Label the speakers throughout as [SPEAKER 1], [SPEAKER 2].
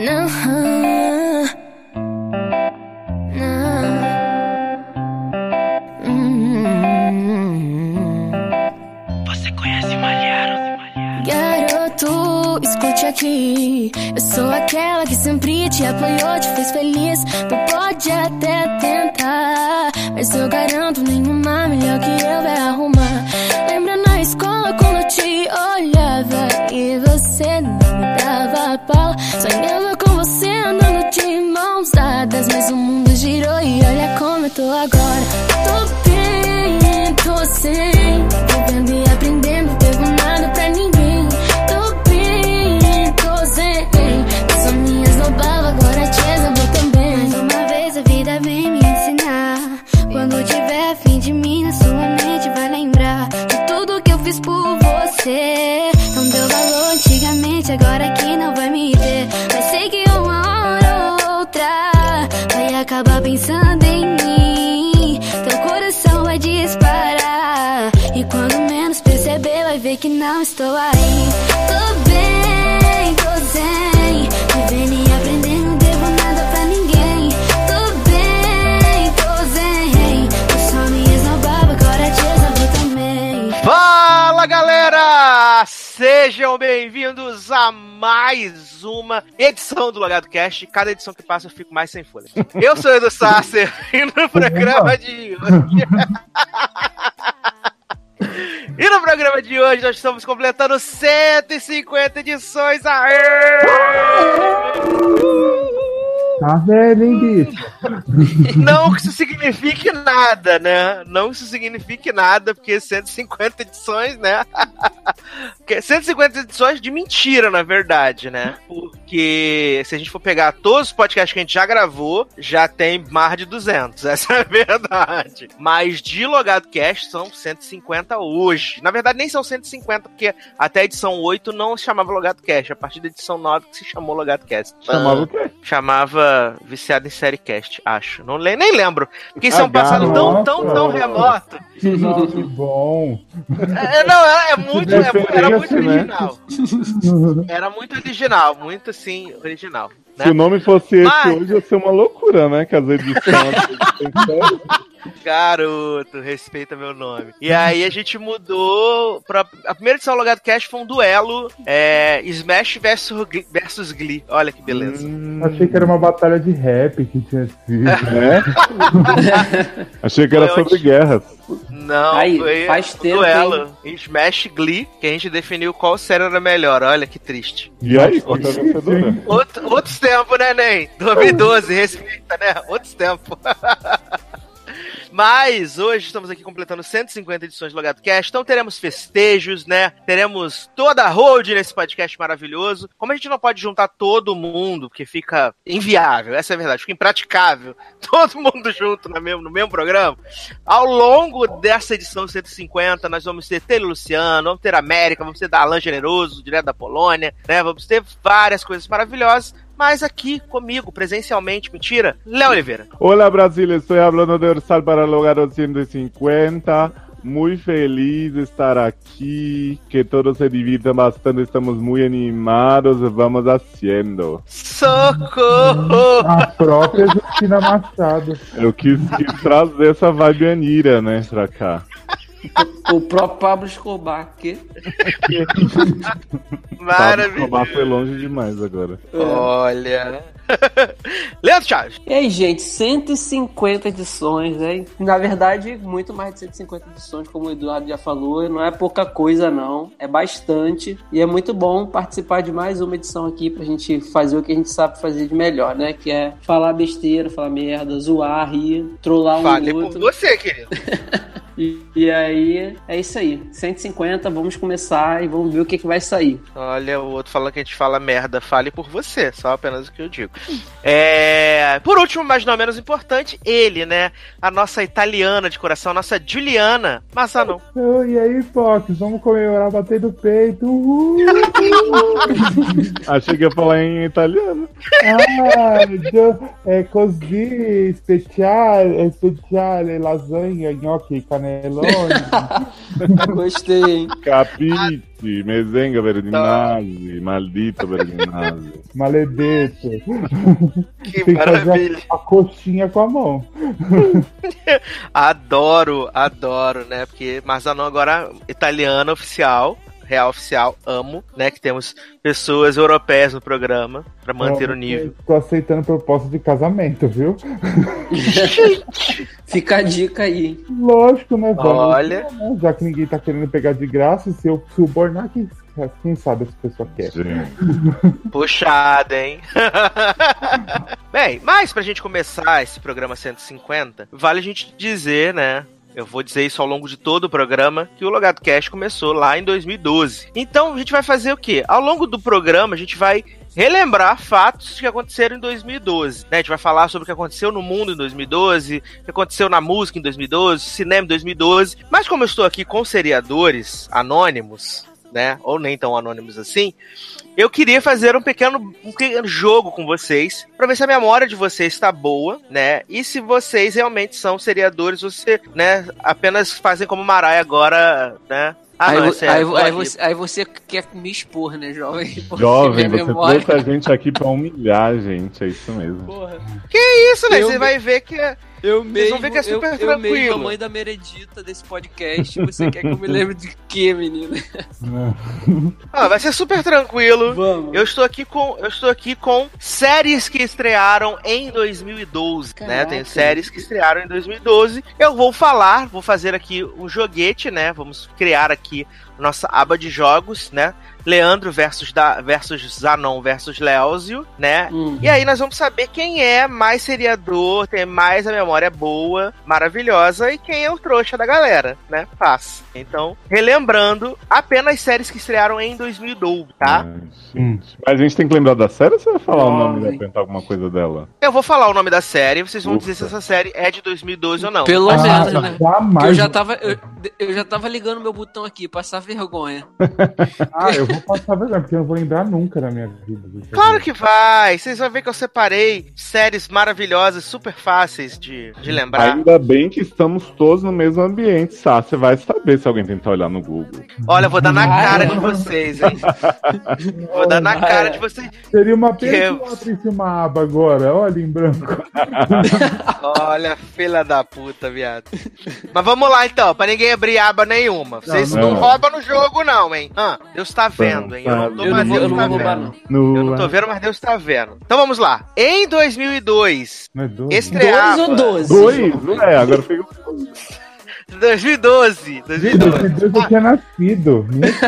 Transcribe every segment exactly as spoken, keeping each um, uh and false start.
[SPEAKER 1] Não, não. Hum.
[SPEAKER 2] Você conhece Malharo?
[SPEAKER 1] Garoto, escute aqui. Eu sou aquela que sempre te apoiou, te fez feliz. Tu pode até tentar, mas eu garanto nenhuma melhor que eu vai arrumar. Lembra na escola quando eu te olhava e você não me dava bola? Sonhava com você andando de mãos dadas, mas o mundo girou e olha como eu tô agora. Tô bem, tô sem, vivendo e aprendendo, não devo nada pra ninguém. Tô bem, tô sem, só minhas roubava, agora te exalou também. Mais uma vez a vida vem me ensinar, quando tiver a fim de mim, na sua mente vai lembrar de tudo que eu fiz por você. Não deu valor antigamente, agora que não vai me ver. Mas sei que uma hora ou outra vai acabar pensando em mim. Teu coração vai disparar e quando menos perceber vai ver que não estou aí. Tô bem, tô zen, vivendo e aprendendo, não devo nada pra ninguém. Tô bem, tô zen, eu só me esnobava, agora te exalvo também.
[SPEAKER 3] Fala, galera! Sejam bem-vindos a mais uma edição do Logado Cast. Cada edição que passa eu fico mais sem folha. Eu sou o Edu Sasser e no programa de hoje... E no programa de hoje nós estamos completando cento e cinquenta edições. Aê!
[SPEAKER 4] Tá velho, hein, bicho?
[SPEAKER 3] Não que isso signifique nada, né? Não que isso signifique nada, porque cento e cinquenta edições, né? cento e cinquenta edições de mentira, na verdade, né? Porque se a gente for pegar todos os podcasts que a gente já gravou, já tem mais de duzentos, essa é a verdade. Mas de Logado Cast são cento e cinquenta hoje. Na verdade, nem são cento e cinquenta, porque até a edição oito não se chamava Logado Cast. A partir da edição nove que se chamou Logado Cast.
[SPEAKER 4] Chamava o quê?
[SPEAKER 3] Chamava Viciado em Série Cast, acho. Não, nem lembro. Porque isso é um passado tão, tão, tão remoto.
[SPEAKER 4] Nossa, que bom.
[SPEAKER 3] É, não, é, é muito, é, era muito
[SPEAKER 4] né?
[SPEAKER 3] original. Era muito original, muito assim, original. Né?
[SPEAKER 4] Se o nome fosse esse
[SPEAKER 3] Mas...
[SPEAKER 4] hoje, ia ser uma loucura, né? Que as edições...
[SPEAKER 3] Garoto, respeita meu nome. E aí a gente mudou pra... A primeira edição do Logado Cast foi um duelo é, Smash versus, versus Glee. Olha que beleza.
[SPEAKER 4] Hum... Achei que era uma batalha de rap que tinha sido, né? Achei que era
[SPEAKER 3] foi
[SPEAKER 4] sobre
[SPEAKER 3] onde...
[SPEAKER 4] guerras.
[SPEAKER 3] Não,
[SPEAKER 5] aí,
[SPEAKER 3] foi
[SPEAKER 5] faz
[SPEAKER 3] um
[SPEAKER 5] tempo,
[SPEAKER 3] duelo hein? Smash Glee, que a gente definiu qual série era melhor. Olha que triste.
[SPEAKER 4] E aí, quanto é vencedora?
[SPEAKER 3] Outro, outros tempos, né, Nen? dois mil e doze, respeita, né? Outros tempos. Mas hoje estamos aqui completando cento e cinquenta edições do Logado Cast, então teremos festejos, né? Teremos toda a hold nesse podcast maravilhoso. Como a gente não pode juntar todo mundo, porque fica inviável, essa é a verdade, fica impraticável, todo mundo junto no mesmo, no mesmo programa. Ao longo dessa edição cento e cinquenta, nós vamos ter Taylor Luciano, vamos ter América, vamos ter Darlan Generoso, direto da Polônia, né? Vamos ter várias coisas maravilhosas. Mas aqui comigo, presencialmente, mentira, Léo Oliveira.
[SPEAKER 4] Olá, Brasil, estou falando de Orsal para Logado cento e cinquenta. Muito feliz de estar aqui, que todos se divirtam bastante, estamos muito animados, vamos haciendo.
[SPEAKER 3] Socorro!
[SPEAKER 4] A própria Justina Machado. Eu quis, quis trazer essa vibe Anira, né, pra cá.
[SPEAKER 5] O próprio Pablo Escobar, que?
[SPEAKER 3] Maravilhoso.
[SPEAKER 4] Pablo Escobar foi longe demais agora.
[SPEAKER 3] Olha. Leandro Chaves.
[SPEAKER 5] E aí, gente, cento e cinquenta edições, né? Na verdade, muito mais de cento e cinquenta edições, como o Eduardo já falou. Não é pouca coisa, não. É bastante. E é muito bom participar de mais uma edição aqui pra gente fazer o que a gente sabe fazer de melhor, né? Que é falar besteira, falar merda, zoar, rir, trollar um
[SPEAKER 3] Fale
[SPEAKER 5] outro.
[SPEAKER 3] por você, querido.
[SPEAKER 5] E, e aí, é isso aí. cento e cinquenta, vamos começar e vamos ver o que, que vai sair.
[SPEAKER 3] Olha, o outro falando que a gente fala merda. Fale por você, só apenas o que eu digo. É... Por último, mas não menos importante, ele, né? A nossa italiana de coração, a nossa Juliana Mazzano.
[SPEAKER 4] Oh, e aí, Fox, vamos comemorar, bater do peito. Uhul. Achei que ia falar em italiano. Ah, é così speciale, speciale, lasanha, gnocchi, canela Canelone.
[SPEAKER 5] Gostei, hein?
[SPEAKER 4] Capite, mezenga Verdinazzi, maldito Verdinazzi.
[SPEAKER 6] Maledetto.
[SPEAKER 3] Que
[SPEAKER 6] Tem que fazer
[SPEAKER 3] maravilha.
[SPEAKER 6] a, a coxinha com a mão.
[SPEAKER 3] Adoro, adoro, né? Porque Marzanão agora italiana oficial, real oficial, amo, né? Que temos pessoas europeias no programa pra manter o nível.
[SPEAKER 6] Tô aceitando proposta de casamento, viu?
[SPEAKER 5] Fica a dica aí, hein?
[SPEAKER 6] Lógico, né? Vamos,
[SPEAKER 3] Olha.
[SPEAKER 6] né? Já que ninguém tá querendo pegar de graça, se eu subornar, quem, quem sabe essa pessoa quer.
[SPEAKER 3] Puxada, hein? Bem, mas pra gente começar esse programa cento e cinquenta, vale a gente dizer, né? Eu vou dizer isso ao longo de todo o programa, que o Logado Cast começou lá em dois mil e doze. Então, a gente vai fazer o quê? Ao longo do programa, a gente vai relembrar fatos que aconteceram em dois mil e doze. Né? A gente vai falar sobre o que aconteceu no mundo em dois mil e doze, o que aconteceu na música em dois mil e doze, cinema em dois mil e doze. Mas como eu estou aqui com seriadores anônimos, né? Ou nem tão anônimos assim, eu queria fazer um pequeno, um pequeno jogo com vocês, pra ver se a memória de vocês está boa, né? E se vocês realmente são seriadores, ou se, né, apenas fazem como Mariah agora, né? Ah,
[SPEAKER 5] aí,
[SPEAKER 3] não, é
[SPEAKER 5] vo-
[SPEAKER 3] sério,
[SPEAKER 5] aí,
[SPEAKER 3] tô
[SPEAKER 5] aí
[SPEAKER 3] aqui.
[SPEAKER 5] você, aí você quer me expor, né, jovem? Porque
[SPEAKER 4] Jovem,
[SPEAKER 5] minha
[SPEAKER 4] você
[SPEAKER 5] memória-
[SPEAKER 4] trouxe a gente aqui pra humilhar a gente, é isso mesmo.
[SPEAKER 5] Porra.
[SPEAKER 3] Que isso, né?
[SPEAKER 5] Eu
[SPEAKER 3] Você
[SPEAKER 5] me-
[SPEAKER 3] vai ver que é...
[SPEAKER 5] Eu
[SPEAKER 3] Vocês
[SPEAKER 5] mesmo,
[SPEAKER 3] vão ver que é super
[SPEAKER 5] eu, eu mesmo a
[SPEAKER 3] tranquilo.
[SPEAKER 5] mãe da Meredita desse podcast. Você quer que eu me lembre de quê, menina?
[SPEAKER 3] Ah, vai ser super tranquilo.
[SPEAKER 5] Vamos.
[SPEAKER 3] Eu estou aqui com, eu estou aqui com séries que estrearam em dois mil e doze, né?
[SPEAKER 5] Caraca.
[SPEAKER 3] Tem séries que estrearam em dois mil e doze. Eu vou falar, vou fazer aqui um joguete, né? Vamos criar aqui nossa aba de jogos, né? Leandro versus, da, versus Zanon versus Leózio, né?
[SPEAKER 5] Hum.
[SPEAKER 3] E aí nós vamos saber quem é mais seriador, tem mais a memória boa, maravilhosa, e quem é o trouxa da galera, né? Fácil. Então, relembrando apenas séries que estrearam em dois mil e doze, tá?
[SPEAKER 4] Ai, gente. Mas a gente tem que lembrar da série ou você vai falar o nome e vai
[SPEAKER 5] Jovem.
[SPEAKER 4] tentar alguma coisa dela?
[SPEAKER 3] Eu vou falar o nome da série, vocês vão
[SPEAKER 4] Ufa.
[SPEAKER 3] dizer se essa série é de dois mil e doze ou não.
[SPEAKER 5] Pelo
[SPEAKER 6] Ah,
[SPEAKER 5] menos, né? Porque
[SPEAKER 6] jamais.
[SPEAKER 5] eu já tava, eu, eu já tava ligando meu botão aqui, passar vergonha.
[SPEAKER 6] Ah, eu vou passar vergonha, porque eu não vou lembrar nunca da minha vida.
[SPEAKER 3] Claro que vai! Vocês vão ver que eu separei séries maravilhosas, super fáceis de, de lembrar.
[SPEAKER 4] Ainda bem que estamos todos no mesmo ambiente, Sá. Você vai saber se alguém tentar olhar no Google.
[SPEAKER 3] Olha, eu vou dar na
[SPEAKER 5] Vai.
[SPEAKER 3] cara de vocês, hein? Vou dar na
[SPEAKER 5] Vai.
[SPEAKER 3] cara de vocês.
[SPEAKER 6] Seria uma
[SPEAKER 3] Que-
[SPEAKER 6] pena se eu abrisse uma aba agora, olha em branco.
[SPEAKER 3] Olha, filha da puta, viado. Mas vamos lá então, pra ninguém abrir aba nenhuma. Vocês
[SPEAKER 4] Não,
[SPEAKER 3] não,
[SPEAKER 4] não.
[SPEAKER 3] roubam no jogo, não, hein? Ah, Deus tá vendo, hein? Eu não tô,
[SPEAKER 5] Eu não
[SPEAKER 3] mas
[SPEAKER 5] vou, eu
[SPEAKER 3] Deus
[SPEAKER 5] não
[SPEAKER 3] tá
[SPEAKER 5] vou roubar,
[SPEAKER 3] vendo.
[SPEAKER 5] não.
[SPEAKER 3] Eu não tô vendo, mas Deus tá vendo. Então vamos lá. Em dois mil e dois,
[SPEAKER 6] Não é doze?
[SPEAKER 3] estreava...
[SPEAKER 5] Dois ou doze?
[SPEAKER 4] Dois? É, agora fica.
[SPEAKER 3] dois mil e doze. dois mil e doze.
[SPEAKER 6] Gente, Deus eu tinha nascido.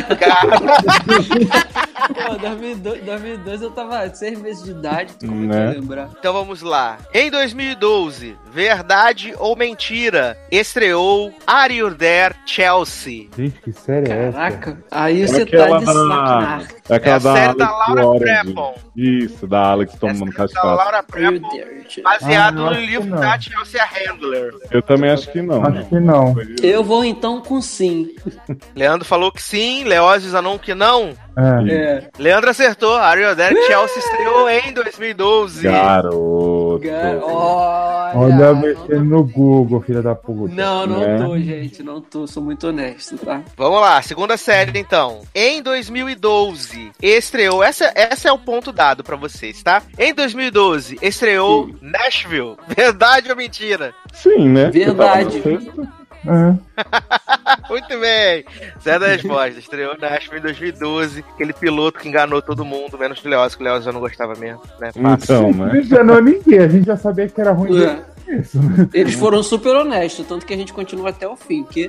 [SPEAKER 5] Pô, dois mil e doze, dois mil e doze eu tava seis meses de idade, tu como é que
[SPEAKER 4] Né?
[SPEAKER 5] eu ia lembrar?
[SPEAKER 3] Então vamos lá. Em dois mil e doze, Verdade ou Mentira, estreou Are You There, Chelsea.
[SPEAKER 6] Gente, que série é essa?
[SPEAKER 5] Caraca, aí
[SPEAKER 4] É
[SPEAKER 5] você
[SPEAKER 4] aquela
[SPEAKER 5] tá de
[SPEAKER 4] da-
[SPEAKER 5] sacanagem.
[SPEAKER 4] É aquela
[SPEAKER 3] É a série da
[SPEAKER 4] Alex
[SPEAKER 3] Laura
[SPEAKER 4] Warren.
[SPEAKER 3] Prepon.
[SPEAKER 4] Isso, da Alex tomando
[SPEAKER 3] Essa é da
[SPEAKER 4] cachaça.
[SPEAKER 3] Laura
[SPEAKER 5] Meu
[SPEAKER 3] Prepon,
[SPEAKER 5] Deus.
[SPEAKER 3] baseado
[SPEAKER 6] Ah,
[SPEAKER 3] no
[SPEAKER 6] acho que
[SPEAKER 3] livro
[SPEAKER 6] não.
[SPEAKER 3] da Chelsea Handler.
[SPEAKER 4] Eu também acho que não.
[SPEAKER 6] Acho que não.
[SPEAKER 5] Eu vou então com sim.
[SPEAKER 3] Leandro falou que sim, Leózio Zanon que não.
[SPEAKER 6] É.
[SPEAKER 5] É.
[SPEAKER 3] Leandro acertou, Are You There, Chelsea estreou em dois mil e doze.
[SPEAKER 4] Garoto.
[SPEAKER 5] Gar- Olha.
[SPEAKER 6] Olha, mexendo no Google, filha da puta.
[SPEAKER 5] Não, não
[SPEAKER 4] Né?
[SPEAKER 5] tô, gente. Não tô. Sou muito honesto, tá?
[SPEAKER 3] Vamos lá, segunda série então. Em dois mil e doze, estreou. Essa, essa é o ponto dado pra vocês, tá? Em dois mil e doze, estreou Nashville. Verdade ou mentira?
[SPEAKER 4] Sim, né?
[SPEAKER 5] Verdade.
[SPEAKER 4] Você tava no sexto?
[SPEAKER 6] É.
[SPEAKER 3] Muito bem. Certa resposta. Estreou Nashville em dois mil e doze. Aquele piloto que enganou todo mundo, menos o Leózio, que o Leózio já não gostava mesmo. Né? Fácil.
[SPEAKER 4] Então,
[SPEAKER 6] Não
[SPEAKER 4] né?
[SPEAKER 6] enganou ninguém, a gente já sabia que era ruim.
[SPEAKER 5] É.
[SPEAKER 6] Isso.
[SPEAKER 5] Eles foram super honestos, tanto que a gente continua até o fim. Que...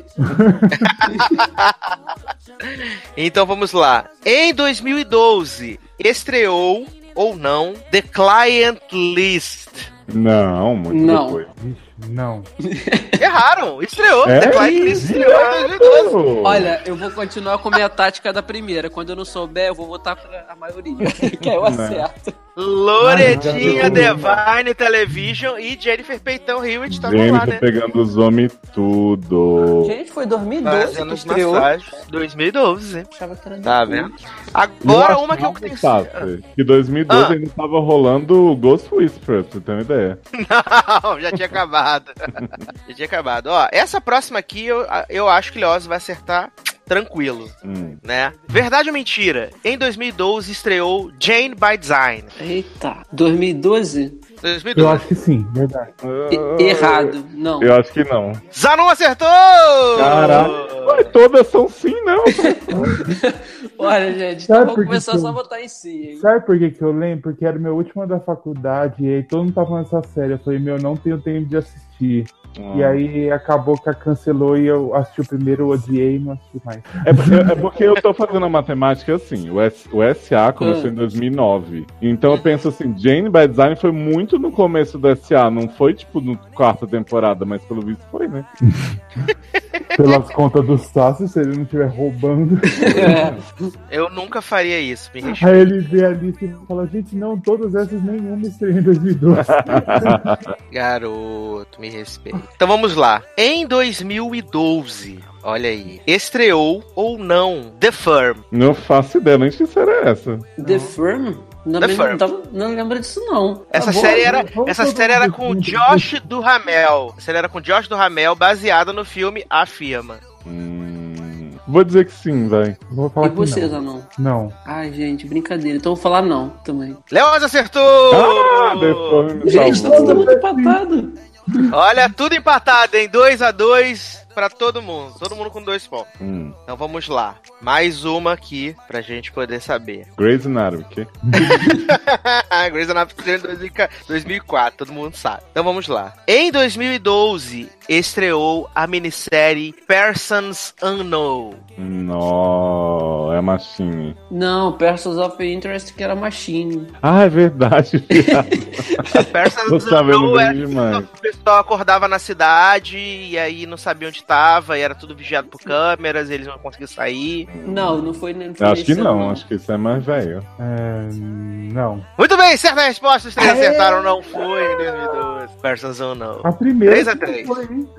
[SPEAKER 3] Então vamos lá. Em dois mil e doze, estreou ou não The Client List.
[SPEAKER 4] Não, muito
[SPEAKER 5] Não.
[SPEAKER 4] depois.
[SPEAKER 6] Vixe, não.
[SPEAKER 3] Erraram, estreou.
[SPEAKER 4] É?
[SPEAKER 3] The Client List estreou em dois mil e doze.
[SPEAKER 5] Olha, eu vou continuar com a minha tática da primeira. Quando eu não souber, eu vou votar pra a maioria. Que aí eu acerto.
[SPEAKER 3] Loretinha
[SPEAKER 6] Ai,
[SPEAKER 3] Devine Television e Jennifer Peitão Hewitt estavam lá,
[SPEAKER 4] Jennifer
[SPEAKER 3] né?
[SPEAKER 4] pegando os homens tudo.
[SPEAKER 5] Gente, foi dois mil e doze
[SPEAKER 3] Fazendo
[SPEAKER 5] que
[SPEAKER 3] as
[SPEAKER 5] estreou.
[SPEAKER 3] massagens. dois mil e doze.
[SPEAKER 5] Achava que era
[SPEAKER 3] Tá
[SPEAKER 5] depois.
[SPEAKER 3] vendo? Agora uma que eu
[SPEAKER 4] tenho.
[SPEAKER 3] tenho.
[SPEAKER 4] Que dois mil e doze
[SPEAKER 3] Ah.
[SPEAKER 4] ainda tava rolando Ghost Whisperer, pra você ter uma ideia.
[SPEAKER 3] Não, já tinha acabado. Já tinha acabado. Ó, essa próxima aqui eu, eu acho que o Leoz vai acertar tranquilo,
[SPEAKER 4] Hum.
[SPEAKER 3] né? Verdade ou mentira? Em dois mil e doze estreou Jane by Design.
[SPEAKER 5] Eita, dois mil e doze?
[SPEAKER 3] dois mil e
[SPEAKER 6] Eu
[SPEAKER 3] doze.
[SPEAKER 6] acho que sim, verdade.
[SPEAKER 5] E- errado, não.
[SPEAKER 4] Eu acho que não.
[SPEAKER 3] Zanon acertou!
[SPEAKER 4] Caraca. Ué, todas são sim, não.
[SPEAKER 5] Olha, gente,
[SPEAKER 6] Sabe
[SPEAKER 5] então vamos
[SPEAKER 6] por que
[SPEAKER 5] começar
[SPEAKER 6] que eu-
[SPEAKER 5] só a botar em si, hein?
[SPEAKER 6] Sabe por que, que eu lembro? Porque era o meu último ano da faculdade e aí todo mundo tava falando essa série. Eu falei, meu, não tenho tempo de assistir. E aí acabou que a cancelou e eu assisti o primeiro, eu odiei e não assisti mais.
[SPEAKER 4] É porque, é porque eu tô fazendo a matemática assim. O, S, o S A começou
[SPEAKER 5] Ah.
[SPEAKER 4] em dois mil e nove. Então eu penso assim, Jane by Design foi muito no começo do S A. Não foi tipo no quarta temporada, mas pelo visto foi, né?
[SPEAKER 6] Pelas contas do Sassi, se ele não estiver roubando.
[SPEAKER 5] É.
[SPEAKER 3] Eu nunca faria isso, me respeita.
[SPEAKER 6] Aí ele vê ali e fala, gente, não, todas essas nenhuma estreia em dois mil e doze.
[SPEAKER 3] Garoto, me respeita. Então vamos lá. Em dois mil e doze, olha aí, estreou ou não The Firm.
[SPEAKER 4] Não faço ideia, nem que série é essa.
[SPEAKER 5] The Firm? Não,
[SPEAKER 3] The
[SPEAKER 5] me-
[SPEAKER 3] Firm.
[SPEAKER 5] não, tava- não lembro disso, não.
[SPEAKER 3] Essa
[SPEAKER 6] bom,
[SPEAKER 3] série era,
[SPEAKER 6] vamos
[SPEAKER 3] essa
[SPEAKER 6] todo
[SPEAKER 3] série era
[SPEAKER 6] mundo
[SPEAKER 3] com o
[SPEAKER 6] junto.
[SPEAKER 3] Josh Duhamel. A série era com o Josh Duhamel, baseada no filme A Firma.
[SPEAKER 4] Hum, vou dizer que sim, vai.
[SPEAKER 6] Vou falar
[SPEAKER 5] E
[SPEAKER 6] que
[SPEAKER 5] você,
[SPEAKER 6] não.
[SPEAKER 5] Zanon?
[SPEAKER 6] Não.
[SPEAKER 5] Ai, gente, brincadeira. Então eu vou falar não também.
[SPEAKER 3] Leoz acertou!
[SPEAKER 4] Ah, The Firm me
[SPEAKER 5] Gente, tá
[SPEAKER 4] salvou.
[SPEAKER 5] todo mundo empatado.
[SPEAKER 3] Olha, tudo empatado, hein? dois a dois pra todo mundo. Todo mundo com dois pontos.
[SPEAKER 4] Hum,
[SPEAKER 3] Então vamos lá. Mais uma aqui pra gente poder saber.
[SPEAKER 4] Grey's Anatomy, que?
[SPEAKER 3] Grey's Anatomy estreou em dois mil e quatro, todo mundo sabe. Então vamos lá. Em dois mil e doze, estreou a minissérie Persons Unknown.
[SPEAKER 4] Não, é Machine.
[SPEAKER 5] Não, Persons of Interest que era Machine.
[SPEAKER 4] Ah, é verdade, viado.
[SPEAKER 3] Persons
[SPEAKER 4] Tô sabendo
[SPEAKER 3] Unknown
[SPEAKER 4] bem
[SPEAKER 3] é
[SPEAKER 4] demais.
[SPEAKER 3] o pessoal acordava na cidade e aí não sabia onde tava, e era tudo vigiado por câmeras, e eles não conseguiam sair.
[SPEAKER 5] Não, não foi nem. foi
[SPEAKER 4] Acho que
[SPEAKER 5] esse ano,
[SPEAKER 4] não, acho que isso é mais velho.
[SPEAKER 6] É, não.
[SPEAKER 3] Muito bem, certa resposta, os três
[SPEAKER 5] Aê!
[SPEAKER 3] acertaram, não foi em dois mil e doze. Persons Unknown.
[SPEAKER 6] A primeira.
[SPEAKER 3] três a três.
[SPEAKER 6] Foi, hein?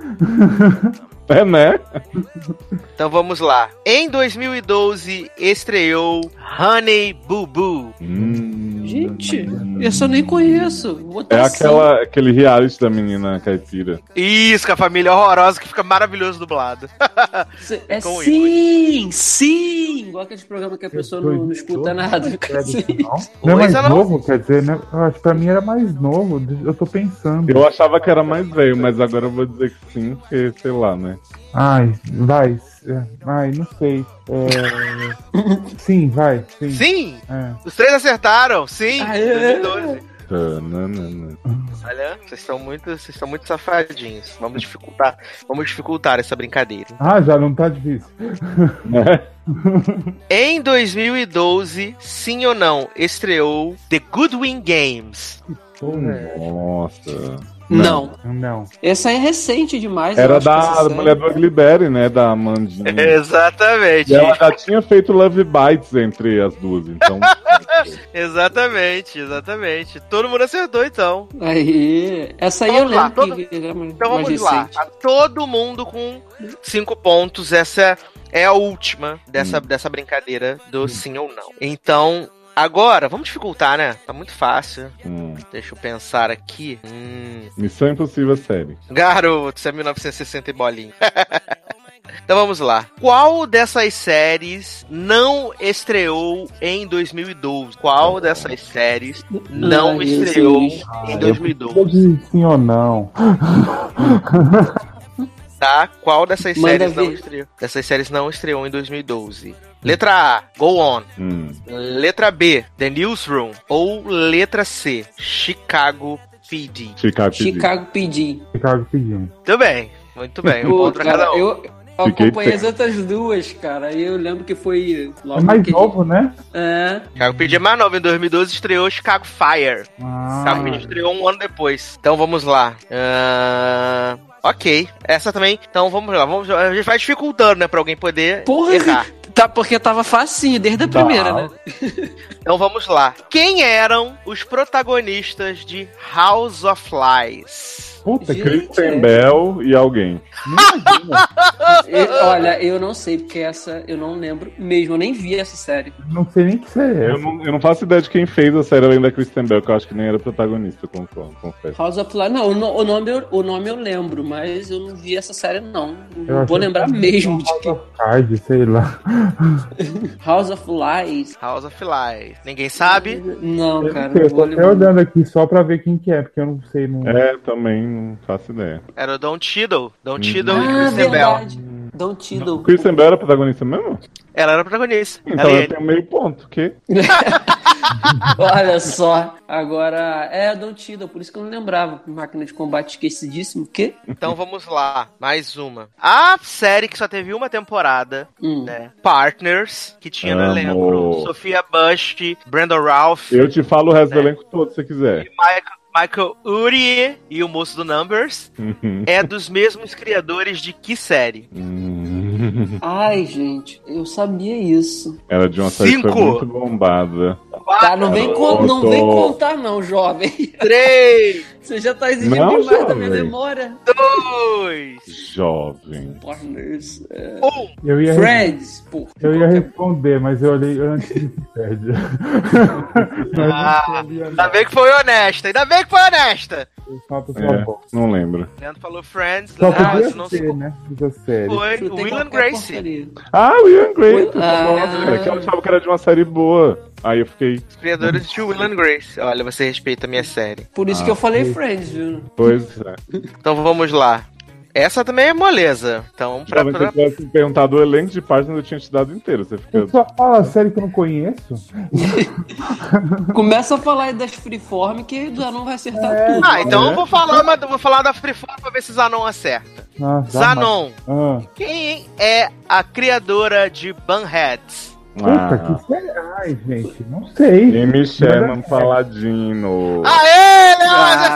[SPEAKER 4] É, né?
[SPEAKER 3] Então vamos lá. Em dois mil e doze, estreou Honey Boo Boo.
[SPEAKER 4] Hum,
[SPEAKER 5] Gente, essa eu nem conheço. Vou botar
[SPEAKER 4] É
[SPEAKER 5] assim.
[SPEAKER 4] aquela, aquele reality da menina caipira.
[SPEAKER 3] Isso, com a família horrorosa que fica maravilhoso dublado.
[SPEAKER 5] Cê- É
[SPEAKER 3] com
[SPEAKER 5] sim, sim. Igual aquele programa que a pessoa não, não escuta nada. Fica
[SPEAKER 6] É
[SPEAKER 5] assim.
[SPEAKER 6] disso, não? Não é mais
[SPEAKER 3] Coisa não.
[SPEAKER 6] novo, quer dizer, né? Eu acho que pra mim era mais novo. Eu tô pensando.
[SPEAKER 4] Eu achava que era mais velho, mas agora eu vou dizer que sim, porque sei lá, né?
[SPEAKER 6] Ai, vai. é, Ai, não sei. É... Sim, vai. Sim.
[SPEAKER 3] Sim,
[SPEAKER 6] É.
[SPEAKER 3] os três acertaram. Sim,
[SPEAKER 5] Aê!
[SPEAKER 3] dois mil e doze.
[SPEAKER 4] Tananana.
[SPEAKER 3] Olha, vocês estão muito, vocês estão muito safadinhos. Vamos dificultar, vamos dificultar essa brincadeira.
[SPEAKER 6] Ah, já não tá difícil.
[SPEAKER 4] Né?
[SPEAKER 3] Em dois mil e doze, sim ou não, estreou The Goodwin Games.
[SPEAKER 6] Porra, é.
[SPEAKER 4] Nossa.
[SPEAKER 5] Não.
[SPEAKER 6] Não.
[SPEAKER 5] Essa é recente demais. eu
[SPEAKER 4] Era
[SPEAKER 5] acho que essa
[SPEAKER 4] da
[SPEAKER 5] série.
[SPEAKER 4] mulher do Ugly Betty, né? Da Amandinha.
[SPEAKER 3] Exatamente.
[SPEAKER 4] E ela já tinha feito Love Bites entre as duas, então.
[SPEAKER 3] Exatamente, exatamente. Todo mundo acertou então.
[SPEAKER 5] Aí, essa aí
[SPEAKER 3] Vamos
[SPEAKER 5] eu
[SPEAKER 3] lá,
[SPEAKER 5] lembro
[SPEAKER 3] todo-
[SPEAKER 5] que era mais,
[SPEAKER 3] Então
[SPEAKER 5] mais
[SPEAKER 3] vamos lá.
[SPEAKER 5] recente.
[SPEAKER 3] Tá todo mundo com cinco pontos. Essa é a última dessa, dessa brincadeira do sim ou não. Então, agora, vamos dificultar, né? Tá muito fácil.
[SPEAKER 4] Hum.
[SPEAKER 3] Deixa eu pensar aqui. Hum.
[SPEAKER 4] Missão Impossível série.
[SPEAKER 3] Garoto, isso é mil novecentos e sessenta e bolinha. Então vamos lá. Qual dessas séries não estreou em dois mil e doze? Qual dessas séries não
[SPEAKER 5] Ai,
[SPEAKER 3] estreou
[SPEAKER 5] Jesus.
[SPEAKER 3] em
[SPEAKER 6] Eu
[SPEAKER 3] dois mil e
[SPEAKER 6] preciso
[SPEAKER 3] doze?
[SPEAKER 6] de sim ou não.
[SPEAKER 3] Tá? Qual dessas
[SPEAKER 5] Manda
[SPEAKER 3] séries não
[SPEAKER 5] ver.
[SPEAKER 3] estreou? Dessas séries não estreou em dois mil e doze? Letra A, Go On.
[SPEAKER 4] Hum.
[SPEAKER 3] Letra B, The Newsroom. Ou letra C, Chicago P D.
[SPEAKER 4] Chicago P D.
[SPEAKER 5] Chicago P D.
[SPEAKER 6] Chicago pedindo.
[SPEAKER 3] Muito bem, muito bem. Um
[SPEAKER 5] Pô,
[SPEAKER 3] ponto pra
[SPEAKER 5] cara,
[SPEAKER 3] cada um.
[SPEAKER 5] eu, eu
[SPEAKER 4] Fiquei
[SPEAKER 5] acompanhei as
[SPEAKER 4] sem-
[SPEAKER 5] outras duas, cara. E eu lembro que foi logo
[SPEAKER 6] É mais
[SPEAKER 5] naquele-
[SPEAKER 6] novo, né?
[SPEAKER 5] É.
[SPEAKER 3] Chicago P D é mais novo. Em dois mil e doze estreou Chicago Fire.
[SPEAKER 6] Ah,
[SPEAKER 3] Chicago P D estreou um ano depois. Então vamos lá. Ah, ok. Essa também. Então vamos lá. Vamos, a gente vai dificultando, né? Pra alguém poder
[SPEAKER 5] Porra,
[SPEAKER 3] errar.
[SPEAKER 5] Tá, porque tava facinho desde a primeira, né?
[SPEAKER 3] Então vamos lá. Quem eram os protagonistas de House of Lies?
[SPEAKER 4] Puta,
[SPEAKER 5] Gente,
[SPEAKER 4] Kristen
[SPEAKER 5] é.
[SPEAKER 4] Bell e alguém.
[SPEAKER 5] Eu- olha, eu não sei, porque essa eu não lembro mesmo, eu nem vi essa série.
[SPEAKER 6] Não sei nem que série é
[SPEAKER 4] Eu
[SPEAKER 6] essa.
[SPEAKER 4] não, eu não faço ideia de quem fez a série além da Kristen Bell, que eu acho que nem era protagonista, concordo, confesso.
[SPEAKER 5] House of Lies, não, o, no- o nome, eu- o nome eu lembro, mas eu não vi essa série, não.
[SPEAKER 6] Eu
[SPEAKER 5] Não vou
[SPEAKER 6] achei
[SPEAKER 5] lembrar
[SPEAKER 6] que
[SPEAKER 5] mesmo de
[SPEAKER 6] House
[SPEAKER 5] quem.
[SPEAKER 6] of Cards, sei lá.
[SPEAKER 5] House of Lies.
[SPEAKER 3] House of Lies. Ninguém sabe?
[SPEAKER 5] Não,
[SPEAKER 6] Eu
[SPEAKER 5] cara,
[SPEAKER 6] não sei,
[SPEAKER 5] não
[SPEAKER 6] eu tô
[SPEAKER 5] vou
[SPEAKER 6] até
[SPEAKER 5] lembrar.
[SPEAKER 6] olhando aqui só pra ver quem que é, porque eu não sei. Não...
[SPEAKER 4] É, também não faço ideia.
[SPEAKER 3] Era o Don Cheadle. Don
[SPEAKER 4] Hum.
[SPEAKER 3] Cheadle e
[SPEAKER 5] Ah,
[SPEAKER 3] Kristen Bell.
[SPEAKER 5] verdade. Don Cheadle.
[SPEAKER 4] Kristen Bell era protagonista mesmo?
[SPEAKER 3] Ela era a protagonista.
[SPEAKER 4] Então
[SPEAKER 3] Ela e
[SPEAKER 4] eu
[SPEAKER 3] ele.
[SPEAKER 4] tenho meio ponto, o quê?
[SPEAKER 5] Olha só. Agora, é Don Cheadle, por isso que eu não lembrava. Máquina de combate esquecidíssimo. O quê?
[SPEAKER 3] Então vamos lá, mais uma. A série que só teve uma temporada,
[SPEAKER 5] Hum.
[SPEAKER 3] né? Partners, que tinha no
[SPEAKER 4] Amo.
[SPEAKER 3] elenco Sophia Bush, Brandon Ralph,
[SPEAKER 4] Eu te falo o resto do
[SPEAKER 3] É.
[SPEAKER 4] elenco todo, se você quiser.
[SPEAKER 3] Michael, Michael Urie e o moço do Numbers.
[SPEAKER 4] Uhum.
[SPEAKER 3] É dos mesmos criadores de que série?
[SPEAKER 4] Hum.
[SPEAKER 5] Ai, gente, eu sabia isso.
[SPEAKER 4] Era de uma série que foi
[SPEAKER 3] Cinco.
[SPEAKER 4] muito bombada.
[SPEAKER 5] Tá, não vem,
[SPEAKER 4] Garoto.
[SPEAKER 5] con- não vem contar não, jovem.
[SPEAKER 3] Três,
[SPEAKER 5] Você já tá exigindo
[SPEAKER 4] Não,
[SPEAKER 5] demais da minha
[SPEAKER 4] jovem.
[SPEAKER 5] memória.
[SPEAKER 3] dois,
[SPEAKER 4] Jovem.
[SPEAKER 5] Partners. é,
[SPEAKER 3] um.
[SPEAKER 6] Eu ia,
[SPEAKER 5] Friends. Pô,
[SPEAKER 6] eu ia
[SPEAKER 5] qualquer-
[SPEAKER 6] responder, mas eu olhei antes de Wikipedia.
[SPEAKER 3] Ah, ainda bem que foi honesta, ainda bem que foi honesta.
[SPEAKER 6] Falta só
[SPEAKER 4] É,
[SPEAKER 6] bom.
[SPEAKER 4] não lembro.
[SPEAKER 3] Leandro falou Friends,
[SPEAKER 6] Só
[SPEAKER 3] ah,
[SPEAKER 6] podia
[SPEAKER 3] se não
[SPEAKER 6] ser, né? Essa série.
[SPEAKER 3] foi
[SPEAKER 5] Chutei
[SPEAKER 3] Will and
[SPEAKER 5] qualquer
[SPEAKER 3] Gracie.
[SPEAKER 5] porcaria.
[SPEAKER 4] Ah, o Ian Grace.
[SPEAKER 5] Ah.
[SPEAKER 4] Nossa, cara, que eu achava que era de uma série boa. Aí eu fiquei,
[SPEAKER 3] Os criadores de Will and Grace. Olha, você respeita a minha série.
[SPEAKER 5] Por isso
[SPEAKER 4] Ah,
[SPEAKER 5] que eu falei
[SPEAKER 6] foi.
[SPEAKER 5] Friends, viu?
[SPEAKER 4] pois é.
[SPEAKER 3] Então vamos lá. Essa também é moleza. Então, pra,
[SPEAKER 4] Talvez
[SPEAKER 3] pra...
[SPEAKER 4] você tivesse me perguntado o elenco de páginas, eu tinha te dado inteiro. Você fica.
[SPEAKER 6] Eu só falo a série que eu não conheço.
[SPEAKER 5] Começa a falar aí das Freeform que já não vai acertar
[SPEAKER 6] É.
[SPEAKER 5] tudo.
[SPEAKER 3] Ah, então
[SPEAKER 4] É.
[SPEAKER 3] eu vou falar, uma, vou falar da Freeform pra ver se Zanon acerta.
[SPEAKER 6] Ah, dá
[SPEAKER 3] Zanon,
[SPEAKER 6] mais. Ah,
[SPEAKER 3] quem é a criadora de Bunheads?
[SPEAKER 6] puta,
[SPEAKER 4] Ah,
[SPEAKER 6] que série. Ai, gente, não sei.
[SPEAKER 4] Amy Sherman
[SPEAKER 6] Mas-
[SPEAKER 3] Aê,
[SPEAKER 4] Paladino.
[SPEAKER 3] Leandro,
[SPEAKER 5] Ah.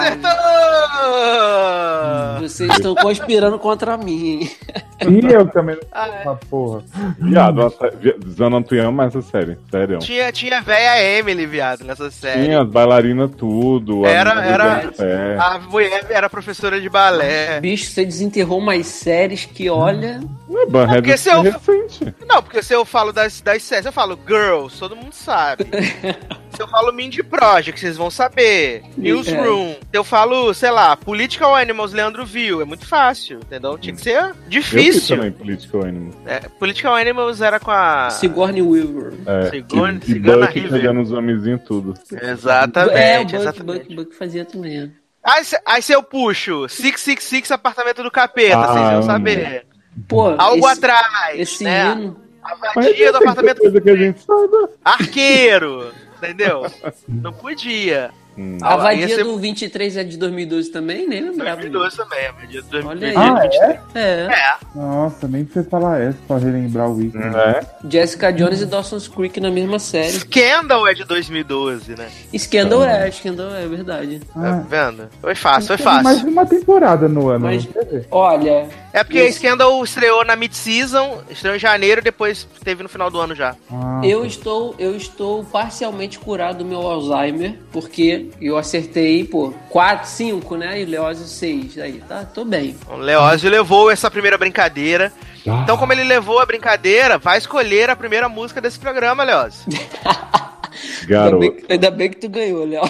[SPEAKER 3] acertou!
[SPEAKER 5] Vocês estão conspirando contra mim.
[SPEAKER 6] E eu também não
[SPEAKER 3] Ah,
[SPEAKER 6] sei essa porra.
[SPEAKER 4] Viado, nossa, vi- Zanon, tu ama essa série, sério.
[SPEAKER 3] Tinha, tinha a véia Emily, viado, nessa série.
[SPEAKER 4] Tinha as bailarinas tudo. a
[SPEAKER 3] Era-
[SPEAKER 4] menina
[SPEAKER 3] era-
[SPEAKER 4] do pé.
[SPEAKER 3] A mulher era professora de balé.
[SPEAKER 5] Bicho, você desenterrou umas séries que, olha...
[SPEAKER 4] Não é Bunhead,
[SPEAKER 3] porque se
[SPEAKER 4] é
[SPEAKER 3] eu-
[SPEAKER 4] recente.
[SPEAKER 3] Não, porque se eu falo das, das séries, eu falo Girls, todo mundo sabe. Se eu falo Mindy Project, vocês vão saber. Newsroom. Se eu falo, sei lá, Political Animals, Leandro viu. É muito fácil, entendeu? Tinha que ser
[SPEAKER 4] Eu vi
[SPEAKER 3] difícil.
[SPEAKER 4] também Political Animal.
[SPEAKER 3] É, Political Animals era com a...
[SPEAKER 5] Sigourney Weaver.
[SPEAKER 4] É,
[SPEAKER 3] Sigourney-
[SPEAKER 4] e, e
[SPEAKER 3] Cigana
[SPEAKER 4] Buck
[SPEAKER 3] River.
[SPEAKER 4] pegando os homenzinhos e tudo.
[SPEAKER 3] Exatamente,
[SPEAKER 5] é, o Buck,
[SPEAKER 3] exatamente.
[SPEAKER 5] Buck, Buck fazia também.
[SPEAKER 3] Aí, se, aí se eu puxo seiscentos e sessenta e seis Apartamento do Capeta,
[SPEAKER 4] Ah,
[SPEAKER 3] vocês vão
[SPEAKER 4] amo.
[SPEAKER 3] saber.
[SPEAKER 5] Pô,
[SPEAKER 3] Algo
[SPEAKER 5] esse,
[SPEAKER 3] atrás,
[SPEAKER 5] esse
[SPEAKER 3] né?
[SPEAKER 5] hino...
[SPEAKER 3] A
[SPEAKER 4] Mas
[SPEAKER 3] vadia do
[SPEAKER 4] tem
[SPEAKER 3] apartamento
[SPEAKER 4] coisa que a gente sabe.
[SPEAKER 3] Arqueiro, entendeu? Não podia.
[SPEAKER 4] Hum.
[SPEAKER 5] A
[SPEAKER 3] Ah,
[SPEAKER 5] vadia
[SPEAKER 3] ia ser-
[SPEAKER 5] do vinte e três é de dois mil e doze também? Nem lembrava.
[SPEAKER 3] dois mil e doze também, a vadia do
[SPEAKER 5] Olha aí.
[SPEAKER 6] Ah, é?
[SPEAKER 5] É.
[SPEAKER 3] É,
[SPEAKER 6] Nossa, nem pra você falar essa pra relembrar o Wiki.
[SPEAKER 4] É.
[SPEAKER 5] Jessica Jones e Dawson's Creek na mesma série.
[SPEAKER 3] Scandal é de dois mil e doze, né?
[SPEAKER 5] Scandal é, Scandal é verdade.
[SPEAKER 3] Tá
[SPEAKER 6] Ah,
[SPEAKER 3] vendo? Foi fácil, foi
[SPEAKER 6] teve
[SPEAKER 3] fácil.
[SPEAKER 6] mais uma temporada no ano,
[SPEAKER 5] Mas-
[SPEAKER 6] não teve?
[SPEAKER 5] Olha,
[SPEAKER 3] É porque
[SPEAKER 5] Isso.
[SPEAKER 3] Scandal estreou na mid-season, estreou em janeiro, depois teve no final do ano já.
[SPEAKER 6] Ah,
[SPEAKER 5] eu estou, eu estou parcialmente curado do meu Alzheimer, porque eu acertei, pô, quatro, cinco, né? E o Leózio seis. Aí, tá, tô bem.
[SPEAKER 3] O Leózio levou essa primeira brincadeira. Então, como ele levou a brincadeira, vai escolher a primeira música desse programa, Leózio.
[SPEAKER 5] Ainda
[SPEAKER 4] Garoto.
[SPEAKER 5] bem, ainda bem que tu ganhou, Léo.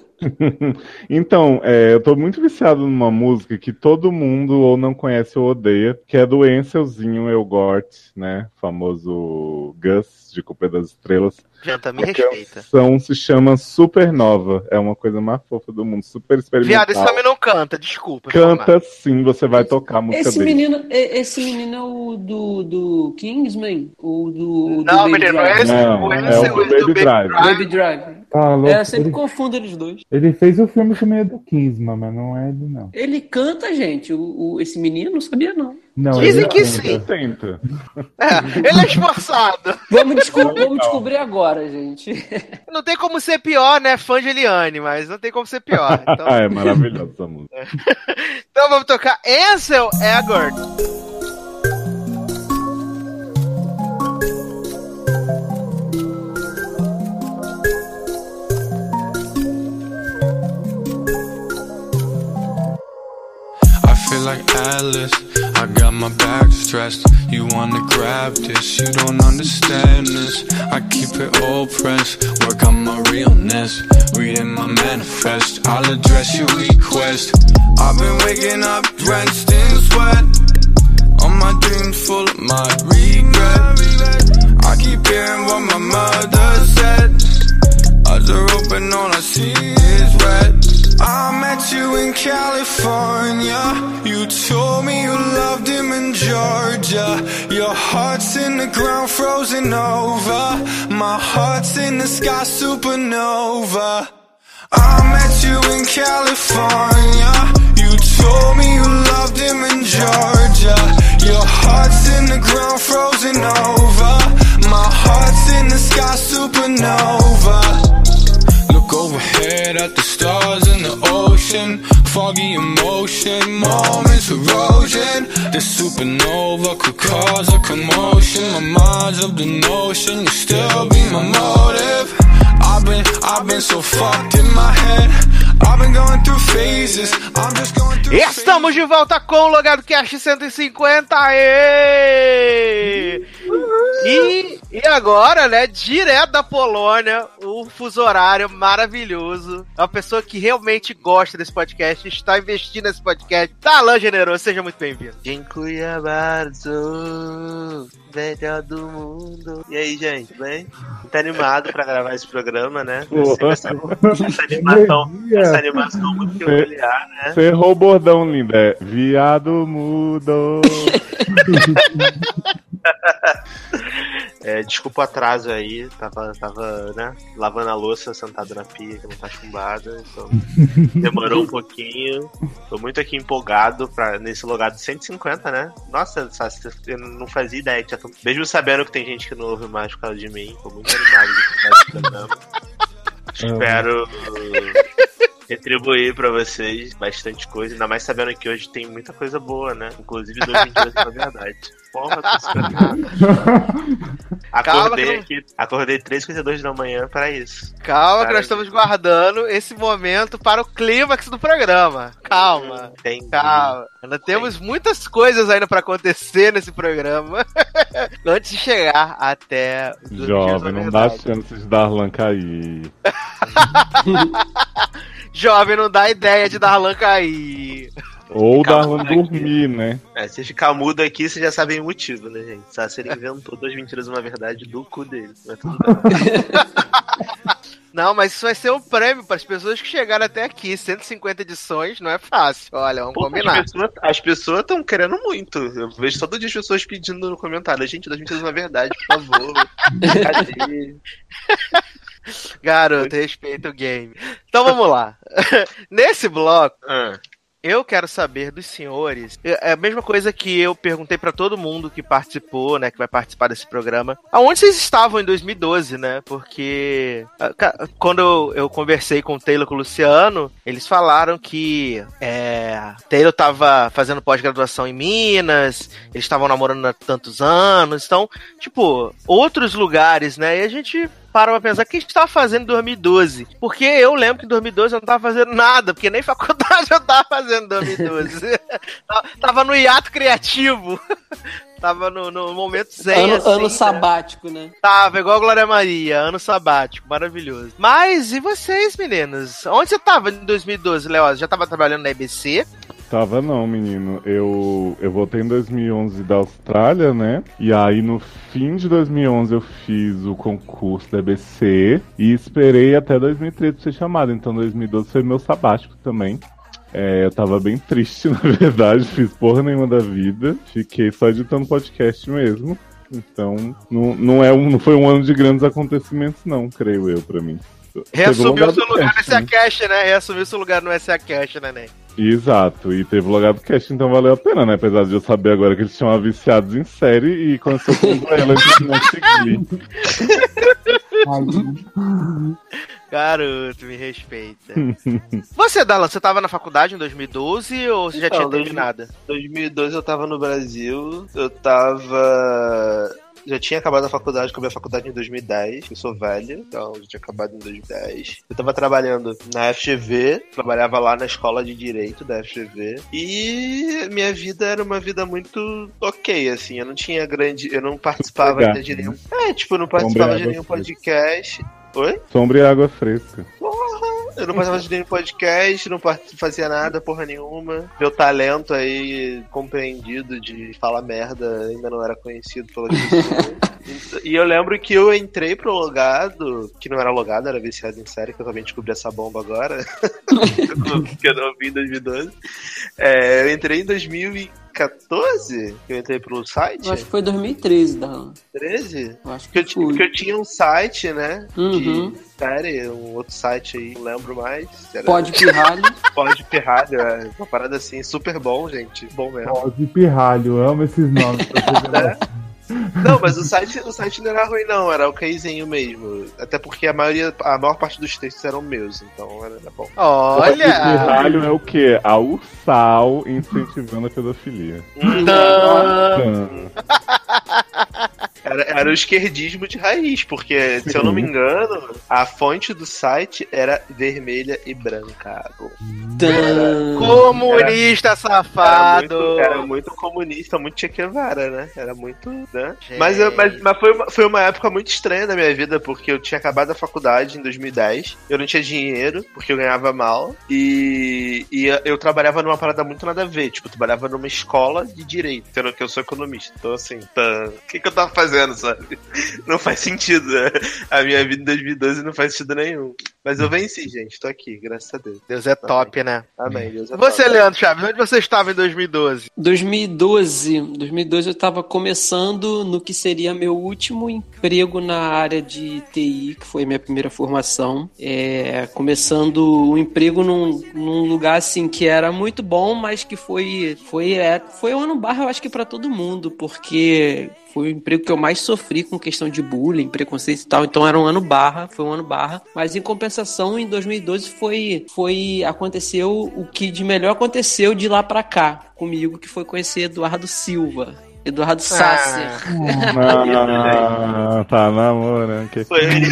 [SPEAKER 4] Então, é, eu tô muito viciado numa música que todo mundo ou não conhece ou odeia, que é do Enselzinho Elgort, né? Famoso Gus, de Culpa das Estrelas.
[SPEAKER 3] Janta, me
[SPEAKER 4] A
[SPEAKER 3] respeita.
[SPEAKER 4] canção se chama Supernova. É uma coisa mais fofa do mundo, super experimental.
[SPEAKER 3] Viado, esse homem não canta, desculpa.
[SPEAKER 4] Canta sim, você vai tocar a música
[SPEAKER 5] Esse
[SPEAKER 4] dele.
[SPEAKER 5] menino, e- esse menino é o do, do Kingsman? Ou do, do
[SPEAKER 3] Não,
[SPEAKER 5] Baby
[SPEAKER 3] menino,
[SPEAKER 5] Drive?
[SPEAKER 3] esse
[SPEAKER 4] Não,
[SPEAKER 3] o
[SPEAKER 4] é
[SPEAKER 3] Ansel,
[SPEAKER 4] o
[SPEAKER 3] esse
[SPEAKER 4] Baby
[SPEAKER 3] do
[SPEAKER 4] Drive.
[SPEAKER 5] Baby Drive.
[SPEAKER 6] tá louco.
[SPEAKER 5] É, eu sempre
[SPEAKER 6] ele,
[SPEAKER 5] confundo eles dois.
[SPEAKER 6] ele fez o filme também é do Kingsman, mas não é ele, não.
[SPEAKER 5] Ele canta, gente. O, o- esse menino não sabia, não.
[SPEAKER 6] Não,
[SPEAKER 3] Dizem
[SPEAKER 6] ele
[SPEAKER 3] que
[SPEAKER 6] canta.
[SPEAKER 3] sim.
[SPEAKER 4] Tenta.
[SPEAKER 3] É, ele é esforçado.
[SPEAKER 5] Vamos, desco- vamos descobrir agora, gente.
[SPEAKER 3] Não tem como ser pior, né? Fã de Eliane, mas não tem como ser pior. Então,
[SPEAKER 4] Ah, é maravilhosa essa música.
[SPEAKER 3] então vamos tocar Ansel Elgort.
[SPEAKER 7] jealous. I got my back stressed. You wanna grab this, you don't understand this. I keep it all pressed, work on my realness. Reading my manifest, I'll address your request. I've been waking up drenched in sweat. All my dreams full of my regret. I keep hearing what my mother said. Eyes are open, all I see is red. I met you in California. You told me you loved him in Georgia. Your heart's in the ground, frozen over. My heart's in the sky, supernova. I met you in California. You told me you loved him in Georgia. Your heart's in the ground, frozen over. My heart's in the sky, supernova. Look overhead at the stars in the ocean. Foggy emotion, moments erosion. The supernova could cause a commotion. My mind's of the notion, you still be my motive. I've been, I've been so fucked in my head. I've been going through phases. I'm just going through phases.
[SPEAKER 3] Estamos de volta com o Logado Cast cento e cinquenta. Aê! E, e agora, né, direto da Polônia, o fuso horário maravilhoso. Uma pessoa que realmente gosta desse podcast, está investindo nesse podcast. Darlan Generoso, seja muito bem-vindo.
[SPEAKER 8] Dziękuję bardzo, melhor do mundo. E aí, gente, bem? Tá animado pra gravar esse programa, né? Essa, essa animação, essa animação muito peculiar, né?
[SPEAKER 4] Você errou o bordão, linda. É viado mudo.
[SPEAKER 8] É, desculpa o atraso aí, tava, tava né, lavando a louça sentado na pia que não tá chumbada, então demorou um pouquinho. Tô muito aqui empolgado pra, nesse logado cento e cinquenta, né? Nossa, eu não fazia ideia que já tô... Mesmo sabendo que tem gente que não ouve mais por causa de mim, tô muito animado de fazer esse programa. Espero retribuir pra vocês bastante coisa, ainda mais sabendo que hoje tem muita coisa boa, né? Inclusive dois mil e vinte e dois, na verdade. Porra, tô esperando. Acordei
[SPEAKER 3] Calma,
[SPEAKER 8] aqui, acordei três e cinquenta e dois da manhã pra isso.
[SPEAKER 3] Calma,
[SPEAKER 8] Cara,
[SPEAKER 3] que nós estamos guardando esse momento para o clímax do programa. Calma,
[SPEAKER 8] Entendi.
[SPEAKER 3] calma. Ainda temos muitas coisas ainda pra acontecer nesse programa antes de chegar até os
[SPEAKER 4] Jovem, não dá chance de Darlan cair.
[SPEAKER 3] Jovem, não dá ideia de Darlan cair.
[SPEAKER 4] Ou
[SPEAKER 8] Ficar
[SPEAKER 4] Darlan
[SPEAKER 8] mudo aqui.
[SPEAKER 4] dormir, né?
[SPEAKER 8] É, se ficar mudo aqui, vocês já sabem o motivo, né, gente? Só se ele inventou duas mentiras uma verdade do cu dele. Mas tudo bem.
[SPEAKER 3] Não, mas isso vai ser um prêmio para as pessoas que chegaram até aqui. cento e cinquenta edições não é fácil. Olha, vamos
[SPEAKER 8] Pô,
[SPEAKER 3] combinar.
[SPEAKER 8] As pessoas estão querendo muito. Eu vejo todo dia as pessoas pedindo no comentário. Gente, duas mentiras uma verdade, por favor. Cadê?
[SPEAKER 3] Garoto, respeita o game. Então vamos lá. Nesse bloco,
[SPEAKER 8] Ah.
[SPEAKER 3] eu quero saber dos senhores, é a mesma coisa que eu perguntei pra todo mundo que participou, né, que vai participar desse programa, aonde vocês estavam em dois mil e doze, né, porque quando eu, eu conversei com o Taylor e com o Luciano, eles falaram que é, Taylor tava fazendo pós-graduação em Minas, eles estavam namorando há tantos anos, então, tipo, outros lugares, né, e a gente... para pra pensar, o que a gente tava fazendo em dois mil e doze? Porque eu lembro que em dois mil e doze eu não tava fazendo nada, porque nem faculdade eu tava fazendo em dois mil e doze. Tava no hiato criativo. Tava no, no momento zen,
[SPEAKER 5] Ano,
[SPEAKER 3] assim,
[SPEAKER 5] ano
[SPEAKER 3] né?
[SPEAKER 5] sabático, né?
[SPEAKER 3] Tava, igual a Glória Maria, ano sabático, maravilhoso. Mas, e vocês, meninos? Onde você tava em dois mil e doze, Léo? Já tava trabalhando na E B C?
[SPEAKER 4] Tava não, menino. Eu, eu voltei em dois mil e onze da Austrália, né? E aí no fim de dois mil e onze eu fiz o concurso da E B C e esperei até dois mil e treze pra ser chamado. Então dois mil e doze foi meu sabático também. É, eu tava bem triste, na verdade. Fiz porra nenhuma da vida. Fiquei só editando podcast mesmo. Então não, não, é um, não foi um ano de grandes acontecimentos não, creio eu, pra mim.
[SPEAKER 3] Reassumiu seu lugar no
[SPEAKER 4] cast,
[SPEAKER 3] S A Cash, né? Reassumiu seu lugar no S A Cash, né, Nen?
[SPEAKER 4] Exato, e teve o logado cast, então valeu a pena, né? Apesar de eu saber agora que eles tinham viciados em série e começou com ela de não seguir.
[SPEAKER 3] Garoto, me respeita. Você, Darlan, você tava na faculdade em dois mil e doze ou você já
[SPEAKER 8] Então,
[SPEAKER 3] tinha terminado?
[SPEAKER 8] dois mil e doze eu tava no Brasil, eu tava já tinha acabado a faculdade, acabei a faculdade em dois mil e dez, eu sou velho, então já tinha acabado em dois mil e dez. Eu tava trabalhando na F G V, trabalhava lá na escola de Direito da F G V, e minha vida era uma vida muito ok, assim, eu não tinha grande, eu não participava
[SPEAKER 4] Legal,
[SPEAKER 8] de nenhum...
[SPEAKER 4] né?
[SPEAKER 8] É, tipo, eu não participava
[SPEAKER 4] Sombra
[SPEAKER 8] de nenhum
[SPEAKER 4] água
[SPEAKER 8] podcast... Oi?
[SPEAKER 4] Sombra e água fresca.
[SPEAKER 8] Porra! Eu não participava de nenhum podcast, não fazia nada, porra nenhuma. Meu talento aí, compreendido de falar merda, ainda não era conhecido pelas pessoas. E eu lembro que eu entrei pro Logado, que não era Logado, era Viciado em Série, que eu também descobri essa bomba agora. Que eu não vi em dois mil e doze. É, eu entrei em dois mil e quatorze, que eu entrei pro site.
[SPEAKER 5] Eu acho que foi dois mil e treze, Darlan.
[SPEAKER 8] treze?
[SPEAKER 5] Eu acho
[SPEAKER 8] que
[SPEAKER 5] que
[SPEAKER 8] eu,
[SPEAKER 5] foi.
[SPEAKER 8] porque eu tinha um site, né?
[SPEAKER 5] Uhum.
[SPEAKER 8] De série, um outro site aí, não lembro mais. Era...
[SPEAKER 5] Pode Pirralho.
[SPEAKER 8] Pode Pirralho, é uma parada assim, super bom, gente. Bom mesmo.
[SPEAKER 6] Pode Pirralho, amo esses nomes.
[SPEAKER 8] É. Não, mas o site, o site não era ruim, não, era okzinho mesmo. Até porque a maioria, a maior parte dos textos eram meus, então era, era bom.
[SPEAKER 3] Olha!
[SPEAKER 4] Pirralho é o quê? A Ursal incentivando a pedofilia.
[SPEAKER 8] Não. Era, era o esquerdismo de raiz, porque, se eu não me engano, a fonte do site era vermelha e branca.
[SPEAKER 5] Era,
[SPEAKER 3] Comunista
[SPEAKER 8] era,
[SPEAKER 3] safado!
[SPEAKER 8] Era muito, era muito comunista, muito Che Guevara, né? Era muito, né? Mas, eu, mas, mas foi, uma, foi uma época muito estranha da minha vida, porque eu tinha acabado a faculdade em dois mil e dez, eu não tinha dinheiro, porque eu ganhava mal, e, e eu trabalhava numa parada muito nada a ver, tipo, eu trabalhava numa escola de direito, sendo que eu sou economista. Então, assim, tá... o que, que eu tava fazendo, sabe? Não faz sentido, né? A minha vida em dois mil e doze não faz sentido nenhum. Mas eu venci, gente, tô aqui, graças a Deus.
[SPEAKER 3] Deus é top,
[SPEAKER 8] Amém.
[SPEAKER 3] né?
[SPEAKER 8] Amém, Deus é
[SPEAKER 3] Você,
[SPEAKER 8] top.
[SPEAKER 3] Leandro Chaves, onde você estava em dois mil e doze?
[SPEAKER 5] dois mil e doze. dois mil e doze eu estava começando no que seria meu último emprego na área de T I, que foi minha primeira formação. É, começando um emprego num, num lugar assim que era muito bom, mas que foi foi é, foi um ano barra, eu acho que para todo mundo, porque foi o emprego que eu mais sofri com questão de bullying, preconceito e tal. Então era um ano barra, foi um ano barra. Mas em compensação, em dois mil e doze foi, foi aconteceu o que de melhor aconteceu de lá pra cá comigo, que foi conhecer Eduardo Silva. Eduardo Sasser.
[SPEAKER 4] Ah, tá namorando. Que...
[SPEAKER 8] Foi ele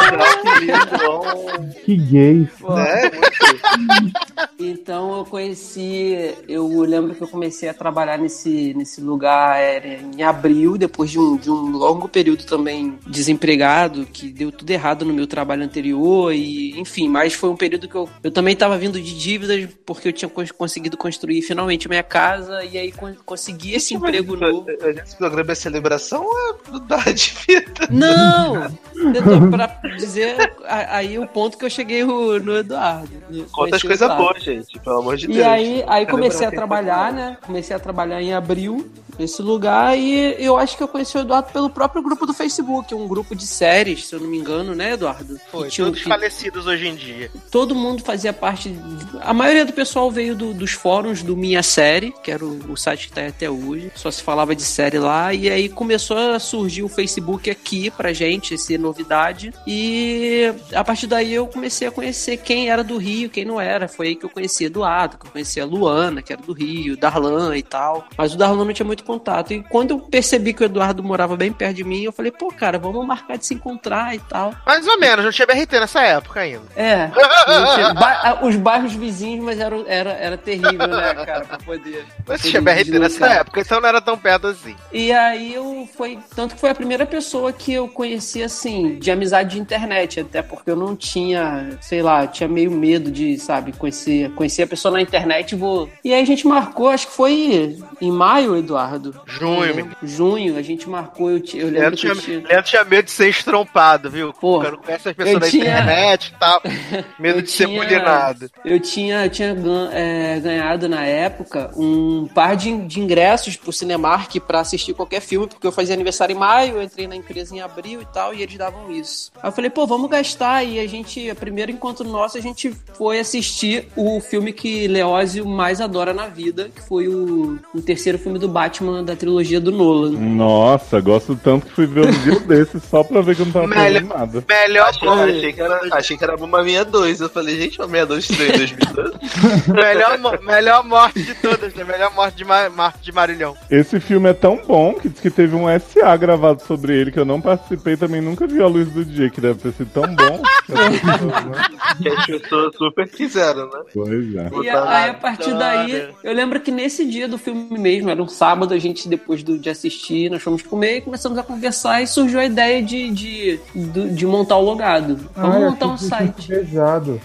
[SPEAKER 6] Que gay.
[SPEAKER 8] É, muito.
[SPEAKER 5] Então eu conheci, eu lembro que eu comecei a trabalhar nesse, nesse lugar era em abril, depois de um, de um longo período também desempregado, que deu tudo errado no meu trabalho anterior, e enfim, mas foi um período que eu, eu também estava vindo de dívidas, porque eu tinha conseguido construir finalmente a minha casa, e aí consegui esse emprego novo.
[SPEAKER 8] Esse programa é celebração ou é mudar de vida?
[SPEAKER 5] Não! Eu tô pra dizer aí o ponto que eu cheguei no, no Eduardo.
[SPEAKER 8] Conta as coisas boas, gente, pelo amor de Deus.
[SPEAKER 5] E aí, aí comecei a trabalhar, né? Comecei a trabalhar em abril nesse lugar, e eu acho que eu conheci o Eduardo pelo próprio grupo do Facebook, um grupo de séries, se eu não me engano, né, Eduardo?
[SPEAKER 3] Foi,
[SPEAKER 5] tinha,
[SPEAKER 3] todos
[SPEAKER 5] que,
[SPEAKER 3] falecidos hoje em dia.
[SPEAKER 5] Todo mundo fazia parte, de, a maioria do pessoal veio do, dos fóruns do Minha Série, que era o, o site que tá aí até hoje, só se falava de série lá, e aí começou a surgir o Facebook aqui pra gente, essa novidade, e a partir daí eu comecei a conhecer quem era do Rio, quem não era. Foi aí que eu conheci Eduardo, que eu conheci a Luana, que era do Rio, Darlan e tal, mas o Darlan não tinha muito contato, e quando eu percebi que o Eduardo morava bem perto de mim, eu falei, pô, cara, vamos marcar de se encontrar e tal.
[SPEAKER 3] Mais ou menos, não tinha B R T nessa época ainda.
[SPEAKER 5] É, ba- os bairros vizinhos, mas era, era, era terrível, né, cara, pra poder...
[SPEAKER 3] Mas tinha B R T nessa época, então não era tão perto assim.
[SPEAKER 5] E aí eu foi, tanto que foi a primeira pessoa que eu conheci, assim, de amizade de internet, até porque eu não tinha, sei lá, tinha meio medo de, sabe, conhecer, conhecer a pessoa na internet e vou... E aí a gente marcou, acho que foi em maio, Eduardo.
[SPEAKER 3] Junho, menino.
[SPEAKER 5] Junho, a gente marcou, eu, eu lembro
[SPEAKER 3] Leandro
[SPEAKER 5] que eu
[SPEAKER 3] tinha,
[SPEAKER 5] tinha...
[SPEAKER 3] Leandro tinha medo de ser estrompado, viu?
[SPEAKER 5] Porra,
[SPEAKER 3] eu não conheço as pessoas
[SPEAKER 5] eu
[SPEAKER 3] da
[SPEAKER 5] tinha-
[SPEAKER 3] internet e tal. Medo
[SPEAKER 5] Eu
[SPEAKER 3] de ser
[SPEAKER 5] tinha-
[SPEAKER 3] bulinado.
[SPEAKER 5] Eu tinha, eu tinha gan- é, ganhado na época um par de, de ingressos pro Cinemark pra assistir qualquer filme, porque eu fazia aniversário em maio, eu entrei na empresa em abril e tal, e eles davam isso. Aí eu falei, pô, vamos gastar, e a gente, a primeiro encontro nosso, a gente foi assistir o filme que Leózio mais adora na vida, que foi o, o terceiro filme do Batman, Batman da trilogia do Nolan.
[SPEAKER 4] Nossa, gosto tanto que fui ver um dia desses só pra ver que eu não tava fazendo nada.
[SPEAKER 3] Melhor
[SPEAKER 8] Achei, achei, que era, achei que era uma sessenta e dois. Eu falei, gente, uma sessenta e dois estreia em dois mil e doze.
[SPEAKER 3] melhor, mo- melhor morte de todas, né? Melhor morte de, Ma- morte de Marilhão.
[SPEAKER 4] Esse filme é tão bom que diz que teve um S A gravado sobre ele que eu não participei, também nunca vi a luz do dia, que deve ter sido tão bom.
[SPEAKER 8] Que as pessoas super quiseram, né?
[SPEAKER 4] Pois é.
[SPEAKER 5] E aí, a partir daí, eu lembro que nesse dia do filme mesmo, era um sábado, a gente, depois do, de assistir, nós fomos comer e começamos a conversar e surgiu a ideia de, de, de, de montar o logado. Vamos
[SPEAKER 6] Ai,
[SPEAKER 5] montar um
[SPEAKER 6] eu fiquei
[SPEAKER 5] site.
[SPEAKER 6] Pesado.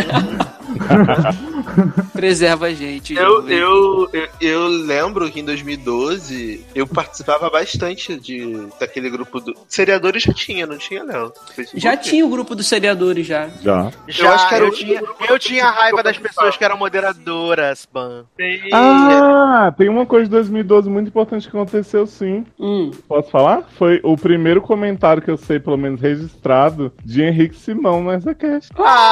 [SPEAKER 5] Preserva a gente.
[SPEAKER 8] Eu,
[SPEAKER 5] jovem.
[SPEAKER 8] eu, eu, eu lembro que em dois mil e doze eu participava bastante de, daquele grupo do. Seriadores já tinha, não tinha, Léo?
[SPEAKER 5] Já tinha o grupo dos seriadores já.
[SPEAKER 4] Já.
[SPEAKER 3] Já,
[SPEAKER 8] Eu acho que era
[SPEAKER 3] eu,
[SPEAKER 8] o
[SPEAKER 3] tinha,
[SPEAKER 8] único
[SPEAKER 3] eu tinha raiva das pessoas que eram moderadoras, ban.
[SPEAKER 4] Ah, tem uma coisa de dois mil e doze muito importante que aconteceu, sim.
[SPEAKER 5] Hum.
[SPEAKER 4] Posso falar? Foi o primeiro comentário que eu sei, pelo menos registrado, de Henrique Simão no EzaCast.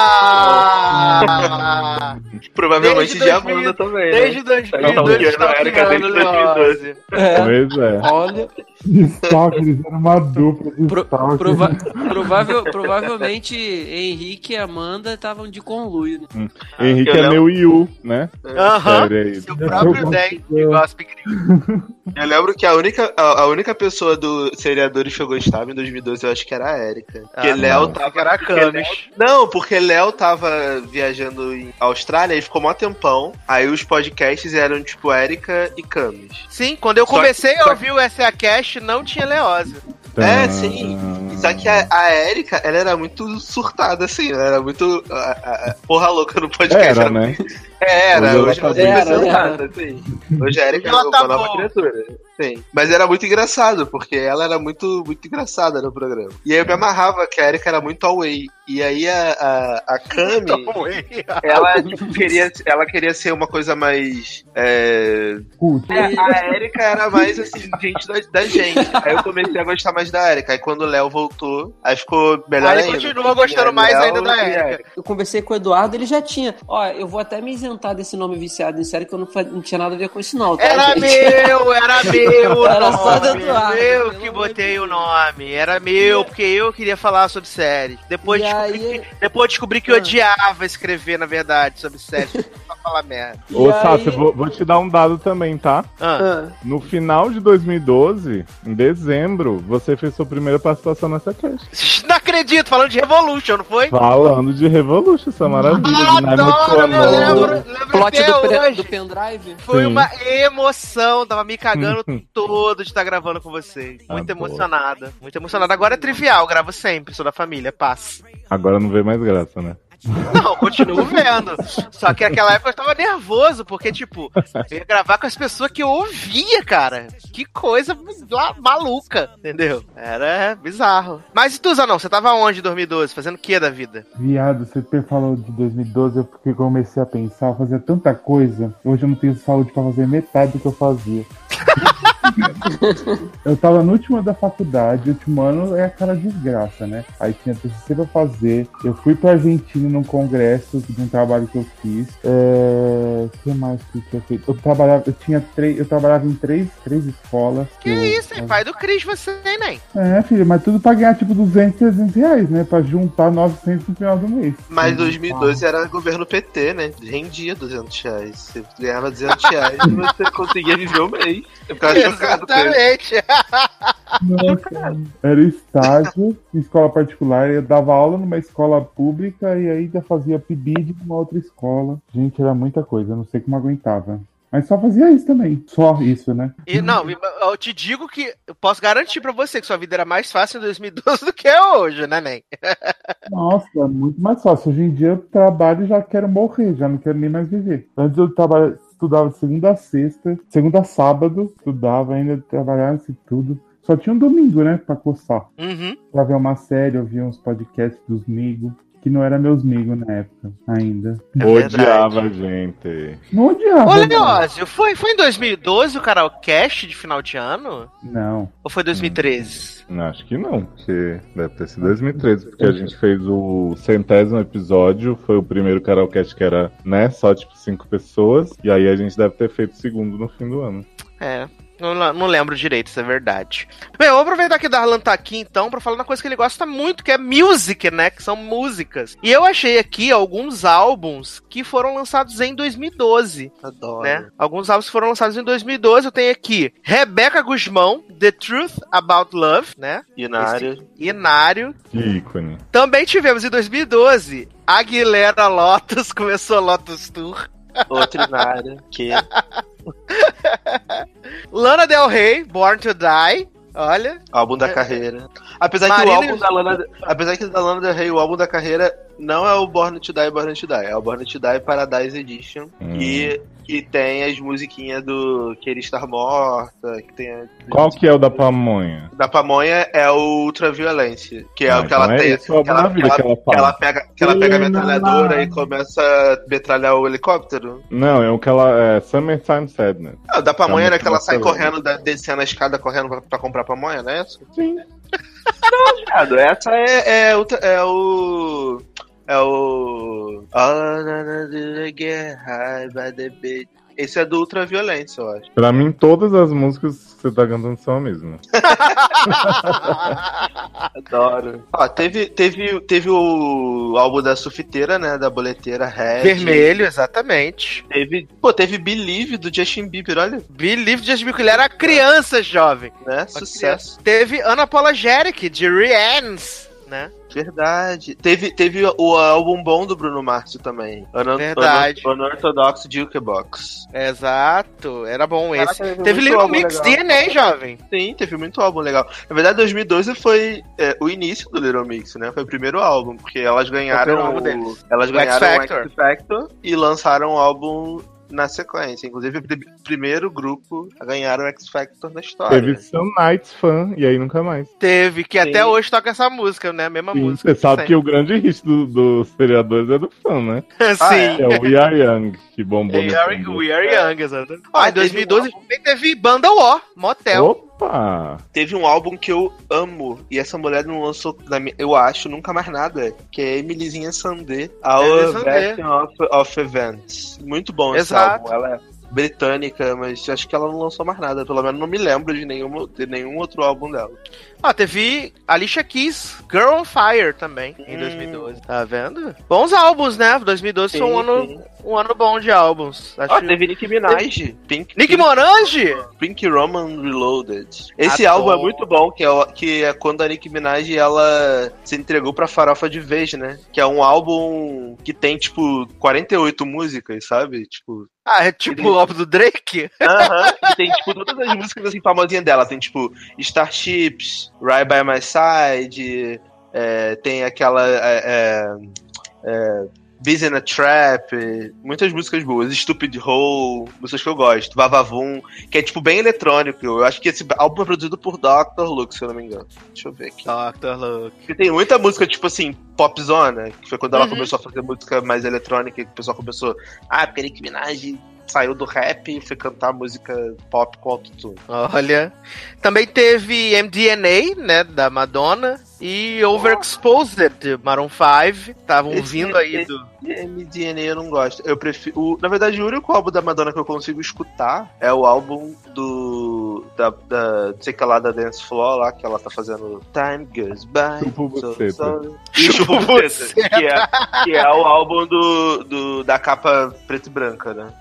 [SPEAKER 3] Ah!
[SPEAKER 8] Provavelmente
[SPEAKER 3] Desde
[SPEAKER 8] de
[SPEAKER 3] dois mil
[SPEAKER 8] Amanda também.
[SPEAKER 3] Desde dois mil e doze,
[SPEAKER 8] Então,
[SPEAKER 3] tá
[SPEAKER 8] Erika desde
[SPEAKER 3] criando,
[SPEAKER 8] dois mil e doze.
[SPEAKER 5] É.
[SPEAKER 4] Pois é.
[SPEAKER 5] Olha,
[SPEAKER 6] Stalker, eles eram uma dupla de
[SPEAKER 5] pro-
[SPEAKER 6] Stalker.
[SPEAKER 5] prova- provável, provavelmente Henrique e Amanda estavam de conluio. Né?
[SPEAKER 4] Henrique
[SPEAKER 8] eu
[SPEAKER 4] é
[SPEAKER 8] lembro-
[SPEAKER 4] meu Yu, né?
[SPEAKER 3] Aham.
[SPEAKER 4] Série aí.
[SPEAKER 3] Seu próprio deck de Gossip Green.
[SPEAKER 8] Eu lembro que a única, a, a única pessoa do Seriadores que eu gostava em dois mil e doze, eu acho que era a Erika. Porque
[SPEAKER 3] Ah,
[SPEAKER 8] Léo
[SPEAKER 3] não.
[SPEAKER 8] tava.
[SPEAKER 3] Era
[SPEAKER 8] porque
[SPEAKER 3] Camis.
[SPEAKER 8] Léo- Não, porque Léo tava viajando em Austrália e ficou mó tempão. Aí os podcasts eram tipo Erika e Camis.
[SPEAKER 3] Sim, quando eu
[SPEAKER 8] Só-
[SPEAKER 3] comecei
[SPEAKER 8] só-
[SPEAKER 3] a ouvir o S A Cast, não tinha Leose.
[SPEAKER 8] É, sim. Só que a, a Erika, ela era muito surtada, assim. Ela era muito a, a- a porra louca no podcast.
[SPEAKER 4] Era, né?
[SPEAKER 8] Era,
[SPEAKER 4] Hoje ela
[SPEAKER 8] hoje
[SPEAKER 4] tá
[SPEAKER 8] ela
[SPEAKER 5] bem.
[SPEAKER 8] é
[SPEAKER 5] Era,
[SPEAKER 8] surtada, sim. Hoje a Erika é
[SPEAKER 3] Hoje ela
[SPEAKER 8] uma
[SPEAKER 3] tá
[SPEAKER 8] nova
[SPEAKER 3] boa.
[SPEAKER 8] criatura. Sim. Mas era muito engraçado, porque ela era muito, muito engraçada no programa. E aí eu me amarrava que a Erika era muito away. E aí a, a, a Cami, ela tipo, queria, ela queria ser uma coisa mais. É...
[SPEAKER 6] Cult.
[SPEAKER 8] A, a Erika era mais assim, gente da, da gente. Aí eu comecei a gostar mais da Erika. Aí quando o Léo voltou, aí ficou melhor
[SPEAKER 3] Aí
[SPEAKER 8] ainda.
[SPEAKER 3] continua gostando
[SPEAKER 8] E
[SPEAKER 3] mais
[SPEAKER 8] Léo
[SPEAKER 3] ainda da
[SPEAKER 8] e
[SPEAKER 3] Erika.
[SPEAKER 5] Eu conversei com o Eduardo, ele já tinha. Ó, eu vou até me isentar desse nome viciado em série, que eu não, fa- não tinha nada a ver com isso, não. Tá,
[SPEAKER 3] Era
[SPEAKER 5] gente?
[SPEAKER 3] meu, era meu o
[SPEAKER 5] Era só do
[SPEAKER 3] nome.
[SPEAKER 5] Eduardo,
[SPEAKER 3] Eu
[SPEAKER 5] pelo
[SPEAKER 3] que
[SPEAKER 5] amor
[SPEAKER 3] botei
[SPEAKER 5] de
[SPEAKER 3] o
[SPEAKER 5] Deus.
[SPEAKER 3] nome. Era meu, porque eu queria falar sobre séries. Depois
[SPEAKER 5] E
[SPEAKER 3] descobri,
[SPEAKER 5] aí-
[SPEAKER 3] que, depois descobri que eu
[SPEAKER 5] Ah.
[SPEAKER 3] odiava escrever, na verdade, sobre séries. Pra falar merda.
[SPEAKER 4] Ô,
[SPEAKER 5] E aí-
[SPEAKER 4] Sácio, vou, vou te dar um dado também, tá?
[SPEAKER 3] Ah.
[SPEAKER 5] Ah,
[SPEAKER 4] No final de dois mil e doze, em dezembro, você fez sua primeira participação nessa cast.
[SPEAKER 3] Não acredito, falando de Revolution, não foi?
[SPEAKER 4] Falando de Revolution, essa maravilha. de Nine
[SPEAKER 3] Adoro, eu
[SPEAKER 4] Emotional.
[SPEAKER 3] lembro, lembro
[SPEAKER 5] plot
[SPEAKER 3] até
[SPEAKER 5] do, pre-
[SPEAKER 3] hoje.
[SPEAKER 5] do pendrive?
[SPEAKER 3] Foi
[SPEAKER 4] Sim.
[SPEAKER 3] uma emoção, tava me cagando todo de estar gravando com vocês. Muito
[SPEAKER 4] Adoro.
[SPEAKER 3] emocionada, muito emocionada. Agora é trivial, gravo sempre, sou da família, paz.
[SPEAKER 4] Agora não vê mais graça, né?
[SPEAKER 3] Não, continuo vendo. Só que naquela época eu tava nervoso, porque, tipo, eu ia gravar com as pessoas que eu ouvia, cara. Que coisa lá, maluca, entendeu? Era bizarro. Mas e tu, Zanão, você tava onde em dois mil e doze? Fazendo o que da vida?
[SPEAKER 6] Viado, você falou de dois mil e doze, eu fiquei- comecei a pensar, eu fazia tanta coisa. Hoje eu não tenho saúde pra fazer metade do que eu fazia. Eu tava no último ano da faculdade, o último ano é aquela desgraça, né? Aí tinha T C C pra fazer. Eu fui pra Argentina num congresso de um trabalho que eu fiz. É... O que mais que eu tinha feito? Eu trabalhava, eu tinha três, eu trabalhava em três, três escolas.
[SPEAKER 3] Que
[SPEAKER 6] eu...
[SPEAKER 3] isso, hein? Pai do Cris, você, hein, nem?
[SPEAKER 6] É, filho, mas tudo pra ganhar tipo duzentos, trezentos reais, né? Pra juntar novecentos no final do mês.
[SPEAKER 8] Mas dois mil e doze era governo P T, né? Rendia duzentos reais. Você ganhava duzentos reais e você conseguia viver o mês. Eu ficava chocado com isso.
[SPEAKER 3] Exatamente.
[SPEAKER 6] Era estágio em escola particular, eu dava aula numa escola pública e ainda fazia P I B I D numa outra escola. Gente, era muita coisa, eu não sei como aguentava. Mas só fazia isso também. Só isso, né?
[SPEAKER 3] E não, eu te digo que eu posso garantir pra você que sua vida era mais fácil em dois mil e doze do que é hoje, né, Nen?
[SPEAKER 6] Nossa, é muito mais fácil. Hoje em dia eu trabalho e já quero morrer, já não quero nem mais viver. Antes eu trabalha, estudava de segunda a sexta, segunda a sábado, estudava ainda, trabalhava assim tudo. Só tinha um domingo, né, pra coçar.
[SPEAKER 3] Uhum.
[SPEAKER 6] Pra ver uma série, ouvir uns podcasts dos migos, que não era meus migos na época, ainda.
[SPEAKER 3] É
[SPEAKER 4] Odiava a
[SPEAKER 3] verdade.
[SPEAKER 4] gente.
[SPEAKER 6] Não odiava.
[SPEAKER 3] Ô,
[SPEAKER 6] não.
[SPEAKER 3] Leózio, foi, foi em dois mil e doze o Karaokast de final de ano?
[SPEAKER 6] Não.
[SPEAKER 3] Ou foi dois mil e treze?
[SPEAKER 4] Não, acho que não, porque deve ter sido dois mil e treze, porque a gente fez o centésimo episódio, foi o primeiro karaokast que era, né, só tipo cinco pessoas, e aí a gente deve ter feito o segundo no fim do ano.
[SPEAKER 3] É. Não, não lembro direito, isso é verdade. Bem, eu vou aproveitar que o Darlan tá aqui, então, pra falar uma coisa que ele gosta muito, que é music, né? Que são músicas. E eu achei aqui alguns álbuns que foram lançados em dois mil e doze.
[SPEAKER 8] Adoro.
[SPEAKER 3] Né? Alguns álbuns que foram lançados em dois mil e doze. Eu tenho aqui Rebeca Guzmão, The Truth About Love, né?
[SPEAKER 8] Inário.
[SPEAKER 3] Esse Inário.
[SPEAKER 4] Ícone.
[SPEAKER 3] Também tivemos em dois mil e doze Aguilera Lotus, começou Lotus Tour.
[SPEAKER 8] Outro Inário. Que...
[SPEAKER 3] Lana Del Rey, Born to Die. Olha.
[SPEAKER 8] Álbum da carreira. Apesar
[SPEAKER 3] Marina
[SPEAKER 8] que o álbum
[SPEAKER 3] e...
[SPEAKER 8] da Lana, apesar que da Lana Del Rey, o álbum da carreira não é o Born to Die, Born to Die, é o Born to Die Paradise Edition,
[SPEAKER 4] hum.
[SPEAKER 8] que, que tem as musiquinhas do Querer Estar Morta, que tem a...
[SPEAKER 4] Qual que é o da pamonha?
[SPEAKER 8] Da pamonha é o Ultraviolência, que é
[SPEAKER 4] Ah,
[SPEAKER 8] o que
[SPEAKER 4] então
[SPEAKER 8] ela
[SPEAKER 4] é
[SPEAKER 8] tem,
[SPEAKER 4] esse o álbum
[SPEAKER 8] que ela,
[SPEAKER 4] da vida
[SPEAKER 8] que
[SPEAKER 4] que
[SPEAKER 8] ela,
[SPEAKER 4] ela
[SPEAKER 8] que
[SPEAKER 4] fala.
[SPEAKER 8] ela pega, que ela pega a metralhadora e começa a metralhar o helicóptero.
[SPEAKER 4] Não, é o que ela é Summertime Sadness.
[SPEAKER 8] Ah, da pamonha,
[SPEAKER 4] Tá
[SPEAKER 8] né, que ela
[SPEAKER 4] muito
[SPEAKER 8] sai
[SPEAKER 4] bom.
[SPEAKER 8] correndo, da- descendo a escada, correndo pra, pra comprar pamonha, não é essa?
[SPEAKER 4] Sim.
[SPEAKER 8] Viado, essa é, é, o, é o. É o. All I wanna do is get high by the beat. Esse é do Ultraviolência, eu acho.
[SPEAKER 4] Pra mim, todas as músicas que você tá cantando são a mesma.
[SPEAKER 8] Adoro. Ó, teve, teve, teve o álbum da Sufiteira, né? Da boleteira Red.
[SPEAKER 3] Vermelho, exatamente.
[SPEAKER 8] Teve, pô, teve Believe do Justin Bieber, olha.
[SPEAKER 3] Believe Justin Bieber, ele era criança, jovem.
[SPEAKER 8] Né?
[SPEAKER 3] Uma
[SPEAKER 8] Sucesso.
[SPEAKER 3] criança. Teve Unapologetic, de Rihanna, né?
[SPEAKER 8] Verdade. Teve, teve o álbum bom do Bruno Márcio também. Uno-
[SPEAKER 3] Verdade.
[SPEAKER 8] Uno- Unorthodox Jukebox.
[SPEAKER 3] Exato, era bom esse.
[SPEAKER 8] Caraca, teve
[SPEAKER 3] Teve
[SPEAKER 8] muito
[SPEAKER 3] Little
[SPEAKER 8] álbum
[SPEAKER 3] Mix,
[SPEAKER 8] legal.
[SPEAKER 3] D N A, jovem.
[SPEAKER 8] Sim, teve muito álbum legal. Na verdade, dois mil e doze foi é, o início do Little Mix, né? Foi o primeiro álbum, porque elas ganharam
[SPEAKER 3] álbum
[SPEAKER 8] o,
[SPEAKER 3] deles.
[SPEAKER 8] elas
[SPEAKER 3] O
[SPEAKER 8] ganharam
[SPEAKER 3] X
[SPEAKER 8] o
[SPEAKER 3] Factor.
[SPEAKER 8] X Factor e lançaram o álbum na sequência. Inclusive, o pri- primeiro grupo a ganhar o X Factor na história.
[SPEAKER 4] Teve Some Nights Fun e aí nunca mais.
[SPEAKER 3] Teve, que
[SPEAKER 8] Sim.
[SPEAKER 3] até hoje toca essa música, né? A mesma
[SPEAKER 4] Sim,
[SPEAKER 3] música.
[SPEAKER 4] você sabe que o grande hit do- dos vereadores é do fã, né?
[SPEAKER 3] Sim.
[SPEAKER 8] Ah, é?
[SPEAKER 4] É o We Are Young, que bombou
[SPEAKER 3] We
[SPEAKER 4] no
[SPEAKER 3] are,
[SPEAKER 4] mundo.
[SPEAKER 3] we are Young, exatamente. Ó,
[SPEAKER 8] Ah,
[SPEAKER 3] em dois mil e doze
[SPEAKER 8] teve um
[SPEAKER 3] também teve Banda War, Motel.
[SPEAKER 4] Opa!
[SPEAKER 8] Teve um álbum que eu amo, e essa mulher não lançou, na minha- eu acho, nunca mais nada, que é Emilyzinha Sandé, Our
[SPEAKER 3] Emily Sandé.
[SPEAKER 8] Version of, of Events. Muito bom esse
[SPEAKER 3] Exato.
[SPEAKER 8] álbum. Ela é britânica, mas acho que ela não lançou mais nada. Pelo menos não me lembro de nenhum, de nenhum outro álbum dela.
[SPEAKER 3] Ah, teve Alicia Keys, Girl on Fire também, em
[SPEAKER 8] Hum.
[SPEAKER 3] dois mil e doze. Tá vendo? Bons álbuns, né? dois mil e doze foi um
[SPEAKER 8] Sim,
[SPEAKER 3] ano,
[SPEAKER 8] sim.
[SPEAKER 3] um ano bom de álbuns. Acho
[SPEAKER 8] Ó,
[SPEAKER 3] que-
[SPEAKER 8] teve Nicki Minaj. Pink,
[SPEAKER 3] Nick
[SPEAKER 8] Pink,
[SPEAKER 3] Morange?
[SPEAKER 8] Pink Roman Reloaded. Esse
[SPEAKER 3] Adoro.
[SPEAKER 8] álbum é muito bom, que é, o- que é quando a Nicki Minaj ela se entregou pra farofa de vez, né? Que é um álbum que tem, tipo, quarenta e oito músicas, sabe? Tipo,
[SPEAKER 3] Ah, é tipo o álbum do Drake?
[SPEAKER 8] aham, e tem, tipo, todas as músicas assim famosinhas dela. Tem, tipo, Starships, Right By My Side, é, tem aquela. É, é, é, Busy in a Trap, muitas músicas boas, Stupid Hole, músicas que eu gosto, Vavavum, que é tipo bem eletrônico. Eu acho que esse álbum é produzido por doutor Luke, se eu não me engano. Deixa eu ver aqui.
[SPEAKER 3] doutor Luke.
[SPEAKER 8] Porque tem muita música, tipo assim, popzona, que foi quando ela
[SPEAKER 3] Uhum.
[SPEAKER 8] começou a fazer música mais eletrônica, que o pessoal começou, ah, porque Nicki Minaj saiu do rap e foi cantar música pop com autotune.
[SPEAKER 3] Olha. Também teve M D N A, né, da Madonna, e Overexposed, de Maroon cinco. Estavam
[SPEAKER 8] Esse-
[SPEAKER 3] vindo aí
[SPEAKER 8] esse-
[SPEAKER 3] do...
[SPEAKER 8] M D N A eu não gosto. Eu prefiro. o- na verdade, o único álbum da Madonna que eu consigo escutar é o álbum do. Da. da não sei que lá da Dance Floor lá, que ela tá fazendo Time Goes By.
[SPEAKER 4] Chupa buceta.
[SPEAKER 8] E Chupa Buceta, que é, que é o álbum do, do, da capa preto e branca, né?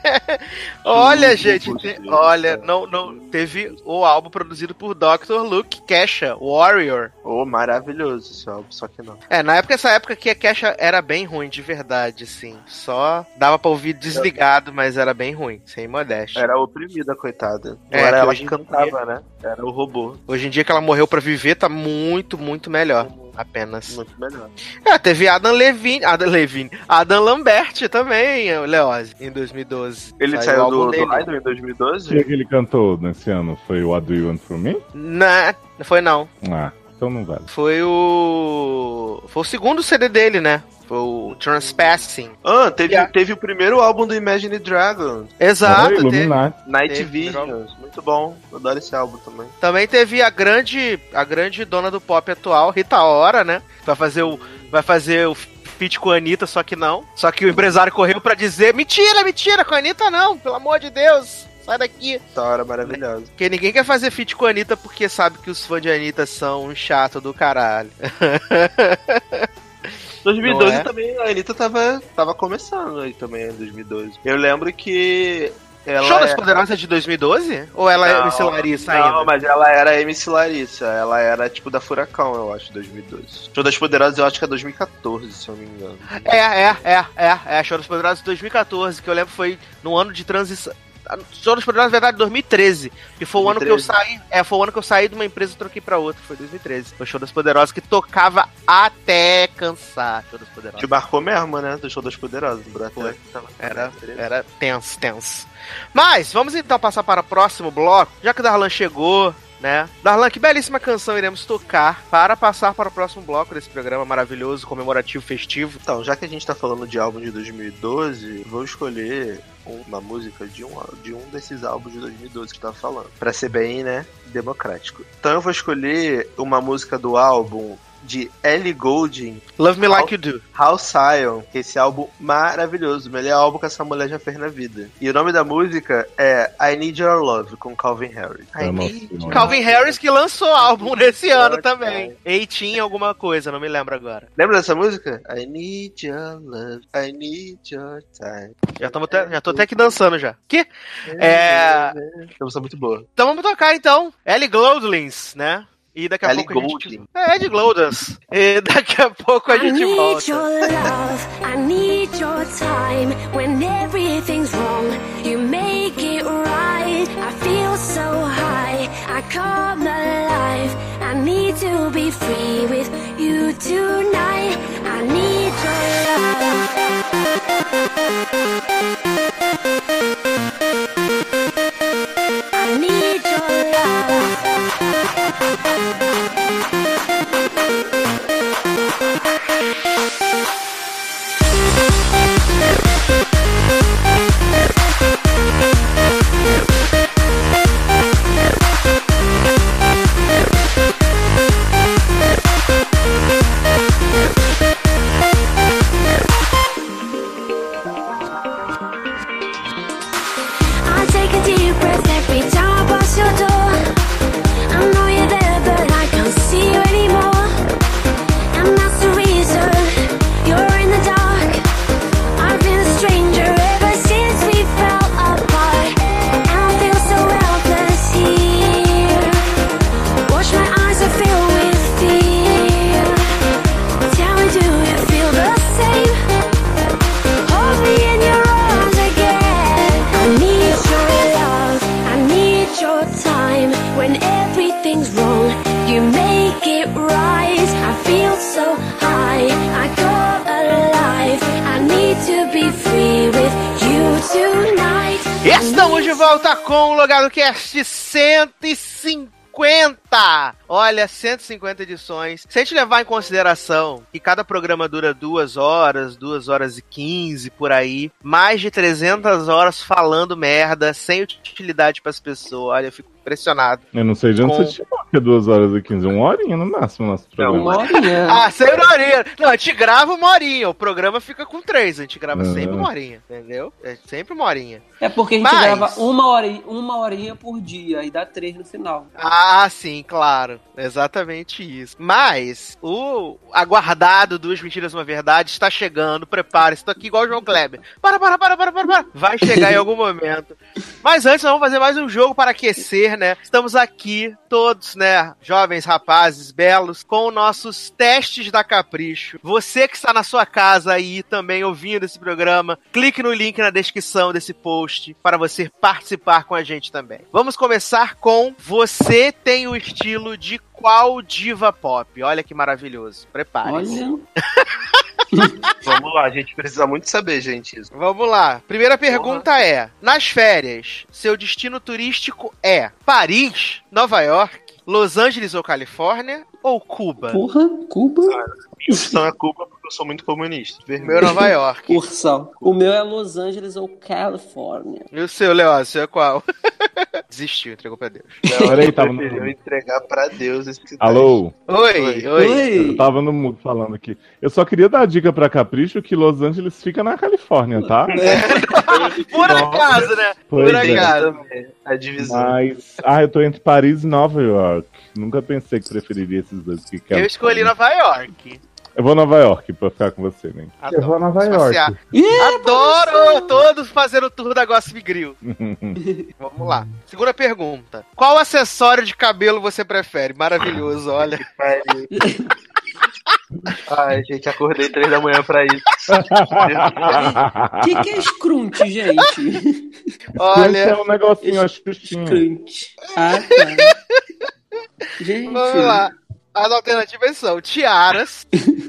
[SPEAKER 3] Olha,
[SPEAKER 8] Chupa
[SPEAKER 3] gente,
[SPEAKER 8] buceta.
[SPEAKER 3] te- olha, não, não, teve o álbum produzido por doutor Luke, Kesha, Warrior.
[SPEAKER 8] Oh, maravilhoso esse álbum, só que não.
[SPEAKER 3] É, na época, essa época que a Kesha era bem ruim, de verdade, assim. Só dava pra ouvir desligado, mas era bem ruim, sem modéstia.
[SPEAKER 8] Era oprimida, coitada. Não
[SPEAKER 3] É,
[SPEAKER 8] era
[SPEAKER 3] que
[SPEAKER 8] ela
[SPEAKER 3] hoje
[SPEAKER 8] que
[SPEAKER 3] em
[SPEAKER 8] cantava, né? Era o robô.
[SPEAKER 3] Hoje em dia que ela morreu pra viver, tá muito, muito melhor. Apenas.
[SPEAKER 8] Muito melhor.
[SPEAKER 3] É, teve Adam Levine, Adam Levine, Adam Lambert também, o Leoz, em dois mil e doze.
[SPEAKER 8] Ele
[SPEAKER 3] o
[SPEAKER 8] saiu
[SPEAKER 3] álbum
[SPEAKER 8] do,
[SPEAKER 3] dele.
[SPEAKER 8] do Idol em dois mil e
[SPEAKER 4] O que,
[SPEAKER 8] doze?
[SPEAKER 4] que ele cantou nesse ano? Foi What Do You Want From Me?
[SPEAKER 3] Não, não foi não.
[SPEAKER 4] Ah, então não vale.
[SPEAKER 3] Foi o... Foi o segundo C D dele, né? Foi o Transpassing.
[SPEAKER 8] Ah, teve,
[SPEAKER 3] Yeah.
[SPEAKER 8] teve o primeiro álbum do Imagine Dragons,
[SPEAKER 3] Exato.
[SPEAKER 4] Oi,
[SPEAKER 3] teve-
[SPEAKER 4] Illuminati.
[SPEAKER 8] Night
[SPEAKER 3] Teve,
[SPEAKER 8] Visions. Muito bom. Eu adoro esse álbum também.
[SPEAKER 3] Também teve a grande, a grande dona do pop atual, Rita Ora, né? Vai fazer o, vai fazer o feat com a Anitta, só que não. Só que o empresário correu pra dizer, mentira, mentira, com a Anitta não, pelo amor de Deus. sai daqui.
[SPEAKER 8] História maravilhosa.
[SPEAKER 3] Porque ninguém quer fazer feat com a Anitta porque sabe que os fãs de Anitta são um chato do caralho.
[SPEAKER 8] dois mil e doze
[SPEAKER 3] é?
[SPEAKER 8] Também, a Anitta tava, tava começando aí também, em dois mil e doze. Eu lembro que ela
[SPEAKER 3] Show das
[SPEAKER 8] é...
[SPEAKER 3] Poderosas de dois mil e doze? Ou ela é
[SPEAKER 8] Não,
[SPEAKER 3] M C Larissa
[SPEAKER 8] não,
[SPEAKER 3] ainda?
[SPEAKER 8] Não, mas ela era M C Larissa. Ela era tipo da Furacão, eu acho, dois mil e doze. Show das Poderosas eu acho que é dois mil e catorze, se eu não me engano.
[SPEAKER 3] É, é, é, é, é. Show das Poderosas de dois mil e catorze, que eu lembro foi no ano de transição. Show das Poderosas, na verdade, dois mil e treze. Que foi o ano que eu saí. É, foi o ano que eu saí de uma empresa e troquei pra outra. Foi dois mil e treze. Foi o Show das Poderosas que tocava até cansar. Show das Poderosas.
[SPEAKER 8] Te marcou mesmo, né? Do Show das Poderosas. Foi.
[SPEAKER 3] Era, era tenso, tenso. Mas, vamos então passar para o próximo bloco. Já que o Darlan chegou, né? Darlan, que belíssima canção iremos tocar para passar para o próximo bloco desse programa maravilhoso, comemorativo, festivo.
[SPEAKER 8] Então, já que a gente tá falando de álbum de dois mil e doze, vou escolher uma música de um, de um desses álbuns de dois mil e doze que eu tava falando, pra ser bem, né, democrático. Então eu vou escolher uma música do álbum de Ellie Goulding,
[SPEAKER 3] Love Me Like
[SPEAKER 8] How,
[SPEAKER 3] You Do.
[SPEAKER 8] How Sion, esse álbum maravilhoso, o melhor álbum que essa mulher já fez na vida. E o nome da música é I Need Your Love, com Calvin Harris.
[SPEAKER 3] I need Calvin Harris, que lançou álbum nesse ano também. Eighteen alguma coisa, não me lembro agora.
[SPEAKER 8] Lembra dessa música? I need your love, I need your time.
[SPEAKER 3] Já, até, já tô até aqui dançando já. Que? É...
[SPEAKER 8] É música muito boa.
[SPEAKER 3] Então vamos tocar então. Ellie Goulding, né? E daqui a
[SPEAKER 8] Ellie
[SPEAKER 3] pouco a gente... É, Ellie Goulding. E daqui a pouco a gente
[SPEAKER 1] I
[SPEAKER 3] volta.
[SPEAKER 1] need your love, I need your time. When everything's wrong, you make it right. I feel so high, I come alive. I need to be free with you tonight. I need your love. I need your love. I take a deep breath every time I pass your door. I know you're there, but I can't see you anymore. And that's the reason you're in the dark. I've been a stranger ever since we fell apart. And I feel so helpless here. Watch my eyes are filled with fear. Tell me, do you feel the same? Hold me in your arms again. I need your love, I need your time. When everything's wrong, you make it right. I feel so high, I go alive. I need to be free with you tonight.
[SPEAKER 3] Estamos de volta com o Logado Cast cento e cinquenta. Olha, cento e cinquenta edições. Se a gente levar em consideração que cada programa dura duas horas, duas horas e quinze, por aí, mais de trezentas horas falando merda, sem utilidade para as pessoas. Olha, eu fico impressionado.
[SPEAKER 4] Eu não sei de onde
[SPEAKER 3] Com-
[SPEAKER 4] você tirou que é duas horas e quinze. Uma horinha no máximo nosso programa.
[SPEAKER 5] Uma horinha.
[SPEAKER 3] Ah, sempre uma horinha. Não, a gente grava uma horinha. O programa fica com três. A gente grava
[SPEAKER 4] Uhum.
[SPEAKER 3] sempre uma horinha, entendeu? É sempre uma horinha.
[SPEAKER 5] É porque a gente
[SPEAKER 3] Mas-
[SPEAKER 5] grava uma horinha, uma horinha por dia e dá três no final.
[SPEAKER 3] Ah, sim, claro. Exatamente isso. Mas o aguardado Duas Mentiras Uma Verdade está chegando. Prepare-se. Tô aqui igual o João Kleber. Para, para, para, para, para, para. Vai chegar em algum momento. Mas antes nós vamos fazer mais um jogo para aquecer, né? Estamos aqui todos, né? Jovens, rapazes, belos, com nossos testes da Capricho. Você que está na sua casa aí também ouvindo esse programa, clique no link na descrição desse post para você participar com a gente também. Vamos começar com Você tem o estilo de qual diva pop? Olha que maravilhoso. Prepare-se.
[SPEAKER 5] Olha.
[SPEAKER 8] Vamos lá, a gente precisa muito saber, gente, isso.
[SPEAKER 3] Vamos lá. Primeira pergunta é: nas férias, seu destino turístico é Paris, Nova York, Los Angeles ou Califórnia ou Cuba?
[SPEAKER 5] Porra, Cuba.
[SPEAKER 8] Minha opção é Cuba porque eu sou muito comunista.
[SPEAKER 3] O meu é Nova York.
[SPEAKER 5] Ursal. O meu é Los Angeles ou Califórnia.
[SPEAKER 3] E o seu, Leócio, é qual? Desistiu, entregou pra Deus.
[SPEAKER 8] Não,
[SPEAKER 4] Peraí,
[SPEAKER 8] eu
[SPEAKER 4] tava
[SPEAKER 8] preferiu
[SPEAKER 4] no...
[SPEAKER 8] entregar pra Deus esse
[SPEAKER 4] Alô?
[SPEAKER 3] Oi, oi. oi.
[SPEAKER 4] Eu tava no mudo falando aqui. Eu só queria dar a dica pra Capricho que Los Angeles fica na Califórnia, tá?
[SPEAKER 3] Por acaso, né?
[SPEAKER 4] Pois
[SPEAKER 3] Por
[SPEAKER 4] é.
[SPEAKER 3] acaso.
[SPEAKER 8] A divisão.
[SPEAKER 4] Mas. Ah, eu tô entre Paris e Nova York. Nunca pensei que preferiria esses dois. Que
[SPEAKER 3] Eu escolhi Nova York.
[SPEAKER 4] Eu vou a Nova York pra ficar com você, né?
[SPEAKER 6] Eu vou a Nova York.
[SPEAKER 3] Passear. Adoro! Todos fazendo o tour da Gossip Grill. Vamos lá. Segunda pergunta. Qual acessório de cabelo você prefere? Maravilhoso, olha.
[SPEAKER 8] Ai, gente, acordei três da manhã pra isso.
[SPEAKER 5] O que, que é scrunch, gente?
[SPEAKER 3] Olha.
[SPEAKER 4] Esse é um negocinho, acho que
[SPEAKER 5] Scrunch. Ah, tá. Gente.
[SPEAKER 3] Vamos lá. As alternativas são tiaras,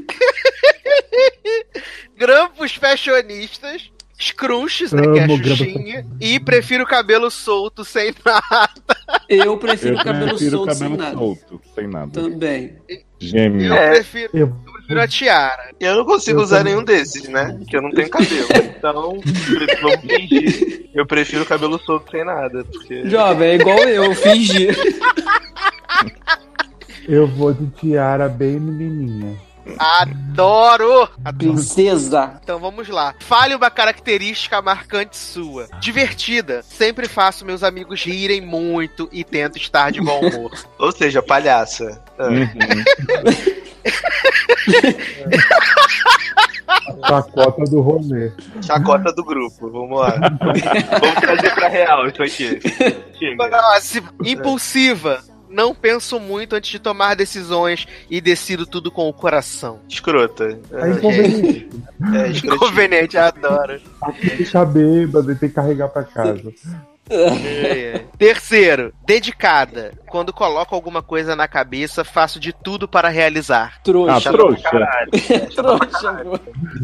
[SPEAKER 3] grampos fashionistas, scrunches, né, que é a
[SPEAKER 6] Amo
[SPEAKER 3] xuxinha, e prefiro cabelo solto, sem nada.
[SPEAKER 5] Eu prefiro
[SPEAKER 4] Eu
[SPEAKER 5] cabelo
[SPEAKER 4] prefiro
[SPEAKER 5] solto
[SPEAKER 4] cabelo
[SPEAKER 5] sem nada.
[SPEAKER 4] solto, sem nada.
[SPEAKER 5] Também.
[SPEAKER 4] Gêmeo.
[SPEAKER 3] Eu,
[SPEAKER 8] É.
[SPEAKER 3] prefiro,
[SPEAKER 6] Eu-
[SPEAKER 3] eu prefiro a tiara.
[SPEAKER 8] Eu não consigo
[SPEAKER 6] Eu
[SPEAKER 8] usar
[SPEAKER 6] também.
[SPEAKER 8] nenhum desses, né? Porque eu não tenho cabelo. Então, pre- vamos fingir. Eu prefiro cabelo solto sem nada. Porque...
[SPEAKER 5] Jovem, é igual eu, eu fingi.
[SPEAKER 6] Eu vou de tiara bem menininha.
[SPEAKER 3] Adoro! Adoro.
[SPEAKER 5] Princesa.
[SPEAKER 3] Então vamos lá. Fale uma característica marcante sua. Divertida. Sempre faço meus amigos rirem muito e tento estar de bom humor.
[SPEAKER 8] Ou seja, palhaça. Ah.
[SPEAKER 6] A chacota do rolê.
[SPEAKER 8] Chacota do grupo, vamos lá. Vamos trazer pra real isso aqui. Chega.
[SPEAKER 3] Nossa, impulsiva. Não penso muito antes de tomar decisões e decido tudo com o coração.
[SPEAKER 8] Escrota.
[SPEAKER 6] É inconveniente.
[SPEAKER 8] É, escrotinho.
[SPEAKER 3] Inconveniente, adoro.
[SPEAKER 6] Deixar bêbado e ter que carregar pra casa.
[SPEAKER 3] É, é. Terceiro, dedicada. Quando coloco alguma coisa na cabeça, faço de tudo para realizar.
[SPEAKER 4] Ah,
[SPEAKER 5] Trouxa.
[SPEAKER 4] trouxa.
[SPEAKER 5] Trouxa, pô.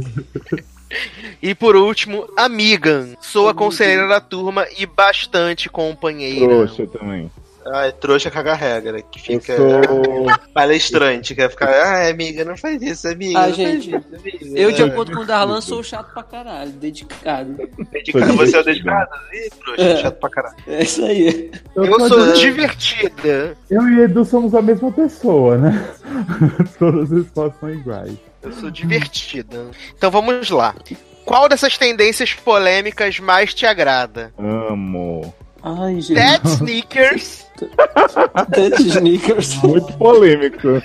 [SPEAKER 3] E por último, amiga. Sou a conselheira da turma e bastante companheira.
[SPEAKER 4] Trouxa também.
[SPEAKER 8] Ah, é trouxa caga regra. Que
[SPEAKER 4] Eu
[SPEAKER 8] fica
[SPEAKER 4] sou.
[SPEAKER 8] palestrante, quer ficar. Ah, amiga, não faz isso, amiga.
[SPEAKER 5] Ah,
[SPEAKER 8] não
[SPEAKER 5] gente,
[SPEAKER 8] faz isso, amiga.
[SPEAKER 5] Eu, de
[SPEAKER 8] É.
[SPEAKER 5] acordo com o Darlan, sou chato pra caralho, dedicado.
[SPEAKER 8] Dedicado, você é o dedicado? Ih, trouxa,
[SPEAKER 5] É.
[SPEAKER 8] chato pra caralho.
[SPEAKER 5] É isso aí.
[SPEAKER 3] Eu sou divertida.
[SPEAKER 6] Eu e Edu somos a mesma pessoa, né? Todas as respostas são iguais.
[SPEAKER 3] Eu sou divertida. Então vamos lá. Qual dessas tendências polêmicas mais te agrada?
[SPEAKER 4] Amo.
[SPEAKER 5] Ai, gente.
[SPEAKER 3] Dead Sneakers,
[SPEAKER 5] Dead Sneakers.
[SPEAKER 4] Muito polêmico.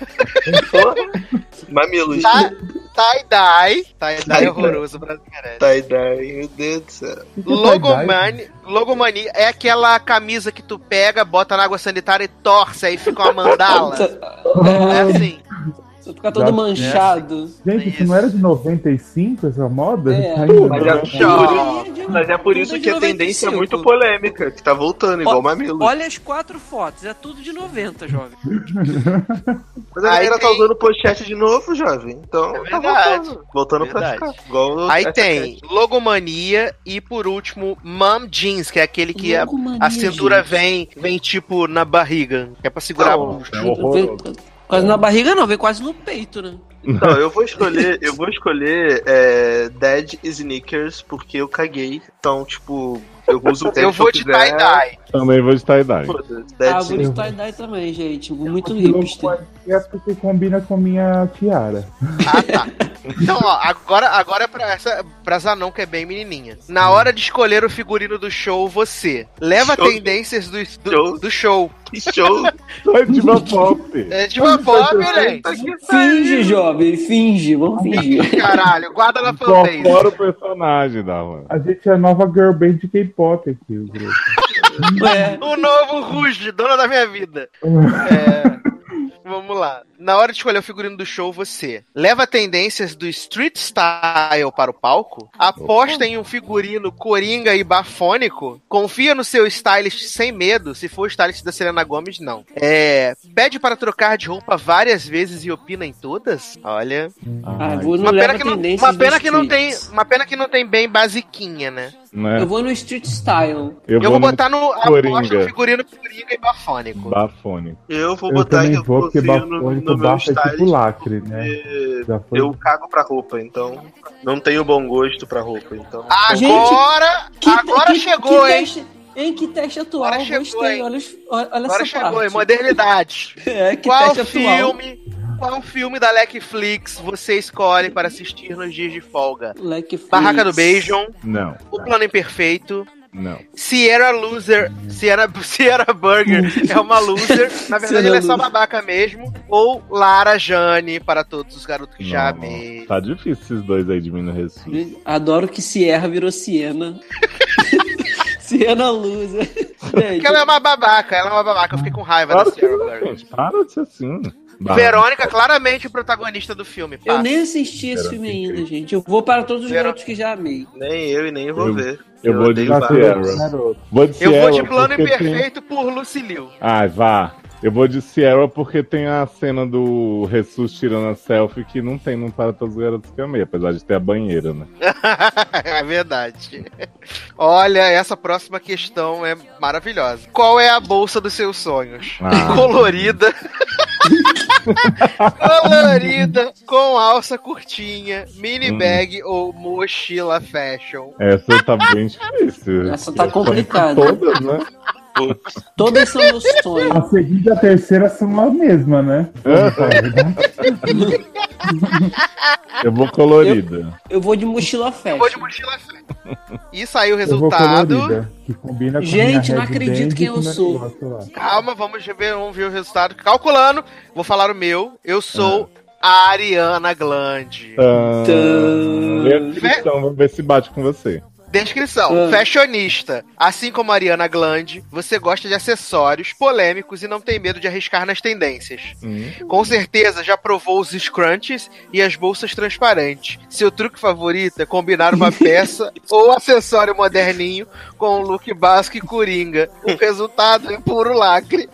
[SPEAKER 8] Mamilos.
[SPEAKER 3] ta- tie-dye, tie-dye
[SPEAKER 8] Tie-dye.
[SPEAKER 3] horroroso brasileiro.
[SPEAKER 8] Tie-dye, meu Deus do céu.
[SPEAKER 6] O que que é
[SPEAKER 3] Logomania, logomania é aquela camisa que tu pega, bota na água sanitária e torce, aí fica uma mandala. É assim.
[SPEAKER 5] Você fica todo
[SPEAKER 6] Já-
[SPEAKER 5] manchado.
[SPEAKER 6] Gente, isso não era de noventa e cinco essa moda?
[SPEAKER 5] É.
[SPEAKER 6] Ainda
[SPEAKER 8] Mas
[SPEAKER 6] não.
[SPEAKER 8] é, por isso, mas é por isso
[SPEAKER 5] Tudo
[SPEAKER 8] que
[SPEAKER 5] de
[SPEAKER 8] a tendência é
[SPEAKER 5] noventa e cinco.
[SPEAKER 8] muito polêmica, que tá voltando, igual
[SPEAKER 9] Ó,
[SPEAKER 8] Mamilos.
[SPEAKER 9] Olha as quatro fotos, é tudo de noventa, jovem.
[SPEAKER 8] Mas a
[SPEAKER 3] Aí
[SPEAKER 8] galera tá
[SPEAKER 3] tem-
[SPEAKER 8] usando pochete de novo, jovem. Então,
[SPEAKER 3] É
[SPEAKER 8] tá
[SPEAKER 3] verdade.
[SPEAKER 8] voltando. Voltando pra
[SPEAKER 3] Verdade.
[SPEAKER 8] ficar. Igual
[SPEAKER 3] Aí
[SPEAKER 8] essa
[SPEAKER 3] tem
[SPEAKER 8] cat.
[SPEAKER 3] logomania e por último mom jeans, que é aquele que a,
[SPEAKER 5] Logomania,
[SPEAKER 3] a cintura
[SPEAKER 5] gente.
[SPEAKER 3] vem, vem tipo na barriga, que é pra segurar
[SPEAKER 8] Não,
[SPEAKER 3] a bucha.
[SPEAKER 4] É horroroso.
[SPEAKER 5] Quase na barriga não, vem quase no peito, né?
[SPEAKER 8] Então, eu vou escolher, eu vou escolher é, Dead Sneakers, porque eu caguei. Então, tipo, eu uso o tempo
[SPEAKER 3] Eu vou
[SPEAKER 8] que
[SPEAKER 3] de
[SPEAKER 8] quiser.
[SPEAKER 3] Tie-dye.
[SPEAKER 4] Também vou de tie-dye.
[SPEAKER 8] Foda-se,
[SPEAKER 5] Ah,
[SPEAKER 8] Dead
[SPEAKER 5] eu vou de
[SPEAKER 8] Sneakers.
[SPEAKER 5] tie-dye também, gente. Muito
[SPEAKER 6] Aquilo
[SPEAKER 5] hipster.
[SPEAKER 6] é porque combina com minha tiara.
[SPEAKER 3] Ah, tá. Então, ó, agora, agora é pra, essa, pra Zanon, que é bem menininha. Na hora de escolher o figurino do show, você leva
[SPEAKER 8] Show.
[SPEAKER 3] tendências do, do,
[SPEAKER 8] Show.
[SPEAKER 3] do show.
[SPEAKER 8] Que show!
[SPEAKER 4] É de uma pop.
[SPEAKER 3] É de uma pop, né?
[SPEAKER 5] Finge, jovem, finge. Vamos fingir.
[SPEAKER 3] Caralho, guarda na fanbase.
[SPEAKER 4] Incorpora o personagem da mano.
[SPEAKER 6] A gente é a nova girl band de K-pop aqui, o grupo.
[SPEAKER 5] É.
[SPEAKER 3] O novo Ruge, dona da minha vida. É, vamos lá. Na hora de escolher o figurino do show, você leva tendências do street style para o palco, aposta em um figurino coringa e bafônico, confia no seu stylist sem medo, se for o stylist da Selena Gomez, não. É, pede para trocar de roupa várias vezes e opina em todas? Olha,
[SPEAKER 5] Ah, vou no
[SPEAKER 3] uma pena
[SPEAKER 5] leva
[SPEAKER 3] que não,
[SPEAKER 5] tendências
[SPEAKER 3] uma
[SPEAKER 5] do
[SPEAKER 3] pena que não tem,
[SPEAKER 5] streets.
[SPEAKER 3] uma pena que não tem bem basiquinha, né?
[SPEAKER 4] Né?
[SPEAKER 5] Eu vou no street style.
[SPEAKER 3] Eu, vou
[SPEAKER 4] no
[SPEAKER 3] botar no aposta
[SPEAKER 4] Coringa.
[SPEAKER 3] no figurino coringa e bafônico.
[SPEAKER 4] Bafone.
[SPEAKER 8] Eu vou
[SPEAKER 6] Eu
[SPEAKER 8] botar
[SPEAKER 6] também
[SPEAKER 8] que
[SPEAKER 6] vou, porque
[SPEAKER 8] confio no,
[SPEAKER 6] bafônico
[SPEAKER 8] no meu
[SPEAKER 6] bafa é tipo
[SPEAKER 8] stylist,
[SPEAKER 6] lacre, né?
[SPEAKER 8] porque
[SPEAKER 6] Já foi.
[SPEAKER 8] eu cago pra roupa, então não tenho bom gosto pra roupa, então...
[SPEAKER 3] Agora,
[SPEAKER 5] Gente, que-
[SPEAKER 3] agora
[SPEAKER 5] que-
[SPEAKER 3] chegou,
[SPEAKER 5] que
[SPEAKER 3] hein?
[SPEAKER 5] teste- Em que teste atual?
[SPEAKER 3] Agora chegou,
[SPEAKER 5] Gostei,
[SPEAKER 3] hein?
[SPEAKER 5] olha, os- olha
[SPEAKER 3] Agora
[SPEAKER 5] essa
[SPEAKER 3] chegou,
[SPEAKER 5] parte.
[SPEAKER 3] em modernidade.
[SPEAKER 5] É, que
[SPEAKER 3] Qual
[SPEAKER 5] teste atual.
[SPEAKER 3] filme, qual filme da Netflix você escolhe para assistir nos dias de folga?
[SPEAKER 5] Netflix.
[SPEAKER 3] Barraca do Beijo,
[SPEAKER 4] Não,
[SPEAKER 3] O Plano Imperfeito,
[SPEAKER 4] não.
[SPEAKER 3] Sierra Loser, Sierra, Sierra Burger é uma loser, na verdade
[SPEAKER 5] Sierra
[SPEAKER 3] ele é só
[SPEAKER 5] Loser.
[SPEAKER 3] babaca mesmo, ou Lara Jane, para todos os garotos que já
[SPEAKER 4] Não,
[SPEAKER 3] amei.
[SPEAKER 4] tá difícil esses dois aí de mim no Recife.
[SPEAKER 5] Adoro que Sierra virou Siena. Siena Loser.
[SPEAKER 3] Porque ela é uma babaca, ela é uma babaca, eu fiquei com raiva
[SPEAKER 4] Claro
[SPEAKER 3] da
[SPEAKER 4] que
[SPEAKER 3] Sierra
[SPEAKER 4] não,
[SPEAKER 3] Burger.
[SPEAKER 4] gente. Para de ser assim. Bah.
[SPEAKER 3] Verônica, claramente o protagonista do filme.
[SPEAKER 5] Eu
[SPEAKER 3] passa.
[SPEAKER 5] nem assisti esse
[SPEAKER 4] Era
[SPEAKER 5] filme
[SPEAKER 4] assim,
[SPEAKER 5] ainda, gente. Eu vou para todos os
[SPEAKER 3] Era-
[SPEAKER 5] garotos que já amei.
[SPEAKER 8] Nem eu e nem eu vou
[SPEAKER 4] Eu-
[SPEAKER 8] ver.
[SPEAKER 4] Eu vou de
[SPEAKER 8] odeio Barbie.
[SPEAKER 4] Sierra. Vou de
[SPEAKER 3] Eu
[SPEAKER 4] Sierra
[SPEAKER 3] vou de Plano
[SPEAKER 4] porque tem-
[SPEAKER 3] Imperfeito por Lucilio.
[SPEAKER 4] Ai, vá. Eu vou de Sierra porque tem a cena do Jesus tirando a selfie que não tem no Para Todos os Garotos que Amei, apesar de ter a banheira, né?
[SPEAKER 3] É verdade. Olha, essa próxima questão é maravilhosa. Qual é a bolsa dos seus sonhos?
[SPEAKER 4] Ah.
[SPEAKER 3] Colorida. Colorida, com alça curtinha, mini
[SPEAKER 4] Hum.
[SPEAKER 3] bag ou mochila fashion.
[SPEAKER 4] Essa tá bem difícil.
[SPEAKER 5] Essa tá
[SPEAKER 4] Eu sonho com
[SPEAKER 5] complicada.
[SPEAKER 4] Todas, né?
[SPEAKER 5] Todas são meus sonhos.
[SPEAKER 6] A segunda e a terceira são a mesma, né?
[SPEAKER 4] Eu vou colorida.
[SPEAKER 5] Eu vou de mochila
[SPEAKER 3] Eu
[SPEAKER 5] fashion.
[SPEAKER 3] vou de mochila fashion. E saiu o
[SPEAKER 6] Eu vou
[SPEAKER 3] resultado.
[SPEAKER 6] colorida, que combina com a
[SPEAKER 5] Gente,
[SPEAKER 6] minha
[SPEAKER 5] não acredito
[SPEAKER 6] headband
[SPEAKER 5] quem
[SPEAKER 6] e com
[SPEAKER 5] eu
[SPEAKER 6] o meu
[SPEAKER 5] sou.
[SPEAKER 6] negócio lá.
[SPEAKER 3] Calma, vamos ver, vamos ver o resultado. Calculando, vou falar o meu. Eu sou a Ariana Grande.
[SPEAKER 4] Ah,
[SPEAKER 5] Tã.
[SPEAKER 4] lê a descrição, vamos ver se bate com você.
[SPEAKER 3] Descrição:
[SPEAKER 5] Ah.
[SPEAKER 3] fashionista. Assim como a Ariana Grande, você gosta de acessórios polêmicos e não tem medo de arriscar nas tendências.
[SPEAKER 4] Hum.
[SPEAKER 3] Com certeza já provou os scrunchies e as bolsas transparentes. Seu truque favorito é combinar uma peça ou acessório moderninho com um look básico e coringa. O resultado é puro lacre.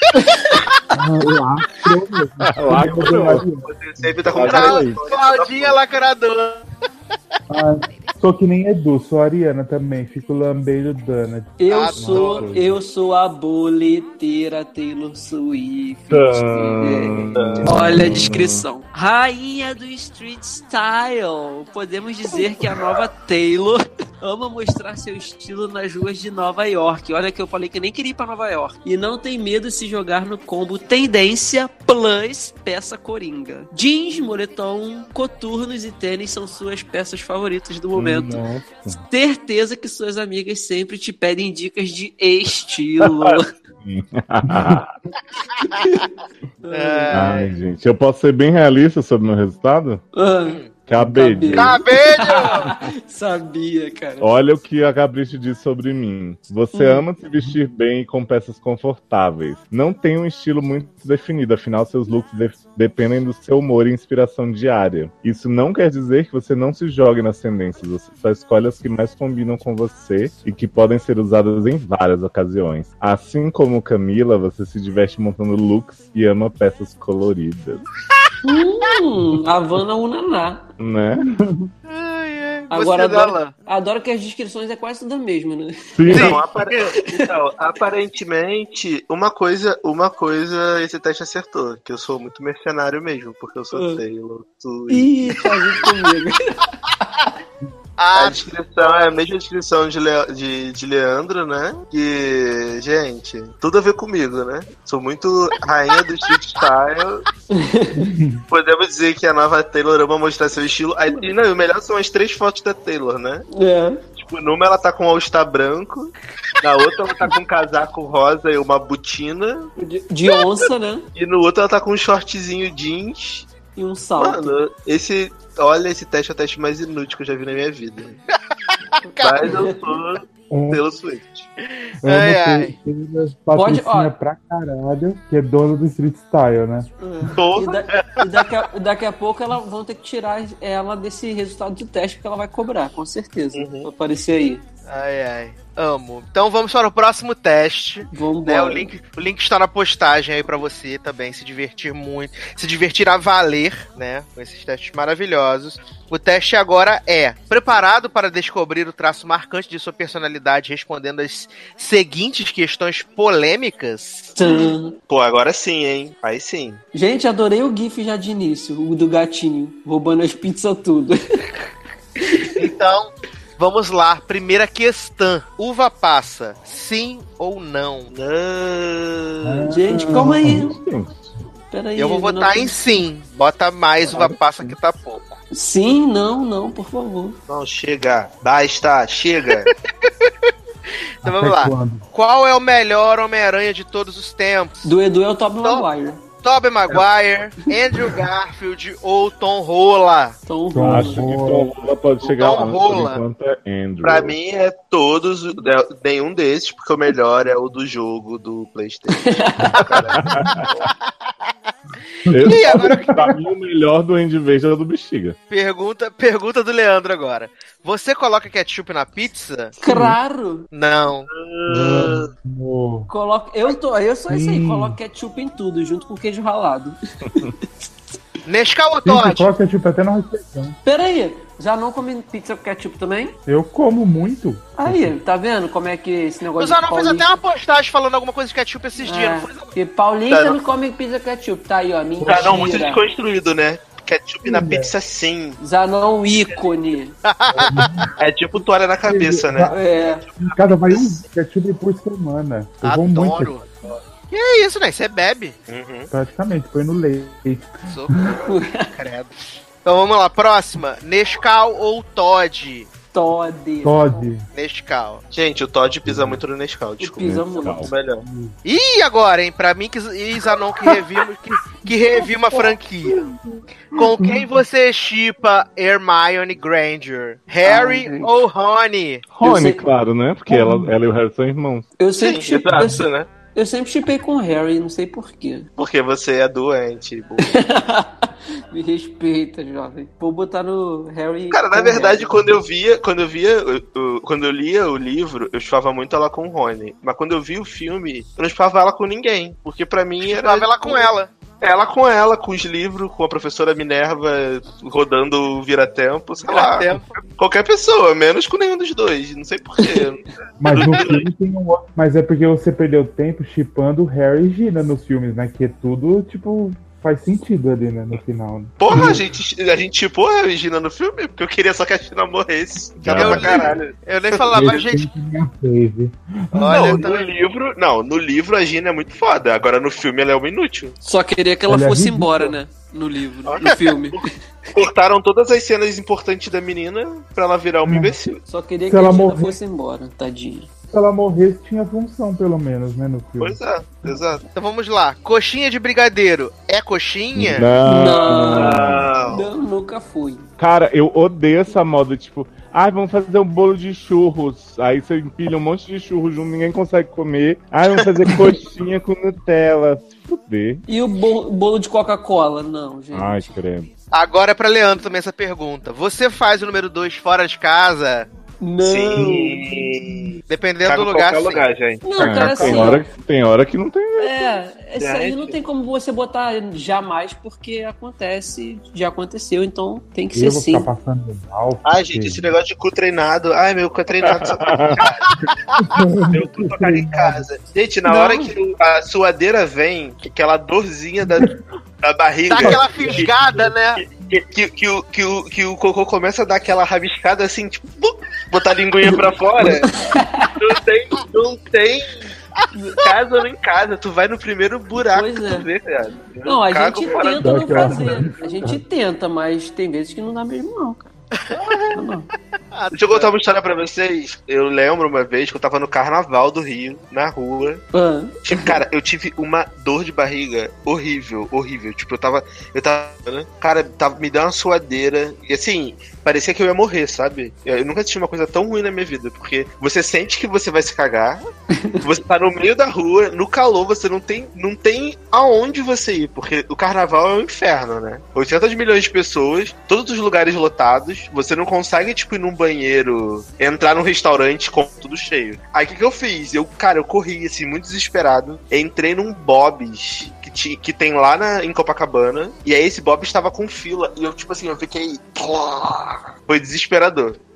[SPEAKER 8] Você sempre tá com
[SPEAKER 4] Olha
[SPEAKER 8] cara
[SPEAKER 4] aí.
[SPEAKER 3] Claudinha lacradora.
[SPEAKER 6] Ah, sou que nem Edu, sou a Ariana também, fico lambendo Dana.
[SPEAKER 5] Eu
[SPEAKER 3] Adoro.
[SPEAKER 5] sou, eu sou a boleteira Taylor Swift.
[SPEAKER 4] Tã.
[SPEAKER 5] É. Olha a descrição. Rainha do street style. Podemos dizer que a nova Taylor ama mostrar seu estilo nas ruas de Nova York. Olha que eu falei que nem queria ir pra Nova York. E não tem medo de se jogar no combo tendência plus peça coringa. Jeans, moletom, coturnos e tênis são suas peças favoritas do momento.
[SPEAKER 6] Nossa.
[SPEAKER 5] Certeza que suas amigas sempre te pedem dicas de estilo.
[SPEAKER 4] Ai, gente, eu posso ser bem realista sobre o meu resultado?
[SPEAKER 5] Ah,
[SPEAKER 4] Cabede.
[SPEAKER 3] Cabelo!
[SPEAKER 5] sabia, cara.
[SPEAKER 4] Olha o que a Capricho diz sobre mim. Você ama se vestir bem e com peças confortáveis. Não tem um estilo muito definido, afinal seus looks de- dependem do seu humor e inspiração diária. Isso não quer dizer que você não se jogue nas tendências, você só escolhe as que mais combinam com você e que podem ser usadas em várias ocasiões. Assim como Camila, você se diverte montando looks e ama peças coloridas,
[SPEAKER 5] Hum, Havana Unaná.
[SPEAKER 4] né?
[SPEAKER 3] Ai, ai.
[SPEAKER 5] Agora
[SPEAKER 3] Você
[SPEAKER 5] adoro,
[SPEAKER 3] dela.
[SPEAKER 5] adoro que as descrições é quase tudo a mesma, né?
[SPEAKER 4] Sim.
[SPEAKER 8] Então, apare- então, aparentemente, uma coisa, uma coisa esse teste acertou, que eu sou muito mercenário mesmo, porque eu sou
[SPEAKER 5] Ah.
[SPEAKER 8] Taylor Swift.
[SPEAKER 5] Ih, tá junto comigo.
[SPEAKER 8] A
[SPEAKER 3] Ah,
[SPEAKER 8] descrição é a mesma descrição de, Leo- de, de Leandro, né? Que, gente, tudo a ver comigo, né? Sou muito rainha do street style. Podemos dizer que a nova Taylor ama mostrar seu estilo. Aí, e não, e o melhor são as três fotos da Taylor, né?
[SPEAKER 5] É.
[SPEAKER 8] Tipo, numa ela tá com um all-star branco, na outra ela tá com um casaco rosa e uma botina,
[SPEAKER 5] De, de onça, né?
[SPEAKER 8] e no outro ela tá com um shortzinho jeans.
[SPEAKER 5] E um salto.
[SPEAKER 8] Mano, esse. Olha, esse teste é o teste mais inútil que eu já vi na minha vida. Mas eu sou
[SPEAKER 6] Um,
[SPEAKER 8] Taylor Swift.
[SPEAKER 6] amo
[SPEAKER 3] Ai,
[SPEAKER 6] ter-
[SPEAKER 3] ai.
[SPEAKER 6] ter as
[SPEAKER 5] Pode,
[SPEAKER 6] Patricinha
[SPEAKER 5] ó.
[SPEAKER 6] pra caralho, que é dona do street style, né?
[SPEAKER 5] E,
[SPEAKER 8] Porra.
[SPEAKER 5] da- e daqui, a, daqui a pouco ela vão ter que tirar ela desse resultado de teste que ela vai cobrar, com certeza.
[SPEAKER 8] Uhum.
[SPEAKER 5] Vai aparecer aí.
[SPEAKER 3] ai, ai. Amo. Então vamos para o próximo teste.
[SPEAKER 5] Vamos
[SPEAKER 3] Né, o,
[SPEAKER 5] embora.
[SPEAKER 3] link, o link está na postagem aí pra você também se divertir muito, se divertir a valer, né, com esses testes maravilhosos. O teste agora é: preparado para descobrir o traço marcante de sua personalidade respondendo as seguintes questões polêmicas?
[SPEAKER 5] Tã.
[SPEAKER 8] Pô, agora sim, hein? Aí sim.
[SPEAKER 5] Gente, adorei o GIF já de início, o do gatinho, roubando as pizzas tudo.
[SPEAKER 3] Então, Vamos lá, primeira questão. Uva passa, sim ou não?
[SPEAKER 8] Não.
[SPEAKER 5] Gente, calma aí. Peraí,
[SPEAKER 3] Eu vou votar
[SPEAKER 5] não...
[SPEAKER 3] em sim. Bota mais uva passa que tá pouco.
[SPEAKER 5] Sim, não, não, por favor.
[SPEAKER 8] Não, chega. Basta, chega.
[SPEAKER 3] Então vamos lá. Qual é o melhor Homem-Aranha de todos os tempos?
[SPEAKER 5] Do Edu é o Tobey
[SPEAKER 3] Tom-
[SPEAKER 5] Maguire.
[SPEAKER 3] Tobey Maguire, Andrew Garfield ou Tom Holland?
[SPEAKER 5] Tom
[SPEAKER 4] Eu acho que
[SPEAKER 5] Holland.
[SPEAKER 4] Tom Holland pode chegar
[SPEAKER 3] Tom
[SPEAKER 4] lá, por
[SPEAKER 3] Holland.
[SPEAKER 4] enquanto é Andrew.
[SPEAKER 8] Pra mim é todos, é, nenhum desses, porque o melhor é o do jogo do PlayStation.
[SPEAKER 4] Eu,
[SPEAKER 3] E agora-
[SPEAKER 4] pra mim, o melhor do Andy Verde é o do Bexiga.
[SPEAKER 3] Pergunta, pergunta do Leandro agora. Você coloca ketchup na pizza?
[SPEAKER 5] Claro!
[SPEAKER 3] Não.
[SPEAKER 6] Oh,
[SPEAKER 5] Coloca... Eu, tô... eu sou isso aí,
[SPEAKER 6] Hum.
[SPEAKER 5] coloco ketchup em tudo, junto com queijo ralado.
[SPEAKER 3] Nescau ou
[SPEAKER 6] gente,
[SPEAKER 3] Todd?
[SPEAKER 6] coloca ketchup até na refeição.
[SPEAKER 5] Pera aí, já não come pizza com ketchup também?
[SPEAKER 6] Eu como muito.
[SPEAKER 5] Aí, tá vendo como é que esse
[SPEAKER 3] O
[SPEAKER 5] negócio
[SPEAKER 3] Zanon fez
[SPEAKER 5] paulista...
[SPEAKER 3] até uma postagem falando alguma coisa de ketchup esses dias, não foi?
[SPEAKER 5] É, porque paulista
[SPEAKER 8] Tá,
[SPEAKER 5] não come pizza com ketchup, tá aí, ó, mentira.
[SPEAKER 8] Tá, não, muito desconstruído, né? Ketchup na pizza, sim.
[SPEAKER 5] Zanon ícone.
[SPEAKER 8] É tipo toalha na cabeça, né?
[SPEAKER 5] É.
[SPEAKER 6] Em casa vai um ketchup por semana. Eu vou muito,
[SPEAKER 3] Adoro. Que é isso, né? Você bebe.
[SPEAKER 8] Uhum.
[SPEAKER 6] praticamente, põe no leite.
[SPEAKER 3] Socorro. Credo. Então vamos lá, próxima. Nescau ou Todd?
[SPEAKER 5] Todd.
[SPEAKER 6] Todd.
[SPEAKER 3] Nescau.
[SPEAKER 8] Gente, o Todd pisa muito no Nescau,
[SPEAKER 5] E
[SPEAKER 8] desculpa.
[SPEAKER 5] pisa
[SPEAKER 6] Nescau.
[SPEAKER 5] muito.
[SPEAKER 8] O melhor.
[SPEAKER 3] E agora, hein? Pra mim que e Zanon que reviu, que, que reviu uma franquia. Com quem você shippa Hermione Granger? Harry
[SPEAKER 5] Ai, gente.
[SPEAKER 3] ou Rony?
[SPEAKER 4] Rony,
[SPEAKER 5] sei-
[SPEAKER 4] claro, né? Porque ela, ela e o Harry são irmãos.
[SPEAKER 5] Eu sempre,
[SPEAKER 8] Sim,
[SPEAKER 5] chip- eu,
[SPEAKER 8] exato,
[SPEAKER 5] se-
[SPEAKER 8] né?
[SPEAKER 5] eu sempre chipei com o Harry, não sei porquê.
[SPEAKER 8] Porque você é doente. burro.
[SPEAKER 5] Me respeita, jovem. Vou botar no Harry.
[SPEAKER 8] Cara, na
[SPEAKER 5] com o
[SPEAKER 8] verdade,
[SPEAKER 5] Harry.
[SPEAKER 8] quando eu via, quando eu via, eu- eu- quando eu lia o livro, eu chipava muito ela com o Rony. Mas quando eu vi o filme, eu não chipava ela com ninguém. Porque pra mim era.
[SPEAKER 3] Tava ela com ela.
[SPEAKER 8] Ela com ela, com os livros, com a professora Minerva rodando o vira-tempo, sei lá.
[SPEAKER 3] Vira-tempo.
[SPEAKER 8] Qualquer pessoa, menos com nenhum dos dois. Não sei porquê.
[SPEAKER 6] Mas no filme tem um outro. Mas é porque você perdeu tempo chipando Harry e Gina nos filmes, né? Que é tudo, tipo, faz sentido ali, né? No final.
[SPEAKER 8] Porra, a gente, a gente chipou a Regina no filme, porque eu queria só que a China morresse. Cara
[SPEAKER 3] Eu
[SPEAKER 8] pra
[SPEAKER 3] li-
[SPEAKER 8] caralho.
[SPEAKER 3] Eu nem falava, gente.
[SPEAKER 6] Minha fave.
[SPEAKER 3] Olha,
[SPEAKER 8] não,
[SPEAKER 3] eu
[SPEAKER 8] no
[SPEAKER 3] também-
[SPEAKER 8] livro. Não, no livro a Gina é muito foda. Agora no filme ela é uma inútil.
[SPEAKER 9] Só queria que ela
[SPEAKER 6] Ela é
[SPEAKER 9] fosse
[SPEAKER 6] ridícula.
[SPEAKER 9] embora, né? No livro, no filme.
[SPEAKER 8] Cortaram todas as cenas importantes da menina pra ela virar uma imbecil.
[SPEAKER 5] Só queria
[SPEAKER 6] Se
[SPEAKER 5] que a
[SPEAKER 6] ela
[SPEAKER 5] Gina
[SPEAKER 6] morrer-
[SPEAKER 5] fosse embora, tadinha.
[SPEAKER 6] Se ela morresse, tinha função, pelo menos, né? No filme.
[SPEAKER 8] Pois é, exato.
[SPEAKER 3] Então vamos lá. Coxinha de brigadeiro é coxinha?
[SPEAKER 4] Não.
[SPEAKER 5] Não,
[SPEAKER 8] Não.
[SPEAKER 5] não, nunca fui.
[SPEAKER 4] Cara, eu odeio essa moda, tipo, ai, vamos fazer um bolo de churros. Aí você empilha um monte de churros junto, ninguém consegue comer. Ai, vamos fazer coxinha com Nutella. Se fuder.
[SPEAKER 5] E o bolo, bolo de Coca-Cola? Não, gente.
[SPEAKER 4] Ai, credo.
[SPEAKER 3] Agora é pra Leandro também essa pergunta. Você faz o número dois fora de casa?
[SPEAKER 5] Não.
[SPEAKER 8] Sim.
[SPEAKER 3] Dependendo
[SPEAKER 8] Caga
[SPEAKER 3] do
[SPEAKER 8] em
[SPEAKER 3] lugar,
[SPEAKER 8] qualquer
[SPEAKER 3] sim.
[SPEAKER 8] lugar, gente.
[SPEAKER 5] Não, cara,
[SPEAKER 4] tem,
[SPEAKER 5] assim.
[SPEAKER 4] hora, tem hora que não tem.
[SPEAKER 5] É, isso aí não tem como você botar jamais, porque acontece, já aconteceu, então tem que
[SPEAKER 6] Eu
[SPEAKER 5] ser
[SPEAKER 6] vou
[SPEAKER 5] sim.
[SPEAKER 6] ficar passando mal.
[SPEAKER 8] Ai,
[SPEAKER 6] porque-
[SPEAKER 8] gente, esse negócio de cu treinado. Ai, meu cu é treinado só pra casa. Meu cu pra cagar em casa. Gente, na
[SPEAKER 5] Não.
[SPEAKER 8] hora que o- a suadeira vem, que aquela dorzinha da, da barriga.
[SPEAKER 3] Dá aquela fisgada, né?
[SPEAKER 8] Que, que, que, o, que, o, que o cocô começa a dar aquela rabiscada assim, tipo, bum, botar a linguinha pra fora. Não tem, não tem casa ou em casa. Tu vai no primeiro buraco
[SPEAKER 5] Pois
[SPEAKER 8] que
[SPEAKER 5] é.
[SPEAKER 8] tu vê, cara. Eu
[SPEAKER 5] Não, a
[SPEAKER 8] cago
[SPEAKER 5] gente
[SPEAKER 8] fora
[SPEAKER 5] tenta não
[SPEAKER 6] daquela-
[SPEAKER 5] fazer. A gente tenta, mas tem vezes que não dá mesmo, não, cara. Não, não.
[SPEAKER 8] Deixa eu contar uma história pra vocês. Eu lembro uma vez que eu tava no carnaval do Rio, na rua.
[SPEAKER 5] Ah,
[SPEAKER 8] Tipo, cara, eu tive uma dor de barriga horrível, horrível. Tipo, eu tava. Eu tava. Né? Cara, tava, me deu uma suadeira. E assim, parecia que eu ia morrer, sabe? Eu, eu nunca tive uma coisa tão ruim na minha vida. Porque você sente que você vai se cagar. Você tá no meio da rua, no calor, você não tem, não tem aonde você ir. Porque o carnaval é um inferno, né? oitocentos milhões de pessoas, todos os lugares lotados. Você não consegue, tipo, ir num banheiro, entrar num restaurante com tudo cheio. Aí o que, que eu fiz? Eu, cara, eu corri, assim, muito desesperado. Entrei num Bob's que, ti, que tem lá na, em Copacabana. E aí esse Bob's estava com fila. E eu, tipo assim, eu fiquei. Foi desesperador.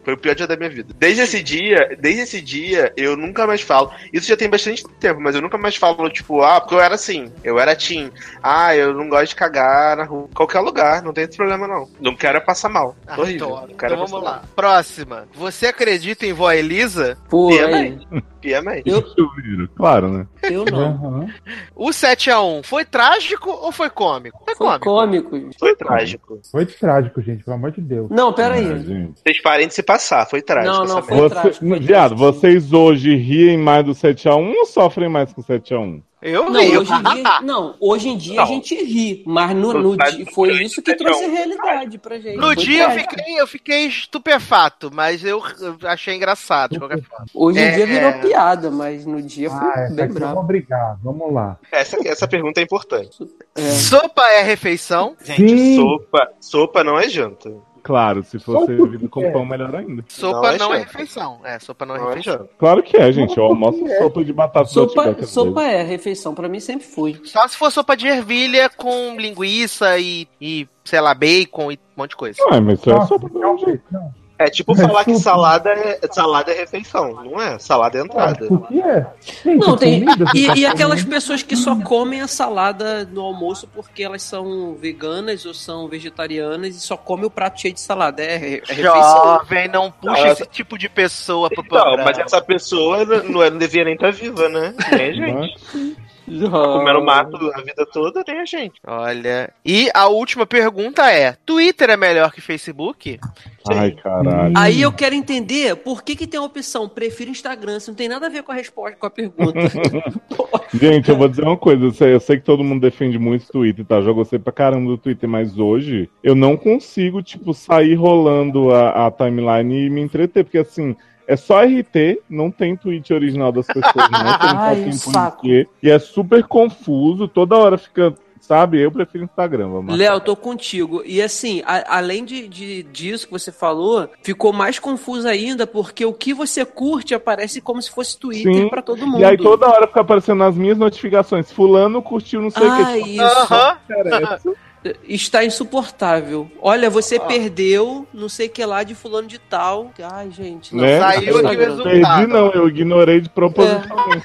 [SPEAKER 8] Foi o pior dia da minha vida. Desde esse dia, desde esse dia, eu nunca mais falo. Isso já tem bastante tempo, mas eu nunca mais falo, tipo, ah, porque eu era assim. Eu era teen. Ah, eu não gosto de cagar na rua. Qualquer lugar, não tem esse problema, não. Não quero passar mal.
[SPEAKER 3] Ah,
[SPEAKER 8] Horrível.
[SPEAKER 3] então,
[SPEAKER 8] Não quero
[SPEAKER 3] então vamos
[SPEAKER 8] passar
[SPEAKER 3] lá. Próxima. Você acredita em vó Elisa?
[SPEAKER 5] Pô,
[SPEAKER 8] Pia
[SPEAKER 5] aí.
[SPEAKER 8] Pia mãe.
[SPEAKER 5] Eu,
[SPEAKER 4] Chuveiro, claro, né?
[SPEAKER 5] eu não.
[SPEAKER 6] Aham.
[SPEAKER 3] O sete a um foi trágico ou foi cômico? Foi,
[SPEAKER 5] Foi
[SPEAKER 3] cômico.
[SPEAKER 5] cômico. gente.
[SPEAKER 8] Foi trágico.
[SPEAKER 6] Foi trágico, gente, pelo amor de Deus.
[SPEAKER 5] Não, pera
[SPEAKER 4] Ah,
[SPEAKER 5] aí.
[SPEAKER 4] gente.
[SPEAKER 8] Vocês parem de se passar, foi trágico.
[SPEAKER 5] Não, não,
[SPEAKER 8] essa
[SPEAKER 5] foi
[SPEAKER 8] merda.
[SPEAKER 4] Você,
[SPEAKER 5] trágico, foi
[SPEAKER 4] viado,
[SPEAKER 5] trágico.
[SPEAKER 4] vocês hoje riem mais do sete a um ou sofrem mais com sete a um?
[SPEAKER 3] Eu
[SPEAKER 5] Não,
[SPEAKER 3] vi.
[SPEAKER 5] hoje em dia, não, hoje em dia
[SPEAKER 8] Não.
[SPEAKER 5] a gente ri, mas no, no
[SPEAKER 8] Mas
[SPEAKER 5] dia, foi
[SPEAKER 8] no
[SPEAKER 5] isso que
[SPEAKER 8] dia
[SPEAKER 5] trouxe
[SPEAKER 8] é um-
[SPEAKER 5] realidade pra gente.
[SPEAKER 3] No
[SPEAKER 5] Foi
[SPEAKER 3] dia eu
[SPEAKER 5] trágico.
[SPEAKER 3] fiquei, eu fiquei estupefato, mas eu eu achei engraçado de qualquer forma.
[SPEAKER 5] Hoje em
[SPEAKER 3] É.
[SPEAKER 5] dia virou piada, mas no dia foi
[SPEAKER 6] Ah, essa
[SPEAKER 5] bem
[SPEAKER 6] aqui
[SPEAKER 5] bravo.
[SPEAKER 6] vamos brigar, vamos lá.
[SPEAKER 8] Essa, essa pergunta é importante.
[SPEAKER 5] É.
[SPEAKER 3] Sopa é refeição?
[SPEAKER 8] Gente,
[SPEAKER 6] Sim.
[SPEAKER 8] sopa, sopa não é janta.
[SPEAKER 4] Claro, se for
[SPEAKER 6] Só
[SPEAKER 4] servido
[SPEAKER 6] porque
[SPEAKER 4] com
[SPEAKER 6] é.
[SPEAKER 4] pão, melhor ainda.
[SPEAKER 3] Sopa
[SPEAKER 8] Não é
[SPEAKER 3] não é
[SPEAKER 8] janta.
[SPEAKER 3] refeição. É, sopa não é
[SPEAKER 8] Não é
[SPEAKER 3] refeição.
[SPEAKER 8] janta.
[SPEAKER 4] Claro que é, gente. Eu almoço sopa de batata do
[SPEAKER 5] Sopa,
[SPEAKER 4] Outback, às
[SPEAKER 5] sopa é refeição, pra mim sempre foi.
[SPEAKER 3] Só se for sopa de ervilha com linguiça e, e sei lá, bacon e um monte de coisa.
[SPEAKER 4] vezes. Não, mas isso é
[SPEAKER 6] Nossa,
[SPEAKER 4] sopa
[SPEAKER 6] não,
[SPEAKER 4] não, gente.
[SPEAKER 6] não.
[SPEAKER 8] É tipo
[SPEAKER 6] É
[SPEAKER 8] falar que
[SPEAKER 6] sopa.
[SPEAKER 8] salada é, salada é refeição, não é? Salada é entrada.
[SPEAKER 6] O que é? Gente,
[SPEAKER 5] Não, tem.
[SPEAKER 6] comida, você
[SPEAKER 5] E,
[SPEAKER 6] tá
[SPEAKER 5] e aquelas
[SPEAKER 6] comendo?
[SPEAKER 5] pessoas que só comem a salada no almoço porque elas são veganas ou são vegetarianas e só comem o prato cheio de salada. É, re- é refeição.
[SPEAKER 3] Jovem, não puxa
[SPEAKER 8] Ah,
[SPEAKER 3] esse tipo de pessoa pro
[SPEAKER 8] Não,
[SPEAKER 3] programa.
[SPEAKER 8] mas essa pessoa não, não devia nem estar viva, né? Nem a gente. Comendo mato a vida toda, nem a gente.
[SPEAKER 3] Olha. E a última pergunta é: Twitter é melhor que Facebook?
[SPEAKER 4] Ai, caralho.
[SPEAKER 5] Aí eu quero entender por que, que tem a opção prefiro Instagram, se não tem nada a ver com a resposta, com a pergunta.
[SPEAKER 4] Gente, eu vou dizer uma coisa. Eu sei, eu sei que todo mundo defende muito o Twitter, tá? Já gostei pra caramba do Twitter, mas hoje eu não consigo, tipo, sair rolando a, a timeline e me entreter, porque assim. É só R T, não tem tweet original das pessoas, não. Você não
[SPEAKER 5] Ai,
[SPEAKER 4] sabe quem
[SPEAKER 5] um
[SPEAKER 4] põe
[SPEAKER 5] saco.
[SPEAKER 4] o quê. E é super confuso, toda hora fica, sabe? Eu prefiro Instagram, vamos lá.
[SPEAKER 5] Léo, tô contigo. E assim, a- além de, de- disso que você falou, ficou mais confuso ainda, porque o que você curte aparece como se fosse Twitter
[SPEAKER 4] Sim.
[SPEAKER 5] pra todo mundo.
[SPEAKER 4] E aí toda hora fica aparecendo nas minhas notificações. Fulano curtiu não sei o
[SPEAKER 5] Ah,
[SPEAKER 4] que.
[SPEAKER 5] isso.
[SPEAKER 3] Aham.
[SPEAKER 4] Interessa.
[SPEAKER 5] Está insuportável. Olha, você perdeu não sei o que lá de fulano de tal. Ai, gente, não.
[SPEAKER 4] Né?
[SPEAKER 3] Saiu aqui o resultado.
[SPEAKER 4] Perdi não, eu ignorei de propositalmente.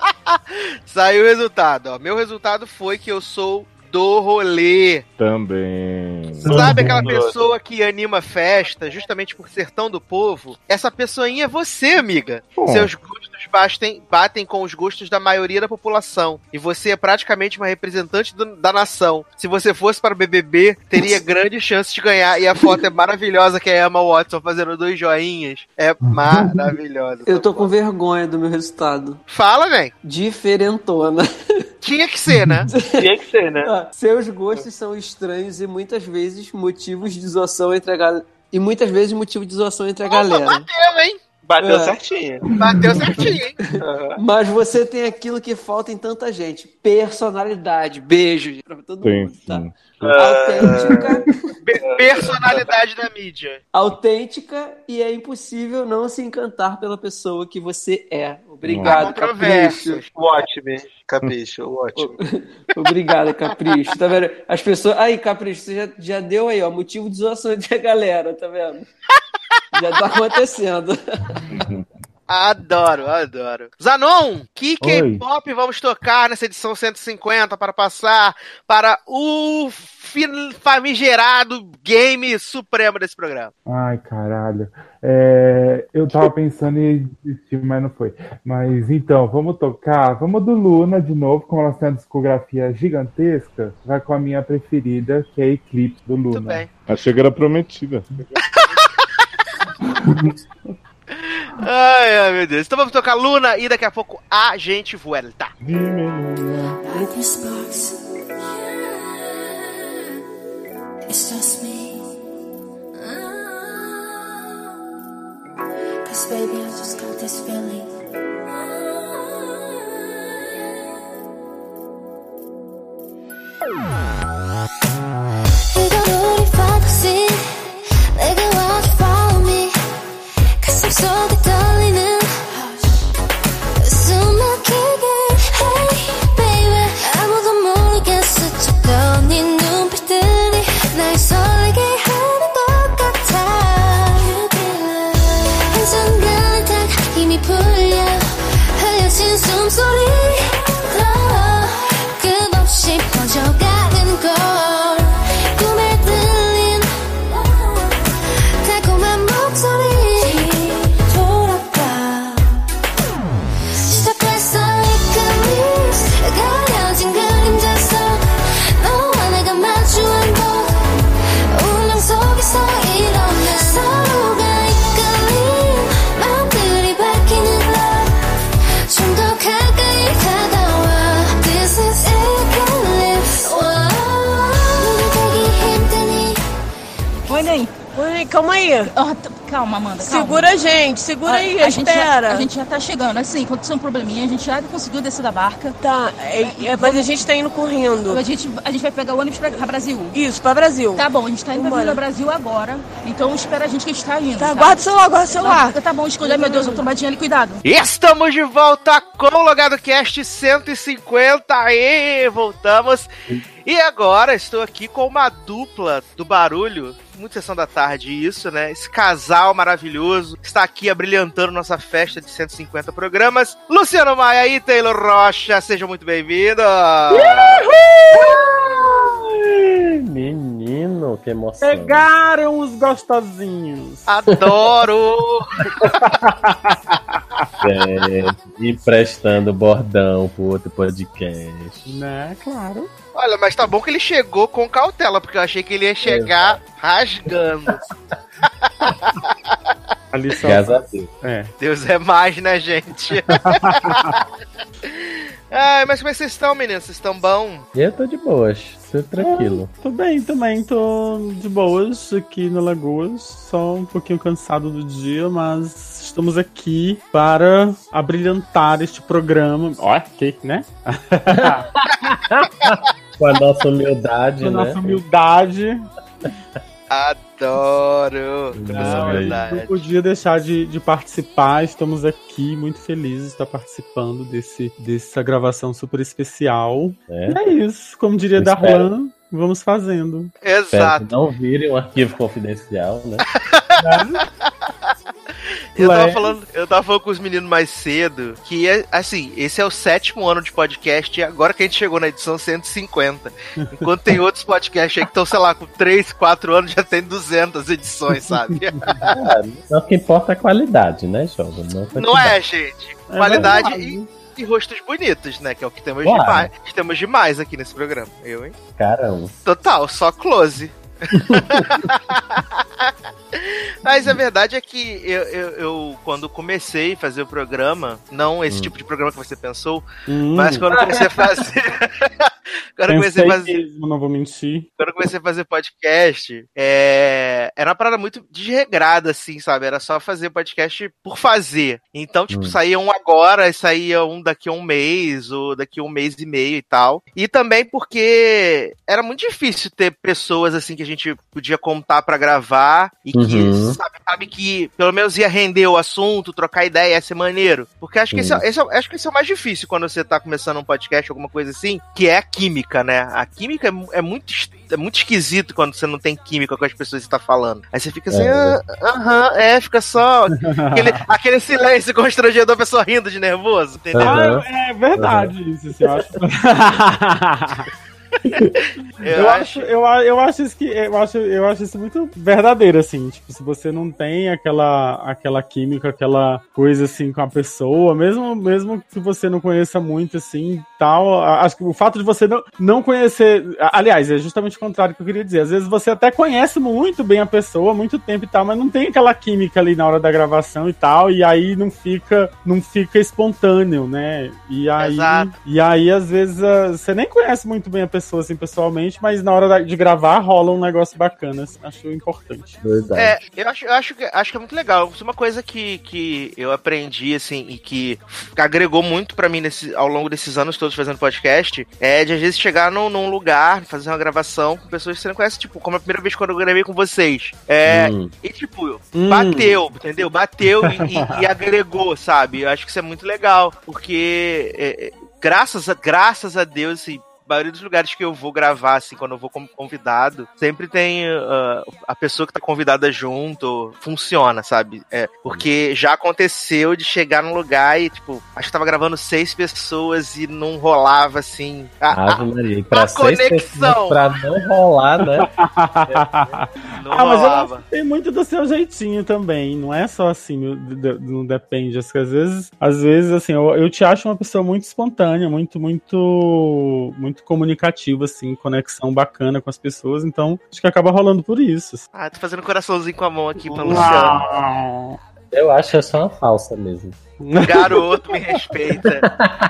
[SPEAKER 3] Saiu o resultado, ó. Meu resultado foi que eu sou do rolê.
[SPEAKER 4] Também.
[SPEAKER 3] Sabe aquela
[SPEAKER 8] mundo.
[SPEAKER 3] pessoa que anima festa justamente por ser tão do povo? Essa pessoinha é você, amiga.
[SPEAKER 4] Bom.
[SPEAKER 3] Seus gostos batem, batem com os gostos da maioria da população. E você é praticamente uma representante do- da nação. Se você fosse para o B B B, teria grande chance de ganhar. E a foto é maravilhosa, que é a Emma Watson fazendo dois joinhas. É maravilhosa.
[SPEAKER 5] Eu tô com vergonha do meu resultado.
[SPEAKER 3] Fala, né?
[SPEAKER 5] Diferentona.
[SPEAKER 3] Tinha que ser, né?
[SPEAKER 8] Tinha que ser, né?
[SPEAKER 5] Ah, seus gostos são estranhos e muitas vezes motivos de zoação entre a galera. E muitas vezes motivo de zoação entre a galera.
[SPEAKER 3] Bateu, hein?
[SPEAKER 8] Bateu
[SPEAKER 5] É.
[SPEAKER 8] certinho.
[SPEAKER 3] Bateu certinho, hein?
[SPEAKER 5] Mas você tem aquilo que falta em tanta gente: personalidade. Beijo pra todo
[SPEAKER 4] Sim,
[SPEAKER 5] mundo, tá?
[SPEAKER 4] sim.
[SPEAKER 5] Autêntica,
[SPEAKER 3] Be- personalidade da mídia.
[SPEAKER 5] autêntica e é impossível não se encantar pela pessoa que você é. Obrigado, Capricho.
[SPEAKER 3] Controvérsias.
[SPEAKER 8] Ótimo, capricho, ótimo.
[SPEAKER 5] Obrigado, Capricho. Tá vendo? As pessoas. Aí, Capricho, você já, já deu aí, ó, motivo de zoação entre a galera, tá vendo? Já tá acontecendo.
[SPEAKER 3] Adoro, adoro. Zanon, que
[SPEAKER 6] Oi.
[SPEAKER 3] K-pop vamos tocar nessa edição cento e cinquenta para passar para o fi- famigerado game supremo desse programa?
[SPEAKER 6] Ai, caralho. É, eu tava pensando em desistir, mas não foi. Mas então, vamos tocar. Vamos do Luna de novo, como ela tem uma discografia gigantesca. Vai com a minha preferida, que é Eclipse do Luna.
[SPEAKER 3] Tudo bem.
[SPEAKER 4] Achei que era prometida.
[SPEAKER 3] Ai, ai, meu Deus. Então vamos tocar Luna e daqui a pouco a gente volta.
[SPEAKER 1] Light the sparks. It's just me. Cause baby, I just got this feeling. 이건 우리 fantasy. 내가 want you follow me. 가슴 속에 떨리는 숨 막히게. Hey baby, 아무도 모르게 스쳤던 네 눈빛들이 날 설레게 하는 것 같아. You be love. 순간에 딱 힘이 풀려 흐려진 숨소리도 끝없이 퍼져가는 걸 꿈에 들린 달콤한 목소리 돌아봐 시작했어 이 그림 가려진 그림자 속 너와 내가 마주한 곳 운명 속에서 일어나 서로가 이끌린 마음들이 밝히는 love 좀 더 가까이 다가와 This is Eclipse 눈을 떼기 힘드니
[SPEAKER 10] Oi, Ney.
[SPEAKER 11] Oi, calma aí.
[SPEAKER 10] Ah, t- calma, Amanda. Calma.
[SPEAKER 11] Segura a gente, segura aí,
[SPEAKER 10] a gente já,
[SPEAKER 11] espera.
[SPEAKER 10] a gente já tá chegando. Assim, aconteceu um probleminha, a gente já conseguiu descer da barca.
[SPEAKER 11] Tá, é, é, mas a gente tá indo correndo.
[SPEAKER 10] A gente, a gente vai pegar o ônibus pra, pra Brasil.
[SPEAKER 11] Isso, pra Brasil.
[SPEAKER 10] Tá bom, a gente tá indo pra
[SPEAKER 11] Vambora.
[SPEAKER 10] Vila Brasil agora. Então espera a gente que a gente tá indo.
[SPEAKER 11] Tá, guarda o celular, guarda o celular.
[SPEAKER 10] Tá, tá bom, escolher, meu Deus, eu tô tomadinha ali, cuidado.
[SPEAKER 3] Estamos de volta com o Logado Cast cento e cinquenta. Aê, voltamos. E agora estou aqui com uma dupla do barulho. Muito Sessão da Tarde isso, né? Esse casal maravilhoso está aqui abrilhantando nossa festa de cento e cinquenta programas. Luciano Maia e Taylor Rocha, sejam muito bem-vindos!
[SPEAKER 12] Menino, que emoção.
[SPEAKER 13] Pegaram os gostosinhos.
[SPEAKER 3] Adoro!
[SPEAKER 12] É, emprestando bordão pro outro podcast.
[SPEAKER 13] Né, claro.
[SPEAKER 3] Olha, mas tá bom que ele chegou com cautela, porque eu achei que ele ia chegar rasgando.
[SPEAKER 13] Ali só...
[SPEAKER 12] Graças a Deus.
[SPEAKER 13] É.
[SPEAKER 3] Deus é mais, né, gente? Ai, mas como é que vocês estão, meninos? Vocês estão bom?
[SPEAKER 12] Eu tô de boas, tô tranquilo.
[SPEAKER 13] Ah, tô bem também, tô de boas aqui na Lagoas. Só um pouquinho cansado do dia, mas estamos aqui para abrilhantar este programa. Ó, que, né?
[SPEAKER 12] Com a nossa humildade,
[SPEAKER 13] Com a
[SPEAKER 12] né?
[SPEAKER 13] nossa humildade.
[SPEAKER 3] Adoro!
[SPEAKER 13] Não, não podia deixar de, de participar. Estamos aqui muito felizes de estar participando desse, dessa gravação super especial.
[SPEAKER 12] É,
[SPEAKER 13] E é isso, como diria
[SPEAKER 12] Espero.
[SPEAKER 13] Darlan, vamos fazendo.
[SPEAKER 3] Exato.
[SPEAKER 12] Não virem um arquivo confidencial, né?
[SPEAKER 3] Eu tava,
[SPEAKER 13] Leve.
[SPEAKER 3] falando, eu tava falando com os meninos mais cedo que, é, assim, esse é o sétimo ano de podcast e agora que a gente chegou na edição cento e cinquenta. Enquanto tem outros podcasts aí que estão, sei lá, com três, quatro anos já tem duzentas edições, sabe?
[SPEAKER 12] Ah, o que importa é a qualidade, né, Jovem? Não, a
[SPEAKER 3] Não é, gente?
[SPEAKER 13] É
[SPEAKER 3] Qualidade
[SPEAKER 13] verdade.
[SPEAKER 3] e, e rostos bonitos, né? Que é o que temos,
[SPEAKER 12] Claro.
[SPEAKER 3] demais, que temos demais aqui nesse programa. Eu, hein?
[SPEAKER 12] Caramba.
[SPEAKER 3] Total, só close. Mas a verdade é que eu, eu, eu, quando comecei a fazer o programa, não esse
[SPEAKER 12] Hum.
[SPEAKER 3] tipo de programa que você pensou,
[SPEAKER 13] Hum.
[SPEAKER 3] mas quando eu comecei a fazer. quando eu comecei
[SPEAKER 13] Pensei
[SPEAKER 3] a fazer.
[SPEAKER 13] mesmo, não vou mentir.
[SPEAKER 3] Quando eu comecei a fazer podcast, é... era uma parada muito desregrada, assim, sabe? Era só fazer podcast por fazer. Então, tipo,
[SPEAKER 12] Hum.
[SPEAKER 3] saía um agora, e saía um daqui a um mês, ou daqui a um mês e meio e tal. E também porque era muito difícil ter pessoas, assim, que a gente podia contar pra gravar e que,
[SPEAKER 12] Uhum.
[SPEAKER 3] sabe, sabe, que pelo menos ia render o assunto, trocar ideia, ia ser maneiro. Porque acho que, esse, é- esse é, acho que esse é o mais difícil quando você tá começando um podcast, alguma coisa assim, que é a química, né? A química é, mu- é muito, es- é muito esquisito quando você não tem química com as pessoas que você tá falando. Aí você fica assim,
[SPEAKER 12] É.
[SPEAKER 3] ah, aham, é, fica só aquele, aquele silêncio constrangedor, a pessoa rindo de nervoso, entendeu?
[SPEAKER 12] Aham.
[SPEAKER 13] Ah, é verdade isso, assim, eu acho.
[SPEAKER 3] Eu,
[SPEAKER 13] Eu
[SPEAKER 3] acho.
[SPEAKER 13] acho, eu, a- eu acho isso que eu acho, eu acho isso muito verdadeiro, assim, tipo, se você não tem aquela, aquela química, aquela coisa assim com a pessoa, mesmo, mesmo que você não conheça muito, assim, tal, a- acho que o fato de você não, não conhecer, a- aliás, é justamente o contrário que eu queria dizer, às vezes você até conhece muito bem a pessoa, há muito tempo e tal, mas não tem aquela química ali na hora da gravação e tal, e aí não fica, não fica espontâneo, né, e aí,
[SPEAKER 3] Exato.
[SPEAKER 13] e aí às vezes ah, você nem conhece muito bem a pessoa, assim, pessoalmente, mas na hora da- de gravar rola um negócio bacana, assim, acho importante.
[SPEAKER 12] Verdade.
[SPEAKER 3] É, eu acho, eu acho, que, acho que é muito legal. Isso é uma coisa que, que eu aprendi, assim, e que agregou muito pra mim nesse, ao longo desses anos todos fazendo podcast, é de às vezes chegar num, num lugar, fazer uma gravação com pessoas que você não conhece, tipo, como a primeira vez quando eu gravei com vocês. É,
[SPEAKER 12] Hum.
[SPEAKER 3] e tipo,
[SPEAKER 13] Hum.
[SPEAKER 3] bateu, entendeu? Bateu e, e- e agregou, sabe? Eu acho que isso é muito legal, porque é, é, graças, a, graças a Deus, assim, maioria dos lugares que eu vou gravar, assim, quando eu vou como convidado, sempre tem uh, a pessoa que tá convidada junto, funciona, sabe? É, porque já aconteceu de chegar num lugar e, tipo, acho que tava gravando seis pessoas e não rolava, assim, a,
[SPEAKER 12] Ave Maria, e pra
[SPEAKER 3] a
[SPEAKER 12] seis
[SPEAKER 3] conexão.
[SPEAKER 12] pessoas, pra não rolar, né?
[SPEAKER 3] Não
[SPEAKER 13] ah, mas eu
[SPEAKER 3] rolava.
[SPEAKER 13] acho que tem muito do seu jeitinho também, não é só assim, não depende, acho que às vezes, às vezes, assim, eu, eu te acho uma pessoa muito espontânea, muito, muito, muito comunicativa, assim, conexão bacana com as pessoas, então acho que acaba rolando por isso.
[SPEAKER 3] Ah, tô fazendo coraçãozinho com a mão aqui pra Luciano.
[SPEAKER 12] Eu acho que é só uma falsa mesmo.
[SPEAKER 3] Garoto, me respeita.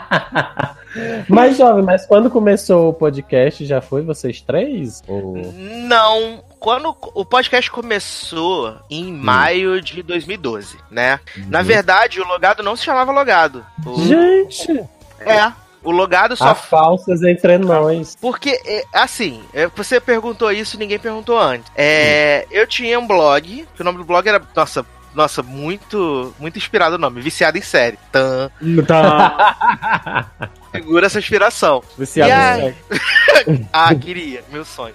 [SPEAKER 12] Mas, jovem, mas quando começou o podcast, já foi vocês três? Ou...
[SPEAKER 3] Não, quando o podcast começou em maio de dois mil e doze, né? Uhum. Na verdade, o Logado não se chamava Logado. O...
[SPEAKER 12] Gente!
[SPEAKER 3] É. O Logado só...
[SPEAKER 12] Há falsas entre nós.
[SPEAKER 3] Porque, assim, você perguntou isso e ninguém perguntou antes. É, eu tinha um blog, que o nome do blog era... Nossa, nossa muito, muito inspirado o nome. Viciado em série. Tan.
[SPEAKER 13] Tá.
[SPEAKER 3] Segura essa inspiração.
[SPEAKER 13] Viciado em série.
[SPEAKER 3] Ah, queria. Meu sonho.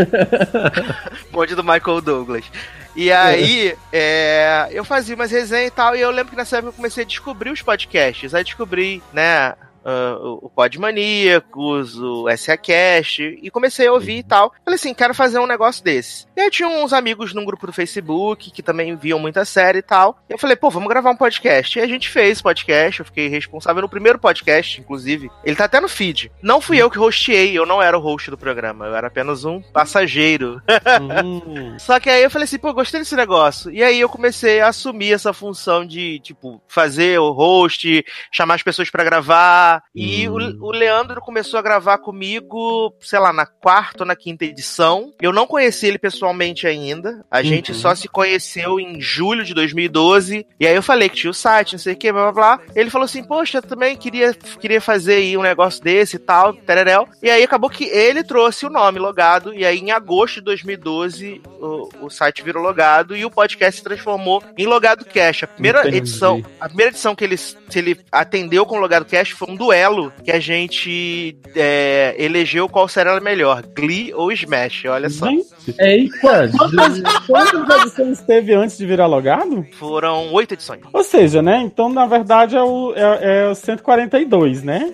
[SPEAKER 3] Bonde do Michael Douglas. E aí, é, eu fazia umas resenhas e tal, e eu lembro que nessa época eu comecei a descobrir os podcasts. Aí descobri, né... Uh, o Podmaníacos, o S A Cast, e comecei a ouvir e tal. Falei assim, quero fazer um negócio desse. E aí tinha uns amigos num grupo do Facebook que também viam muita série e tal. E eu falei, pô, vamos gravar um podcast. E a gente fez podcast, eu fiquei responsável no primeiro podcast, inclusive. Ele tá até no feed. Não fui eu que hosteei, eu não era o host do programa, eu era apenas um passageiro. Hum. Só que aí eu falei assim, pô, gostei desse negócio. E aí eu comecei a assumir essa função de, tipo, fazer o host, chamar as pessoas pra gravar. E hum. o, o Leandro começou a gravar comigo, sei lá, na quarta ou na quinta edição. Eu não conheci ele pessoalmente ainda. A gente uhum. só se conheceu em julho de dois mil e doze. E aí eu falei que tinha o site, não sei o que, blá blá blá. Ele falou assim, poxa, eu também queria, queria fazer aí um negócio desse e tal, tereréu. E aí acabou que ele trouxe o nome Logado. E aí em agosto de dois mil e doze o, o site virou Logado e o podcast se transformou em Logado Cast. A primeira Entendi. edição, a primeira edição que ele, que ele atendeu com o Logado Cast foi um duelo que a gente é, elegeu qual seria melhor, Glee ou Smash, olha só.
[SPEAKER 13] Ei, quantas, quantas edições teve antes de virar Logado?
[SPEAKER 3] Foram oito edições.
[SPEAKER 13] Ou seja, né, então na verdade é o, é, é o cento e quarenta e dois, né?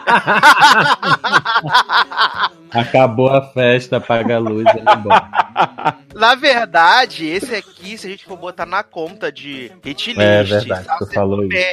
[SPEAKER 12] Acabou a festa, apaga a luz, ele embora.
[SPEAKER 3] Na verdade, esse aqui, se a gente for botar na conta de hitlist,
[SPEAKER 12] é verdade, tu falou isso.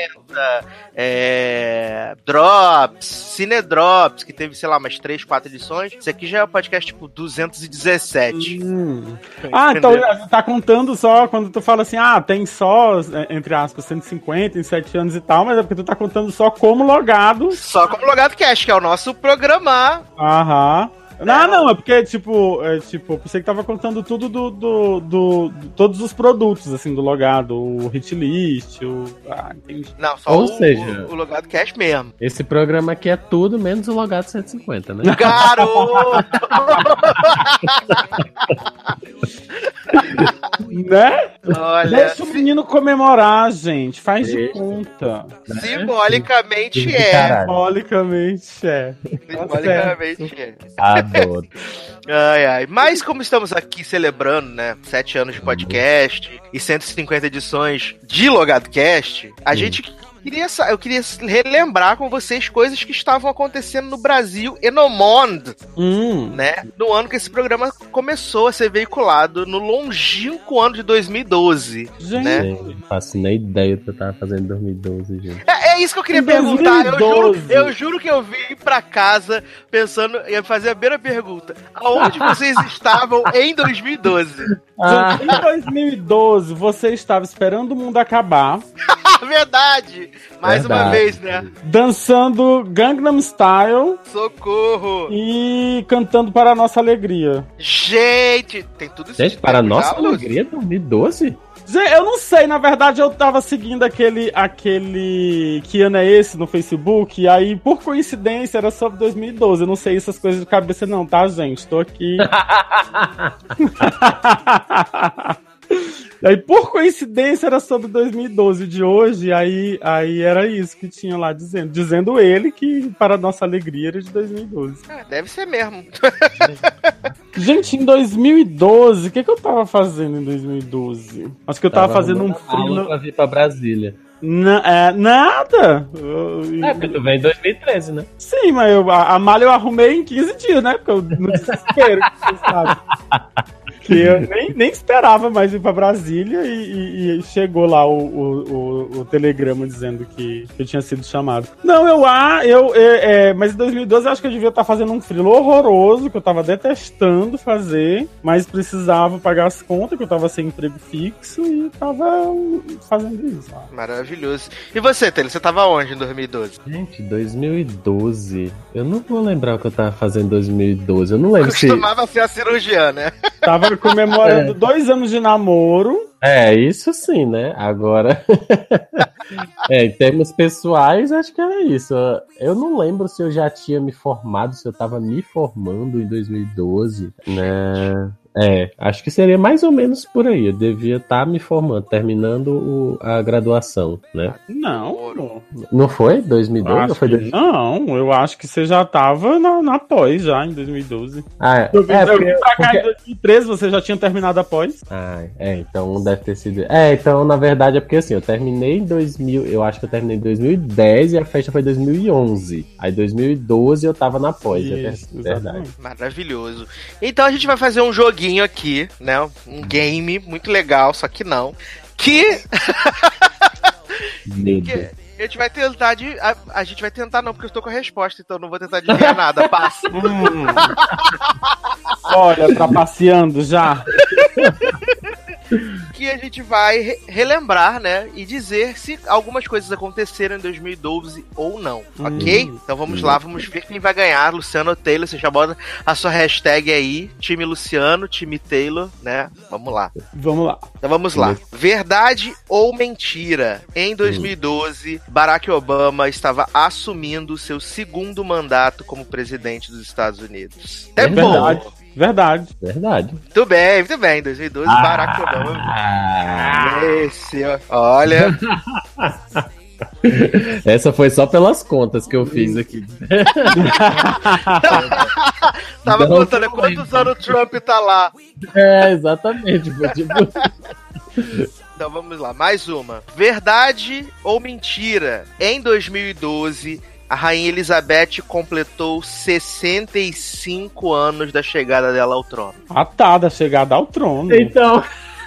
[SPEAKER 3] É, Drops, Cine Drops, que teve, sei lá, umas três, quatro edições. Esse aqui já é o podcast tipo duzentos e dezessete.
[SPEAKER 13] Hum. Ah, então tá contando só quando tu fala assim, ah, tem só, entre aspas, cento e cinquenta em sete anos e tal, mas é porque tu tá contando só como Logado.
[SPEAKER 3] Só como Logado Cast, que é o nosso programa.
[SPEAKER 13] Aham. Não, não, é porque, tipo, é, tipo, eu pensei que tava contando tudo do, do, do, do todos os produtos, assim, do Logado, o Hitlist, o... Ah, entendi.
[SPEAKER 3] Não, só
[SPEAKER 12] Ou
[SPEAKER 3] o,
[SPEAKER 12] seja,
[SPEAKER 3] o, o Logado Cast mesmo.
[SPEAKER 12] Esse programa aqui é tudo menos o Logado cento e cinquenta, né?
[SPEAKER 3] Garoto!
[SPEAKER 13] Né?
[SPEAKER 3] Olha,
[SPEAKER 13] deixa o menino comemorar, gente. Faz de conta.
[SPEAKER 3] Simbolicamente
[SPEAKER 12] né?
[SPEAKER 3] é.
[SPEAKER 13] Simbolicamente é.
[SPEAKER 3] Simbolicamente é.
[SPEAKER 12] Adoro.
[SPEAKER 3] Ai, ai. Mas como estamos aqui celebrando, né, sete anos de podcast e cento e cinquenta edições de Logado Cast, a hum. gente... Queria, eu queria relembrar com vocês coisas que estavam acontecendo no Brasil e no mundo,
[SPEAKER 13] hum.
[SPEAKER 3] né? No ano que esse programa começou a ser veiculado, no longínquo ano de dois mil e doze.
[SPEAKER 13] Gente,
[SPEAKER 3] né?
[SPEAKER 12] Não faço nem ideia do que eu tava fazendo em dois mil e doze, gente.
[SPEAKER 3] É, é isso que eu queria perguntar. Eu juro, eu juro que eu vim pra casa pensando em fazer a primeira pergunta. Aonde vocês estavam em dois mil e doze?
[SPEAKER 13] Ah. Gente, em dois mil e doze, você estava esperando o mundo acabar.
[SPEAKER 3] Verdade! Mais
[SPEAKER 12] Verdade.
[SPEAKER 3] uma vez, né?
[SPEAKER 13] Dançando Gangnam Style.
[SPEAKER 3] Socorro!
[SPEAKER 13] E cantando Para a Nossa Alegria.
[SPEAKER 3] Gente, tem tudo isso.
[SPEAKER 12] Gente, Para a Nossa Alegria, dois mil e doze?
[SPEAKER 13] Eu não sei, na verdade eu tava seguindo aquele, aquele Que Ano é Esse no Facebook, e aí por coincidência era sobre dois mil e doze, eu não sei essas coisas de cabeça não, tá gente? Tô aqui... Aí, por coincidência, era sobre dois mil e doze de hoje, aí, aí era isso que tinha lá dizendo. Dizendo ele que, para nossa alegria, era de dois mil e doze.
[SPEAKER 3] Ah, deve ser mesmo.
[SPEAKER 13] Gente, em dois mil e doze, o que, que eu tava fazendo em dois mil e doze? Acho que eu tava, tava fazendo um
[SPEAKER 12] frio pra vir pra Brasília.
[SPEAKER 13] Na, é, nada.
[SPEAKER 12] É, porque tu veio em dois mil e treze, né?
[SPEAKER 13] Sim, mas eu, a, a malha eu arrumei em quinze dias, né? Porque eu no desespero, que você sabe. Que eu nem, nem esperava mais ir pra Brasília e, e, e chegou lá o, o, o, o telegrama dizendo que eu tinha sido chamado. Não, eu, ah, eu, é, é, mas em dois mil e doze eu acho que eu devia estar fazendo um frilo horroroso, que eu tava detestando fazer, mas precisava pagar as contas, que eu tava sem emprego fixo e tava fazendo isso. Ah.
[SPEAKER 3] Maravilhoso. E você, Taylor, você tava onde em dois mil e doze?
[SPEAKER 12] Gente, dois mil e doze, eu não vou lembrar o que eu tava fazendo em dois mil e doze, eu não lembro se...
[SPEAKER 3] Costumava ser a cirurgiã, né?
[SPEAKER 13] Tava comemorando é. dois anos de namoro.
[SPEAKER 12] É, isso sim, né? Agora, é, em termos pessoais, acho que era isso. Eu não lembro se eu já tinha me formado, se eu tava me formando em dois mil e doze, né? É, acho que seria mais ou menos por aí. Eu devia estar me formando, terminando o, a graduação, né?
[SPEAKER 13] Não.
[SPEAKER 12] Não foi? dois mil e doze? Ou foi dois...
[SPEAKER 13] Não, eu acho que você já tava na, na pós já, em dois mil e doze.
[SPEAKER 12] Ah, é.
[SPEAKER 13] Eu vim
[SPEAKER 12] é,
[SPEAKER 13] pra
[SPEAKER 12] porque,
[SPEAKER 13] cá
[SPEAKER 12] porque...
[SPEAKER 13] em dois mil e treze, você já tinha terminado a pós?
[SPEAKER 12] Ah, é, então deve ter sido... É, então na verdade é porque assim, eu terminei em dois mil, eu acho que eu terminei em dois mil e dez e a festa foi em dois mil e onze. Aí em dois mil e doze eu tava na pós,
[SPEAKER 13] Isso,
[SPEAKER 12] é verdade.
[SPEAKER 3] Maravilhoso. Então a gente vai fazer um joguinho aqui, né? Um game muito legal, só que não. Que... que a gente vai tentar de... A, a gente vai tentar não, porque eu estou com a resposta, então eu não vou tentar adivinhar nada. Passa.
[SPEAKER 13] Hum. Olha, trapaceando já.
[SPEAKER 3] Que a gente vai re- relembrar, né? E dizer se algumas coisas aconteceram em dois mil e doze ou não, hum, ok? Então vamos hum. lá, vamos ver quem vai ganhar. Luciano ou Taylor, você já bota a sua hashtag aí, time Luciano, time Taylor, né? Vamos lá.
[SPEAKER 13] Vamos lá.
[SPEAKER 3] Então vamos lá. Verdade ou mentira? Em dois mil e doze, Barack Obama estava assumindo seu segundo mandato como presidente dos Estados Unidos.
[SPEAKER 13] É verdade. Bom. Verdade.
[SPEAKER 12] Verdade.
[SPEAKER 3] Muito bem, muito bem. Em dois mil e doze, ah, Barack Obama. Ah, esse, olha.
[SPEAKER 12] Essa foi só pelas contas que eu fiz aqui.
[SPEAKER 3] Tava não, contando não, quantos anos o Trump tá lá.
[SPEAKER 12] É, exatamente. Tipo...
[SPEAKER 3] Então vamos lá, mais uma. Verdade ou mentira? Em dois mil e doze... a Rainha Elizabeth completou sessenta e cinco anos da chegada dela ao trono.
[SPEAKER 13] Ah tá, da chegada ao trono.
[SPEAKER 12] Então...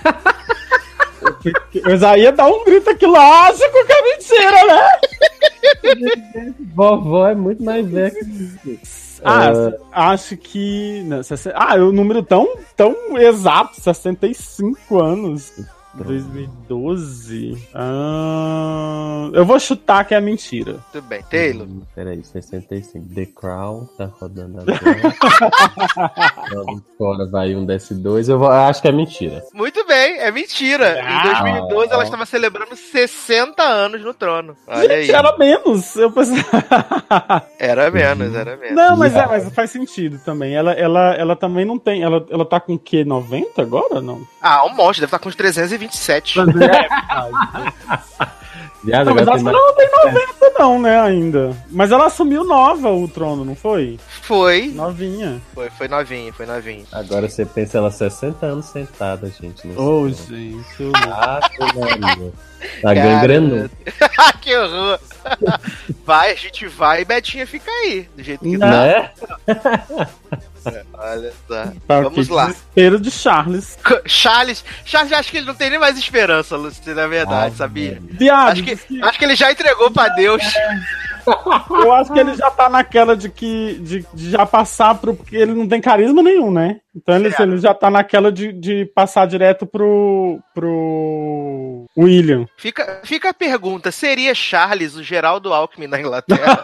[SPEAKER 13] eu já ia dar um grito aqui, lógico que é mentira,
[SPEAKER 12] né? Vovó é muito mais velha que isso.
[SPEAKER 13] Ah, uh... acho que... Não, ah, é um número tão, tão exato, sessenta e cinco anos. dois mil e doze? Ah, eu vou chutar que é mentira.
[SPEAKER 3] Tudo bem, Taylor.
[SPEAKER 12] Hum, peraí, sessenta e cinco. The Crown tá rodando agora. Fora vai um desce dois. Eu, vou, eu acho que é mentira.
[SPEAKER 3] Muito bem, é mentira. Ah, em dois mil e doze ah, ela estava celebrando sessenta anos no trono. Olha
[SPEAKER 13] gente,
[SPEAKER 3] aí.
[SPEAKER 13] Era menos. Eu pensei...
[SPEAKER 3] Era menos, era menos.
[SPEAKER 13] Não, mas, é, mas faz sentido também. Ela, ela, ela também não tem. Ela, ela tá com o quê? noventa agora ou não?
[SPEAKER 3] Ah, um monte, deve estar com uns trezentos e vinte e sete.
[SPEAKER 13] Mas é, Viado, não, mas acho que ela não tem noventa não, né, ainda. Mas ela assumiu nova o trono, não foi?
[SPEAKER 3] Foi.
[SPEAKER 13] Novinha.
[SPEAKER 3] Foi, foi novinha, foi novinha.
[SPEAKER 12] Agora você pensa ela sessenta anos sentada, gente.
[SPEAKER 13] Ô, oh, gente.
[SPEAKER 12] Ah, tá gangrenando.
[SPEAKER 3] Que horror. Vai, a gente vai e Betinha fica aí, do jeito que
[SPEAKER 12] né?
[SPEAKER 3] tá. Olha só. Vamos lá.
[SPEAKER 13] Desespero de Charles.
[SPEAKER 3] Charles, Charles, acho que ele não tem nem mais esperança, Lúcio, na verdade, ah, sabia?
[SPEAKER 13] Viado,
[SPEAKER 3] acho, que, que... acho que ele já entregou pra Deus.
[SPEAKER 13] Eu acho que ele já tá naquela de que de, de já passar pro. Porque ele não tem carisma nenhum, né? Então ele, ele já tá naquela de, de passar direto pro. pro. William.
[SPEAKER 3] Fica, fica a pergunta: seria Charles o Geraldo Alckmin na Inglaterra?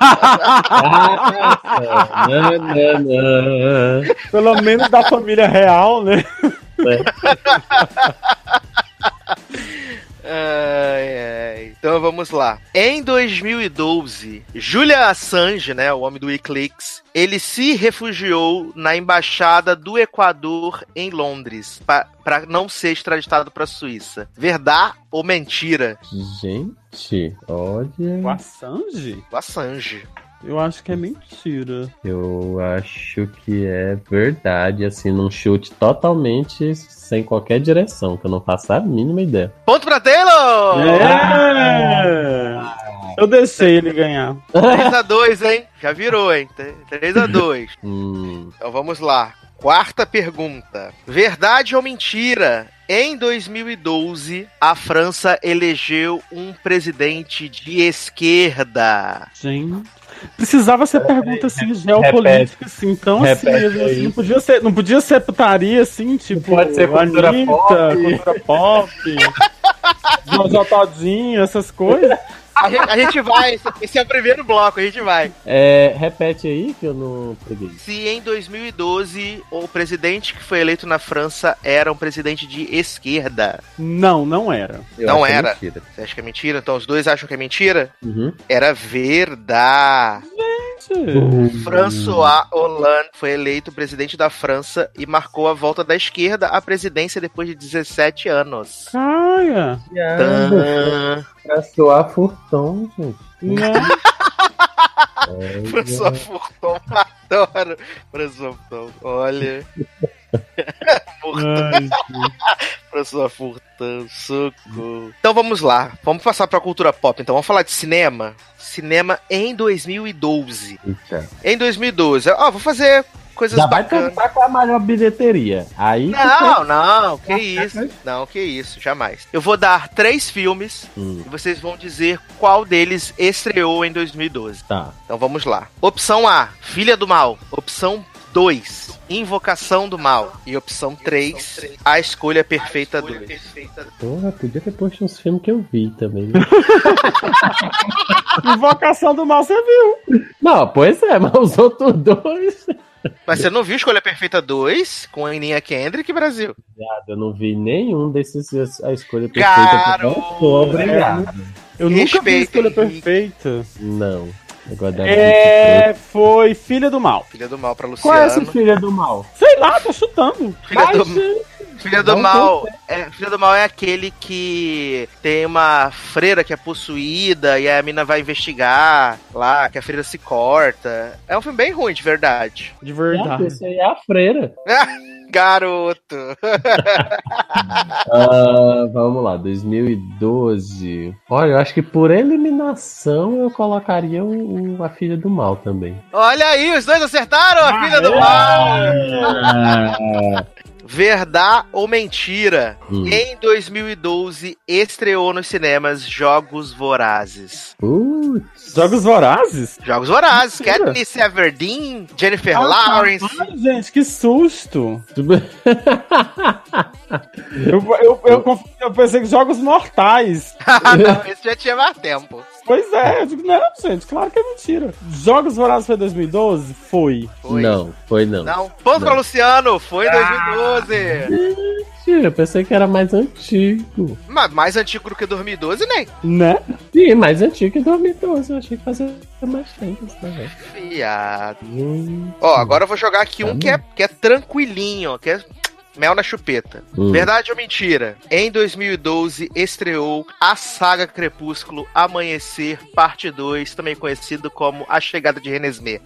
[SPEAKER 12] não, não, não.
[SPEAKER 13] Pelo menos da família real, né?
[SPEAKER 3] É. Ai, ai. Então vamos lá. Em dois mil e doze, Julian Assange, né, o homem do Wikileaks, ele se refugiou na embaixada do Equador em Londres para não ser extraditado para a Suíça. Verdade ou mentira?
[SPEAKER 12] Gente, olha...
[SPEAKER 13] O Assange?
[SPEAKER 3] O Assange.
[SPEAKER 13] Eu acho que é mentira.
[SPEAKER 12] Eu acho que é verdade, assim, num chute totalmente sem qualquer direção, que eu não faço a mínima ideia.
[SPEAKER 3] Ponto pra Taylor!
[SPEAKER 13] É! Eu deixei ele ganhar.
[SPEAKER 3] três a dois, hein? Já virou, hein? três a dois.
[SPEAKER 12] Hum.
[SPEAKER 3] Então vamos lá. Quarta pergunta. Verdade ou mentira? Em dois mil e doze, a França elegeu um presidente de esquerda.
[SPEAKER 13] Gente... Precisava ser pergunta assim, geopolítica, assim, então assim, assim não, podia ser, não podia ser putaria, assim, tipo,
[SPEAKER 12] pode ser cultura
[SPEAKER 13] Anitta,
[SPEAKER 12] pop,
[SPEAKER 13] cultura pop, Jojo Todinho, essas coisas.
[SPEAKER 3] A gente, a gente vai, esse é o primeiro bloco, a gente vai.
[SPEAKER 12] É, repete aí que eu não peguei.
[SPEAKER 3] Se em dois mil e doze o presidente que foi eleito na França era um presidente de esquerda.
[SPEAKER 13] Não, não era.
[SPEAKER 12] Eu
[SPEAKER 3] não
[SPEAKER 12] acho
[SPEAKER 3] era?
[SPEAKER 12] Mentira.
[SPEAKER 3] Você acha que é mentira? Então os dois acham que é mentira?
[SPEAKER 12] Uhum.
[SPEAKER 3] Era verdade.
[SPEAKER 13] Uhum.
[SPEAKER 3] François Hollande foi eleito presidente da França e marcou a volta da esquerda à presidência depois de dezessete anos.
[SPEAKER 13] Caia!
[SPEAKER 12] François Furton, gente.
[SPEAKER 3] François Furton, adoro François Furton, olha. François Furton, socorro. Então vamos lá, vamos passar pra cultura pop. Então vamos falar de cinema. Cinema em dois mil e doze.
[SPEAKER 12] Eita.
[SPEAKER 3] Em dois mil e doze, ó, vou fazer coisas
[SPEAKER 12] Já
[SPEAKER 3] bacanas.
[SPEAKER 12] vai pensar com a maior bilheteria. Aí
[SPEAKER 3] Não, não, que isso. Não, que isso, jamais. Eu vou dar três filmes
[SPEAKER 12] Hum.
[SPEAKER 3] e vocês vão dizer qual deles estreou em dois mil e doze.
[SPEAKER 12] Tá.
[SPEAKER 3] Então vamos lá. Opção A, Filha do Mal. Opção dois, Invocação do Mal. E opção três, A Escolha Perfeita dois.
[SPEAKER 12] Porra, podia ter posto uns filmes que eu vi também.
[SPEAKER 13] Invocação do Mal, você viu?
[SPEAKER 12] Não, pois é, mas os outros dois...
[SPEAKER 3] Mas você não viu Escolha Perfeita dois com a Aninha Kendrick, Brasil?
[SPEAKER 12] Eu não vi nenhum desses A Escolha Perfeita.
[SPEAKER 3] Garoto!
[SPEAKER 12] Obrigado.
[SPEAKER 13] Eu nunca vi a
[SPEAKER 3] Respeita,
[SPEAKER 13] Escolha
[SPEAKER 3] Henrique.
[SPEAKER 13] Perfeita.
[SPEAKER 12] Não. Agora
[SPEAKER 13] É, foi Filha do Mal.
[SPEAKER 3] Filha do Mal pra
[SPEAKER 12] Qual é
[SPEAKER 3] Luciano.
[SPEAKER 12] essa Filha do Mal?
[SPEAKER 13] Sei lá, tô chutando.
[SPEAKER 3] Filha
[SPEAKER 13] Mas,
[SPEAKER 3] do- Filha do
[SPEAKER 12] Não
[SPEAKER 3] Mal é, Filha do Mal é aquele que tem uma freira que é possuída e a mina vai investigar lá, que a freira se corta. É um filme bem ruim, de verdade.
[SPEAKER 13] De
[SPEAKER 12] Ah,
[SPEAKER 13] verdade.
[SPEAKER 12] esse aí é a freira.
[SPEAKER 3] Garoto!
[SPEAKER 12] Ah, vamos lá, dois mil e doze. Olha, eu acho que por eliminação eu colocaria o, o A Filha do Mal também.
[SPEAKER 3] Olha aí, os dois acertaram a Filha do Mal! Verdade ou mentira?
[SPEAKER 12] Hum.
[SPEAKER 3] Em dois mil e doze estreou nos cinemas Jogos Vorazes.
[SPEAKER 12] Putz.
[SPEAKER 13] Jogos Vorazes?
[SPEAKER 3] Jogos Vorazes,
[SPEAKER 13] Mentira.
[SPEAKER 3] Katniss Everdeen, Jennifer
[SPEAKER 13] Ah,
[SPEAKER 3] Lawrence.
[SPEAKER 13] Ai, gente, que susto. Eu, eu, eu, conf- eu pensei que Jogos Mortais.
[SPEAKER 3] Ah, não, esse já tinha mais tempo.
[SPEAKER 13] Pois é, eu digo, não, gente, claro que é mentira. Jogos Vorazes foi dois mil e doze? Foi.
[SPEAKER 3] Foi.
[SPEAKER 12] Não, foi não.
[SPEAKER 3] Não, ponto pra
[SPEAKER 12] Não.
[SPEAKER 3] Luciano, foi em dois mil e doze.
[SPEAKER 12] Mentira, eu pensei que era mais antigo.
[SPEAKER 3] Mas mais antigo do que dois mil e doze, nem.
[SPEAKER 13] Né?
[SPEAKER 12] Sim, mais antigo que dois mil e doze. Eu achei que fazia mais tempo isso também.
[SPEAKER 3] Fiado.
[SPEAKER 12] Hum.
[SPEAKER 3] Ó, agora eu vou jogar aqui um
[SPEAKER 12] Tá
[SPEAKER 3] que é, que é tranquilinho, que é mel na chupeta.
[SPEAKER 12] Hum.
[SPEAKER 3] Verdade ou mentira? Em dois mil e doze estreou a saga Crepúsculo Amanhecer, parte dois, também conhecido como A Chegada de Renesmee.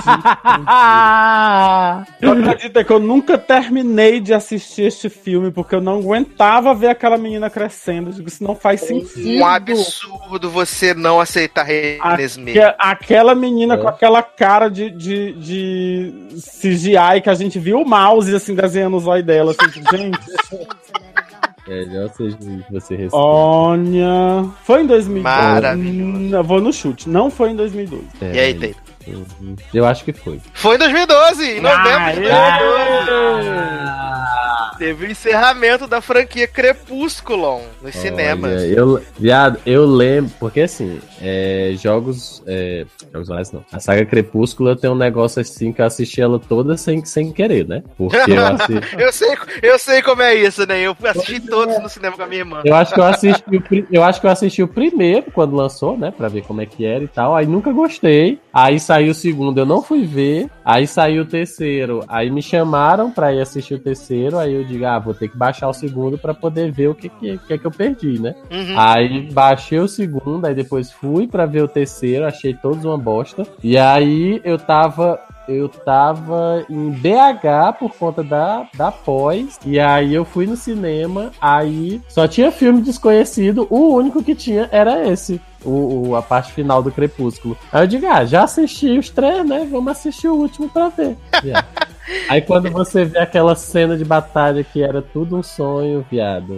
[SPEAKER 13] Eu acredito que eu nunca terminei de assistir este filme porque eu não aguentava ver aquela menina crescendo. Eu digo, isso não faz sentido.
[SPEAKER 3] Um absurdo você não aceitar Renesmee.
[SPEAKER 13] Aque- aquela menina
[SPEAKER 12] É.
[SPEAKER 13] com aquela cara de, de, de C G I que a gente viu o mouse assim desenhando os olhos dela. Assim, gente,
[SPEAKER 12] Melhor seja que você respeita.
[SPEAKER 13] olha. Foi em dois mil e doze.
[SPEAKER 3] Maravilhoso.
[SPEAKER 13] Hum, Eu vou no chute. Não foi em dois mil e doze.
[SPEAKER 3] E aí, Taylor?
[SPEAKER 12] Uhum. Eu acho que foi.
[SPEAKER 3] Foi em dois mil e doze, em novembro de dois mil e doze.
[SPEAKER 13] Ah,
[SPEAKER 3] Teve o encerramento da franquia Crepúsculo nos
[SPEAKER 12] Olha,
[SPEAKER 3] cinemas.
[SPEAKER 12] Eu, viado, eu lembro, porque assim, é, jogos. É, jogos mais não. A saga Crepúsculo eu tenho um negócio assim que eu assisti ela toda sem, sem querer, né? Porque eu assisti.
[SPEAKER 3] eu, sei, eu sei como é isso, né? Eu assisti todos no cinema com a minha irmã.
[SPEAKER 12] Eu acho que eu assisti o, eu acho que eu assisti o primeiro quando lançou, né? Pra ver como é que era e tal. Aí nunca gostei. Aí saiu o segundo, eu não fui ver. Aí saiu o terceiro. Aí me chamaram pra ir assistir o terceiro. Aí eu digo, ah, vou ter que baixar o segundo pra poder ver o que, que, que é que eu perdi, né?
[SPEAKER 3] Uhum.
[SPEAKER 12] Aí baixei o segundo, aí depois fui pra ver o terceiro, achei todos uma bosta. E aí eu tava. Eu tava em B H por conta da, da pós. E aí eu fui no cinema. Aí só tinha filme desconhecido. O único que tinha era esse. O, o, a parte final do Crepúsculo. Aí eu digo, ah, já assisti os três, né? Vamos assistir o último pra ver. Yeah. Aí quando você vê aquela cena de batalha que era tudo um sonho, viado.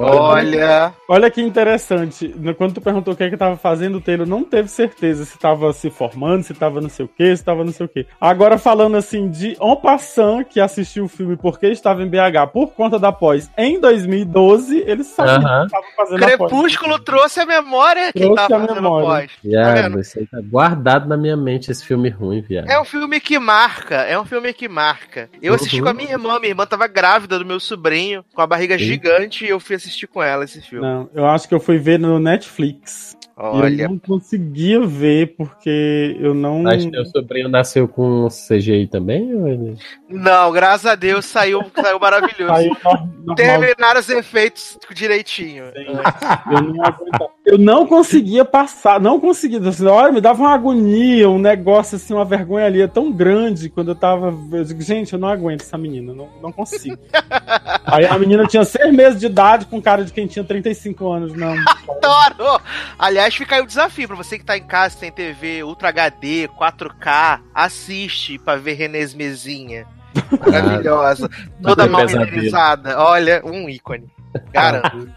[SPEAKER 3] Olha!
[SPEAKER 13] Olha que interessante. Quando tu perguntou o que é que tava fazendo, o Taylor não teve certeza se tava se formando, se tava não sei o que, se tava não sei o que. Agora falando assim de en passant que assistiu o filme porque estava em B H por conta da pós em dois mil e doze, ele sabia
[SPEAKER 12] uh-huh.
[SPEAKER 13] que tava fazendo
[SPEAKER 3] Crepúsculo
[SPEAKER 13] a pós.
[SPEAKER 3] trouxe a memória que
[SPEAKER 13] trouxe
[SPEAKER 3] tava
[SPEAKER 13] a
[SPEAKER 3] fazendo
[SPEAKER 13] memória.
[SPEAKER 3] pós.
[SPEAKER 12] Viado, tá isso aí tá guardado na minha mente, esse filme ruim, viado.
[SPEAKER 3] É um filme que marca, é um filme que marca. Eu assisti
[SPEAKER 12] Uhum.
[SPEAKER 3] com a minha irmã, minha irmã tava grávida do meu sobrinho, com a barriga
[SPEAKER 12] Sim.
[SPEAKER 3] gigante, e eu fui assistir com ela esse filme.
[SPEAKER 13] Não, eu acho que eu fui ver no Netflix.
[SPEAKER 3] Olha.
[SPEAKER 13] Eu não conseguia ver porque eu não.
[SPEAKER 12] Mas teu sobrinho nasceu com C G I também? Ou ele...
[SPEAKER 3] Não, graças a Deus saiu, saiu maravilhoso.
[SPEAKER 13] Saiu normal.
[SPEAKER 3] Terminaram os efeitos direitinho.
[SPEAKER 13] Eu não aguentava. Eu não conseguia passar, não conseguia. Assim, olha, me dava uma agonia, um negócio assim, uma vergonha ali é tão grande quando eu tava. Eu digo, gente, eu não aguento essa menina, não, não consigo. Aí a menina tinha seis meses de idade com cara de quem tinha trinta e cinco anos, não.
[SPEAKER 3] Adoro! Aliás, fica aí o desafio pra você que tá em casa, tem T V Ultra H D, quatro K, assiste pra ver Renês Mesinha. Maravilhosa. Toda mal renderizada. Olha, um ícone. Garanto.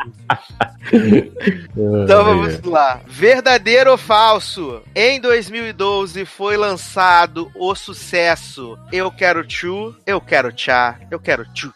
[SPEAKER 3] Então vamos lá. Verdadeiro ou falso? Em dois mil e doze foi lançado o sucesso Eu Quero Tchu, Eu Quero Tchá, Eu Quero Tchu.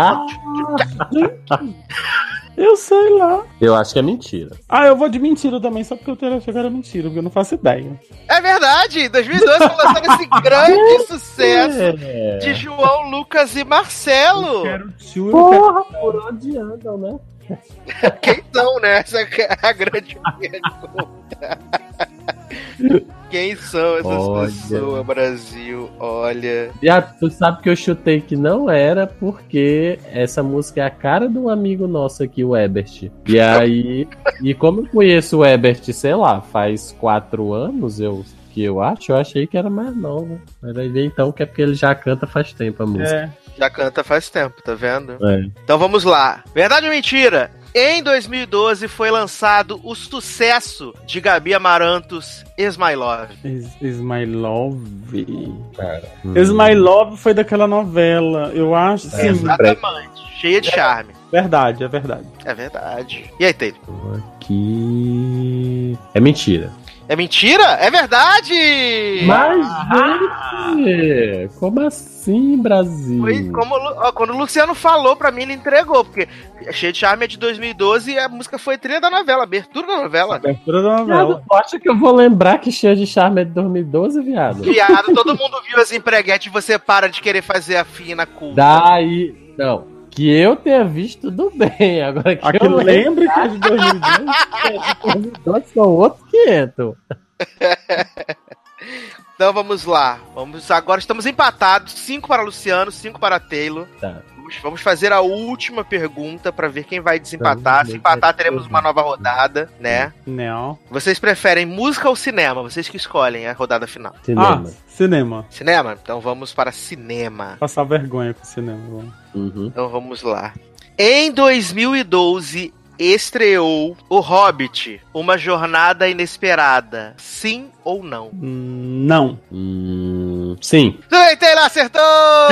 [SPEAKER 13] Eu sei lá.
[SPEAKER 12] Eu acho que é mentira.
[SPEAKER 13] Ah, eu vou de mentira também, só porque eu tenho achado que era mentira, porque eu não faço ideia.
[SPEAKER 3] É verdade! Em dois mil e doze foi lançado esse grande sucesso é. de João, Lucas e Marcelo.
[SPEAKER 13] Eu quero tchu, eu
[SPEAKER 12] Porra, quero... por onde andam, né?
[SPEAKER 3] Quem são, né? Essa é a grande pergunta. Quem são essas
[SPEAKER 12] Olha.
[SPEAKER 3] pessoas, Brasil? Olha.
[SPEAKER 12] E ah, tu sabe que eu chutei que não era porque essa música é a cara de um amigo nosso aqui, o Ebert. E aí, e como eu conheço o Ebert, sei lá, faz quatro anos, eu que eu acho, eu achei que era mais nova. Mas aí vem então que é porque ele já canta faz tempo a música.
[SPEAKER 13] É.
[SPEAKER 3] Já canta faz tempo, tá vendo?
[SPEAKER 12] É.
[SPEAKER 3] Então vamos lá. Verdade ou mentira? Em dois mil e doze foi lançado o sucesso de Gabi Amarantos, Is My Love.
[SPEAKER 13] Is, is My Love.
[SPEAKER 12] Cara.
[SPEAKER 13] Is My Love foi daquela novela, eu acho.
[SPEAKER 12] É,
[SPEAKER 13] Sim,
[SPEAKER 3] exatamente. Cheia de charme.
[SPEAKER 13] Verdade, é verdade.
[SPEAKER 3] É verdade. E aí, Taylor?
[SPEAKER 12] Aqui. É mentira.
[SPEAKER 3] É mentira? É verdade!
[SPEAKER 12] Mas, gente, como assim, Brasil?
[SPEAKER 3] Foi como, ó, quando o Luciano falou pra mim, ele entregou, porque Cheia de Charme é de dois mil e doze e a música foi trilha da novela, abertura da novela.
[SPEAKER 13] Abertura da novela.
[SPEAKER 12] Tu acha que eu vou lembrar que Cheia de Charme é de dois mil e doze, viado?
[SPEAKER 3] Viado, todo mundo viu as empreguetes e você para de querer fazer a fina culpa.
[SPEAKER 12] Daí, não. Que eu tenha visto, tudo bem. Agora que
[SPEAKER 13] Aqui
[SPEAKER 12] eu
[SPEAKER 13] lembro que é de dois mil e doze
[SPEAKER 12] são outros quinhentos.
[SPEAKER 3] Então vamos lá. Vamos, agora estamos empatados. cinco para Luciano, cinco para Taylor.
[SPEAKER 12] Tá.
[SPEAKER 3] Vamos, vamos fazer a última pergunta para ver quem vai desempatar. Se empatar, teremos uma nova rodada, né?
[SPEAKER 13] Não.
[SPEAKER 3] Vocês preferem música ou cinema? Vocês que escolhem a rodada final.
[SPEAKER 13] Cinema. Ah, cinema.
[SPEAKER 3] Cinema? Então vamos para cinema.
[SPEAKER 13] Passar vergonha com o cinema.
[SPEAKER 12] Uhum.
[SPEAKER 3] Então vamos lá. Em dois mil e doze estreou O Hobbit, Uma Jornada Inesperada. Sim ou não?
[SPEAKER 13] Não.
[SPEAKER 12] Hum, sim.
[SPEAKER 3] Taylor acertou!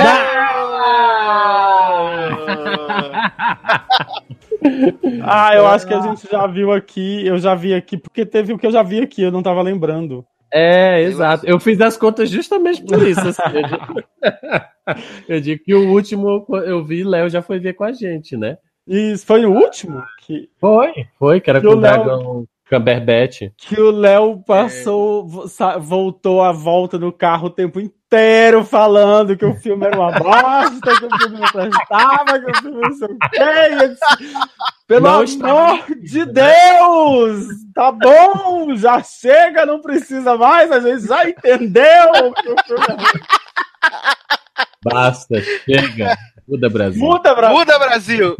[SPEAKER 13] Ah, eu acho que a gente já viu aqui, eu já vi aqui, porque teve o que eu já vi aqui, eu não tava lembrando.
[SPEAKER 12] É, exato. Eu fiz as contas justamente por isso. Assim, Eu digo que o último eu vi, Léo já foi ver com a gente, né?
[SPEAKER 13] Isso, foi o último? Que...
[SPEAKER 12] Foi, foi, que era
[SPEAKER 13] que
[SPEAKER 12] com
[SPEAKER 13] o
[SPEAKER 12] o
[SPEAKER 13] Léo...
[SPEAKER 12] dragão Cumberbatch.
[SPEAKER 13] Que o Léo passou, é... voltou a volta no carro o tempo inteiro falando que o filme era uma bosta, que o filme não prestava, que o filme não sei o quê. Pelo
[SPEAKER 12] não
[SPEAKER 13] amor
[SPEAKER 12] está...
[SPEAKER 13] de Deus! Tá bom, já chega, não precisa mais, a gente já entendeu que o filme é ruim.
[SPEAKER 12] Basta, chega. Muda Brasil.
[SPEAKER 13] Muda Brasil.
[SPEAKER 3] Muda Brasil.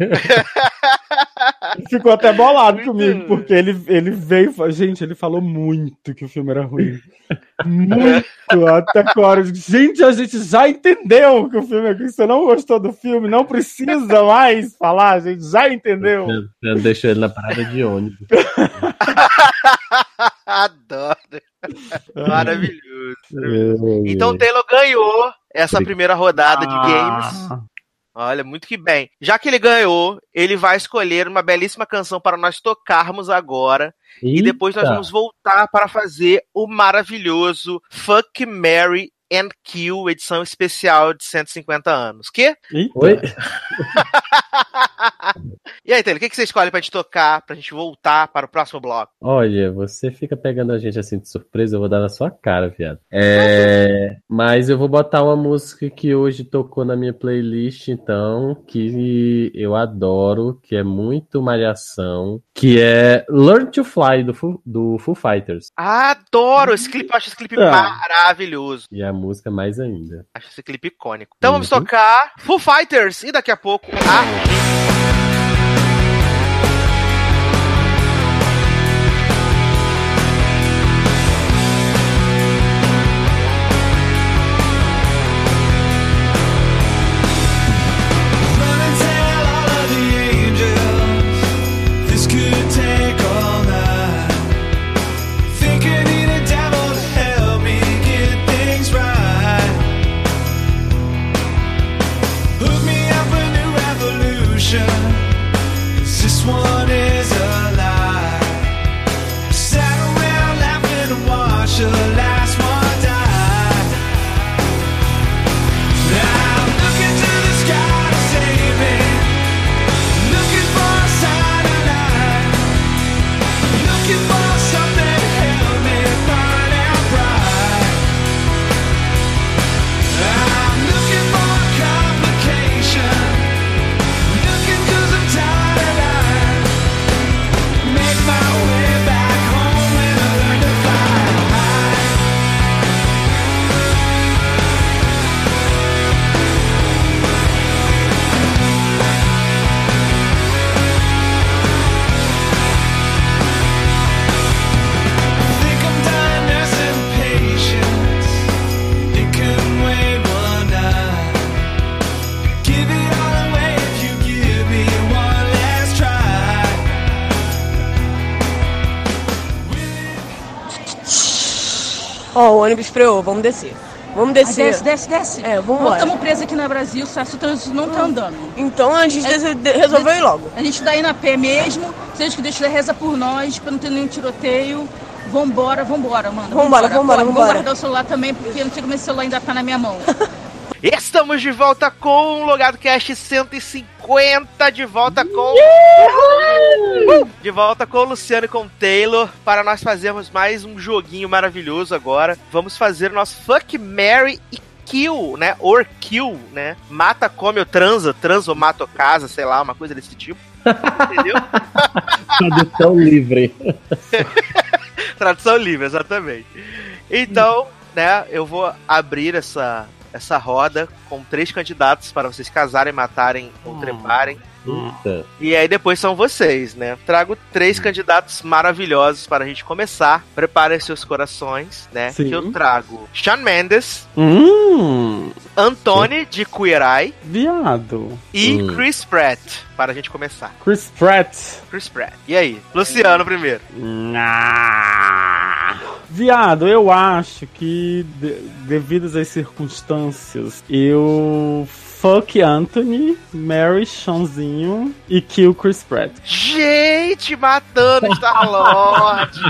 [SPEAKER 13] Ficou até bolado comigo, porque ele, ele veio. Gente, ele falou muito que o filme era ruim. Muito. Até agora. Gente, a gente já entendeu que o filme é ruim. Você não gostou do filme, não precisa mais falar, a gente já entendeu.
[SPEAKER 12] Você deixou ele na parada de ônibus.
[SPEAKER 3] Adoro. Maravilhoso. Então, Taylor ganhou essa primeira rodada de games. Olha, muito que bem. Já que ele ganhou, ele vai escolher uma belíssima canção para nós tocarmos agora. Eita. E depois nós vamos voltar para fazer o maravilhoso Fuck, Marry and Kill, edição especial de cento e cinquenta anos. Que?
[SPEAKER 12] Oi?
[SPEAKER 3] E aí, Taylor, o que você escolhe pra gente tocar, pra gente voltar para o próximo bloco?
[SPEAKER 12] Olha, você fica pegando a gente assim de surpresa, eu vou dar na sua cara, viado. É... Mas eu vou botar uma música que hoje tocou na minha playlist, então, que eu adoro, que é muito malhação, que é Learn to Fly, do Foo, do Foo Fighters.
[SPEAKER 3] Adoro! Esse clipe, eu acho esse clipe é. maravilhoso.
[SPEAKER 12] E a música mais ainda.
[SPEAKER 3] Acho esse clipe icônico. Então uhum. vamos tocar Foo Fighters e daqui a pouco a...
[SPEAKER 11] Ó, o ônibus freou, vamos descer. Vamos descer.
[SPEAKER 10] Ah, desce, desce, desce.
[SPEAKER 11] É, vamos
[SPEAKER 10] Nós
[SPEAKER 11] lá.
[SPEAKER 10] estamos presos aqui no Brasil, só o trânsito não tá andando.
[SPEAKER 11] Então a gente é, resolveu ir logo.
[SPEAKER 10] A gente tá indo a pé mesmo, seja que Deus reza por nós, pra não ter nenhum tiroteio. Vambora, vambora, mano.
[SPEAKER 11] Vambora, vambora, vambora.
[SPEAKER 10] Vamos guardar o celular também, porque não sei como esse celular ainda tá na minha mão.
[SPEAKER 3] Estamos de volta com o Logado Cast cento e cinquenta, de volta com... Uh! De volta com o Luciano e com o Taylor, para nós fazermos mais um joguinho maravilhoso agora. Vamos fazer o nosso Fuck, Marry e Kill, né? Or Kill, né? Mata, come ou transa, transa ou mata ou casa, sei lá, uma coisa desse tipo. Entendeu?
[SPEAKER 12] Tradução livre.
[SPEAKER 3] Tradução livre, exatamente. Então, né, eu vou abrir essa... essa roda com três candidatos para vocês casarem, matarem ou hum. treparem.
[SPEAKER 12] Eita.
[SPEAKER 3] E aí depois são vocês, né? Trago três candidatos maravilhosos para a gente começar. Preparem seus corações, né?
[SPEAKER 13] Sim.
[SPEAKER 3] Que eu trago Shawn Mendes,
[SPEAKER 13] Hum.
[SPEAKER 3] Anthony de Queer Eye
[SPEAKER 13] Viado.
[SPEAKER 3] e
[SPEAKER 12] Hum.
[SPEAKER 3] Chris Pratt, para a gente começar.
[SPEAKER 13] Chris Pratt.
[SPEAKER 3] Chris Pratt. E aí? Luciano primeiro.
[SPEAKER 13] Ah. Viado, eu acho que de, devido às circunstâncias, eu Fuck Anthony, Marry Seanzinho e Kill Chris Pratt.
[SPEAKER 3] Gente, matando Star-Lord!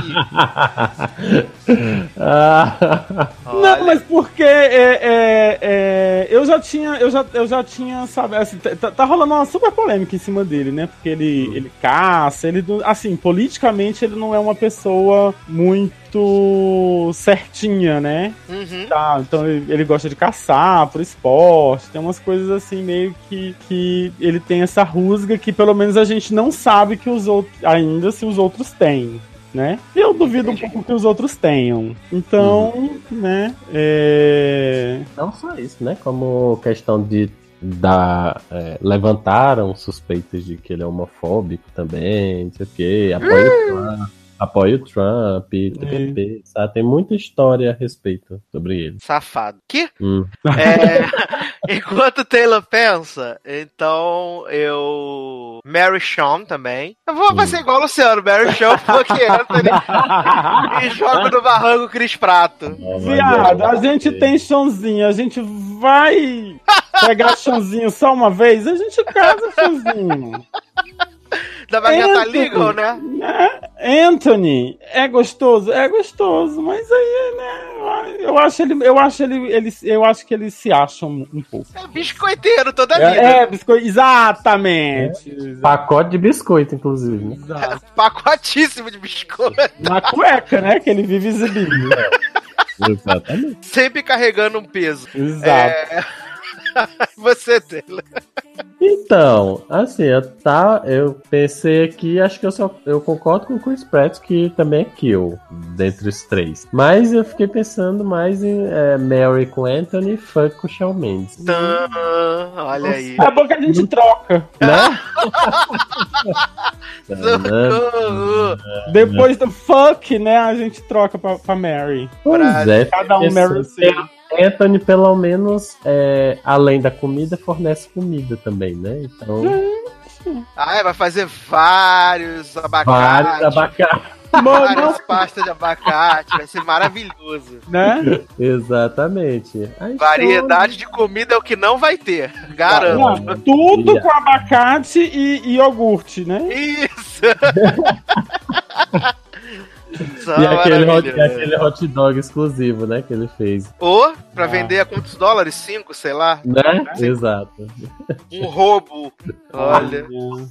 [SPEAKER 13] Não, mas porque é, é, é, eu já tinha, eu já, eu já tinha, sabe, assim, tá, tá rolando uma super polêmica em cima dele, né? Porque ele, ele caça, ele, assim, politicamente ele não é uma pessoa muito certinha, né?
[SPEAKER 3] Uhum.
[SPEAKER 13] Tá, então ele, ele gosta de caçar por esporte, tem umas coisas assim meio que, que ele tem essa rusga que pelo menos a gente não sabe que os outros, ainda se os outros têm. Né? Eu duvido um pouco que os outros tenham. Então, uhum. né? É...
[SPEAKER 12] Não só isso, né? Como questão de da, é, levantaram suspeitas de que ele é homofóbico também, não sei o quê, apoia o Trump, apoia o Trump, T P P, sabe? Tem muita história a respeito sobre ele.
[SPEAKER 3] Safado. Que?
[SPEAKER 12] Hum.
[SPEAKER 3] É, enquanto o Taylor pensa, então eu... Mary Sean também. Eu vou hum. ser igual o Luciano, Mary Sean, porque Anthony e joga no barranco Chris Prato.
[SPEAKER 13] Oh, viado, a gente tem Seanzinho, a gente vai pegar Seanzinho só uma vez, a gente casa Seanzinho.
[SPEAKER 3] Da Bagueta Legal, né?
[SPEAKER 13] Anthony, é gostoso? É gostoso, mas aí, né? Eu acho ele, eu acho ele, ele eu acho que eles se acham um, um pouco.
[SPEAKER 3] É biscoiteiro toda a vida.
[SPEAKER 13] É, é biscoito, exatamente. É.
[SPEAKER 12] Pacote de biscoito, inclusive, né?
[SPEAKER 3] É, pacotíssimo de biscoito.
[SPEAKER 13] Na cueca, né? Que ele vive exibindo.
[SPEAKER 12] É. Exatamente.
[SPEAKER 3] Sempre carregando um peso.
[SPEAKER 13] Exato.
[SPEAKER 3] É... Você, Taylor.
[SPEAKER 12] Então, assim, eu, tá, eu pensei aqui, acho que eu só eu concordo com o Chris Pratt, que também é kill, dentre os três. Mas eu fiquei pensando mais em é, Mary com Anthony e Fuck com o Shawn Mendes.
[SPEAKER 3] Tã, olha aí.
[SPEAKER 13] É bom que a gente troca.
[SPEAKER 12] Né?
[SPEAKER 13] Depois do Fuck, né, a gente troca pra, pra Mary.
[SPEAKER 12] Pois é.
[SPEAKER 13] Cada um Mary seu.
[SPEAKER 12] Anthony, pelo menos, é, além da comida, fornece comida também, né? Então.
[SPEAKER 3] Ah, vai fazer vários abacates.
[SPEAKER 12] Vários abacates.
[SPEAKER 3] Várias pastas de abacate. Vai ser maravilhoso.
[SPEAKER 13] Né?
[SPEAKER 12] Exatamente. Aí
[SPEAKER 3] variedade só... de comida é o que não vai ter. Garanto.
[SPEAKER 13] Não, tudo yeah. com abacate e, e iogurte, né?
[SPEAKER 3] Isso!
[SPEAKER 12] E aquele hot, aquele hot dog exclusivo, né, que ele fez.
[SPEAKER 3] Ou, pra ah. vender a quantos dólares? Cinco, sei lá.
[SPEAKER 12] Né? Cinco. Exato.
[SPEAKER 3] Um roubo. Olha.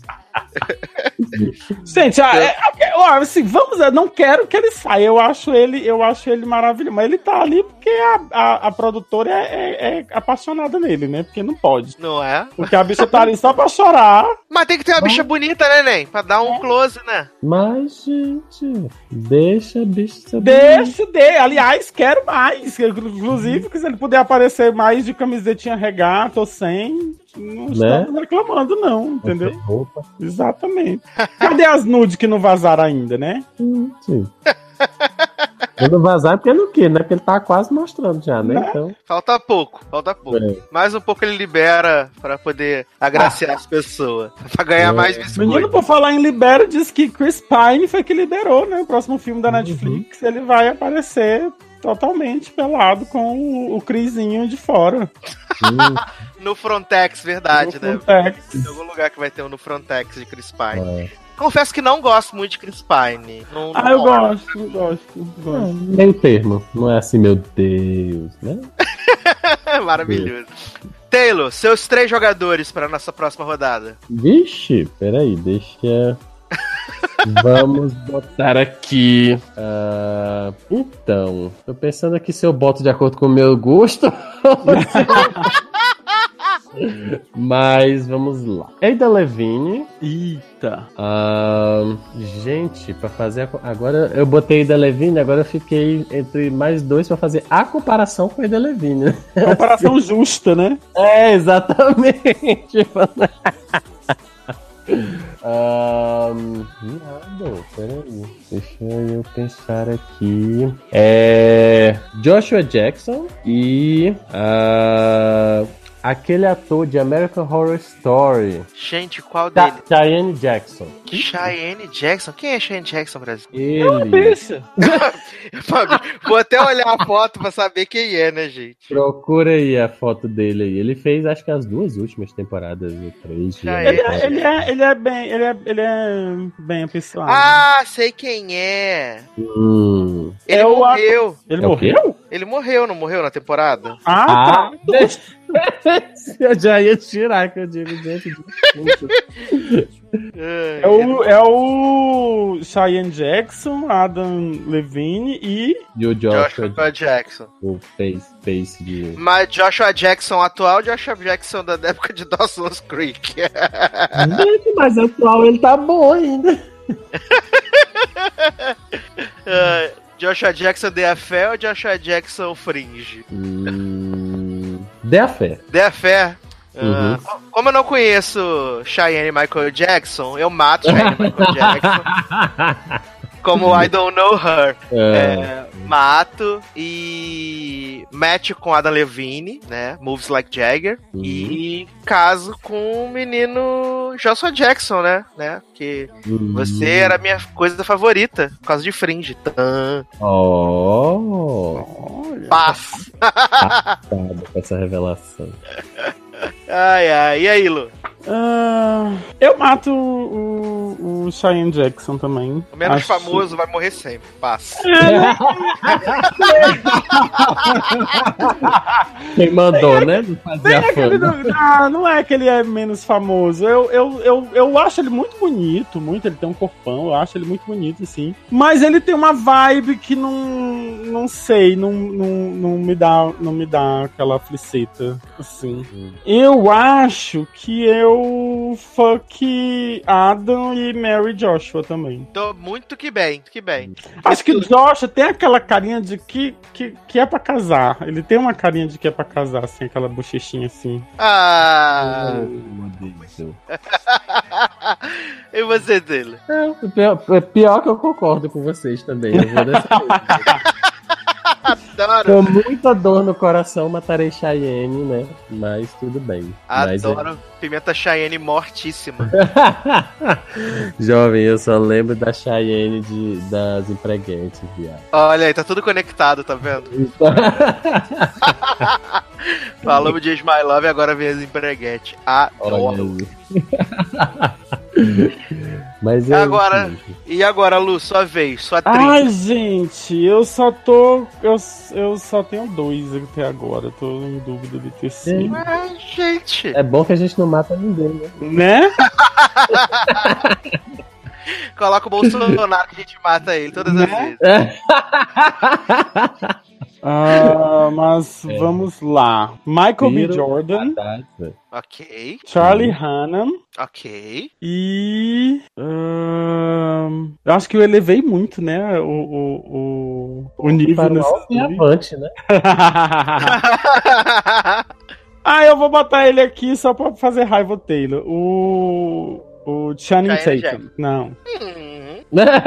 [SPEAKER 13] Gente, ah, é, é, assim, vamos, eu não quero que ele saia. Eu acho ele, eu acho ele maravilhoso. Mas ele tá ali porque a, a, a produtora é, é, é apaixonada nele, né? Porque não pode.
[SPEAKER 3] Não é?
[SPEAKER 13] Porque a bicha tá ali só pra chorar.
[SPEAKER 3] Mas tem que ter uma bicha bonita, né, Nen? Pra dar um close, né?
[SPEAKER 12] Mas, gente, deixa a bicha ser
[SPEAKER 13] Deixa de. Aliás, quero mais. Inclusive, se ele puder aparecer mais de camisetinha regata ou sem. Não estamos né? reclamando, não, entendeu?
[SPEAKER 12] Roupa.
[SPEAKER 13] Exatamente. Cadê as nudes que não vazaram ainda, né?
[SPEAKER 12] Sim. Quando vazar, porque não quer, né? Porque ele tá quase mostrando já, né?
[SPEAKER 3] Não. Então... Falta pouco, falta pouco. É. Mais um pouco ele libera pra poder agraciar ah. as pessoas. Pra ganhar é. mais biscoito.
[SPEAKER 13] Menino, por falar em libera, diz que Chris Pine foi que liberou, né? O próximo filme da Netflix, uhum. ele vai aparecer totalmente pelado com o, o Crisinho de fora.
[SPEAKER 3] No Frontex, verdade,
[SPEAKER 13] no
[SPEAKER 3] né?
[SPEAKER 13] Frontex.
[SPEAKER 3] Tem algum lugar que vai ter um no Frontex de Chris Pine. É. Confesso que não gosto muito de Chris Pine. Não,
[SPEAKER 13] ah,
[SPEAKER 3] não
[SPEAKER 13] eu gosto, eu gosto, gosto.
[SPEAKER 12] É, meio termo. Não é assim, meu Deus, né?
[SPEAKER 3] Maravilhoso. Taylor, seus três jogadores para nossa próxima rodada.
[SPEAKER 12] Vixe, peraí, deixa... Vamos botar aqui. Uh, então, tô pensando aqui se eu boto de acordo com o meu gosto. Mas vamos lá. Ada Levine.
[SPEAKER 13] Eita.
[SPEAKER 12] Uh, gente, pra fazer a... Agora eu botei Ada Levine, agora eu fiquei entre mais dois pra fazer a comparação com Ada Levine.
[SPEAKER 13] Comparação justa, né?
[SPEAKER 12] É, exatamente. Um, nada, peraí. Deixa eu pensar aqui. É. Joshua Jackson e. Uh, aquele ator de American Horror Story.
[SPEAKER 3] Gente, qual
[SPEAKER 12] Cha-
[SPEAKER 3] dele?
[SPEAKER 12] Cheyenne Jackson.
[SPEAKER 3] Cheyenne Jackson? Quem é Cheyenne Jackson, Brasil?
[SPEAKER 12] Ele.
[SPEAKER 3] Vou até olhar a foto pra saber quem é, né, gente?
[SPEAKER 12] Procura aí a foto dele aí. Ele fez, acho que as duas últimas temporadas, ou três. de
[SPEAKER 13] Ele
[SPEAKER 12] American
[SPEAKER 13] é, ele, é, ele é bem. Ele é, ele é bem apessoado.
[SPEAKER 3] Ah, sei quem é.
[SPEAKER 12] Hum.
[SPEAKER 3] Ele
[SPEAKER 13] É o
[SPEAKER 3] morreu.
[SPEAKER 13] Ele
[SPEAKER 12] É o quê?
[SPEAKER 13] morreu?
[SPEAKER 3] Ele morreu, não morreu na temporada?
[SPEAKER 13] Ah, tá.
[SPEAKER 12] Eu já ia tirar que eu digo, gente.
[SPEAKER 3] É,
[SPEAKER 13] É o, é o Cheyenne Jackson, Adam Levine e.
[SPEAKER 12] E o Joshua,
[SPEAKER 3] Joshua Jackson.
[SPEAKER 12] o face, face de.
[SPEAKER 3] Mas Joshua Jackson atual, Joshua Jackson da época de Dawson's Creek.
[SPEAKER 12] Gente, mas atual ele tá bom ainda.
[SPEAKER 3] É, Joshua Jackson The Affair ou Joshua Jackson Fringe?
[SPEAKER 12] Hum, dê a fé.
[SPEAKER 3] The Affair.
[SPEAKER 12] Uhum.
[SPEAKER 3] Ah, como eu não conheço Cheyenne Michael Jackson, eu mato Cheyenne Michael Jackson. Como I Don't Know Her.
[SPEAKER 12] É.
[SPEAKER 3] É, mato e match com Adam Levine, né? Moves Like Jagger.
[SPEAKER 12] Uhum.
[SPEAKER 3] E caso com o menino Joshua Jackson, né? né? Que
[SPEAKER 12] Uhum.
[SPEAKER 3] você era a minha coisa favorita por causa de Fringe. Tã.
[SPEAKER 12] Oh,
[SPEAKER 3] Paz.
[SPEAKER 12] passada com essa revelação.
[SPEAKER 3] Ai, ai. E aí, Lu?
[SPEAKER 13] Ah, eu mato o, o, o Cheyenne Jackson também.
[SPEAKER 3] O menos
[SPEAKER 13] Acho-
[SPEAKER 3] famoso vai morrer sempre. Passa.
[SPEAKER 12] Quem mandou, né? Não fazer
[SPEAKER 13] Nem
[SPEAKER 12] a
[SPEAKER 13] aquele
[SPEAKER 12] fama.
[SPEAKER 13] do- ah, não é que ele é menos famoso. Eu, eu, eu, eu acho ele muito bonito, muito. Ele tem um corpão, eu acho ele muito bonito, assim. Mas ele tem uma vibe que não. Não sei, não, não, não, me, dá, não me dá aquela fliceta, assim. Eu acho que eu fuck Adam e Mary Joshua também.
[SPEAKER 3] Tô muito que bem, que bem.
[SPEAKER 13] Acho que o Joshua tem aquela carinha de que, que, que é pra casar. Ele tem uma carinha de que é pra casar, assim, aquela bochechinha assim.
[SPEAKER 3] Ah.
[SPEAKER 12] Meu Deus do céu.
[SPEAKER 3] E você, dele?
[SPEAKER 12] Não, pior, pior que eu concordo com vocês também. Eu vou dessa vez.
[SPEAKER 3] Adoro.
[SPEAKER 12] Com muita dor no coração, matarei Cheyenne, né? Mas tudo bem. Mas é-
[SPEAKER 3] Adoro Pimenta Cheyenne mortíssima.
[SPEAKER 12] Jovem, eu só lembro da Cheyenne de, das empreguetes, viado.
[SPEAKER 3] Olha aí, tá tudo conectado, tá vendo? Falamos de My Love e agora vem as empreguetes.
[SPEAKER 12] Olha
[SPEAKER 3] Adoro.
[SPEAKER 12] aí. Mas é
[SPEAKER 3] Agora,
[SPEAKER 12] isso.
[SPEAKER 3] e agora, Lu, sua vez, sua trinta.
[SPEAKER 13] Ai, gente, eu só tô. Eu, eu só tenho dois até agora. Tô em dúvida do terceiro.
[SPEAKER 3] Ai, gente.
[SPEAKER 12] É bom que a gente não mata ninguém, né?
[SPEAKER 13] Né?
[SPEAKER 3] Coloca o Bolsonaro que a gente mata ele todas as vezes.
[SPEAKER 13] Ah, mas vamos lá. Michael B.
[SPEAKER 12] Tiro,
[SPEAKER 13] Jordan,
[SPEAKER 12] batata.
[SPEAKER 3] Ok,
[SPEAKER 13] Charlie Hunnam
[SPEAKER 3] ok.
[SPEAKER 13] e. ahn, eu acho que eu elevei muito, né? O, o, o, o nível
[SPEAKER 12] Para o
[SPEAKER 13] nesse.
[SPEAKER 12] alto e avante, né?
[SPEAKER 13] Ah, eu vou botar ele aqui só pra fazer raiva ao Taylor. O. O Channing
[SPEAKER 3] Channing
[SPEAKER 13] Tatum.
[SPEAKER 3] Jackson.
[SPEAKER 13] Não.
[SPEAKER 3] Hum,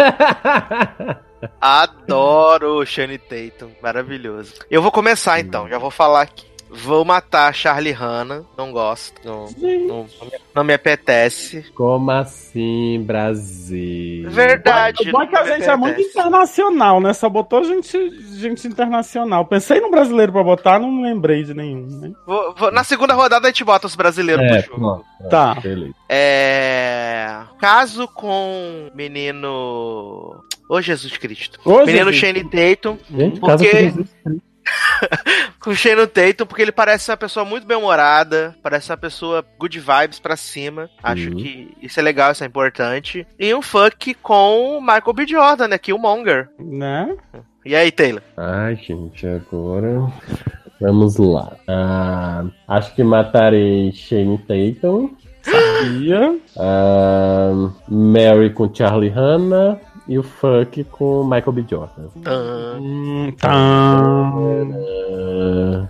[SPEAKER 3] adoro o Channing Tatum, maravilhoso. Eu vou começar então, já vou falar aqui. Vou matar Charlie Hunnam, não gosto, não, não, não me apetece.
[SPEAKER 12] Como assim, Brasil?
[SPEAKER 3] Verdade.
[SPEAKER 13] O bom é que a gente é muito internacional, né? Só botou gente, gente internacional. Pensei no brasileiro pra botar, não lembrei de nenhum, né?
[SPEAKER 3] Vou- vou- na segunda rodada a gente bota os brasileiros
[SPEAKER 12] É,
[SPEAKER 3] pro jogo.
[SPEAKER 12] pronto, pronto,
[SPEAKER 13] Tá.
[SPEAKER 12] beleza.
[SPEAKER 3] É. Caso com menino. Ô Jesus Cristo.
[SPEAKER 13] Ô,
[SPEAKER 3] menino
[SPEAKER 13] Jesus.
[SPEAKER 3] Channing Tatum.
[SPEAKER 12] Gente,
[SPEAKER 3] Porque-
[SPEAKER 12] casa com Jesus.
[SPEAKER 3] Com o Channing Tatum, porque ele parece uma pessoa muito bem-humorada, parece uma pessoa good vibes pra cima. Acho
[SPEAKER 12] Uhum.
[SPEAKER 3] que isso é legal, isso é importante. E um fuck com o Michael B. Jordan, né? Killmonger.
[SPEAKER 13] Né?
[SPEAKER 3] E aí, Taylor?
[SPEAKER 12] Ai, gente, agora. Vamos lá. Ah, acho que matarei Shane Tatum.
[SPEAKER 13] Sabia?
[SPEAKER 12] Ah, Mary com Charlie Hanna. E o fuck com Michael B. Jordan.
[SPEAKER 3] Ah,
[SPEAKER 13] Hum, tá.
[SPEAKER 12] Ah,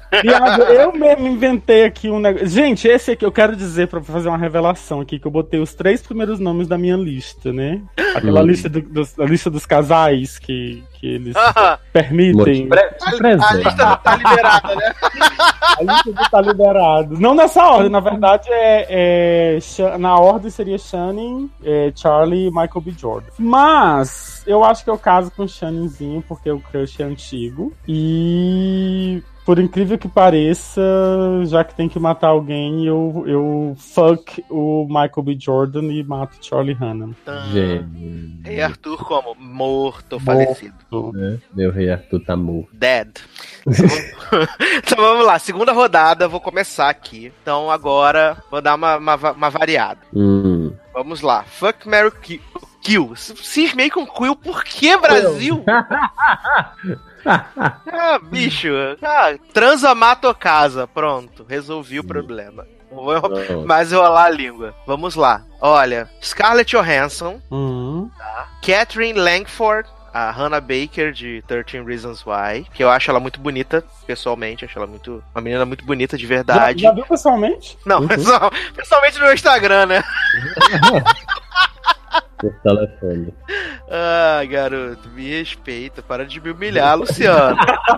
[SPEAKER 13] Viado, eu mesmo inventei aqui um negócio. Gente, esse aqui eu quero dizer pra fazer uma revelação aqui, que eu botei os três primeiros nomes da minha lista, né? Aquela
[SPEAKER 12] Hum.
[SPEAKER 13] lista, do, dos, a lista dos casais que, que eles
[SPEAKER 3] Ah,
[SPEAKER 13] permitem.
[SPEAKER 3] a, a lista não tá liberada, né?
[SPEAKER 13] A lista do tá liberado. Não nessa ordem, na verdade, é, é Sha- na ordem seria Channing, é, Charlie e Michael B. Jordan. Mas eu acho que eu caso com o Shanningzinho, porque o crush é antigo. E por incrível que pareça, já que tem que matar alguém, eu, eu fuck o Michael B. Jordan e mato o Charlie Hunnam.
[SPEAKER 12] Gênio.
[SPEAKER 3] Rei Arthur como? Morto, falecido.
[SPEAKER 12] Né? Meu rei Arthur tá morto.
[SPEAKER 3] Dead. Então vamos lá, segunda rodada, vou começar aqui. Então agora vou dar uma, uma, va- uma variada.
[SPEAKER 12] Hum.
[SPEAKER 3] Vamos lá. Fuck, marry, ki- kill. Cismei com Quill, por que Brasil? Ah, bicho. Ah, transa, mata ou casa. Pronto, resolvi o problema. Não vou
[SPEAKER 12] Não.
[SPEAKER 3] mais rolar a língua. Vamos lá. Olha, Scarlett Johansson,
[SPEAKER 13] Uhum.
[SPEAKER 3] Catherine Langford, a Hannah Baker de thirteen Reasons Why, que eu acho ela muito bonita, pessoalmente, acho ela muito uma menina muito bonita de
[SPEAKER 13] Já,
[SPEAKER 3] verdade.
[SPEAKER 13] já viu pessoalmente?
[SPEAKER 3] Não, pessoal, pessoalmente no meu Instagram, né?
[SPEAKER 12] Por telefone.
[SPEAKER 3] Ah, garoto, me respeita, para de me humilhar, Luciano.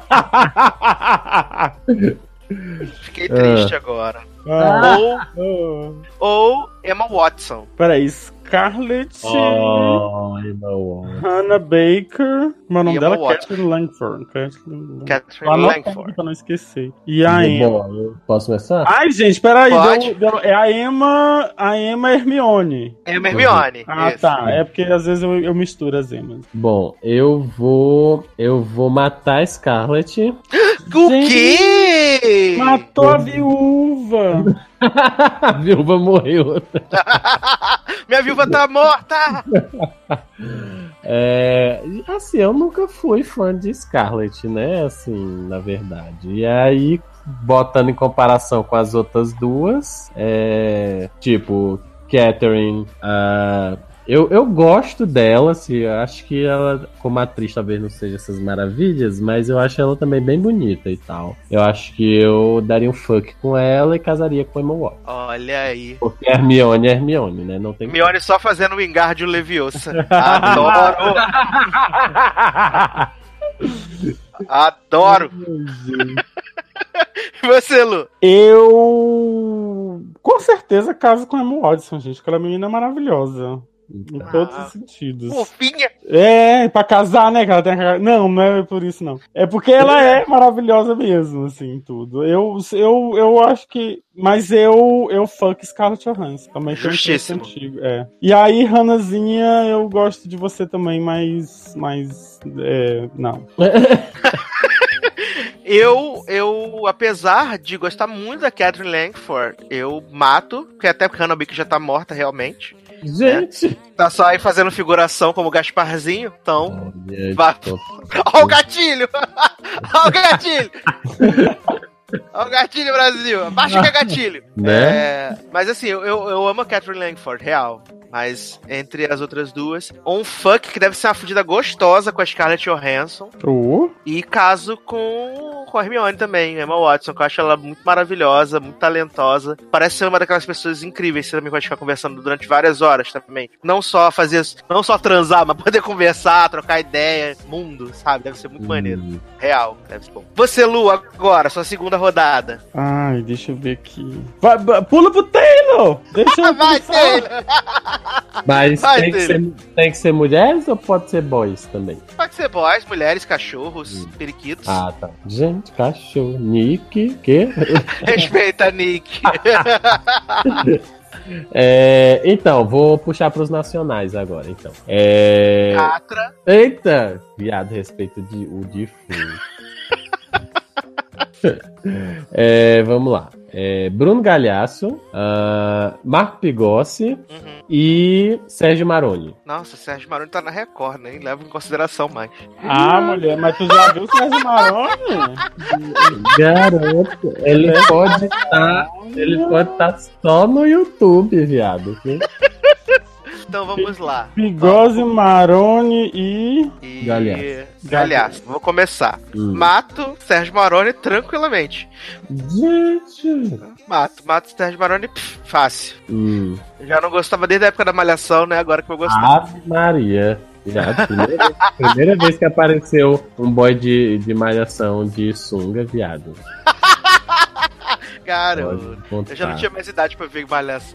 [SPEAKER 3] Fiquei triste agora.
[SPEAKER 13] Ah.
[SPEAKER 3] Ou,
[SPEAKER 13] Oh.
[SPEAKER 3] ou Emma Watson.
[SPEAKER 13] Peraí, Scarlett,
[SPEAKER 12] Oh, irmão.
[SPEAKER 13] Hannah Baker, mas o nome
[SPEAKER 3] E
[SPEAKER 13] dela
[SPEAKER 3] Emma
[SPEAKER 13] é
[SPEAKER 3] Watson.
[SPEAKER 13] Catherine Langford. Catherine
[SPEAKER 3] Catherine
[SPEAKER 13] Langford.
[SPEAKER 3] Langford.
[SPEAKER 13] Pra não esquecer. E a Emma.
[SPEAKER 12] Bom, eu posso começar?
[SPEAKER 13] Ai, gente, peraí.
[SPEAKER 3] Pode.
[SPEAKER 13] Deu, deu, é a Emma, a Emma Hermione.
[SPEAKER 3] Emma Hermione.
[SPEAKER 13] Ah,
[SPEAKER 3] isso.
[SPEAKER 13] tá. É porque às vezes eu, eu misturo as Emmas.
[SPEAKER 12] Bom, eu vou. Eu vou matar a Scarlett.
[SPEAKER 3] O quê?
[SPEAKER 13] Matou a viúva.
[SPEAKER 12] A viúva morreu.
[SPEAKER 3] Minha viúva tá morta!
[SPEAKER 12] É, assim, eu nunca fui fã de Scarlett, né? Assim, na verdade. E aí, botando em comparação com as outras duas, é, tipo, Catherine, ah, eu, eu gosto dela, assim, eu acho que ela, como atriz, talvez não seja essas maravilhas, mas eu acho ela também bem bonita e tal. Eu acho que eu daria um fuck com ela e casaria com Emma Watson.
[SPEAKER 3] Olha aí.
[SPEAKER 12] Porque Hermione é Hermione, né? Não tem
[SPEAKER 3] Hermione só fazendo o Wingardium Leviosa. Adoro! Adoro! E você, Lu?
[SPEAKER 13] Eu com certeza caso com a Emma Watson, gente, porque ela é uma menina maravilhosa. Em todos os sentidos.
[SPEAKER 3] Fofinha!
[SPEAKER 13] É, pra casar, né? Que ela tem a... Não, não é por isso, não. É porque ela é maravilhosa mesmo, assim, tudo. Eu, eu, eu acho que. Mas eu, eu fuck Scarlett Johansson. Também tem um
[SPEAKER 3] Justíssimo.
[SPEAKER 13] preço antigo, é. E aí, Hannahzinha, eu gosto de você também, mas. Mas. É, não.
[SPEAKER 3] Eu, eu, apesar de gostar muito da Catherine Langford, eu mato, porque até porque a Hannah Baker já tá morta realmente.
[SPEAKER 12] Gente!
[SPEAKER 3] Né? Tá só aí fazendo figuração como Gasparzinho, então.
[SPEAKER 12] Olha,
[SPEAKER 3] Vai.
[SPEAKER 12] tô-
[SPEAKER 3] Ó o gatilho! Ó o gatilho! Ó o gatilho, Brasil! Abaixa que é gatilho!
[SPEAKER 12] Né?
[SPEAKER 3] É, mas assim, eu, eu eu amo a Catherine Langford, real. Mas entre as outras duas, um fuck que deve ser uma fudida gostosa com a Scarlett Johansson.
[SPEAKER 13] Oh.
[SPEAKER 3] E caso com, com a Hermione também, Emma Watson, que eu acho ela muito maravilhosa, muito talentosa. Parece ser uma daquelas pessoas incríveis, você também pode ficar conversando durante várias horas também. Não só fazer, não só transar, mas poder conversar, trocar ideia, mundo, sabe? Deve ser muito maneiro. Real, deve ser bom. Você, Lu, agora, sua segunda rodada.
[SPEAKER 13] Ai, deixa eu ver aqui. Vai, vai, pula pro Taylor! Deixa eu
[SPEAKER 3] Vai,
[SPEAKER 13] pensar.
[SPEAKER 3] Taylor!
[SPEAKER 12] Mas
[SPEAKER 3] Vai,
[SPEAKER 12] tem, que ser,
[SPEAKER 3] Taylor.
[SPEAKER 12] tem que ser mulheres ou pode ser boys também?
[SPEAKER 3] Pode ser boys, mulheres, cachorros, periquitos.
[SPEAKER 12] Ah, tá. Gente, cachorro. Nick, que?
[SPEAKER 3] Respeita, Nick.
[SPEAKER 12] É, então, vou puxar pros nacionais agora, então. É...
[SPEAKER 3] Catra.
[SPEAKER 12] Eita! Viado, respeito de, o defunto. É, vamos lá. É, Bruno Galhaço, uh, Marco Pigossi
[SPEAKER 3] Uhum.
[SPEAKER 12] e Sérgio Maroni.
[SPEAKER 3] Nossa, Sérgio Maroni tá na Record, nem leva em consideração mais.
[SPEAKER 13] Ah, mulher, mas tu já viu o Sérgio Maroni?
[SPEAKER 12] Garoto, ele pode estar. Ele pode estar só no YouTube, viado. Viu?
[SPEAKER 3] Então vamos lá.
[SPEAKER 13] Pigose, Maroni e.
[SPEAKER 3] E...
[SPEAKER 12] Galhaço.
[SPEAKER 3] Galhaço. Vou começar.
[SPEAKER 12] Hum.
[SPEAKER 3] Mato Sérgio Maroni tranquilamente.
[SPEAKER 12] Gente.
[SPEAKER 3] Mato, mato Sérgio Maroni, pff, fácil.
[SPEAKER 12] Hum.
[SPEAKER 3] Já não gostava desde a época da Malhação, né? Agora que eu gostei.
[SPEAKER 12] Ave Maria. Já, primeira, vez, primeira vez que apareceu um boy de, de malhação de sunga, viado.
[SPEAKER 3] Cara, eu, eu já não tinha mais idade pra ver Malhação.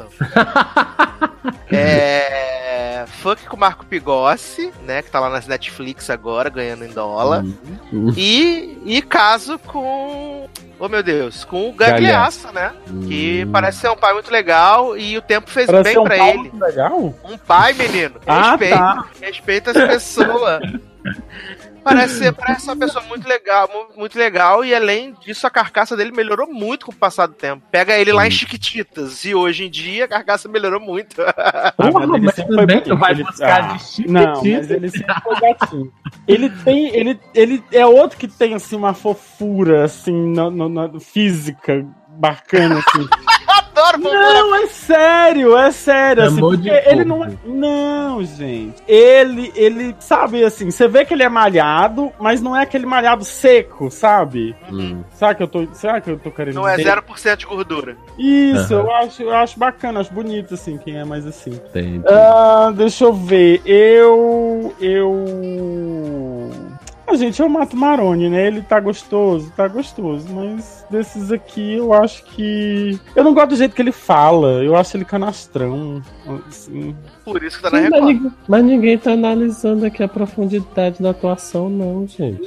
[SPEAKER 3] É. Funk com Marco Pigossi, né? Que tá lá nas Netflix agora, ganhando em dólar.
[SPEAKER 12] Hum.
[SPEAKER 3] E, e caso com. Oh meu Deus, com o Gagliasso, né?
[SPEAKER 12] Hum.
[SPEAKER 3] Que parece ser um pai muito legal e o tempo fez
[SPEAKER 13] Parece
[SPEAKER 3] bem
[SPEAKER 13] ser um
[SPEAKER 3] pra
[SPEAKER 13] pai
[SPEAKER 3] ele.
[SPEAKER 13] muito legal?
[SPEAKER 3] Um pai, menino.
[SPEAKER 13] Ah,
[SPEAKER 3] Respeita,
[SPEAKER 13] tá.
[SPEAKER 3] respeita as pessoas. Parece ser, parece uma pessoa muito legal, mu- muito legal, e além disso, a carcaça dele melhorou muito com o passar do tempo. Pega ele lá em Chiquititas, e hoje em dia a carcaça melhorou muito.
[SPEAKER 13] Ah,
[SPEAKER 12] Porra,
[SPEAKER 13] mas ele
[SPEAKER 12] mas
[SPEAKER 13] sempre
[SPEAKER 12] tudo
[SPEAKER 13] foi
[SPEAKER 12] bem,
[SPEAKER 13] bonito.
[SPEAKER 12] tu vai
[SPEAKER 13] Ele-
[SPEAKER 12] buscar
[SPEAKER 13] Ah,
[SPEAKER 12] de Chiquititas.
[SPEAKER 13] Não, mas ele sempre foi gatinho. Ele tem. Ele, ele é outro que tem assim uma fofura assim no, no- no- física bacana assim.
[SPEAKER 3] Adoro
[SPEAKER 13] Não, é sério, é sério. Assim,
[SPEAKER 12] Amor
[SPEAKER 13] porque
[SPEAKER 12] de
[SPEAKER 13] ele não é. Não, gente. Ele, ele, sabe assim, você vê que ele é malhado, mas não é aquele malhado seco, sabe?
[SPEAKER 12] Hum.
[SPEAKER 13] Sabe que eu tô. Será que eu tô querendo
[SPEAKER 3] Não é
[SPEAKER 13] dizer?
[SPEAKER 3] zero por cento de gordura.
[SPEAKER 13] Isso,
[SPEAKER 12] Aham.
[SPEAKER 13] eu, acho, eu acho bacana, acho bonito, assim, quem é mais assim.
[SPEAKER 12] Entendi.
[SPEAKER 13] Ah, deixa eu ver. Eu. Eu. Ah, gente, eu mato Maroni, né? Ele tá gostoso, tá gostoso. Mas desses aqui eu acho que. Eu não gosto do jeito que ele fala. Eu acho ele canastrão. Assim.
[SPEAKER 3] Por isso que tá na
[SPEAKER 12] Sim, mas,
[SPEAKER 3] Record.
[SPEAKER 12] ninguém, mas ninguém tá analisando aqui a profundidade da atuação, não, gente.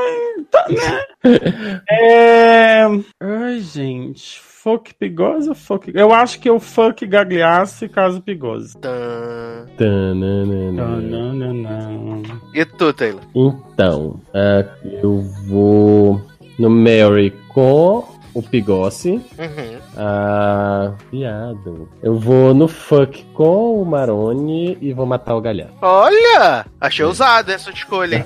[SPEAKER 13] É. Ai, gente. Fuck Pigose ou fuck. Eu acho que eu fuck Gagliasso e caso Pigose.
[SPEAKER 3] Tã.
[SPEAKER 12] Tananana.
[SPEAKER 13] Não, não, não.
[SPEAKER 3] E tu, Taylor?
[SPEAKER 12] Então, ah, eu vou no Mary com o Pigossi.
[SPEAKER 3] Uhum.
[SPEAKER 12] Ah, viado. Eu vou no fuck com o Maroni e vou matar o Galhaço.
[SPEAKER 3] Olha! Achei ousado essa escolha, hein?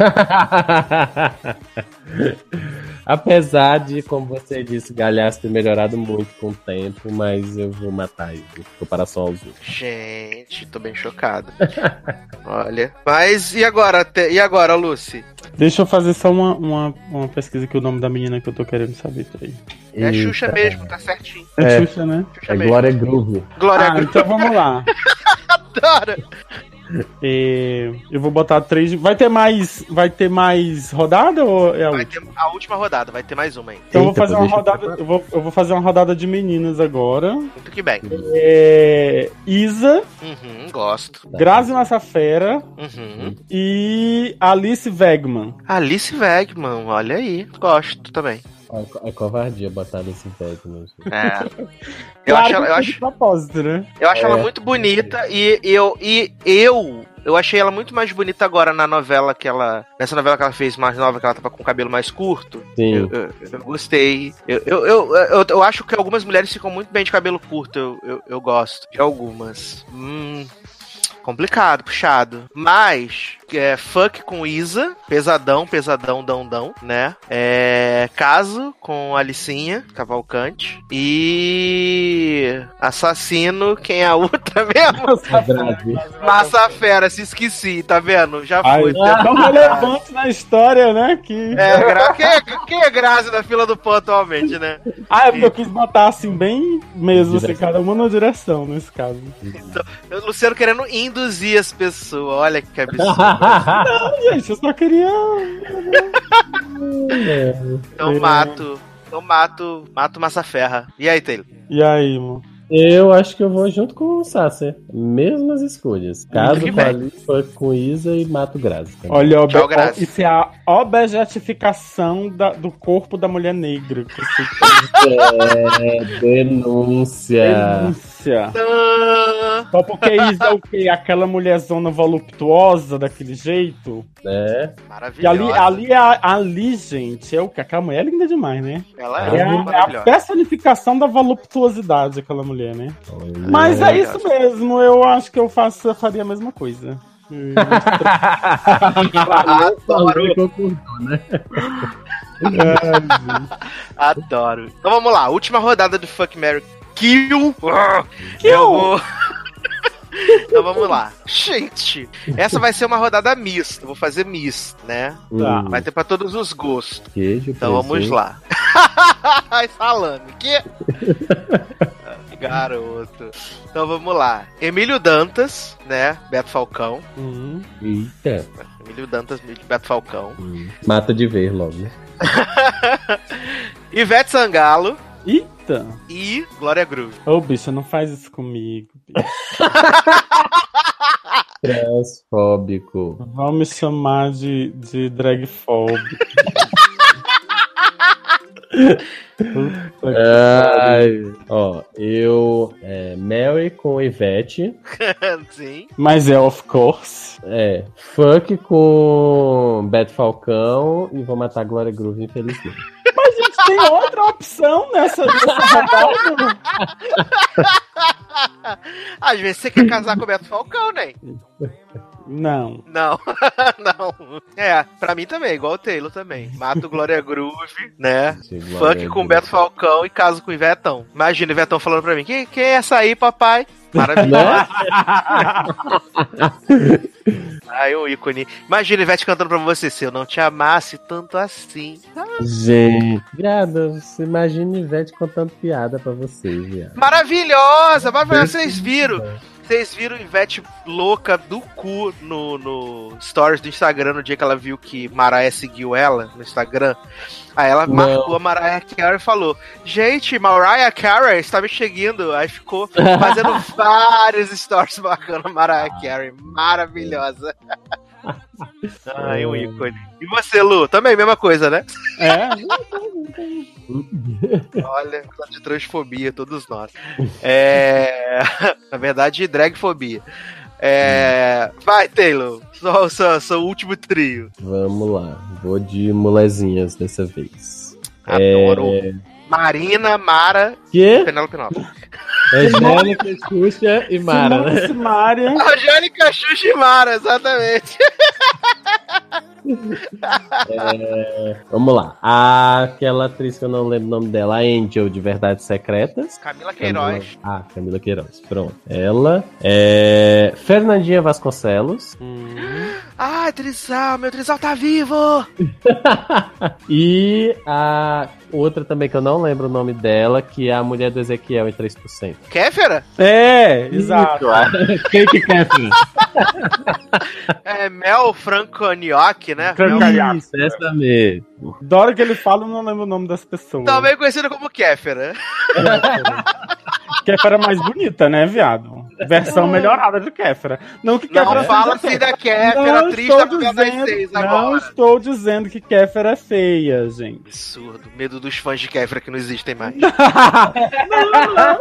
[SPEAKER 12] Apesar de, como você disse, Galhaço ter melhorado muito com o tempo, mas eu vou matar ele em comparação aos outros.
[SPEAKER 3] Gente, tô bem chocado. Olha. Mas e agora, Te- e agora, Lucy?
[SPEAKER 13] Deixa eu fazer só uma, uma, uma pesquisa aqui, o nome da menina que eu tô querendo saber. Peraí.
[SPEAKER 3] É a Xuxa
[SPEAKER 12] Eita.
[SPEAKER 3] mesmo, tá certinho.
[SPEAKER 13] É,
[SPEAKER 12] É.
[SPEAKER 13] Xuxa, né?
[SPEAKER 3] Xuxa
[SPEAKER 12] É
[SPEAKER 3] mesmo.
[SPEAKER 12] Glória Groove.
[SPEAKER 3] Glória
[SPEAKER 13] Ah,
[SPEAKER 3] Groove.
[SPEAKER 13] então vamos lá.
[SPEAKER 3] Adoro.
[SPEAKER 13] É, eu vou botar três. Vai ter mais. Vai ter mais rodada ou é a
[SPEAKER 3] Vai
[SPEAKER 13] última?
[SPEAKER 3] ter a última rodada, vai ter mais uma ainda.
[SPEAKER 13] Então eu vou
[SPEAKER 12] Eita,
[SPEAKER 13] fazer
[SPEAKER 12] pô,
[SPEAKER 13] uma
[SPEAKER 12] deixa eu
[SPEAKER 13] rodada.
[SPEAKER 12] preparar.
[SPEAKER 13] Eu vou, eu vou fazer uma rodada de meninas agora.
[SPEAKER 3] Muito que bem.
[SPEAKER 13] É, Isa,
[SPEAKER 3] Uhum, gosto.
[SPEAKER 13] Grazi Massafera
[SPEAKER 3] Uhum.
[SPEAKER 13] e Alice Wegman.
[SPEAKER 3] Alice Wegman, olha aí. Gosto também.
[SPEAKER 12] É, é covardia botar nesse pé, né?
[SPEAKER 3] É. Eu
[SPEAKER 13] Claro
[SPEAKER 3] acho, ela-
[SPEAKER 13] que
[SPEAKER 3] eu
[SPEAKER 13] foi
[SPEAKER 3] acho,
[SPEAKER 13] de propósito, né?
[SPEAKER 3] eu acho
[SPEAKER 12] É.
[SPEAKER 3] ela muito bonita e eu, e eu, eu achei ela muito mais bonita agora na novela que ela. Nessa novela que ela fez mais nova, que ela tava com o cabelo mais curto.
[SPEAKER 12] Sim.
[SPEAKER 3] Eu, eu- eu gostei. Eu, eu, eu, eu, eu acho que algumas mulheres ficam muito bem de cabelo curto. Eu, eu, eu gosto de algumas. Hum. Complicado, puxado. Mas, é, fuck com Isa, pesadão, pesadão, dão, dão, né? É, caso com Alicinha, Cavalcante. E assassino, quem é a outra mesmo? Massa Fera, se esqueci, tá vendo? Já
[SPEAKER 13] Ai,
[SPEAKER 3] foi.
[SPEAKER 13] é tão relevante na história, né? Que...
[SPEAKER 3] É, gra... quem, é, quem é Grazi na fila do pão atualmente, né?
[SPEAKER 13] Ah, é porque eu quis botar assim, bem mesmo, assim, cada uma na direção, nesse caso.
[SPEAKER 3] Então, o Luciano querendo induzir as pessoas. Olha que absurdo.
[SPEAKER 13] Não, gente, eu só queria.
[SPEAKER 3] Então mato. Eu mato. Mato Massa Ferra. E aí, Taylor?
[SPEAKER 13] E aí, mano?
[SPEAKER 12] Eu acho que eu vou junto com o Sasser. Mesmas escolhas. Caso
[SPEAKER 3] que
[SPEAKER 12] com
[SPEAKER 3] bem.
[SPEAKER 12] Alice, foi com Isa e mato Grazi. também.
[SPEAKER 13] Olha, obe...
[SPEAKER 3] Tchau, Grazi.
[SPEAKER 13] isso é a objetificação da- do corpo da mulher negra. Que você
[SPEAKER 12] É, denúncia.
[SPEAKER 13] denúncia. Só porque isso é o quê? Aquela mulherzona voluptuosa daquele jeito.
[SPEAKER 12] Né?
[SPEAKER 13] E
[SPEAKER 3] Maravilhosa.
[SPEAKER 13] ali, ali, é- ali, gente, é o que? Aquela mulher é linda demais, né?
[SPEAKER 3] Ela
[SPEAKER 13] É
[SPEAKER 3] é,
[SPEAKER 13] a, é a
[SPEAKER 3] maravilhosa.
[SPEAKER 13] personificação da voluptuosidade, aquela mulher, né?
[SPEAKER 12] Olha.
[SPEAKER 13] Mas é isso mesmo, eu acho que eu faço, eu faria a mesma coisa. Hum,
[SPEAKER 3] Adoro.
[SPEAKER 12] Concordou, né?
[SPEAKER 3] Adoro. Então vamos lá. Última rodada do Fuck, Mary Kill.
[SPEAKER 13] Kill.
[SPEAKER 3] Eu vou... Então vamos lá. Gente, essa vai ser uma rodada mista. Eu vou fazer mista, né?
[SPEAKER 12] Tá.
[SPEAKER 3] Vai ter pra todos os gostos.
[SPEAKER 12] Queijo,
[SPEAKER 3] então vamos
[SPEAKER 12] presunto.
[SPEAKER 3] lá. Salame, que? Garoto. Então vamos lá. Emílio Dantas, né? Beto Falcão.
[SPEAKER 12] Hum. Eita.
[SPEAKER 3] Emílio Dantas, Beto Falcão.
[SPEAKER 12] Hum. Mata de ver logo, né?
[SPEAKER 3] Ivete Sangalo.
[SPEAKER 13] Eita.
[SPEAKER 3] E Glória Groove.
[SPEAKER 13] Ô, bicho, não faz isso comigo, bicho.
[SPEAKER 12] Transfóbico.
[SPEAKER 13] Vão me chamar de, de dragfóbico.
[SPEAKER 12] Ai, ó, eu é, Mary com Ivete.
[SPEAKER 3] Sim.
[SPEAKER 13] Mas é of course.
[SPEAKER 12] É, fuck com Beto Falcão e vou matar Glória Groove, infelizmente.
[SPEAKER 13] Mas a gente tem outra opção nessa, nessa rodada.
[SPEAKER 3] Às vezes você quer casar com o Beto Falcão, né?
[SPEAKER 13] Não.
[SPEAKER 3] Não, não. É, pra mim também, igual o Taylor também. Mato Glória Groove, né?
[SPEAKER 12] Sim,
[SPEAKER 3] Funk com Beto Falcão e caso com o Ivetão. Imagina o Ivetão falando pra mim, quem, quem é essa aí, papai? Maravilhoso. Ai, um ícone. Imagina o Ivete cantando pra você, se eu não te amasse tanto assim.
[SPEAKER 12] Gente, viada, você imagina Ivete contando piada pra vocês, viado.
[SPEAKER 3] Maravilhosa, maravilhosa, vocês viram. Vocês viram Ivete louca do cu no, no stories do Instagram no dia que ela viu que Mariah seguiu ela no Instagram? Aí ela
[SPEAKER 12] Não.
[SPEAKER 3] marcou a Mariah Carey e falou: gente, Mariah Carey está me seguindo. Aí ficou fazendo vários stories marcando a Mariah Carey. Maravilhosa. Ai, um ícone. E você, Lu? Também, mesma coisa, né?
[SPEAKER 13] É.
[SPEAKER 3] Olha, de transfobia, todos nós. É... Na verdade, dragfobia. É... Vai, Taylor. Só o seu, seu último trio.
[SPEAKER 12] Vamos lá, vou de molezinhas dessa vez.
[SPEAKER 3] Adoro.
[SPEAKER 12] É...
[SPEAKER 3] Marina, Mara
[SPEAKER 12] Quê?
[SPEAKER 3] e Penélope Nova.
[SPEAKER 12] Angélica, Xuxa e Mara, né?
[SPEAKER 13] Simária.
[SPEAKER 3] Angélica, Xuxa e Mara, exatamente.
[SPEAKER 12] É, vamos lá. Aquela atriz que eu não lembro o nome dela, a Angel de Verdades Secretas.
[SPEAKER 3] Camila Queiroz.
[SPEAKER 12] Camila... Ah, Camila Queiroz. Pronto. Ela. É... Fernandinha Vasconcelos.
[SPEAKER 3] Hum. Ai, Trizal, meu Trizal tá vivo!
[SPEAKER 12] E a outra também que eu não lembro o nome dela, que é a mulher do Ezequiel em três por cento.
[SPEAKER 3] Kéfera?
[SPEAKER 13] É, exato.
[SPEAKER 12] Quem que Kéfera?
[SPEAKER 3] É Mel Franconioc, né?
[SPEAKER 13] Franconioc.
[SPEAKER 12] Isso, essa mesmo.
[SPEAKER 13] Da hora que ele fala, eu não lembro o nome das pessoas.
[SPEAKER 3] Também conhecida como Kéfera.
[SPEAKER 13] Kéfera mais bonita, né, viado? Versão melhorada de Kéfera. Não que Kéfera
[SPEAKER 3] Não fala
[SPEAKER 13] seja
[SPEAKER 3] assim da Kéfera, atriz da novela das seis agora.
[SPEAKER 13] Não estou dizendo que Kéfera é feia, gente.
[SPEAKER 3] Absurdo. Medo dos fãs de Kéfera que não existem mais.
[SPEAKER 13] Não, não.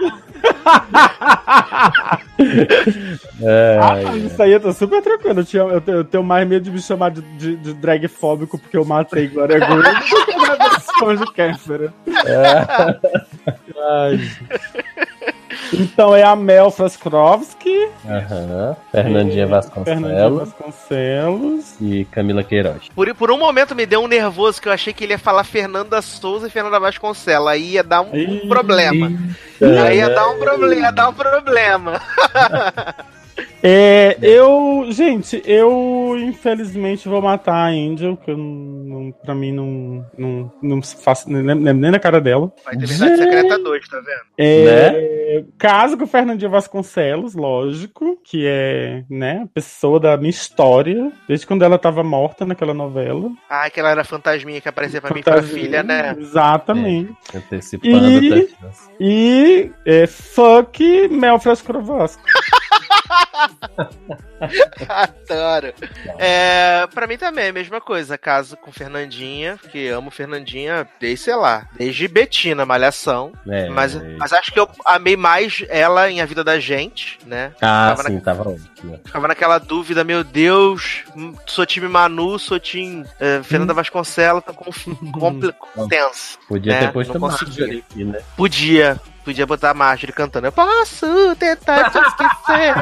[SPEAKER 12] É,
[SPEAKER 13] ah,
[SPEAKER 12] é.
[SPEAKER 13] isso aí eu tô super tranquilo. Eu, tinha, eu, tenho, eu tenho mais medo de me chamar de, de, de dragfóbico porque eu matei Glória Groove do que na versão de Kéfera.
[SPEAKER 12] É.
[SPEAKER 13] Ai. Então é a Mel Fraskowski,
[SPEAKER 12] Aham. Fernandinha Vasconcelos.
[SPEAKER 13] Fernandinha Vasconcelos
[SPEAKER 12] E Camila Queiroz.
[SPEAKER 3] Por, por um momento me deu um nervoso que eu achei que ele ia falar Fernanda Souza e Fernanda Vasconcelos. Aí ia dar um, um problema. Aí ia dar um problema, ia dar um problema.
[SPEAKER 13] É, eu, gente, eu infelizmente vou matar a Angel, que eu não, pra mim não, não, não faço nem, nem na cara dela.
[SPEAKER 3] Vai ter Verdade Secreta dois, tá vendo?
[SPEAKER 13] É, né? Caso com o Fernandinho Vasconcelos, lógico, que é, né, a pessoa da minha história, desde quando ela tava morta naquela novela.
[SPEAKER 3] Ah, que ela era fantasminha que aparecia pra mim pra filha, né?
[SPEAKER 13] Exatamente.
[SPEAKER 12] É, antecipando
[SPEAKER 13] e, e é, fuck Mel Fraskowski.
[SPEAKER 3] Adoro. É, pra mim também, a mesma coisa. Caso com Fernandinha, porque amo Fernandinha desde, sei lá, desde Betina, Malhação. É, mas, é. mas acho que eu amei mais ela em A Vida da Gente, né?
[SPEAKER 12] Ah,
[SPEAKER 3] tava
[SPEAKER 12] sim,
[SPEAKER 3] na...
[SPEAKER 12] tava ótimo.
[SPEAKER 3] Ficava naquela dúvida, meu Deus, sou time Manu, sou time uh, Fernanda hum. Vasconcelos, tá com, com tenso.
[SPEAKER 12] Podia
[SPEAKER 3] né?
[SPEAKER 12] ter posto Marjorie aqui, né?
[SPEAKER 3] Podia. Podia botar a Marjorie cantando. Eu posso tentar te esquecer.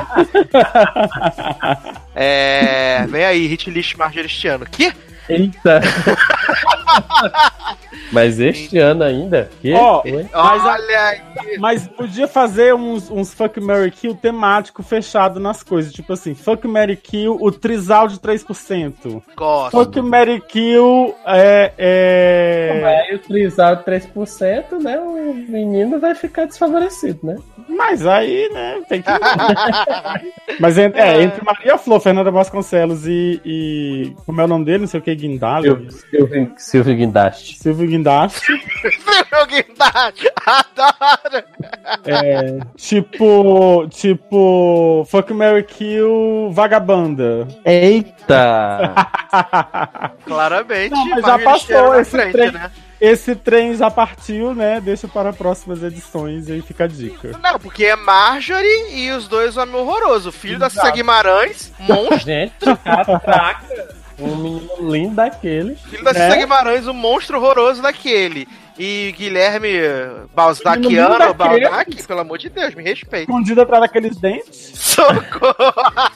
[SPEAKER 3] É, vem aí, hit list Marjorie este ano. Que?
[SPEAKER 12] Eita! Mas este ano ainda? Que?
[SPEAKER 13] Ó,
[SPEAKER 12] Oi?
[SPEAKER 13] mas,
[SPEAKER 3] Olha aí.
[SPEAKER 13] mas podia fazer uns, uns Fuck, Marry, Kill temático fechado nas coisas. Tipo assim, Fuck, Marry, Kill, o trisal de três por cento.
[SPEAKER 3] Gosto.
[SPEAKER 13] Fuck, Marry, Kill, é... é...
[SPEAKER 12] Aí o trisal de três por cento, né? O menino vai ficar desfavorecido, né?
[SPEAKER 13] Mas aí, né, tem que... Mas é, é, entre Maria Flor, Fernanda Vasconcelos e, e... Como é o nome dele? Não sei o que, Guindalho.
[SPEAKER 12] Silvio, Silvio Guindaste.
[SPEAKER 13] Silvio Guindaste.
[SPEAKER 3] Silvio Guindaste. Adoro.
[SPEAKER 13] É, tipo... Tipo... Fuck, Marry, Kill, Vagabanda.
[SPEAKER 12] Eita!
[SPEAKER 3] Claramente.
[SPEAKER 13] Não, mas já
[SPEAKER 3] Marjorie
[SPEAKER 13] passou
[SPEAKER 3] Cherry na
[SPEAKER 13] esse
[SPEAKER 3] frente,
[SPEAKER 13] trem.
[SPEAKER 3] né?
[SPEAKER 13] Esse trem já partiu, né? Deixa para próximas edições e aí fica a dica.
[SPEAKER 3] Não, porque é Marjorie e os dois homem horroroso. Filho da Cissa Guimarães, monstro.
[SPEAKER 12] Gente, caraca! Um menino lindo daquele.
[SPEAKER 3] Filho da
[SPEAKER 13] Né?
[SPEAKER 3] Cissa Guimarães, um monstro horroroso daquele. E Guilherme
[SPEAKER 13] Menino
[SPEAKER 3] Balzaciano,
[SPEAKER 13] daquele.
[SPEAKER 3] Balzac, pelo amor de Deus, me respeita.
[SPEAKER 13] Escondido atrás daqueles dentes.
[SPEAKER 3] Socorro!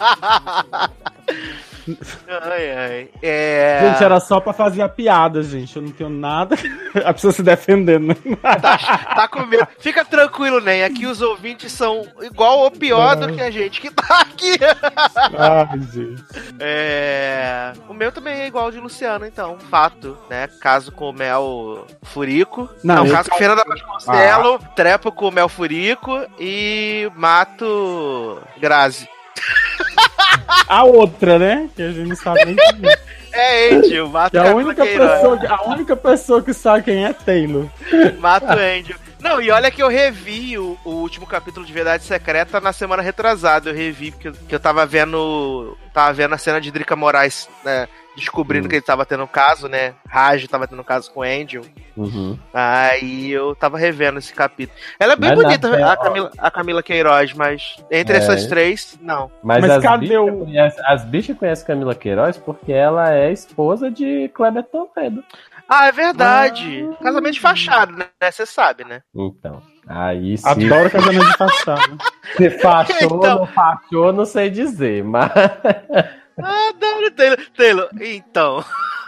[SPEAKER 3] Ai, ai. É...
[SPEAKER 13] Gente, era só pra fazer a piada, gente. Eu não tenho nada. A pessoa se defendendo, né?
[SPEAKER 3] Tá, tá com medo. Fica tranquilo, Nen. Aqui os ouvintes são igual ou pior do que a gente que tá aqui.
[SPEAKER 13] Ai, gente.
[SPEAKER 3] É... O meu também é igual ao de Luciano, então. Fato, né? Caso com o Mel Furico.
[SPEAKER 13] Não,
[SPEAKER 3] Não,
[SPEAKER 13] eu-
[SPEAKER 3] caso com Fernanda Vasconcelos. Trepo com o Mel Furico. E mato Grazi.
[SPEAKER 13] A outra, né? Que a gente não sabe nem quem é.
[SPEAKER 3] É Angel, mato
[SPEAKER 13] Que a
[SPEAKER 3] Camila
[SPEAKER 13] única,
[SPEAKER 3] Queiroz.
[SPEAKER 13] pessoa, que- a única pessoa que sabe quem é Taylor.
[SPEAKER 3] Mato Angel. Não, e olha que eu revi o, o último capítulo de Verdade Secreta na semana retrasada. Eu revi porque eu, que eu tava vendo. Tava vendo a cena de Drica Moraes, né? Descobrindo
[SPEAKER 12] Hum.
[SPEAKER 3] que ele tava tendo um caso, né? Raj tava tendo um caso com Angel.
[SPEAKER 12] Uhum.
[SPEAKER 3] Aí eu tava revendo esse capítulo. Ela é bem
[SPEAKER 12] Mas na
[SPEAKER 3] bonita,
[SPEAKER 12] tela-
[SPEAKER 3] a Camila, a Camila Queiroz, mas entre
[SPEAKER 12] É.
[SPEAKER 3] essas três, não.
[SPEAKER 12] Mas,
[SPEAKER 13] Mas
[SPEAKER 12] as,
[SPEAKER 13] cadê
[SPEAKER 12] bichas
[SPEAKER 13] o-
[SPEAKER 12] conhecem, as bichas conhecem Camila Queiroz porque ela é esposa de Kleber Toledo.
[SPEAKER 3] Ah, é verdade. Casamento de fachada, né? Você sabe, né?
[SPEAKER 12] Então, aí sim.
[SPEAKER 13] Adoro casamento de fachada.
[SPEAKER 12] Se fachou,
[SPEAKER 3] Então.
[SPEAKER 12] não fachou, não sei dizer, mas...
[SPEAKER 3] Adoro Taylor. Taylor, então.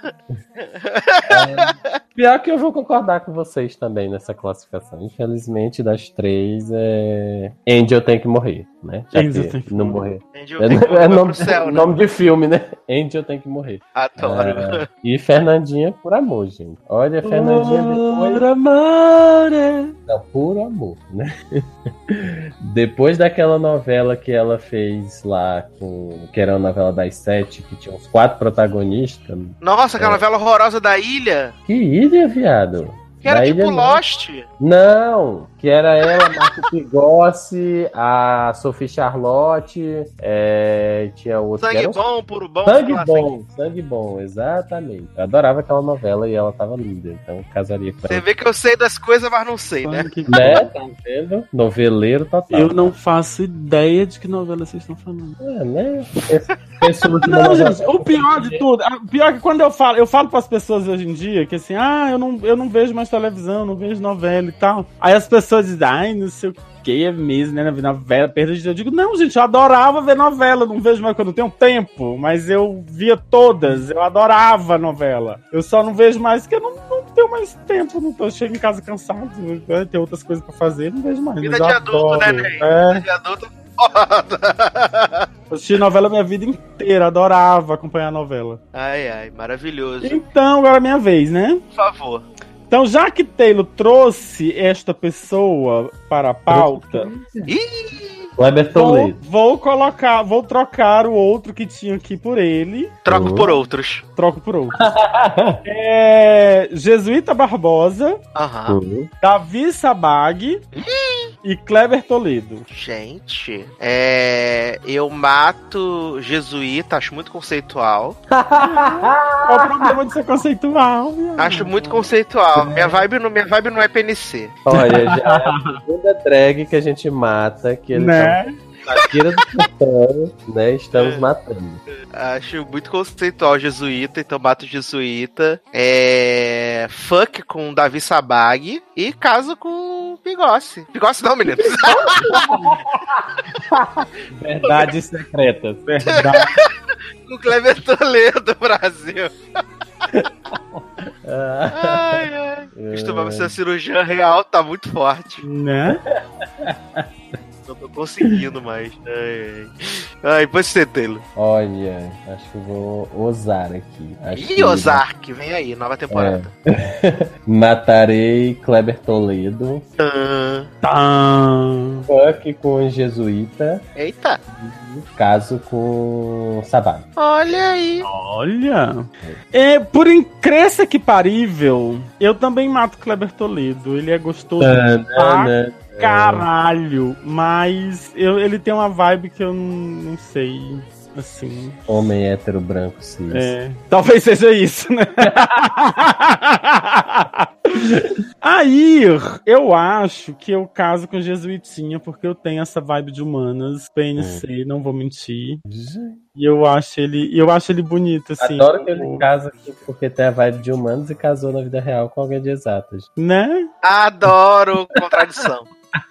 [SPEAKER 12] Pior que eu vou concordar com vocês também nessa classificação. Infelizmente, das três, é... Angel tem que morrer, né? Já
[SPEAKER 13] Angel
[SPEAKER 12] que
[SPEAKER 13] tem que
[SPEAKER 12] não
[SPEAKER 13] morrer.
[SPEAKER 12] morrer.
[SPEAKER 3] Angel
[SPEAKER 12] É,
[SPEAKER 3] tem que
[SPEAKER 12] é
[SPEAKER 3] voltar
[SPEAKER 12] nome,
[SPEAKER 3] pro céu, né?
[SPEAKER 12] nome de filme, né? Angel tem que morrer.
[SPEAKER 3] Adoro.
[SPEAKER 12] É, e Fernandinha por amor, gente. Olha, Fernandinha depois...
[SPEAKER 13] Por amor.
[SPEAKER 12] Não, por amor, né? Depois daquela novela que ela fez lá, com... que era a novela das sete, que tinha uns quatro protagonistas.
[SPEAKER 3] Nossa, aquela novela horrorosa da ilha.
[SPEAKER 12] Que ilha, viado?
[SPEAKER 3] Que era
[SPEAKER 12] Da
[SPEAKER 3] tipo
[SPEAKER 12] ilha, não.
[SPEAKER 3] Lost.
[SPEAKER 12] Não, que era ela, Marco Pigossi, a Sophie Charlotte, é, tinha outro. que
[SPEAKER 3] Sangue
[SPEAKER 12] era um-
[SPEAKER 3] bom, puro bom.
[SPEAKER 12] Sangue
[SPEAKER 3] sei lá,
[SPEAKER 12] bom, sangue bom, exatamente. Eu adorava aquela novela e ela tava linda, então eu casaria com
[SPEAKER 3] Você
[SPEAKER 12] ela.
[SPEAKER 3] vê que eu sei das coisas, mas não sei, né?
[SPEAKER 12] Né? Tá vendo? Noveleiro total.
[SPEAKER 13] Eu não faço ideia de que novela vocês estão falando.
[SPEAKER 12] É, né? Pessoa que
[SPEAKER 13] Não,
[SPEAKER 12] novela-
[SPEAKER 13] gente, o pior de tudo, o pior é que quando eu falo, eu falo pras pessoas hoje em dia que assim, ah, eu não, eu não vejo mais televisão, não vejo novela e tal. Aí as pessoas dizem, ai, não sei o que é mesmo, né? Novela, perda de. Eu digo, não, gente, eu adorava ver novela, não vejo mais quando eu tenho tempo, mas eu via todas, eu adorava novela. Eu só não vejo mais porque eu não, não tenho mais tempo, não tô chego em casa cansado, né? Tem outras coisas pra fazer, não vejo mais.
[SPEAKER 3] Vida
[SPEAKER 13] mas
[SPEAKER 3] de
[SPEAKER 13] eu
[SPEAKER 3] adulto, né,
[SPEAKER 13] adoro.
[SPEAKER 3] Ney?
[SPEAKER 13] É.
[SPEAKER 3] Vida de adulto foda.
[SPEAKER 13] Eu assisti novela minha vida inteira, adorava acompanhar a novela.
[SPEAKER 3] Ai, ai, maravilhoso.
[SPEAKER 13] Então, agora é minha vez, né?
[SPEAKER 3] Por favor.
[SPEAKER 13] Então, já que Taylor trouxe esta pessoa para a pauta,
[SPEAKER 12] Kleber
[SPEAKER 13] vou,
[SPEAKER 12] Toledo.
[SPEAKER 13] vou colocar, vou trocar o outro que tinha aqui por ele.
[SPEAKER 3] Troco por outros.
[SPEAKER 13] Troco por outro. É, Jesuíta Barbosa,
[SPEAKER 3] Aham.
[SPEAKER 13] Davi Sabag e Kleber Toledo.
[SPEAKER 3] Gente, é... eu mato Jesuíta, acho muito conceitual.
[SPEAKER 13] Qual o problema de ser conceitual? viado?
[SPEAKER 3] Acho muito conceitual. Minha vibe, não, minha vibe não é P N C.
[SPEAKER 12] Olha, já é a segunda drag que a gente mata, que ele
[SPEAKER 13] Né?
[SPEAKER 12] tá na tira do cartão, né? Estamos matando.
[SPEAKER 3] Acho muito conceitual Jesuíta, então mato Jesuíta. É... Fuck com Davi Sabag e caso com Pigossi. Pigossi não, menino.
[SPEAKER 12] Verdades secretas. Verdade.
[SPEAKER 3] Com Kleber Toledo, Brasil. Ai, ai. costumava ser cirurgiã real, tá muito forte.
[SPEAKER 13] Né?
[SPEAKER 3] Não tô conseguindo mais. Ai, ai você, Taylor.
[SPEAKER 12] Olha, acho que eu vou ousar aqui. Acho
[SPEAKER 3] Ih,
[SPEAKER 12] que...
[SPEAKER 3] Ozark, vem aí, nova temporada.
[SPEAKER 12] É. Matarei Kleber Toledo.
[SPEAKER 3] Ah.
[SPEAKER 13] Tá.
[SPEAKER 12] Fuck com Jesuíta.
[SPEAKER 3] Eita.
[SPEAKER 12] Caso com Sabado.
[SPEAKER 3] Olha aí.
[SPEAKER 13] Olha. É, por incrível que parível, eu também mato Kleber Toledo. Ele é gostoso.
[SPEAKER 12] Ah,
[SPEAKER 13] pra
[SPEAKER 12] né?
[SPEAKER 13] caralho. Mas eu, ele tem uma vibe que eu não, não sei. Assim.
[SPEAKER 12] Homem hétero branco, cis.
[SPEAKER 13] É, talvez seja isso, né? Aí, eu acho que eu caso com Jesuitinha, porque eu tenho essa vibe de humanas, P N C, não vou mentir. E eu acho ele, eu acho ele bonito, assim.
[SPEAKER 12] Adoro que
[SPEAKER 13] tipo...
[SPEAKER 12] ele casa aqui porque tem a vibe de humanos e casou na vida real com alguém de exatas.
[SPEAKER 13] Né?
[SPEAKER 3] Adoro contradição.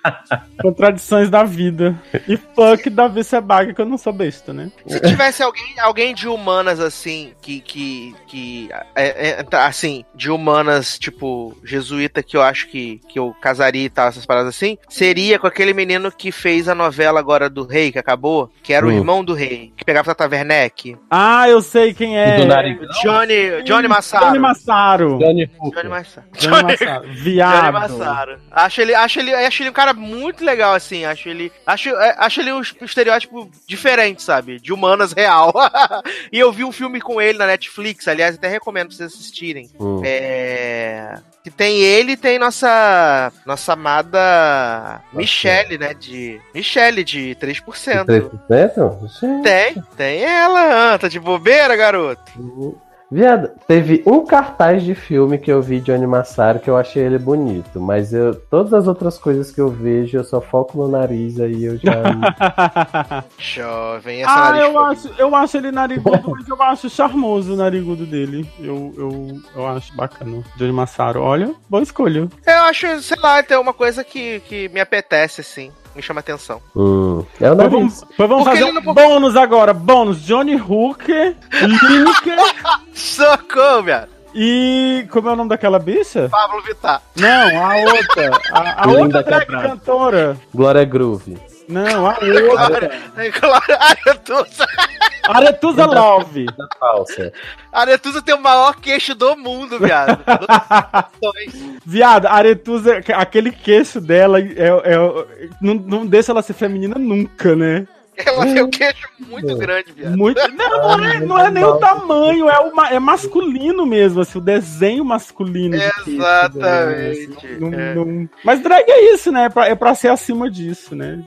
[SPEAKER 13] Contradições da vida. E fuck Davi Sebaga, que eu não sou besta, né?
[SPEAKER 3] Se tivesse alguém, alguém de humanas, assim, que, que, que é, é, assim, de humanas, tipo, jesuíta, que eu acho que, que eu casaria e tal, essas paradas assim, seria com aquele menino que fez a novela agora do Rei, que acabou, que era hum. o irmão do Rei, que pegava Tata Werneck.
[SPEAKER 13] Ah, eu sei quem é.
[SPEAKER 3] Johnny, Johnny Massaro.
[SPEAKER 13] Johnny Massaro.
[SPEAKER 12] Johnny,
[SPEAKER 3] Johnny Massaro.
[SPEAKER 13] Johnny Massaro. Viado.
[SPEAKER 3] Johnny Massaro. Acho ele, acho ele, acho ele um cara muito legal, assim. Acho ele, acho, acho ele um estereótipo diferente, sabe? De humanas real. E eu vi um filme com ele na Netflix, aliás, até recomendo pra vocês assistirem. Hum. É... Que tem ele e tem nossa nossa amada Michelle, né? De Michelle, de três por cento.
[SPEAKER 12] três por cento? Sim.
[SPEAKER 3] Tem, tem ela. Ah, tá de bobeira, garoto.
[SPEAKER 12] Uhum. Viado, teve um cartaz de filme que eu vi de Johnny Massaro que eu achei ele bonito, mas eu, todas as outras coisas que eu vejo, eu só foco no nariz, aí eu já...
[SPEAKER 3] Jovem, essa
[SPEAKER 13] ah,
[SPEAKER 3] nariz
[SPEAKER 13] eu acho, eu acho ele narigudo, mas eu acho charmoso o narigudo dele. Eu, eu, eu acho bacana. Johnny Massaro, olha, boa escolha.
[SPEAKER 3] Eu acho, sei lá, tem uma coisa que, que me apetece, assim. Me chama atenção.
[SPEAKER 12] Hum, é o
[SPEAKER 13] nariz. Vamos, vamos fazer um não... bônus agora. Bônus, Johnny Hooker, Lineker...
[SPEAKER 3] Socorro, viado.
[SPEAKER 13] E como é o nome daquela bicha?
[SPEAKER 3] Pablo Vittar.
[SPEAKER 13] Não, a outra. A, a outra drag cantora.
[SPEAKER 12] Glória Groove.
[SPEAKER 13] Não, a outra.
[SPEAKER 3] Glória Aretusa.
[SPEAKER 13] Aretusa Love.
[SPEAKER 12] Falsa.
[SPEAKER 3] Aretusa tem o maior queixo do mundo, viado.
[SPEAKER 13] Viado, a Aretusa, aquele queixo dela é, é, não, não deixa ela ser feminina nunca, né?
[SPEAKER 3] Ela tem um queixo muito grande, viado.
[SPEAKER 13] Muito... Não, não é, não é nem o tamanho, é, uma, é masculino mesmo, assim, o desenho masculino.
[SPEAKER 3] Exatamente.
[SPEAKER 13] Queixo, né? não, é. não... Mas drag é isso, né? É pra, é pra ser acima disso, né?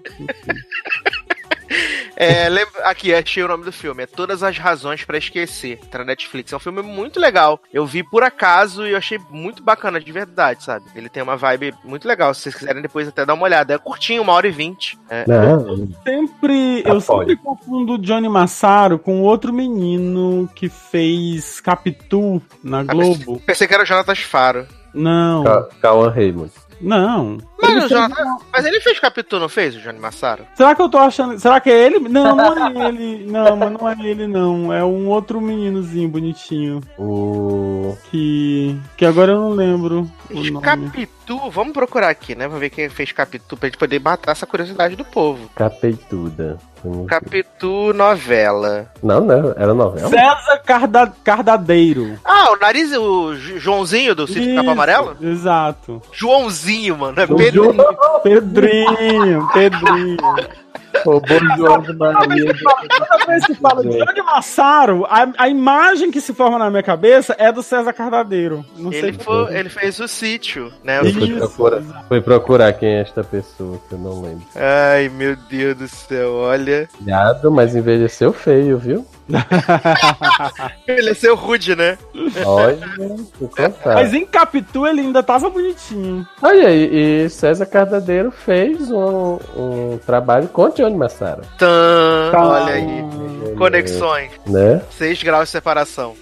[SPEAKER 3] É, lembra... Aqui, achei o nome do filme. É Todas as Razões pra Esquecer. Tá na Netflix. É um filme muito legal. Eu vi por acaso e eu achei muito bacana, de verdade, sabe? Ele tem uma vibe muito legal. Se vocês quiserem depois até dar uma olhada. É curtinho, uma hora e vinte. É.
[SPEAKER 13] Eu sempre, eu sempre confundo o Johnny Massaro com outro menino que fez Capitu na Globo.
[SPEAKER 3] Pensei que era o Jonathan Faro.
[SPEAKER 13] Não.
[SPEAKER 12] Cauã Raymond.
[SPEAKER 13] Não.
[SPEAKER 3] Mas ele, Jonathan, fez... mas ele fez Capitu, não fez, o Johnny Massaro?
[SPEAKER 13] Será que eu tô achando... Será que é ele? Não, não é ele. Não, mas não é ele, não. É um outro meninozinho bonitinho.
[SPEAKER 12] O...
[SPEAKER 13] Que... Que agora eu não lembro o nome.
[SPEAKER 3] Capitu? Vamos procurar aqui, né? Vamos ver quem fez Capitu pra gente poder matar essa curiosidade do povo.
[SPEAKER 12] Capeituda.
[SPEAKER 3] Capitu novela.
[SPEAKER 12] Não, não. Era novela?
[SPEAKER 13] César Carda... Cardadeiro.
[SPEAKER 3] Ah, o nariz, o Joãozinho do Sítio Capão Amarelo?
[SPEAKER 13] Exato.
[SPEAKER 3] Joãozinho, mano. É
[SPEAKER 13] Pedrinho. Pedrinho. Pedrinho.
[SPEAKER 12] O bom João de Maria.
[SPEAKER 13] Toda vez que fala de Johnny Massaro, a, a imagem que se forma na minha cabeça é do César Cardadeiro. Não
[SPEAKER 3] ele,
[SPEAKER 13] sei
[SPEAKER 3] foi, ele fez o Sítio, né?
[SPEAKER 12] Eu fui procurar, fui procurar quem é esta pessoa, que eu não lembro.
[SPEAKER 3] Ai, meu Deus do céu, olha.
[SPEAKER 12] Viado, mas envelheceu feio, viu?
[SPEAKER 3] Envelheceu rude, né?
[SPEAKER 12] Olha,
[SPEAKER 13] mas em Capitu ele ainda tava bonitinho.
[SPEAKER 12] Olha, e, e César Cardadeiro fez um, um trabalho com Johnny Tony Massara.
[SPEAKER 3] Tan,
[SPEAKER 13] Tan.
[SPEAKER 3] olha aí. Conexões.
[SPEAKER 12] Né?
[SPEAKER 3] Seis graus de separação.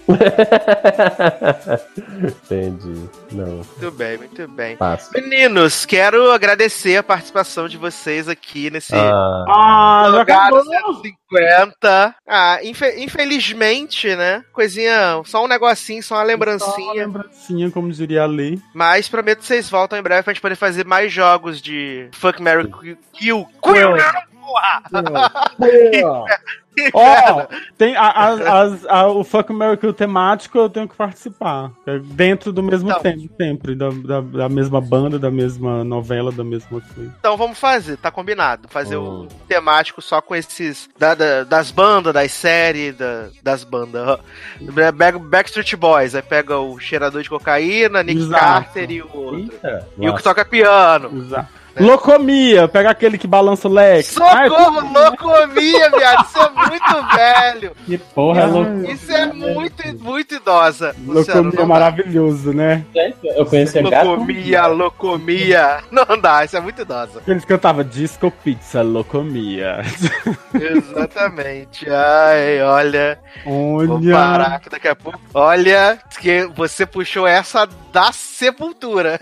[SPEAKER 12] Entendi. Não.
[SPEAKER 3] Muito bem, muito bem.
[SPEAKER 12] Passo.
[SPEAKER 3] Meninos, quero agradecer a participação de vocês aqui nesse
[SPEAKER 12] Ah,
[SPEAKER 13] Ah, já
[SPEAKER 3] lugar
[SPEAKER 13] acabou.
[SPEAKER 3] cento e cinquenta. Ah, infe- infelizmente, né? Coisinha, só um negocinho, só uma
[SPEAKER 13] Só uma
[SPEAKER 3] lembrancinha.
[SPEAKER 13] lembrancinha, como diria a lei.
[SPEAKER 3] Mas prometo que vocês voltam em breve pra gente poder fazer mais jogos de Fuck, Marry, Kill. Kill, não, porra!
[SPEAKER 13] Ó, tem a, a- as- a- o Fuck Miracle temático eu tenho que participar. É dentro do mesmo
[SPEAKER 3] Então.
[SPEAKER 13] tempo, sempre. Da, da, da mesma banda, da mesma novela, da mesma coisa.
[SPEAKER 3] Então vamos fazer, tá combinado. Fazer
[SPEAKER 12] Hum.
[SPEAKER 3] o temático só com esses. da- da- das bandas, das séries, da- das bandas. Pega o Backstreet Boys, aí pega o cheirador de cocaína, Nick
[SPEAKER 13] Exato.
[SPEAKER 3] Carter e o outro.
[SPEAKER 12] Eita.
[SPEAKER 3] E o que
[SPEAKER 12] Nossa.
[SPEAKER 3] toca piano.
[SPEAKER 13] Exato. Locomia, pega aquele que balança o leque. Ai,
[SPEAKER 3] Socorro, locomia, viado. Isso é muito velho.
[SPEAKER 13] que porra é louco.
[SPEAKER 3] Isso é muito, muito idosa. Luciano,
[SPEAKER 13] Locomia é
[SPEAKER 3] não dá.
[SPEAKER 13] maravilhoso, né?
[SPEAKER 12] Eu conhecia gato.
[SPEAKER 3] Locomia, locomia. Não dá, isso é muito idosa.
[SPEAKER 13] Eles cantavam Disco Pizza, Locomia.
[SPEAKER 3] Exatamente. Ai, olha. Vou
[SPEAKER 13] Olha.
[SPEAKER 3] parar que daqui a pouco. Olha, que você puxou essa da sepultura.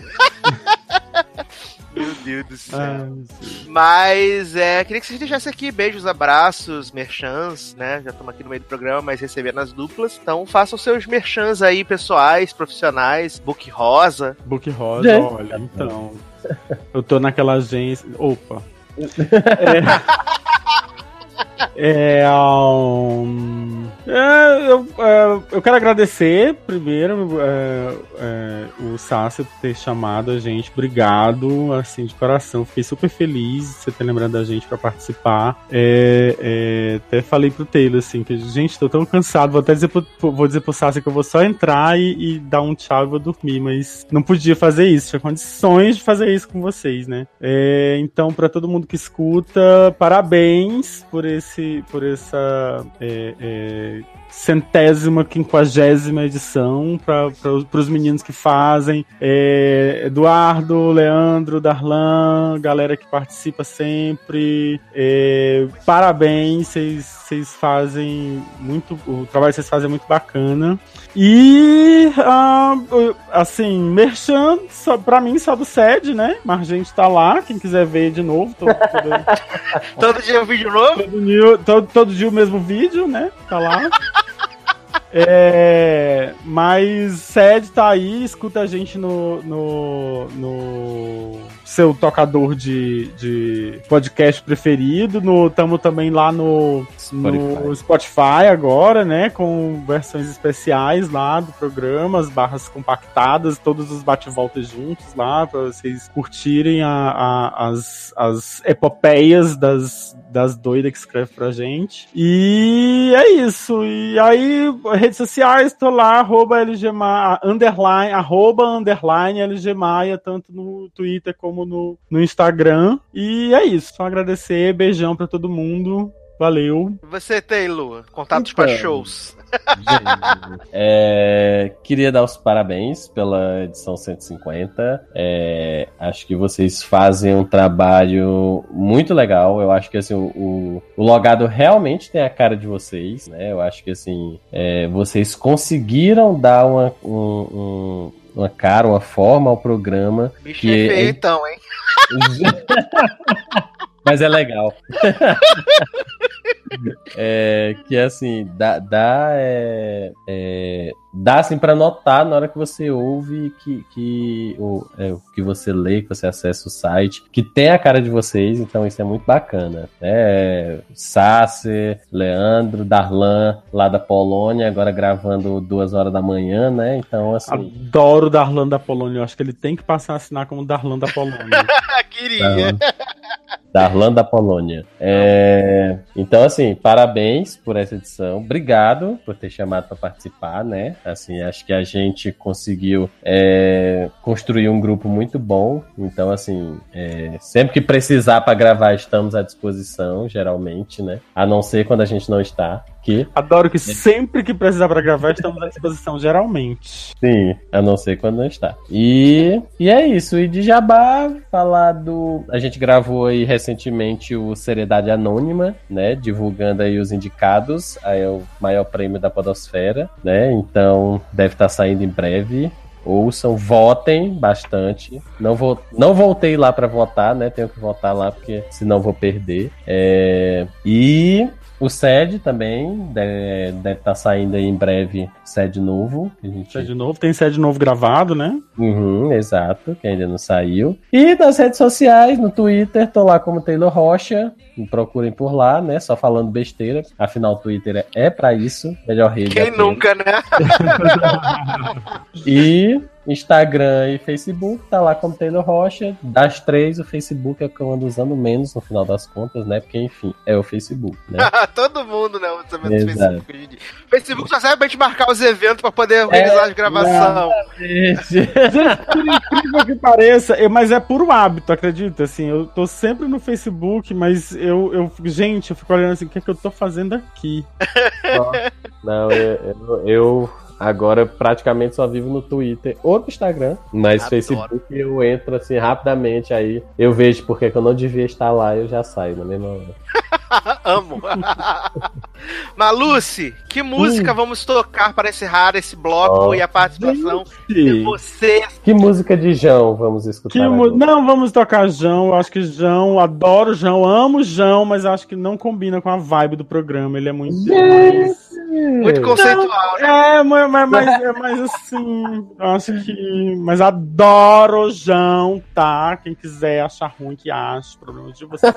[SPEAKER 3] Meu Deus do céu.
[SPEAKER 13] Ai,
[SPEAKER 3] Mas é, queria que vocês deixassem aqui beijos, abraços, merchans, né? Já estamos aqui no meio do programa, mas recebendo as duplas. Então façam seus merchans aí, pessoais, profissionais, book rosa.
[SPEAKER 13] Book Rosa,
[SPEAKER 12] É.
[SPEAKER 13] olha, então. Eu tô naquela agência. Opa. É. É, um, é, eu, é, eu quero agradecer primeiro é, é, o Sácio por ter chamado a gente. Obrigado, assim, de coração. Fiquei super feliz de você ter lembrado da gente pra participar. É, é, até falei pro Taylor, assim, que, gente, tô tão cansado. Vou até dizer pro, vou dizer pro Sácio que eu vou só entrar e, e dar um tchau e vou dormir, mas não podia fazer isso. Tinha condições de fazer isso com vocês, né? É, então, pra todo mundo que escuta, parabéns por esse, por essa é, é, centésima, quinquagésima edição, para os meninos que fazem, é, Eduardo, Leandro, Darlan, galera que participa sempre, é, parabéns, vocês fazem muito, o trabalho que vocês fazem é muito bacana. E, ah, assim, merchan, só, pra mim, só do S E D, né? Mas a gente tá lá, quem quiser ver de novo. Todo, todo,
[SPEAKER 3] Todo dia um vídeo novo?
[SPEAKER 13] todo, dia, todo, todo dia o mesmo vídeo, né? Tá lá. É, mas S E D tá aí, escuta a gente no, no, no seu tocador de, de podcast preferido. No, tamo também lá no Spotify. no Spotify agora, né? Com versões especiais lá do programa, as barras compactadas, todos os bate-voltas juntos lá, pra vocês curtirem a, a, as, as epopeias das, das doidas que escrevem pra gente. E é isso. E aí, redes sociais, tô lá, arroba LGMaia, underline, arroba underline LGMaia, tanto no Twitter como no, no Instagram. E é isso. Só agradecer, beijão pra todo mundo. Valeu.
[SPEAKER 3] Você, Taylor, contatos
[SPEAKER 12] Então.
[SPEAKER 3] para shows.
[SPEAKER 12] Gente, é, queria dar os parabéns pela edição cento e cinquenta. É, acho que vocês fazem um trabalho muito legal. Eu acho que assim, o, o Logado realmente tem a cara de vocês, né? Eu acho que assim, é, vocês conseguiram dar uma, um, um, uma cara, uma forma ao programa.
[SPEAKER 3] Bicho
[SPEAKER 12] que
[SPEAKER 3] é feio,
[SPEAKER 12] é-
[SPEAKER 3] então, hein?
[SPEAKER 12] Mas é legal. É, que assim, dá, dá, é, é, dá assim pra notar na hora que você ouve, que, que, o, é, que você lê, que você acessa o site, que tem a cara de vocês, então isso é muito bacana. É, Sácer, Leandro, Darlan, lá da Polônia, agora gravando duas horas da manhã, né? Então, assim.
[SPEAKER 13] Adoro o Darlan da Polônia. Eu acho que ele tem que passar a assinar como Darlan da Polônia.
[SPEAKER 3] Queria.
[SPEAKER 12] Darlan da Polônia. É, então, assim, parabéns por essa edição. Obrigado por ter chamado para participar, né? Assim, acho que a gente conseguiu é, construir um grupo muito bom. Então, assim, é, sempre que precisar para gravar, estamos à disposição, geralmente, né? A não ser quando a gente não está. quê.
[SPEAKER 13] Adoro que sempre que precisar pra gravar, estamos à disposição, geralmente.
[SPEAKER 12] Sim, a não ser quando não está. E, e é isso. E de jabá, falar do... A gente gravou aí recentemente o Seriedade Anônima, né? Divulgando aí os indicados. Aí é o maior prêmio da podosfera, né? Então, deve estar saindo em breve. Ouçam, votem bastante. Não, vou, não voltei lá pra votar, né? Tenho que votar lá, porque senão vou perder. É... E... O S E D também deve, deve estar saindo aí em breve, S E D novo. A gente...
[SPEAKER 13] S E D novo, tem S E D novo gravado, né?
[SPEAKER 12] Uhum, exato, que ainda não saiu. E nas redes sociais, no Twitter, tô lá como Taylor Rocha. Me procurem por lá, né? Só falando besteira. Afinal, o Twitter é, é pra isso. Melhor rede.
[SPEAKER 3] Quem nunca, né?
[SPEAKER 12] E Instagram e Facebook, tá lá como Taylor Rocha. Das três, o Facebook é o que eu ando usando menos no final das contas, né? Porque, enfim, é o Facebook, né?
[SPEAKER 3] Todo mundo, né? Usa menos o Facebook hoje em dia. O Facebook só serve pra gente marcar os eventos pra poder organizar
[SPEAKER 12] É,
[SPEAKER 3] as gravações.
[SPEAKER 12] Gente,
[SPEAKER 13] por incrível que pareça, eu- mas é puro hábito, acredita? Assim, eu tô sempre no Facebook, mas eu, eu gente, eu fico olhando assim, o que é que eu tô fazendo aqui?
[SPEAKER 12] Não, eu, eu, eu agora praticamente só vivo no Twitter ou no Instagram, mas
[SPEAKER 3] Adoro.
[SPEAKER 12] Facebook eu entro assim rapidamente, aí eu vejo porque que eu não devia estar lá e eu já saio na mesma hora.
[SPEAKER 3] Amo. Maluce, que música vamos tocar para encerrar esse bloco
[SPEAKER 12] Ó,
[SPEAKER 3] e a participação de você?
[SPEAKER 12] Que música de João vamos escutar?
[SPEAKER 13] Que mu-
[SPEAKER 12] agora?
[SPEAKER 13] não, vamos tocar João. Eu acho que João, adoro João, amo João, mas acho que não combina com a vibe do programa. Ele é muito.
[SPEAKER 3] Muito conceitual,
[SPEAKER 13] né? É, mas, mas, mas, é, mas assim, eu acho que. Mas adoro João, tá? Quem quiser achar ruim, que acha. Problema de vocês.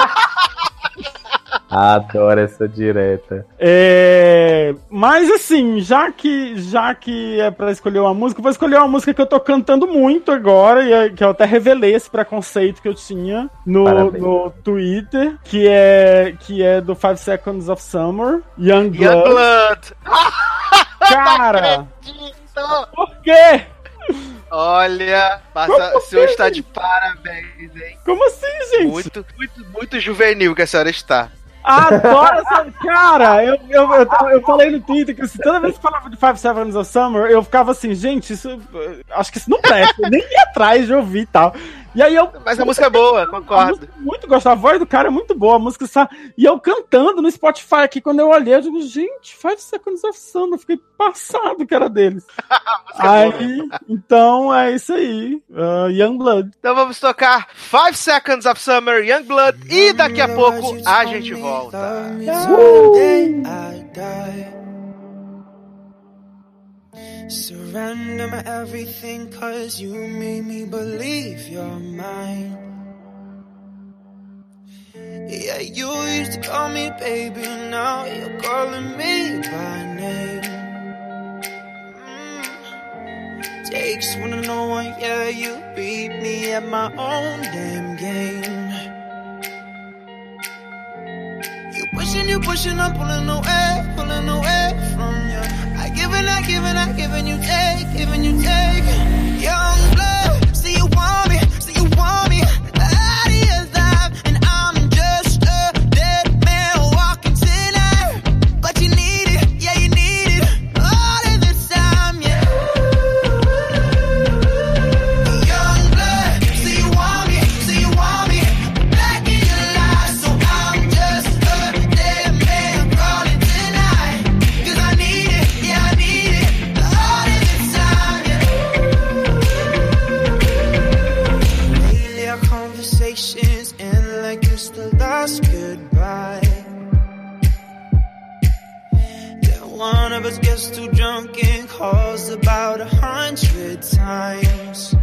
[SPEAKER 12] Adoro essa direta.
[SPEAKER 13] É, mas assim, já que, já que é pra escolher uma música, eu vou escolher uma música que eu tô cantando muito agora, e é- que eu até revelei esse preconceito que eu tinha no,
[SPEAKER 12] Parabéns.
[SPEAKER 13] no Twitter, que é, que é do Five Seconds of Summer, Young Blood.
[SPEAKER 3] Young Blood.
[SPEAKER 13] Cara,
[SPEAKER 3] Acredito.
[SPEAKER 13] por quê?
[SPEAKER 3] Olha, passa,
[SPEAKER 13] Como
[SPEAKER 3] o senhor
[SPEAKER 13] assim?
[SPEAKER 3] está de parabéns, hein?
[SPEAKER 13] Como assim, gente?
[SPEAKER 3] Muito, muito, muito juvenil que a senhora está.
[SPEAKER 13] Adoro essa. Cara, eu, eu, eu, tava- eu falei no Twitter que assim, toda vez que falava de Five Seconds of Summer, eu ficava assim, gente, isso. eh, Acho que isso não presta. Eu nem ia atrás de ouvir e tal. E aí eu.
[SPEAKER 3] Mas a música é boa,
[SPEAKER 13] A
[SPEAKER 3] concordo.
[SPEAKER 13] música é muito gostosa, a voz do cara é muito boa, a música está. E eu cantando no Spotify aqui, quando eu olhei, eu digo, gente, Five Seconds of Summer, eu fiquei passado que era deles. Aí, então é isso aí. Uh, Young Blood.
[SPEAKER 3] Então vamos tocar Five Seconds of Summer, Young Blood, e daqui a pouco a gente volta.
[SPEAKER 14] Someday I die. Surrender my everything, cause you made me believe you're mine. Yeah, you used to call me baby, now you're calling me by name. Mm. Takes one to know one, yeah, you beat me at my own damn game. You pushing, you pushing, I'm pulling away, pulling away from you. I give and I give and I give and you take, giving you take. Young blood, see you want me, see you want me. Out of your life, and I'm just a dead man walking tonight. But you need it, yeah you need it, all of this time, yeah. Young blood, see you want me, see you want me. Back in your life, so I'm just a dead man calling tonight. Cause I need it, yeah I need it, all of this time, yeah. Lately our conversations end like it's the last goodbye. Then one of us gets too drunk and calls about a hundred times.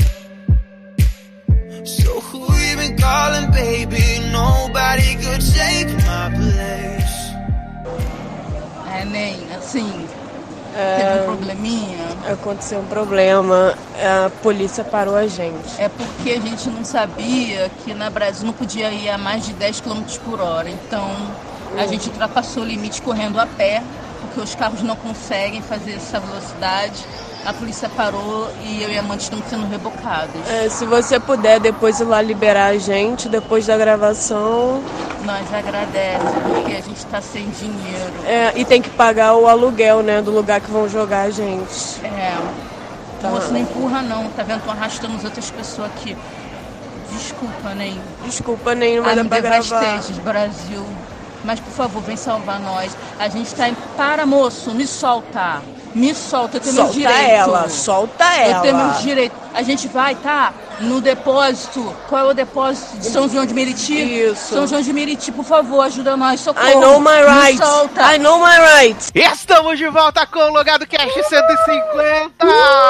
[SPEAKER 14] So who you been calling, baby? Nobody could take my place.
[SPEAKER 10] É, nem, assim,
[SPEAKER 11] É,
[SPEAKER 10] teve um probleminha.
[SPEAKER 11] Aconteceu um problema, a polícia parou a gente.
[SPEAKER 10] É porque a gente não sabia que na Brasil não podia ir a mais de dez quilômetros por hora. Então, a gente ultrapassou o limite correndo a pé, porque os carros não conseguem fazer essa velocidade. A polícia parou e eu e a Amanda estamos sendo rebocadas.
[SPEAKER 11] É, se você puder depois ir lá liberar a gente, depois da gravação.
[SPEAKER 10] Nós agradecemos, porque a gente tá sem dinheiro.
[SPEAKER 11] É, e tem que pagar o aluguel, né, do lugar que vão jogar a gente.
[SPEAKER 10] É.
[SPEAKER 11] Tá.
[SPEAKER 10] Moço, não empurra não, tá vendo? Tô arrastando as outras pessoas aqui. Desculpa, nem.
[SPEAKER 11] Desculpa, nem, mas dá pra gravar.
[SPEAKER 10] Stages, Brasil. Mas, por favor, vem salvar nós. A gente tá em... Para, moço, me solta. Me solta, eu tenho
[SPEAKER 11] Solta
[SPEAKER 10] meus direitos.
[SPEAKER 11] ela, solta ela.
[SPEAKER 10] Eu tenho meus direitos. A gente vai, tá? No depósito. Qual é o depósito de São João de Meriti?
[SPEAKER 11] Isso.
[SPEAKER 10] São João de Meriti, por favor, ajuda nós. Socorro.
[SPEAKER 11] I know my rights.
[SPEAKER 10] Me solta.
[SPEAKER 11] I know my rights.
[SPEAKER 3] Estamos de volta com o Logado Cast cento e cinquenta!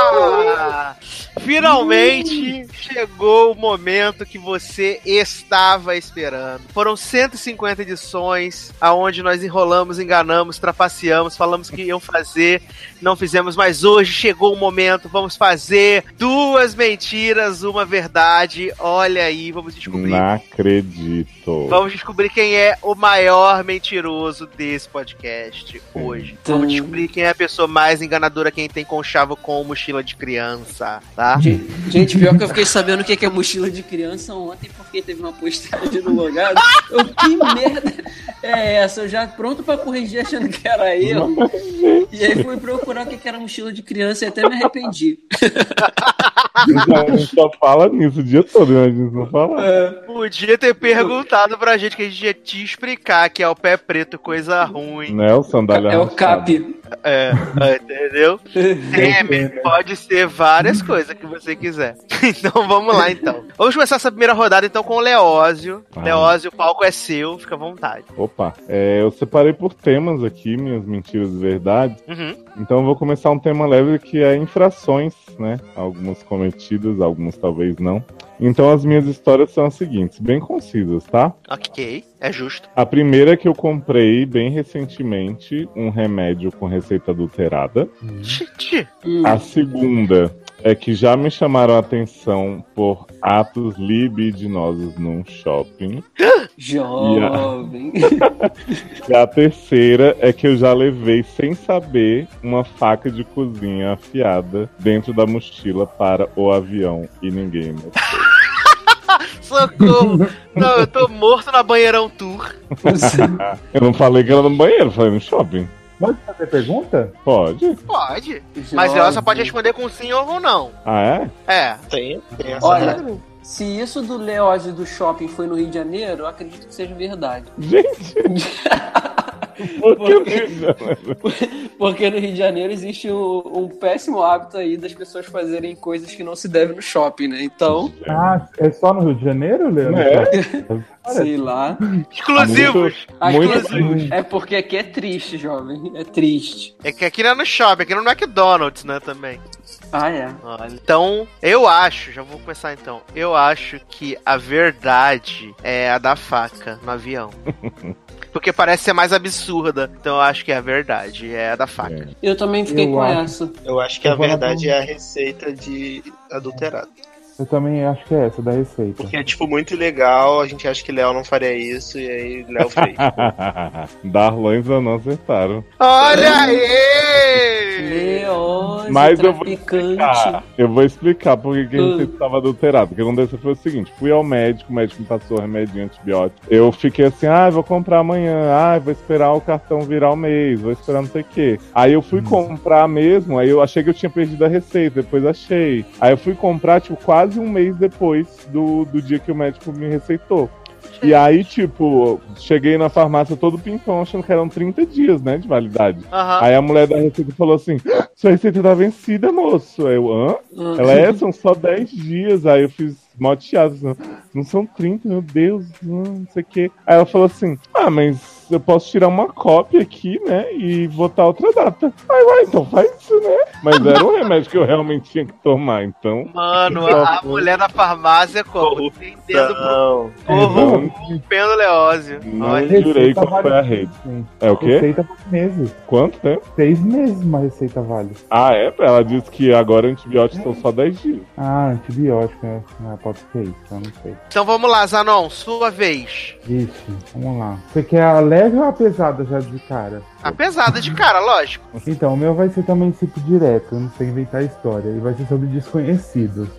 [SPEAKER 3] Finalmente chegou o momento que você estava esperando. Foram cento e cinquenta edições aonde nós enrolamos, enganamos, trapaceamos, falamos que iam fazer, não fizemos, mas hoje chegou o momento, vamos fazer duas mentiras, uma verdade. Olha aí, vamos descobrir.
[SPEAKER 4] Não acredito.
[SPEAKER 3] Vamos descobrir quem é o maior mentiroso desse podcast hoje. Vamos descobrir quem é a pessoa mais enganadora, quem tem conchavo com mochila de criança, tá?
[SPEAKER 5] Gente, pior que eu fiquei sabendo o que é mochila de criança ontem, porque teve uma postagem no Logado. Eu, que merda é essa? Eu já pronto pra corrigir achando que era eu. E aí fui procurar o que era mochila de criança e até me arrependi.
[SPEAKER 4] A gente só fala nisso o dia todo, né? A gente não fala.
[SPEAKER 3] É, podia ter perguntado pra gente que a gente ia te explicar que é o pé preto, coisa ruim.
[SPEAKER 4] Não é o sandália.
[SPEAKER 5] É o cap.
[SPEAKER 3] É, entendeu? Temer pode ser várias coisas que você quiser. Então vamos lá, então. Vamos começar essa primeira rodada, então, com o Leózio. Ah. Leózio, o palco é seu, fica à vontade.
[SPEAKER 4] Opa, é, eu separei por temas aqui, minhas mentiras e verdades.
[SPEAKER 3] Uhum.
[SPEAKER 4] Então eu vou começar um tema leve que é infrações, né? Algumas cometidas, algumas talvez não. Então as minhas histórias são as seguintes, bem concisas, tá?
[SPEAKER 3] Ok, é justo.
[SPEAKER 4] A primeira é que eu comprei bem recentemente um remédio com receita adulterada.
[SPEAKER 3] Hum.
[SPEAKER 4] A segunda é que já me chamaram a atenção por atos libidinosos num shopping.
[SPEAKER 5] Jovem.
[SPEAKER 4] E a... e a terceira é que eu já levei, sem saber, uma faca de cozinha afiada dentro da mochila para o avião e ninguém me mostrou.
[SPEAKER 3] Socorro! Não, eu tô morto na Banheirão Tour.
[SPEAKER 4] Eu não falei que era no banheiro, eu falei no shopping.
[SPEAKER 6] Pode fazer pergunta?
[SPEAKER 4] Pode.
[SPEAKER 3] Pode. Mas ela só pode responder com sim ou não.
[SPEAKER 4] Ah, é?
[SPEAKER 3] É.
[SPEAKER 8] Tem, tem essa.
[SPEAKER 5] Olha, se isso do Leózio do shopping foi no Rio de Janeiro, eu acredito que seja verdade.
[SPEAKER 4] Gente!
[SPEAKER 5] Porque, porque no Rio de Janeiro existe um, um péssimo hábito aí das pessoas fazerem coisas que não se devem no shopping, né? Então...
[SPEAKER 6] Ah, é só no Rio de Janeiro, Leandro?
[SPEAKER 5] É. Sei lá.
[SPEAKER 3] Exclusivos!
[SPEAKER 5] Muito, muito. É porque aqui é triste, jovem. É triste.
[SPEAKER 3] É que aqui não é no shopping, aqui no McDonald's, né, também.
[SPEAKER 5] Ah, é.
[SPEAKER 3] Olha, então, eu acho, já vou começar então. Eu acho que a verdade é a da faca no avião. Porque parece ser mais absurda. Então eu acho que é a verdade, é a da faca.
[SPEAKER 5] Eu também fiquei
[SPEAKER 6] eu
[SPEAKER 5] com
[SPEAKER 6] acho.
[SPEAKER 5] essa.
[SPEAKER 8] Eu acho que a verdade é a receita de adulterado.
[SPEAKER 6] Eu também acho que é essa, da receita.
[SPEAKER 8] Porque é, tipo, muito legal, a gente acha que Léo não faria isso, e aí Léo fez.
[SPEAKER 4] Darlões não acertaram.
[SPEAKER 3] Olha aí!
[SPEAKER 5] Leózio,
[SPEAKER 4] Mas eu vou explicar, eu vou explicar porque que a receita estava adulterada. O que aconteceu foi o seguinte, fui ao médico, o médico me passou remédio antibiótico. Eu fiquei assim, ah, vou comprar amanhã, ah, vou esperar o cartão virar o mês, vou esperar não sei o quê. Aí eu fui hum. comprar mesmo, aí eu achei que eu tinha perdido a receita, depois achei. Aí eu fui comprar, tipo, quase um mês depois do, do dia que o médico me receitou. E aí, tipo, cheguei na farmácia todo pimpão, achando que eram trinta dias, né, de validade. Uhum. Aí a mulher da receita falou assim, sua receita tá vencida, moço. Aí eu, hã? Uhum. Ela é, são só dez dias. Aí eu fiz mó teatro, não são trinta, meu Deus, não, não sei o quê. Aí ela falou assim, ah, mas eu posso tirar uma cópia aqui, né, e botar outra data. Aí, vai, então faz isso, né? Mas era um remédio que eu realmente tinha que tomar, então...
[SPEAKER 3] Mano, a mulher da farmácia como? Corrompendo o Leózio.
[SPEAKER 4] Não jurei qual foi a rede. Sim. É o quê?
[SPEAKER 6] Receita por meses.
[SPEAKER 4] Quanto tempo?
[SPEAKER 6] Seis meses uma receita vale.
[SPEAKER 4] Ah, é? Ela disse que agora antibióticos são só dez dias.
[SPEAKER 6] Ah, antibiótico, é. Ah, pode ser isso, eu não sei.
[SPEAKER 3] Então vamos lá, Zanon, sua vez.
[SPEAKER 6] Vixe, vamos lá. Você quer a leve ou a pesada já de cara?
[SPEAKER 3] A pesada de cara, lógico.
[SPEAKER 6] Então, o meu vai ser também tipo direto, eu não sei inventar história. E vai ser sobre desconhecidos.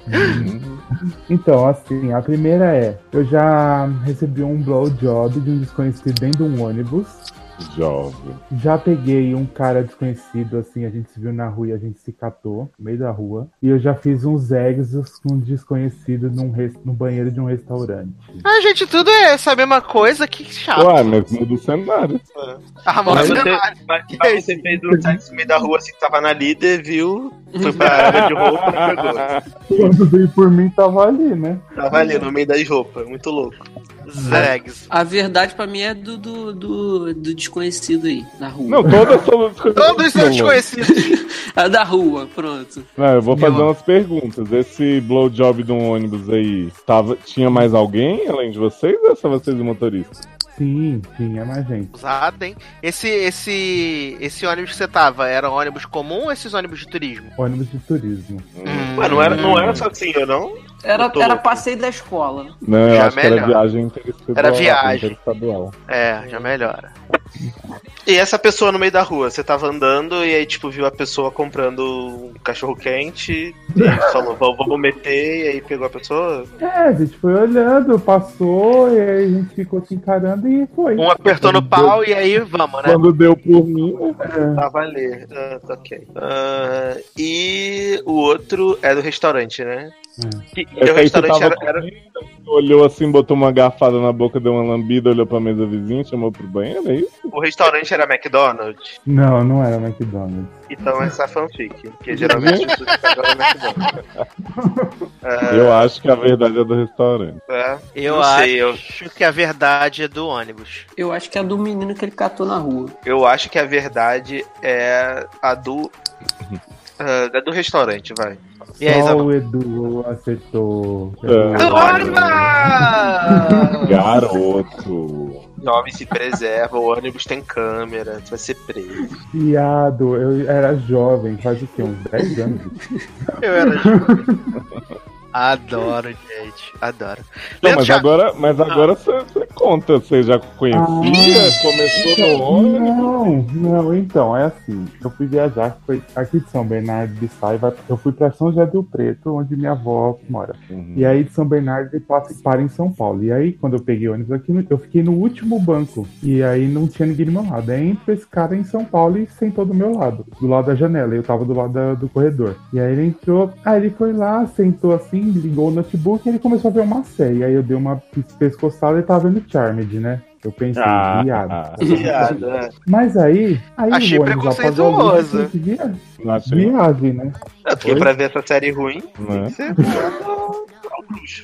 [SPEAKER 6] Então, assim, a primeira é: eu já recebi um blowjob de um desconhecido dentro de um ônibus.
[SPEAKER 4] Jovem.
[SPEAKER 6] Já peguei um cara desconhecido, assim, a gente se viu na rua e a gente se catou no meio da rua. E eu já fiz uns exos com um desconhecido num res... no banheiro de um restaurante.
[SPEAKER 3] Ah, gente, tudo é essa mesma coisa, que chato.
[SPEAKER 4] Ué, mas muda o cenário.
[SPEAKER 3] Ah,
[SPEAKER 8] Mas
[SPEAKER 3] mas
[SPEAKER 8] você,
[SPEAKER 3] cenário.
[SPEAKER 8] mas, mas você fez um sexo no meio da rua assim que tava na líder, viu? Foi pra área de roupa e pegou.
[SPEAKER 6] Quando veio por mim, tava ali, né?
[SPEAKER 8] Tava ali no meio das roupas, muito louco.
[SPEAKER 3] Zegs.
[SPEAKER 5] A verdade pra mim é do, do, do, do desconhecido aí, na rua.
[SPEAKER 4] Não, todas são desconhecidas.
[SPEAKER 3] Todos são desconhecidos.
[SPEAKER 5] A da rua, pronto.
[SPEAKER 4] Não, eu vou fazer
[SPEAKER 3] Meu.
[SPEAKER 4] umas perguntas. Esse blowjob de um ônibus aí, tava, tinha mais alguém além de vocês ou só vocês e o motorista?
[SPEAKER 6] Sim, tinha mais gente.
[SPEAKER 3] Usado, hein? Esse, esse, esse ônibus que você tava, era um ônibus comum ou esses ônibus de turismo?
[SPEAKER 6] Ônibus de turismo.
[SPEAKER 3] Hum.
[SPEAKER 8] Ué, não era, não era só assim, eu não?
[SPEAKER 5] Era,
[SPEAKER 8] Eu tô
[SPEAKER 5] era
[SPEAKER 8] louco.
[SPEAKER 5] passeio da escola.
[SPEAKER 4] Não, eu
[SPEAKER 3] Já
[SPEAKER 4] acho que era
[SPEAKER 3] melhor.
[SPEAKER 4] viagem interestadual.
[SPEAKER 3] Era viagem.
[SPEAKER 4] interestadual.
[SPEAKER 3] É, já melhora.
[SPEAKER 8] E essa pessoa no meio da rua, você tava andando e aí, tipo, viu a pessoa comprando um cachorro quente e falou, vamos, vamos meter, e aí pegou a pessoa?
[SPEAKER 6] É, a gente foi olhando, passou, e aí a gente ficou se encarando e foi.
[SPEAKER 3] Um apertou no pau e aí vamos, né?
[SPEAKER 4] Quando deu por mim,
[SPEAKER 6] É.
[SPEAKER 8] Tava ali. Ah, tá ok. Ah, e o outro é do restaurante, né? E, e
[SPEAKER 4] esse
[SPEAKER 8] o
[SPEAKER 4] aí você
[SPEAKER 8] restaurante
[SPEAKER 4] tava
[SPEAKER 8] era, era-
[SPEAKER 4] comendo, olhou assim, botou uma garfada na boca, deu uma lambida, olhou pra mesa vizinha, chamou pro banheiro, é isso?
[SPEAKER 8] O restaurante era McDonald's?
[SPEAKER 6] Não, não era McDonald's.
[SPEAKER 8] Então essa é fanfic, porque geralmente as pessoas pegam no McDonald's. Ah,
[SPEAKER 4] Eu acho que a verdade é do restaurante.
[SPEAKER 8] é,
[SPEAKER 3] Eu
[SPEAKER 8] não
[SPEAKER 3] acho
[SPEAKER 8] sei, eu,
[SPEAKER 3] que a verdade é do ônibus.
[SPEAKER 5] Eu acho que é do menino que ele catou na rua.
[SPEAKER 8] eu acho que a verdade é a do. ah, é do restaurante, vai.
[SPEAKER 3] E aí,
[SPEAKER 6] Só
[SPEAKER 3] Zanon?
[SPEAKER 6] o Edu acertou.
[SPEAKER 4] É. Garoto.
[SPEAKER 8] Jovem se preserva, o ônibus tem câmera, você vai ser preso.
[SPEAKER 6] Viado, eu era jovem, faz o quê? Uns dez anos?
[SPEAKER 3] Eu era jovem. Adoro, gente. Adoro.
[SPEAKER 4] Não,
[SPEAKER 3] Leandro
[SPEAKER 4] mas
[SPEAKER 3] Chaves.
[SPEAKER 4] agora, mas agora você você conta, você já conhecia?
[SPEAKER 6] Ah.
[SPEAKER 4] Começou no ônibus?
[SPEAKER 6] Não, não, então, é assim. Eu fui viajar, foi aqui de São Bernardo de Saiva, eu fui pra São José do Preto, onde minha avó mora.
[SPEAKER 4] Uhum.
[SPEAKER 6] E aí de São Bernardo ele passa para em São Paulo. E aí, quando eu peguei o ônibus aqui, eu fiquei no último banco. E aí não tinha ninguém do meu lado. Aí entrou esse cara em São Paulo e sentou do meu lado, do lado da janela. Eu tava do lado da- do corredor. E aí ele entrou, aí ele foi lá, sentou assim, ligou o notebook e ele começou a ver uma série. Aí eu dei uma pescoçada e tava vendo Charmed, né? Eu pensei,
[SPEAKER 4] Ah,
[SPEAKER 6] viado.
[SPEAKER 4] ah.
[SPEAKER 8] Viado, é.
[SPEAKER 6] Mas aí, aí
[SPEAKER 3] Achei
[SPEAKER 6] o ônibus apagou a luz,
[SPEAKER 3] preconceituoso.
[SPEAKER 6] eu falei, via-
[SPEAKER 4] Não achei,
[SPEAKER 6] Viagem, né?
[SPEAKER 8] É, porque pra ver essa série ruim,
[SPEAKER 4] né?
[SPEAKER 8] você ao bruxo.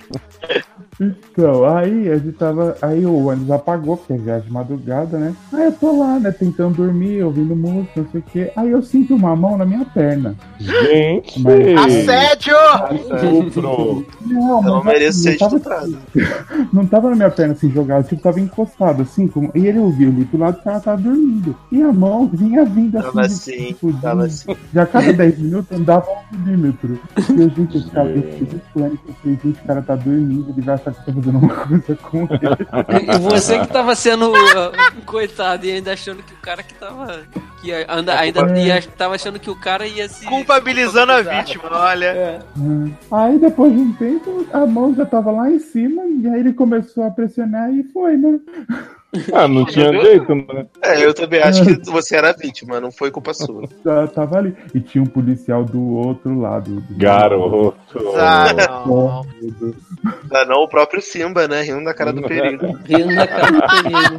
[SPEAKER 6] Então, aí a gente tava. Aí o ônibus apagou, porque é viagem de madrugada, né? Aí eu tô lá, né, tentando dormir, ouvindo música, não sei o quê. Aí eu sinto uma mão na minha perna.
[SPEAKER 4] Gente!
[SPEAKER 6] Mas-
[SPEAKER 3] Assédio!
[SPEAKER 4] Estupro!
[SPEAKER 6] Não,
[SPEAKER 8] Eu não
[SPEAKER 6] mas
[SPEAKER 8] mereço ser
[SPEAKER 6] assim, não tava,
[SPEAKER 8] estuprado.
[SPEAKER 6] não tava na minha perna assim jogado, tipo, tava encostado assim, como, e ele ouviu ali do lado que ela tava dormindo. E a mão vinha vindo assim.
[SPEAKER 8] Tava
[SPEAKER 6] de-
[SPEAKER 8] assim,
[SPEAKER 6] tipo, de-
[SPEAKER 8] tava assim.
[SPEAKER 6] Já a cada dez minutos andava um milímetro. E eu, gente, esse cara, eu fiquei muito plano, eu falei, gente, o cara tá dormindo, ele vai achar que eu tô fazendo uma coisa com ele.
[SPEAKER 5] E você que tava sendo uh, coitado e ainda achando que o cara que tava. Que anda, ainda ia, tava achando que o cara ia se.
[SPEAKER 3] Culpabilizando a
[SPEAKER 5] culpabilizar.
[SPEAKER 3] vítima, olha.
[SPEAKER 5] É.
[SPEAKER 6] Aí depois de um tempo, a mão já tava lá em cima, e aí ele começou a pressionar e foi, né?
[SPEAKER 4] Ah, não tinha jeito, né?
[SPEAKER 8] É, eu também acho que você era vítima, não foi culpa sua.
[SPEAKER 6] Já tava ali. E tinha um policial do outro lado. Do
[SPEAKER 4] Garoto.
[SPEAKER 3] Ah, não.
[SPEAKER 8] Ah, não, o próprio Simba, né? Rindo da cara do perigo.
[SPEAKER 5] Rindo da cara do perigo.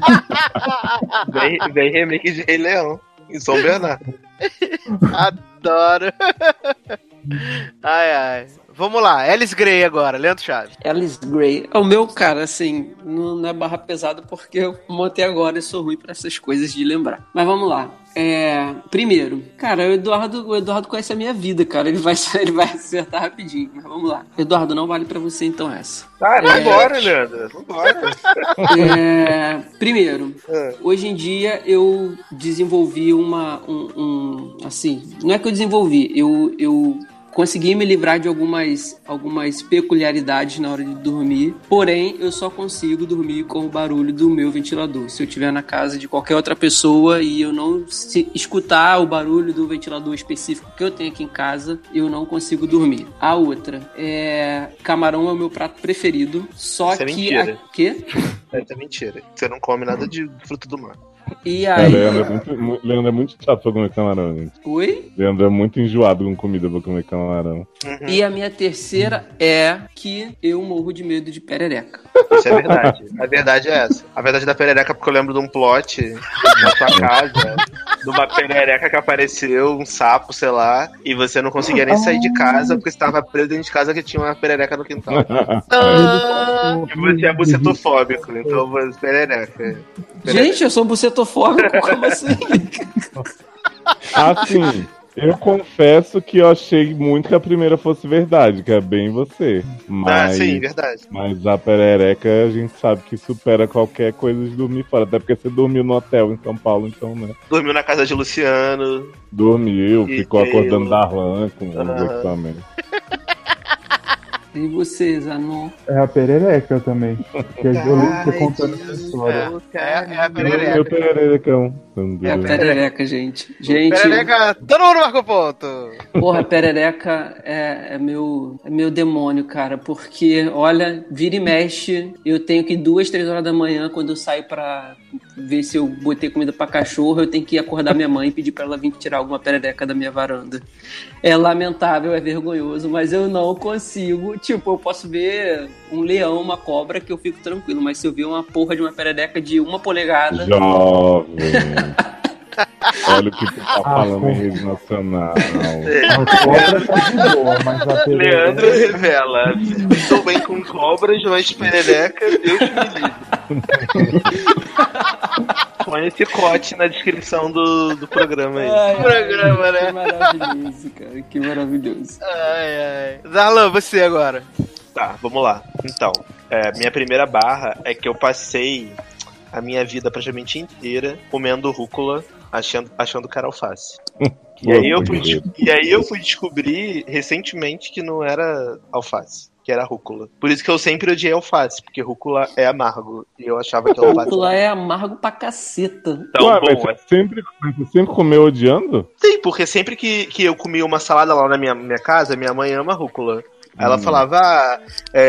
[SPEAKER 8] Vem, vem remake de Rei Leão, em São Bernardo.
[SPEAKER 3] Adoro. Ai, ai. Vamos lá, Alice Grey agora, Leandro Chaves.
[SPEAKER 5] Alice Grey. O meu, cara, assim, não, não é barra pesada porque eu montei agora e sou ruim pra essas coisas de lembrar. Mas vamos lá. É, primeiro, cara, o Eduardo, o Eduardo conhece a minha vida, cara. Ele vai, ele vai acertar rapidinho. Mas vamos lá. Eduardo, não vale pra você então essa.
[SPEAKER 8] Ah,
[SPEAKER 5] É.
[SPEAKER 8] vambora, Leandro. Vambora.
[SPEAKER 5] É, primeiro,
[SPEAKER 8] É.
[SPEAKER 5] hoje em dia eu desenvolvi uma. Um, um- assim, não é que eu desenvolvi, eu. eu consegui me livrar de algumas, algumas peculiaridades na hora de dormir, porém eu só consigo dormir com o barulho do meu ventilador. Se eu estiver na casa de qualquer outra pessoa e eu não se escutar o barulho do ventilador específico que eu tenho aqui em casa, eu não consigo dormir. A outra é camarão é o meu prato preferido, só
[SPEAKER 8] Isso é
[SPEAKER 5] que...
[SPEAKER 8] mentira.
[SPEAKER 5] A... Quê?
[SPEAKER 8] Isso é mentira. Você não come nada de fruto do mar.
[SPEAKER 5] E aí...
[SPEAKER 4] É, Leandro, é muito, Leandro é muito chato pra comer camarão, gente.
[SPEAKER 5] Oi?
[SPEAKER 4] Leandro é muito enjoado com comida pra comer camarão.
[SPEAKER 5] Uhum. E a minha terceira é que eu morro de medo de perereca.
[SPEAKER 8] Isso é verdade. A verdade é essa. A verdade da perereca é porque eu lembro de um plot na sua casa, de uma perereca que apareceu, um sapo, sei lá, e você não conseguia nem sair de casa porque você estava preso dentro de casa que tinha uma perereca no quintal. Ah, e você é bucetofóbico, então você perereca. perereca.
[SPEAKER 5] Gente, eu sou bucetofóbico, como assim?
[SPEAKER 4] Assim, eu confesso que eu achei muito que a primeira fosse verdade, que é bem você. Mas,
[SPEAKER 8] ah, sim, verdade.
[SPEAKER 4] Mas a perereca a gente sabe que supera qualquer coisa de dormir fora. Até porque você dormiu no hotel em São Paulo, então, né?
[SPEAKER 8] Dormiu na casa de Luciano.
[SPEAKER 4] Dormiu,
[SPEAKER 8] E
[SPEAKER 4] ficou
[SPEAKER 8] eu...
[SPEAKER 4] acordando da rã com
[SPEAKER 8] uhum.
[SPEAKER 4] os equipamentos.
[SPEAKER 5] E você, Zanon?
[SPEAKER 6] É a perereca também. Que eu lembro de você contando essa história.
[SPEAKER 3] É, é, é a perereca.
[SPEAKER 4] Meu pererecão.
[SPEAKER 5] É a perereca, gente. Gente.
[SPEAKER 3] Perereca, todo mundo marcou ponto.
[SPEAKER 5] Porra, perereca é, é, meu, é meu demônio, cara. Porque, olha, vira e mexe, eu tenho que duas, três horas da manhã, quando eu saio pra ver se eu botei comida pra cachorro, eu tenho que acordar minha mãe e pedir pra ela vir tirar alguma perereca da minha varanda. É lamentável, é vergonhoso, mas eu não consigo. Tipo, eu posso ver um leão, uma cobra, que eu fico tranquilo, mas se eu ver uma porra de uma perereca de uma polegada...
[SPEAKER 4] Jovem! Olha o que tu tá falando em rede nacional.
[SPEAKER 6] A cobra tá de boa, mas a perereca...
[SPEAKER 8] Leandro revela. Estou bem com cobras, mas perereca, Deus me livre. Põe esse cote na descrição do, do programa aí.
[SPEAKER 5] Ai,
[SPEAKER 3] programa,
[SPEAKER 5] ai,
[SPEAKER 3] né?
[SPEAKER 5] Que maravilhoso, cara. Que maravilhoso.
[SPEAKER 3] Ai, ai. Darlan, você agora.
[SPEAKER 8] Tá, vamos lá. Então, é, minha primeira barra é que eu passei a minha vida praticamente inteira comendo rúcula, achando, achando que era alface. E aí, eu fui, e aí eu fui descobrir recentemente que não era alface, que era rúcula. Por isso que eu sempre odiei alface, porque rúcula é amargo. E eu achava que alface
[SPEAKER 5] rúcula é amargo pra caceta.
[SPEAKER 8] Então,
[SPEAKER 4] Ué,
[SPEAKER 8] bom,
[SPEAKER 4] mas você,
[SPEAKER 8] é...
[SPEAKER 4] sempre, você sempre comeu odiando?
[SPEAKER 8] Sim, porque sempre que, que eu comia uma salada lá na minha, minha casa, minha mãe ama rúcula. Ela hum. falava, ah,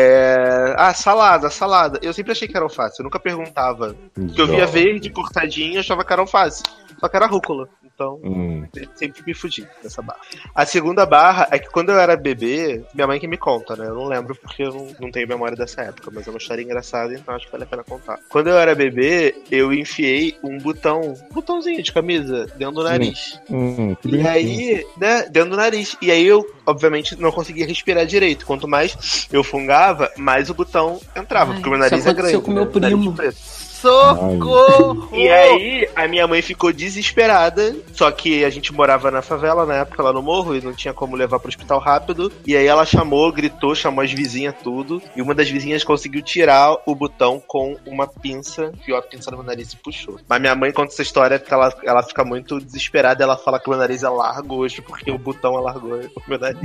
[SPEAKER 8] é... ah, salada, salada. Eu sempre achei que era alface, eu nunca perguntava. Porque eu via verde, cortadinho, eu achava que era alface. Só que era rúcula. Então, hum. sempre me fugi dessa barra. A segunda barra é que quando eu era bebê, minha mãe que me conta, né? Eu não lembro porque eu não, não tenho memória dessa época, mas é uma história engraçada, então acho que vale a pena contar. Quando eu era bebê, eu enfiei um botão, um botãozinho de camisa dentro do nariz.
[SPEAKER 4] Hum,
[SPEAKER 8] e aí, né, dentro do nariz. E aí eu, obviamente, não conseguia respirar direito. Quanto mais eu fungava, mais o botão entrava,
[SPEAKER 5] Ai,
[SPEAKER 8] porque o meu nariz é grande.
[SPEAKER 5] Isso aconteceu com meu
[SPEAKER 8] né?
[SPEAKER 5] primo.
[SPEAKER 3] Socorro!
[SPEAKER 8] E aí, a minha mãe ficou desesperada, só que a gente morava na favela na época, lá no morro, e não tinha como levar pro hospital rápido. E aí ela chamou, gritou, chamou as vizinhas tudo, e uma das vizinhas conseguiu tirar o botão com uma pinça, enfiou a pinça no meu nariz e puxou. Mas minha mãe conta essa história porque ela, ela fica muito desesperada, ela fala que o meu nariz é largo hoje, porque o botão alargou o meu nariz.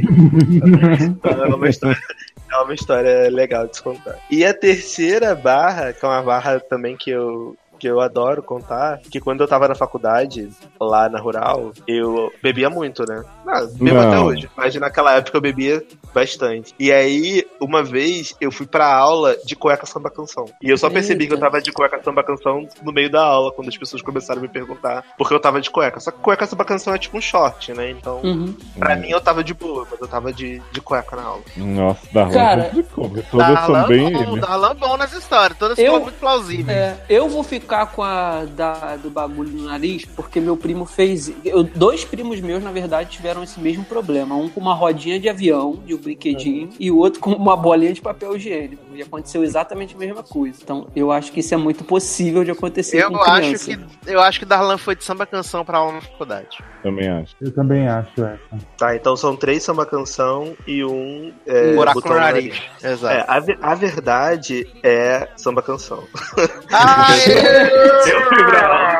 [SPEAKER 8] Então é uma história... É uma história legal de se contar. E a terceira barra, que é uma barra também que eu, que eu adoro contar, que quando eu tava na faculdade, lá na Rural, eu bebia muito, né? Ah, bebo
[SPEAKER 4] Não.
[SPEAKER 8] até hoje, mas naquela época eu bebia bastante. E aí, uma vez, eu fui pra aula de cueca samba canção. E eu só percebi
[SPEAKER 5] Eita.
[SPEAKER 8] que eu tava de cueca samba canção no meio da aula, quando as pessoas começaram a me perguntar porque eu tava de cueca. Só que cueca samba canção é tipo um short, né? Então,
[SPEAKER 5] Uhum.
[SPEAKER 8] pra mim eu tava de boa, mas eu tava de, de cueca na aula.
[SPEAKER 4] Nossa, Darlan
[SPEAKER 5] Cara,
[SPEAKER 4] complicou, porque todas são bem
[SPEAKER 3] bom,
[SPEAKER 4] ele.
[SPEAKER 3] Darlan bom nas histórias, todas
[SPEAKER 5] Eu-
[SPEAKER 3] são muito plausíveis.
[SPEAKER 5] É, eu vou ficar com a da, do bagulho no nariz, porque meu primo fez. Eu, dois primos meus, na verdade, tiveram esse mesmo problema. Um com uma rodinha de avião, de um brinquedinho, e o outro com uma bolinha de papel higiênico. E aconteceu exatamente a mesma coisa. Então, eu acho que isso é muito possível de acontecer
[SPEAKER 3] Eu
[SPEAKER 5] com
[SPEAKER 3] acho
[SPEAKER 5] criança.
[SPEAKER 3] que eu acho que Darlan foi de samba canção pra aula na faculdade.
[SPEAKER 4] Também acho.
[SPEAKER 6] Eu também acho essa.
[SPEAKER 8] Tá, então são três samba canção e um é,
[SPEAKER 3] Um buraco
[SPEAKER 8] botão
[SPEAKER 3] no
[SPEAKER 8] no
[SPEAKER 3] nariz. Exato.
[SPEAKER 8] É, a, ve- a verdade é samba canção.
[SPEAKER 3] Aê!
[SPEAKER 8] Eu fui pra aula.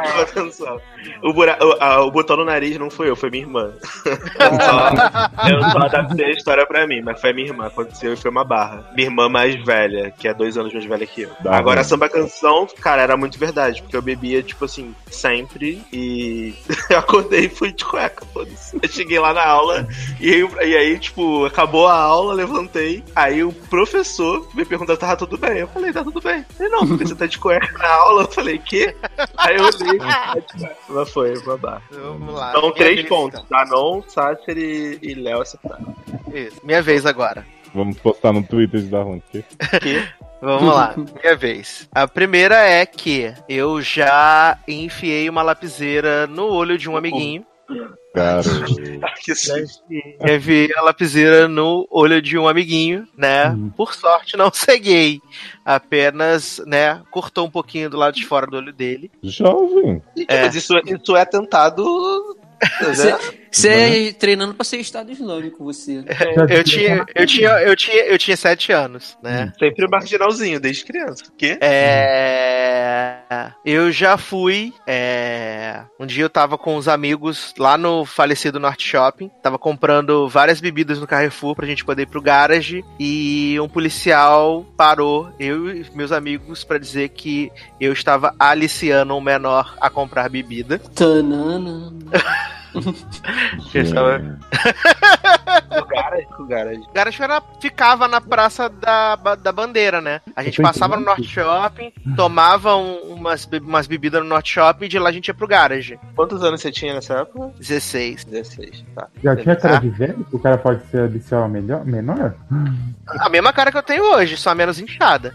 [SPEAKER 8] Presta atenção. O, bura... o, a, o botão no nariz não foi eu, foi minha irmã. só, eu só adaptei a história pra mim, mas foi minha irmã. Aconteceu e foi uma barra. Minha irmã mais velha, que é dois anos mais velha que eu. Dá, Agora, a samba canção, cara, era muito verdade, porque eu bebia, tipo assim, sempre. E eu acordei e fui de cueca, foda-se. Eu cheguei lá na aula e, e aí, tipo, acabou a aula, levantei. Aí o professor me perguntou se tava tudo bem. Eu falei, tá tudo bem. Ele falei, não, porque você tá de cueca na aula. Eu falei, quê? Aí eu olhei e ela foi, babá.
[SPEAKER 3] Vamos lá.
[SPEAKER 8] Então, três
[SPEAKER 3] vez,
[SPEAKER 8] pontos.
[SPEAKER 3] então.
[SPEAKER 8] Danon, Sácer e, e Léo acertaram.
[SPEAKER 3] Isso. Minha vez agora.
[SPEAKER 4] Vamos postar no Twitter de Darron.
[SPEAKER 3] Vamos lá, minha vez. A primeira é que eu já enfiei uma lapiseira no olho de um amiguinho.
[SPEAKER 4] Cara,
[SPEAKER 8] que susto.
[SPEAKER 3] Enfiei a lapiseira no olho de um amiguinho, né? Hum. Por sorte não ceguei. Apenas, né, cortou um pouquinho do lado de fora do olho dele.
[SPEAKER 4] Jovem.
[SPEAKER 8] É. Mas isso, isso é tentado.
[SPEAKER 5] Você é treinando pra ser Estado Islâmico, você.
[SPEAKER 3] É, eu, tinha, eu, tinha, eu, tinha, eu tinha sete anos, né?
[SPEAKER 8] Sempre marginalzinho, desde criança. O quê?
[SPEAKER 3] É... Eu já fui. É... Um dia eu tava com uns amigos lá no falecido Norte Shopping. Tava comprando várias bebidas no Carrefour pra gente poder ir pro garage. E um policial parou eu e meus amigos pra dizer que eu estava aliciando um menor a comprar bebida.
[SPEAKER 5] Tanana.
[SPEAKER 3] Estava...
[SPEAKER 8] O garage, o garage.
[SPEAKER 3] O garage era, ficava na Praça da, da Bandeira, né? A gente passava no Norte Shopping, tomava um, umas, umas bebidas no Norte Shopping e de lá a gente ia pro garage.
[SPEAKER 8] Quantos anos você tinha nessa época?
[SPEAKER 3] dezesseis.
[SPEAKER 8] dezesseis, tá.
[SPEAKER 6] Já tinha cara de velho? O cara pode ser alicial melhor, menor?
[SPEAKER 3] A mesma cara que eu tenho hoje, só menos inchada.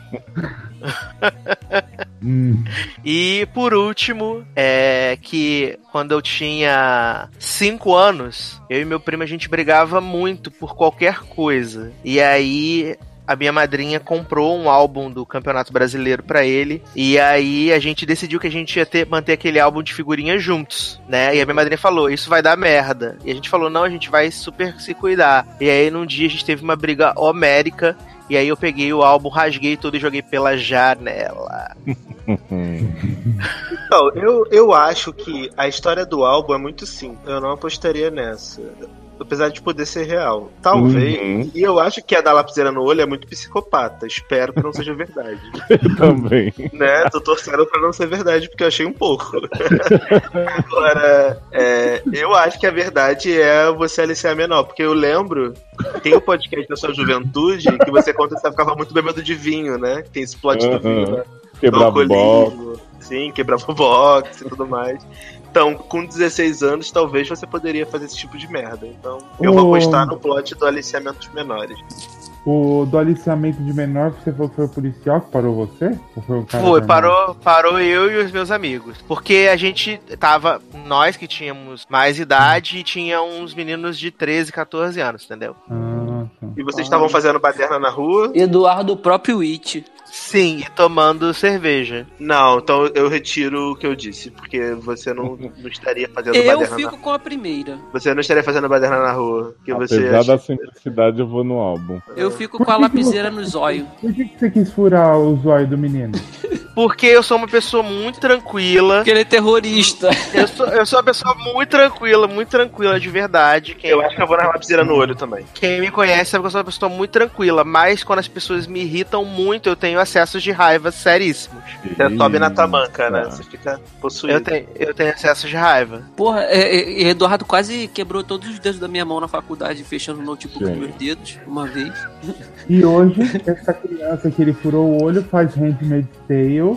[SPEAKER 6] hum.
[SPEAKER 3] E por último, é que quando eu tinha cinco anos, eu e meu primo a gente brigava muito por qualquer coisa. E aí a minha madrinha comprou um álbum do Campeonato Brasileiro pra ele, e aí a gente decidiu que a gente ia ter, manter aquele álbum de figurinhas juntos, né? E a minha madrinha falou, isso vai dar merda. E a gente falou, não, a gente vai super se cuidar. E aí num dia a gente teve uma briga homérica, e aí eu peguei o álbum, rasguei tudo e joguei pela janela.
[SPEAKER 8] Então, eu, eu acho que a história do álbum é muito simples. Eu não apostaria nessa. Apesar de poder ser real. Talvez. Uhum. E eu acho que a da lapiseira no olho é muito psicopata. Espero que não seja verdade.
[SPEAKER 4] Eu também.
[SPEAKER 8] Né? Tô torcendo pra não ser verdade, porque eu achei um pouco. Agora, é, eu acho que a verdade é você aliciar menor. Porque eu lembro, tem um podcast da sua juventude que você conta que você ficava muito bebendo de vinho, né? Tem esse plot uhum. do vinho, né?
[SPEAKER 4] Quebrava box.
[SPEAKER 8] Sim, quebrava box e tudo mais. Então, com dezesseis anos, talvez você poderia fazer esse tipo de merda. Então, eu o... vou apostar no plot do aliciamento de menores.
[SPEAKER 6] O do aliciamento de menor, você falou que foi o policial que parou você? Ou foi um cara
[SPEAKER 3] foi, parou, parou eu e os meus amigos. Porque a gente tava, nós que tínhamos mais idade, e tinha uns meninos de treze, catorze anos, entendeu?
[SPEAKER 6] Ah, tá.
[SPEAKER 8] E vocês estavam ah. fazendo baderna na rua?
[SPEAKER 5] Eduardo, o próprio It.
[SPEAKER 3] Sim, e tomando cerveja.
[SPEAKER 8] Não, então eu retiro o que eu disse, porque você não, não estaria fazendo
[SPEAKER 5] eu
[SPEAKER 8] baderna.
[SPEAKER 5] Eu fico
[SPEAKER 8] na...
[SPEAKER 5] com a primeira.
[SPEAKER 8] Você não estaria fazendo baderna na rua. Que
[SPEAKER 4] Apesar
[SPEAKER 8] você
[SPEAKER 4] da
[SPEAKER 8] acha...
[SPEAKER 4] simplicidade, eu vou no álbum.
[SPEAKER 5] Eu fico com a lapiseira no zóio.
[SPEAKER 6] Por que você quis furar o zóio do menino?
[SPEAKER 3] Porque eu sou uma pessoa muito tranquila.
[SPEAKER 5] Porque ele é terrorista.
[SPEAKER 3] Eu sou, eu sou uma pessoa muito tranquila, muito tranquila de verdade. Quem...
[SPEAKER 8] Eu acho que eu vou na lapiseira no olho também.
[SPEAKER 3] Quem me conhece sabe que eu sou uma pessoa muito tranquila, mas quando as pessoas me irritam muito, eu tenho acessos de raiva seríssimos.
[SPEAKER 8] Você sobe na tamanca, né? Você fica possuído.
[SPEAKER 3] Eu tenho, eu tenho acessos de raiva.
[SPEAKER 5] Porra, é, é, Eduardo quase quebrou todos os dedos da minha mão na faculdade, fechando o notebook com meus dedos, uma vez.
[SPEAKER 6] E hoje, essa criança que ele furou o olho faz Handmaid's Tale.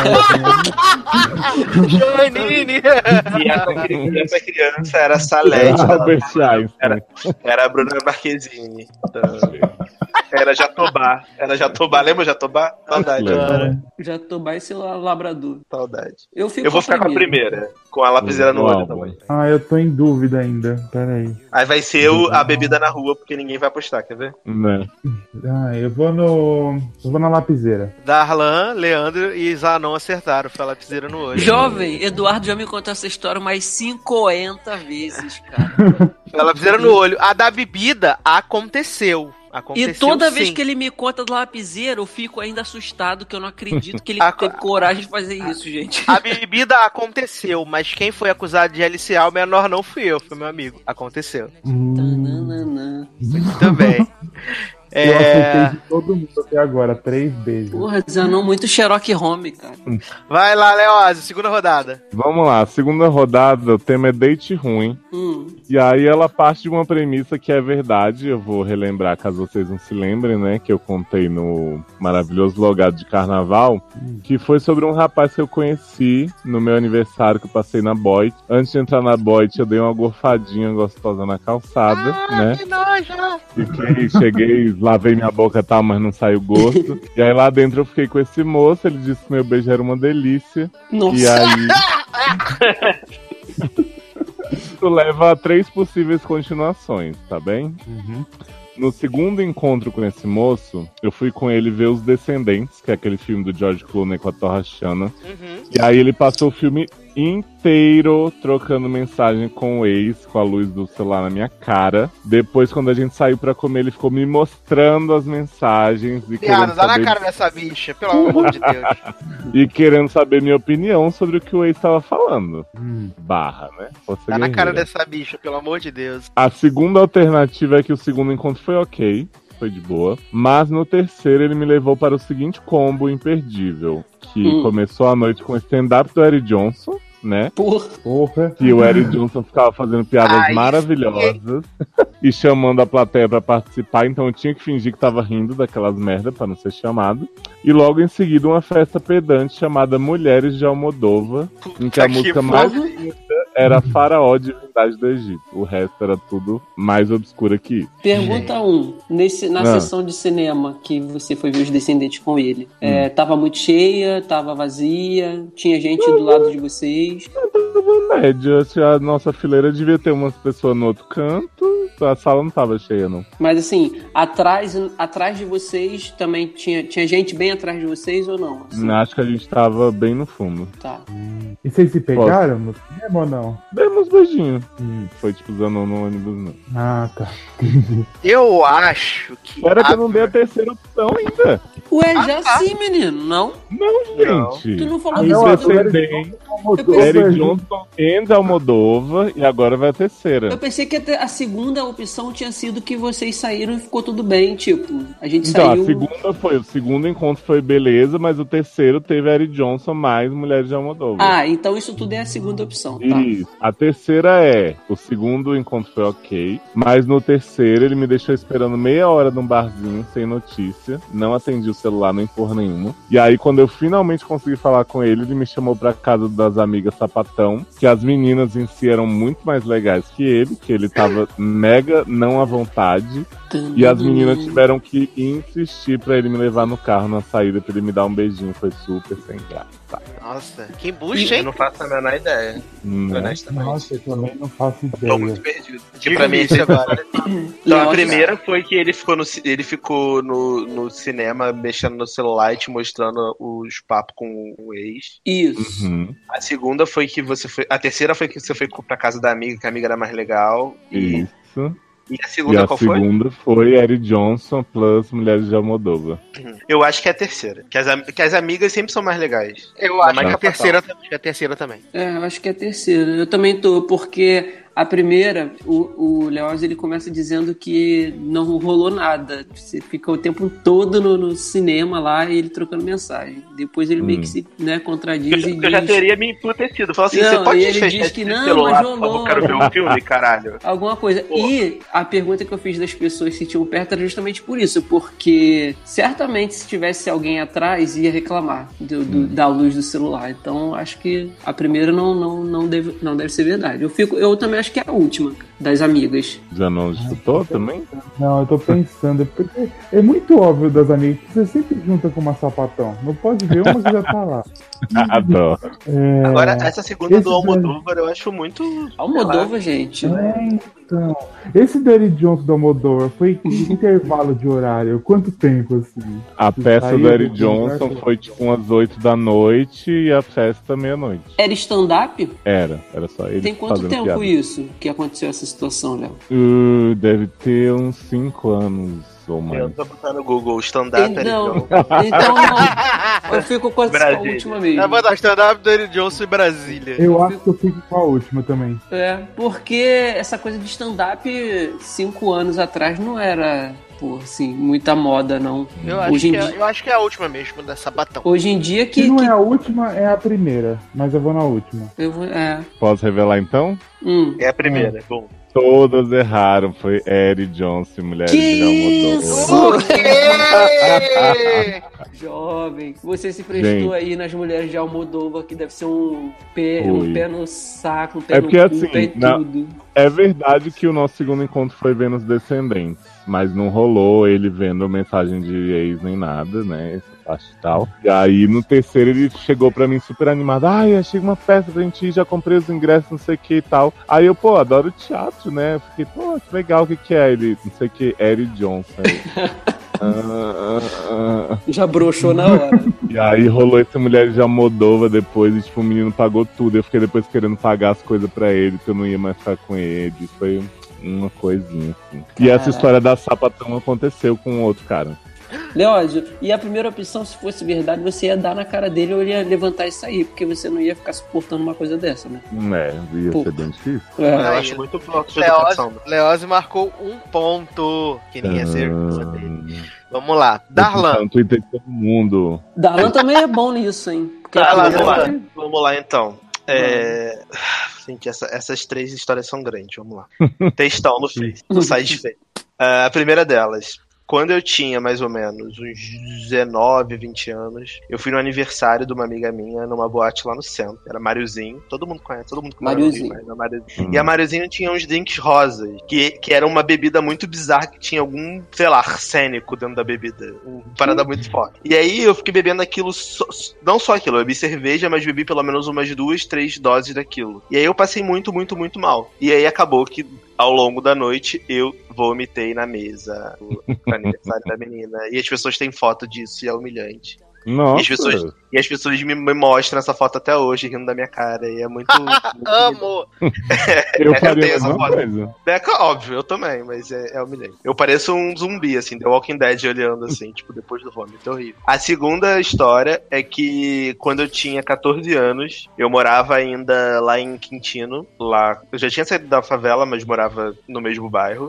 [SPEAKER 3] Janine!
[SPEAKER 8] E essa, essa criança era Salete. Era, era a Bruna Marquezine. Então, era Jatobá. Era Jatobá. Lembra Jatobá? Saudade.
[SPEAKER 5] Jatobá e seu labrador.
[SPEAKER 8] Saudade.
[SPEAKER 5] Eu, fico
[SPEAKER 8] eu vou ficar com a primeira. Com a lapiseira no olho também.
[SPEAKER 6] Ah, eu tô em dúvida ainda. Pera aí.
[SPEAKER 8] Aí vai ser o, a bebida na rua, porque ninguém vai apostar, quer ver?
[SPEAKER 4] Não.
[SPEAKER 6] Ah, eu vou no... Eu vou na lapiseira.
[SPEAKER 3] Darlan, Leandro e Zanon acertaram. Foi a lapiseira no olho.
[SPEAKER 5] Jovem, Eduardo já me contou essa história mais cinquenta vezes, cara.
[SPEAKER 3] Foi a lapiseira no olho. A da bebida aconteceu. Aconteceu,
[SPEAKER 5] E toda vez
[SPEAKER 3] sim.
[SPEAKER 5] que ele me conta do lapiseiro, eu fico ainda assustado, que eu não acredito que ele
[SPEAKER 3] A-
[SPEAKER 5] teve coragem de fazer isso, gente.
[SPEAKER 3] A bebida aconteceu, mas quem foi acusado de aliciar o menor não fui eu, foi meu amigo. Aconteceu.
[SPEAKER 5] Tananana.
[SPEAKER 3] Muito bem.
[SPEAKER 6] Eu
[SPEAKER 3] É...
[SPEAKER 6] acertei de todo mundo até agora, três beijos.
[SPEAKER 5] Porra, Zanon muito Sherlock Holmes, cara.
[SPEAKER 3] Vai lá, Leózio, segunda rodada.
[SPEAKER 4] Vamos lá, segunda rodada, o tema é date ruim.
[SPEAKER 5] Hum.
[SPEAKER 4] E aí ela parte de uma premissa que é verdade, eu vou relembrar caso vocês não se lembrem, né? Que eu contei no maravilhoso Logado de Carnaval, que foi sobre um rapaz que eu conheci no meu aniversário que eu passei na Boit. Antes de entrar na Boit, eu dei uma gorfadinha gostosa na calçada,
[SPEAKER 3] Ah,
[SPEAKER 4] né?
[SPEAKER 3] que nojo!
[SPEAKER 4] Fiquei, cheguei, lavei minha boca e tal, mas não saiu gosto. E aí lá dentro eu fiquei com esse moço, ele disse que meu beijo era uma delícia.
[SPEAKER 5] Nossa.
[SPEAKER 4] E aí... Isso leva a três possíveis continuações, tá bem?
[SPEAKER 6] Uhum.
[SPEAKER 4] No segundo encontro com esse moço, eu fui com ele ver Os Descendentes, que é aquele filme do George Clooney com a Torra Chana.
[SPEAKER 3] Uhum.
[SPEAKER 4] E aí ele passou o filme inteiro trocando mensagem com o ex, com a luz do celular na minha cara. Depois, quando a gente saiu pra comer, ele ficou me mostrando as mensagens e
[SPEAKER 3] Viado,
[SPEAKER 4] querendo
[SPEAKER 3] dá na
[SPEAKER 4] saber...
[SPEAKER 3] cara dessa bicha, pelo amor de Deus.
[SPEAKER 4] e querendo saber minha opinião sobre o que o ex estava falando.
[SPEAKER 6] Hum.
[SPEAKER 4] Barra, né? Força
[SPEAKER 3] Dá na cara
[SPEAKER 4] guerreira.
[SPEAKER 3] dessa bicha, pelo amor de Deus.
[SPEAKER 4] A segunda alternativa é que o segundo encontro foi ok, foi de boa. Mas no terceiro ele me levou para o seguinte combo imperdível. Que
[SPEAKER 5] Hum.
[SPEAKER 4] começou a noite com o stand-up do Eric Johnson, né?
[SPEAKER 5] Porra.
[SPEAKER 6] Porra.
[SPEAKER 4] Que o Eric Johnson ficava fazendo piadas
[SPEAKER 3] Ai,
[SPEAKER 4] maravilhosas e chamando a plateia pra participar, então eu tinha que fingir que tava rindo daquelas merda pra não ser chamado. E logo em seguida uma festa pedante chamada Mulheres de Almodóvar, em que a
[SPEAKER 3] que
[SPEAKER 4] música
[SPEAKER 3] porra.
[SPEAKER 4] mais linda era Faraó, Divindade do Egito. O resto era tudo mais obscuro que isso.
[SPEAKER 5] Pergunta um. Nesse, na
[SPEAKER 4] Ah.
[SPEAKER 5] sessão de cinema que você foi ver Os Descendentes com ele, é, tava muito cheia, tava vazia, tinha gente do lado de vocês.
[SPEAKER 4] Tava média, assim, a nossa fileira devia ter umas pessoas no outro canto, a sala não tava cheia, não.
[SPEAKER 5] Mas assim, atrás, atrás de vocês também tinha, tinha gente bem atrás de vocês ou não? Assim,
[SPEAKER 4] Acho que a gente tava bem no fundo.
[SPEAKER 5] tá.
[SPEAKER 6] E vocês se pegaram no cinema ou não?
[SPEAKER 4] Demos beijinhos.
[SPEAKER 6] Hum.
[SPEAKER 4] Foi tipo usando no ônibus, não.
[SPEAKER 6] Ah, tá.
[SPEAKER 3] Eu acho que.
[SPEAKER 4] Espera que
[SPEAKER 3] a-
[SPEAKER 4] eu não dei a terceira opção ainda.
[SPEAKER 5] Ué, já sim, menino, não?
[SPEAKER 4] Não, gente.
[SPEAKER 5] Tu não falou
[SPEAKER 6] Ah,
[SPEAKER 5] que
[SPEAKER 6] não,
[SPEAKER 5] isso
[SPEAKER 6] agora-
[SPEAKER 4] Descendente,
[SPEAKER 6] Almodóvar,
[SPEAKER 4] Eric
[SPEAKER 6] gente.
[SPEAKER 4] Johnson, Enzo Almodóvar e agora vai a terceira.
[SPEAKER 5] Eu pensei que a segunda opção tinha sido que vocês saíram e ficou tudo bem, tipo, a gente
[SPEAKER 4] Então,
[SPEAKER 5] saiu...
[SPEAKER 4] a segunda foi, o segundo encontro foi beleza, mas o terceiro teve Eric Johnson mais Mulheres de Almodóvar.
[SPEAKER 5] Ah, então isso tudo é a segunda opção, tá?
[SPEAKER 4] Isso. A terceira é, o segundo encontro foi ok, mas no terceiro ele me deixou esperando meia hora num barzinho, sem notícia, não atendi o celular nem porra nenhuma. E aí, quando eu finalmente consegui falar com ele, ele me chamou pra casa das amigas Sapatão, que as meninas em si eram muito mais legais que ele, que ele tava mega não à vontade, e as meninas tiveram que insistir pra ele me levar no carro na saída pra ele me dar um beijinho, foi super sem graça.
[SPEAKER 3] Nossa, que bucha,
[SPEAKER 8] Eu
[SPEAKER 3] hein?
[SPEAKER 8] não faço a menor ideia.
[SPEAKER 4] Né?
[SPEAKER 8] Honestamente.
[SPEAKER 6] Nossa, eu também não faço
[SPEAKER 8] Tô
[SPEAKER 6] ideia.
[SPEAKER 8] muito perdido.
[SPEAKER 3] De pra mim isso agora.
[SPEAKER 8] Então, a
[SPEAKER 5] Leoz-
[SPEAKER 8] primeira foi que ele ficou no, ci- ele ficou no, no cinema mexendo no celular e te mostrando os papos com o ex.
[SPEAKER 5] Isso.
[SPEAKER 4] Uhum.
[SPEAKER 8] A segunda foi que você foi. A terceira foi que você foi pra casa da amiga, que a amiga era mais legal. E,
[SPEAKER 4] Isso.
[SPEAKER 8] e a
[SPEAKER 4] E
[SPEAKER 8] segunda
[SPEAKER 4] a
[SPEAKER 8] qual foi?
[SPEAKER 4] segunda foi Eric Johnson plus Mulheres de Almodóvar.
[SPEAKER 8] Eu acho que é a terceira. Que as, am- que as amigas sempre são mais legais.
[SPEAKER 3] Eu acho
[SPEAKER 8] mais
[SPEAKER 3] que a
[SPEAKER 8] fatal.
[SPEAKER 3] terceira, acho que a terceira também.
[SPEAKER 5] É, eu acho que é a terceira. Eu também tô, porque a primeira, o, o Leoz, ele começa dizendo que não rolou nada. Você fica o tempo todo no, no cinema lá e ele trocando mensagem. Depois ele meio
[SPEAKER 4] Hum.
[SPEAKER 5] que se né, contradiz
[SPEAKER 8] Eu,
[SPEAKER 5] e
[SPEAKER 8] eu já
[SPEAKER 5] diz
[SPEAKER 8] teria me emputecido. Falou assim:
[SPEAKER 5] Não,
[SPEAKER 8] você pode
[SPEAKER 5] e ele
[SPEAKER 8] fechar
[SPEAKER 5] diz
[SPEAKER 8] esse
[SPEAKER 5] que não,
[SPEAKER 8] celular,
[SPEAKER 5] mas
[SPEAKER 8] por favor,
[SPEAKER 5] rolou.
[SPEAKER 8] eu quero ver um filme, caralho.
[SPEAKER 5] alguma coisa. E a pergunta que eu fiz das pessoas se tinham perto era justamente por isso, porque certamente se tivesse alguém atrás ia reclamar do, do- da luz do celular. Então acho que a primeira não, não, não, deve, não deve ser verdade. Eu, fico, eu também acho que é a última das amigas.
[SPEAKER 4] Já não escutou também?
[SPEAKER 6] Não, eu tô pensando, é porque é muito óbvio das amigas que você sempre junta com uma sapatão. Não pode ver uma que já tá lá.
[SPEAKER 4] Adoro.
[SPEAKER 6] É,
[SPEAKER 8] Agora, essa segunda
[SPEAKER 6] esse
[SPEAKER 8] do Almodóvar eu acho muito.
[SPEAKER 5] Almodóvar, gente.
[SPEAKER 6] É, então. Esse do Eric Johnson do Almodóvar foi que intervalo de horário? Quanto tempo, assim?
[SPEAKER 4] A
[SPEAKER 6] Você
[SPEAKER 4] peça
[SPEAKER 6] saiu
[SPEAKER 4] do Eric
[SPEAKER 6] do
[SPEAKER 4] Johnson
[SPEAKER 6] lugar?
[SPEAKER 4] foi tipo umas oito da noite e a festa meia-noite.
[SPEAKER 5] Era stand-up?
[SPEAKER 4] Era, era só ele
[SPEAKER 5] Tem quanto
[SPEAKER 4] fazendo
[SPEAKER 5] tempo
[SPEAKER 4] piada.
[SPEAKER 5] isso que aconteceu essa situação, Léo?
[SPEAKER 4] Uh, deve ter uns cinco anos. ou mais.
[SPEAKER 8] Eu tô botando no Google stand-up Eric
[SPEAKER 5] Então,
[SPEAKER 8] Johnson.
[SPEAKER 5] então não. Eu fico com a
[SPEAKER 8] Brasília.
[SPEAKER 5] última mesmo.
[SPEAKER 3] Eu vou dar stand-up do Eric Johnson em Brasília.
[SPEAKER 6] Eu acho que eu fico com a última também.
[SPEAKER 5] É, porque essa coisa de stand-up cinco anos atrás não era, pô, assim, muita moda, não.
[SPEAKER 3] Eu acho,
[SPEAKER 5] Hoje em
[SPEAKER 3] que é,
[SPEAKER 5] dia-
[SPEAKER 3] eu acho que é a última mesmo, da Sabatão.
[SPEAKER 5] Hoje em dia que.
[SPEAKER 6] Se não
[SPEAKER 5] que-
[SPEAKER 6] é a última, é a primeira. Mas eu vou na última.
[SPEAKER 5] eu vou- é.
[SPEAKER 4] Posso revelar então?
[SPEAKER 5] Hum.
[SPEAKER 8] É a primeira, bom.
[SPEAKER 4] Todas erraram. Foi Eric Johnson, Mulheres
[SPEAKER 5] Que
[SPEAKER 4] de
[SPEAKER 5] isso?
[SPEAKER 4] Almodóvar.
[SPEAKER 5] Jovem, você se prestou
[SPEAKER 4] Gente.
[SPEAKER 5] aí nas mulheres de Almodóvar, que deve ser um pé, um
[SPEAKER 4] Foi.
[SPEAKER 5] pé no saco, um pé
[SPEAKER 4] É
[SPEAKER 5] no
[SPEAKER 4] porque
[SPEAKER 5] cu,
[SPEAKER 4] assim,
[SPEAKER 5] pé em
[SPEAKER 4] na-
[SPEAKER 5] tudo.
[SPEAKER 4] é verdade que o nosso segundo encontro foi vendo os Descendentes, mas não rolou ele vendo mensagem de ex nem nada, né? Essa parte e tal. E aí no terceiro ele chegou pra mim super animado. Ai, achei uma peça pra gente ir, já comprei os ingressos, não sei o que e tal. Aí eu, pô, adoro teatro, né? Eu fiquei, pô, que legal, o que que é? Ele, não sei o que, Eric Johnson. Aí, ah, ah, ah.
[SPEAKER 5] Já broxou na hora.
[SPEAKER 4] E aí rolou essa mulher de Almodóvar depois e tipo, o menino pagou tudo. Eu fiquei depois querendo pagar as coisas pra ele, que eu não ia mais ficar com ele. Foi uma coisinha assim. E essa
[SPEAKER 5] Caraca.
[SPEAKER 4] história da sapatão aconteceu com outro cara.
[SPEAKER 5] Leódio, e a primeira opção, se fosse verdade, você ia dar na cara dele ou ele ia levantar e sair, porque você não ia ficar suportando uma coisa dessa, né?
[SPEAKER 4] É, ia
[SPEAKER 5] Pô.
[SPEAKER 4] ser bem difícil.
[SPEAKER 5] É.
[SPEAKER 8] Eu acho muito bloco de educação.
[SPEAKER 3] Leose, Leose marcou um ponto. Que ninguém acertou dele. Vamos lá. Darlan.
[SPEAKER 4] No Twitter de todo mundo.
[SPEAKER 5] Darlan também é bom nisso, hein? Porque
[SPEAKER 8] Tá,
[SPEAKER 5] a
[SPEAKER 8] vamos lá,
[SPEAKER 5] primeira-
[SPEAKER 8] vamos lá então. É... Gente, essa- essas três histórias são grandes, vamos lá. Textão no Face, no site Face. Ah, a primeira delas. Quando eu tinha mais ou menos uns dezenove, vinte anos, eu fui no aniversário de uma amiga minha numa boate lá no centro. Era Mariozinho. Todo mundo conhece, todo mundo que mora no Rio,
[SPEAKER 5] Mariozinho.
[SPEAKER 8] mas é Mariozinho. E a Mariozinho tinha uns drinks rosas, que, que era uma bebida muito bizarra, que tinha algum, sei lá, arsênico dentro da bebida. Uma parada muito forte. E aí eu fiquei bebendo aquilo, só- não só aquilo, eu bebi cerveja, mas bebi pelo menos umas duas, três doses daquilo. E aí eu passei muito, muito, muito mal. E aí acabou que ao longo da noite eu vomitei na mesa pro aniversário da menina. E as pessoas têm foto disso e é humilhante.
[SPEAKER 4] Nossa.
[SPEAKER 8] E as pessoas, e as pessoas me, me mostram essa foto até hoje, rindo da minha cara. E é muito. muito
[SPEAKER 3] Amo!
[SPEAKER 4] Eu
[SPEAKER 8] É,
[SPEAKER 4] faria
[SPEAKER 8] tenho
[SPEAKER 4] a
[SPEAKER 8] essa
[SPEAKER 4] mesma
[SPEAKER 8] foto.
[SPEAKER 4] coisa.
[SPEAKER 8] É ca- óbvio, eu também, mas é, é humilhante. Eu pareço um zumbi, assim, The Walking Dead olhando, assim, tipo, depois do vômito. É horrível. A segunda história é que quando eu tinha catorze anos, eu morava ainda lá em Quintino. Lá, eu já tinha saído da favela, mas morava no mesmo bairro.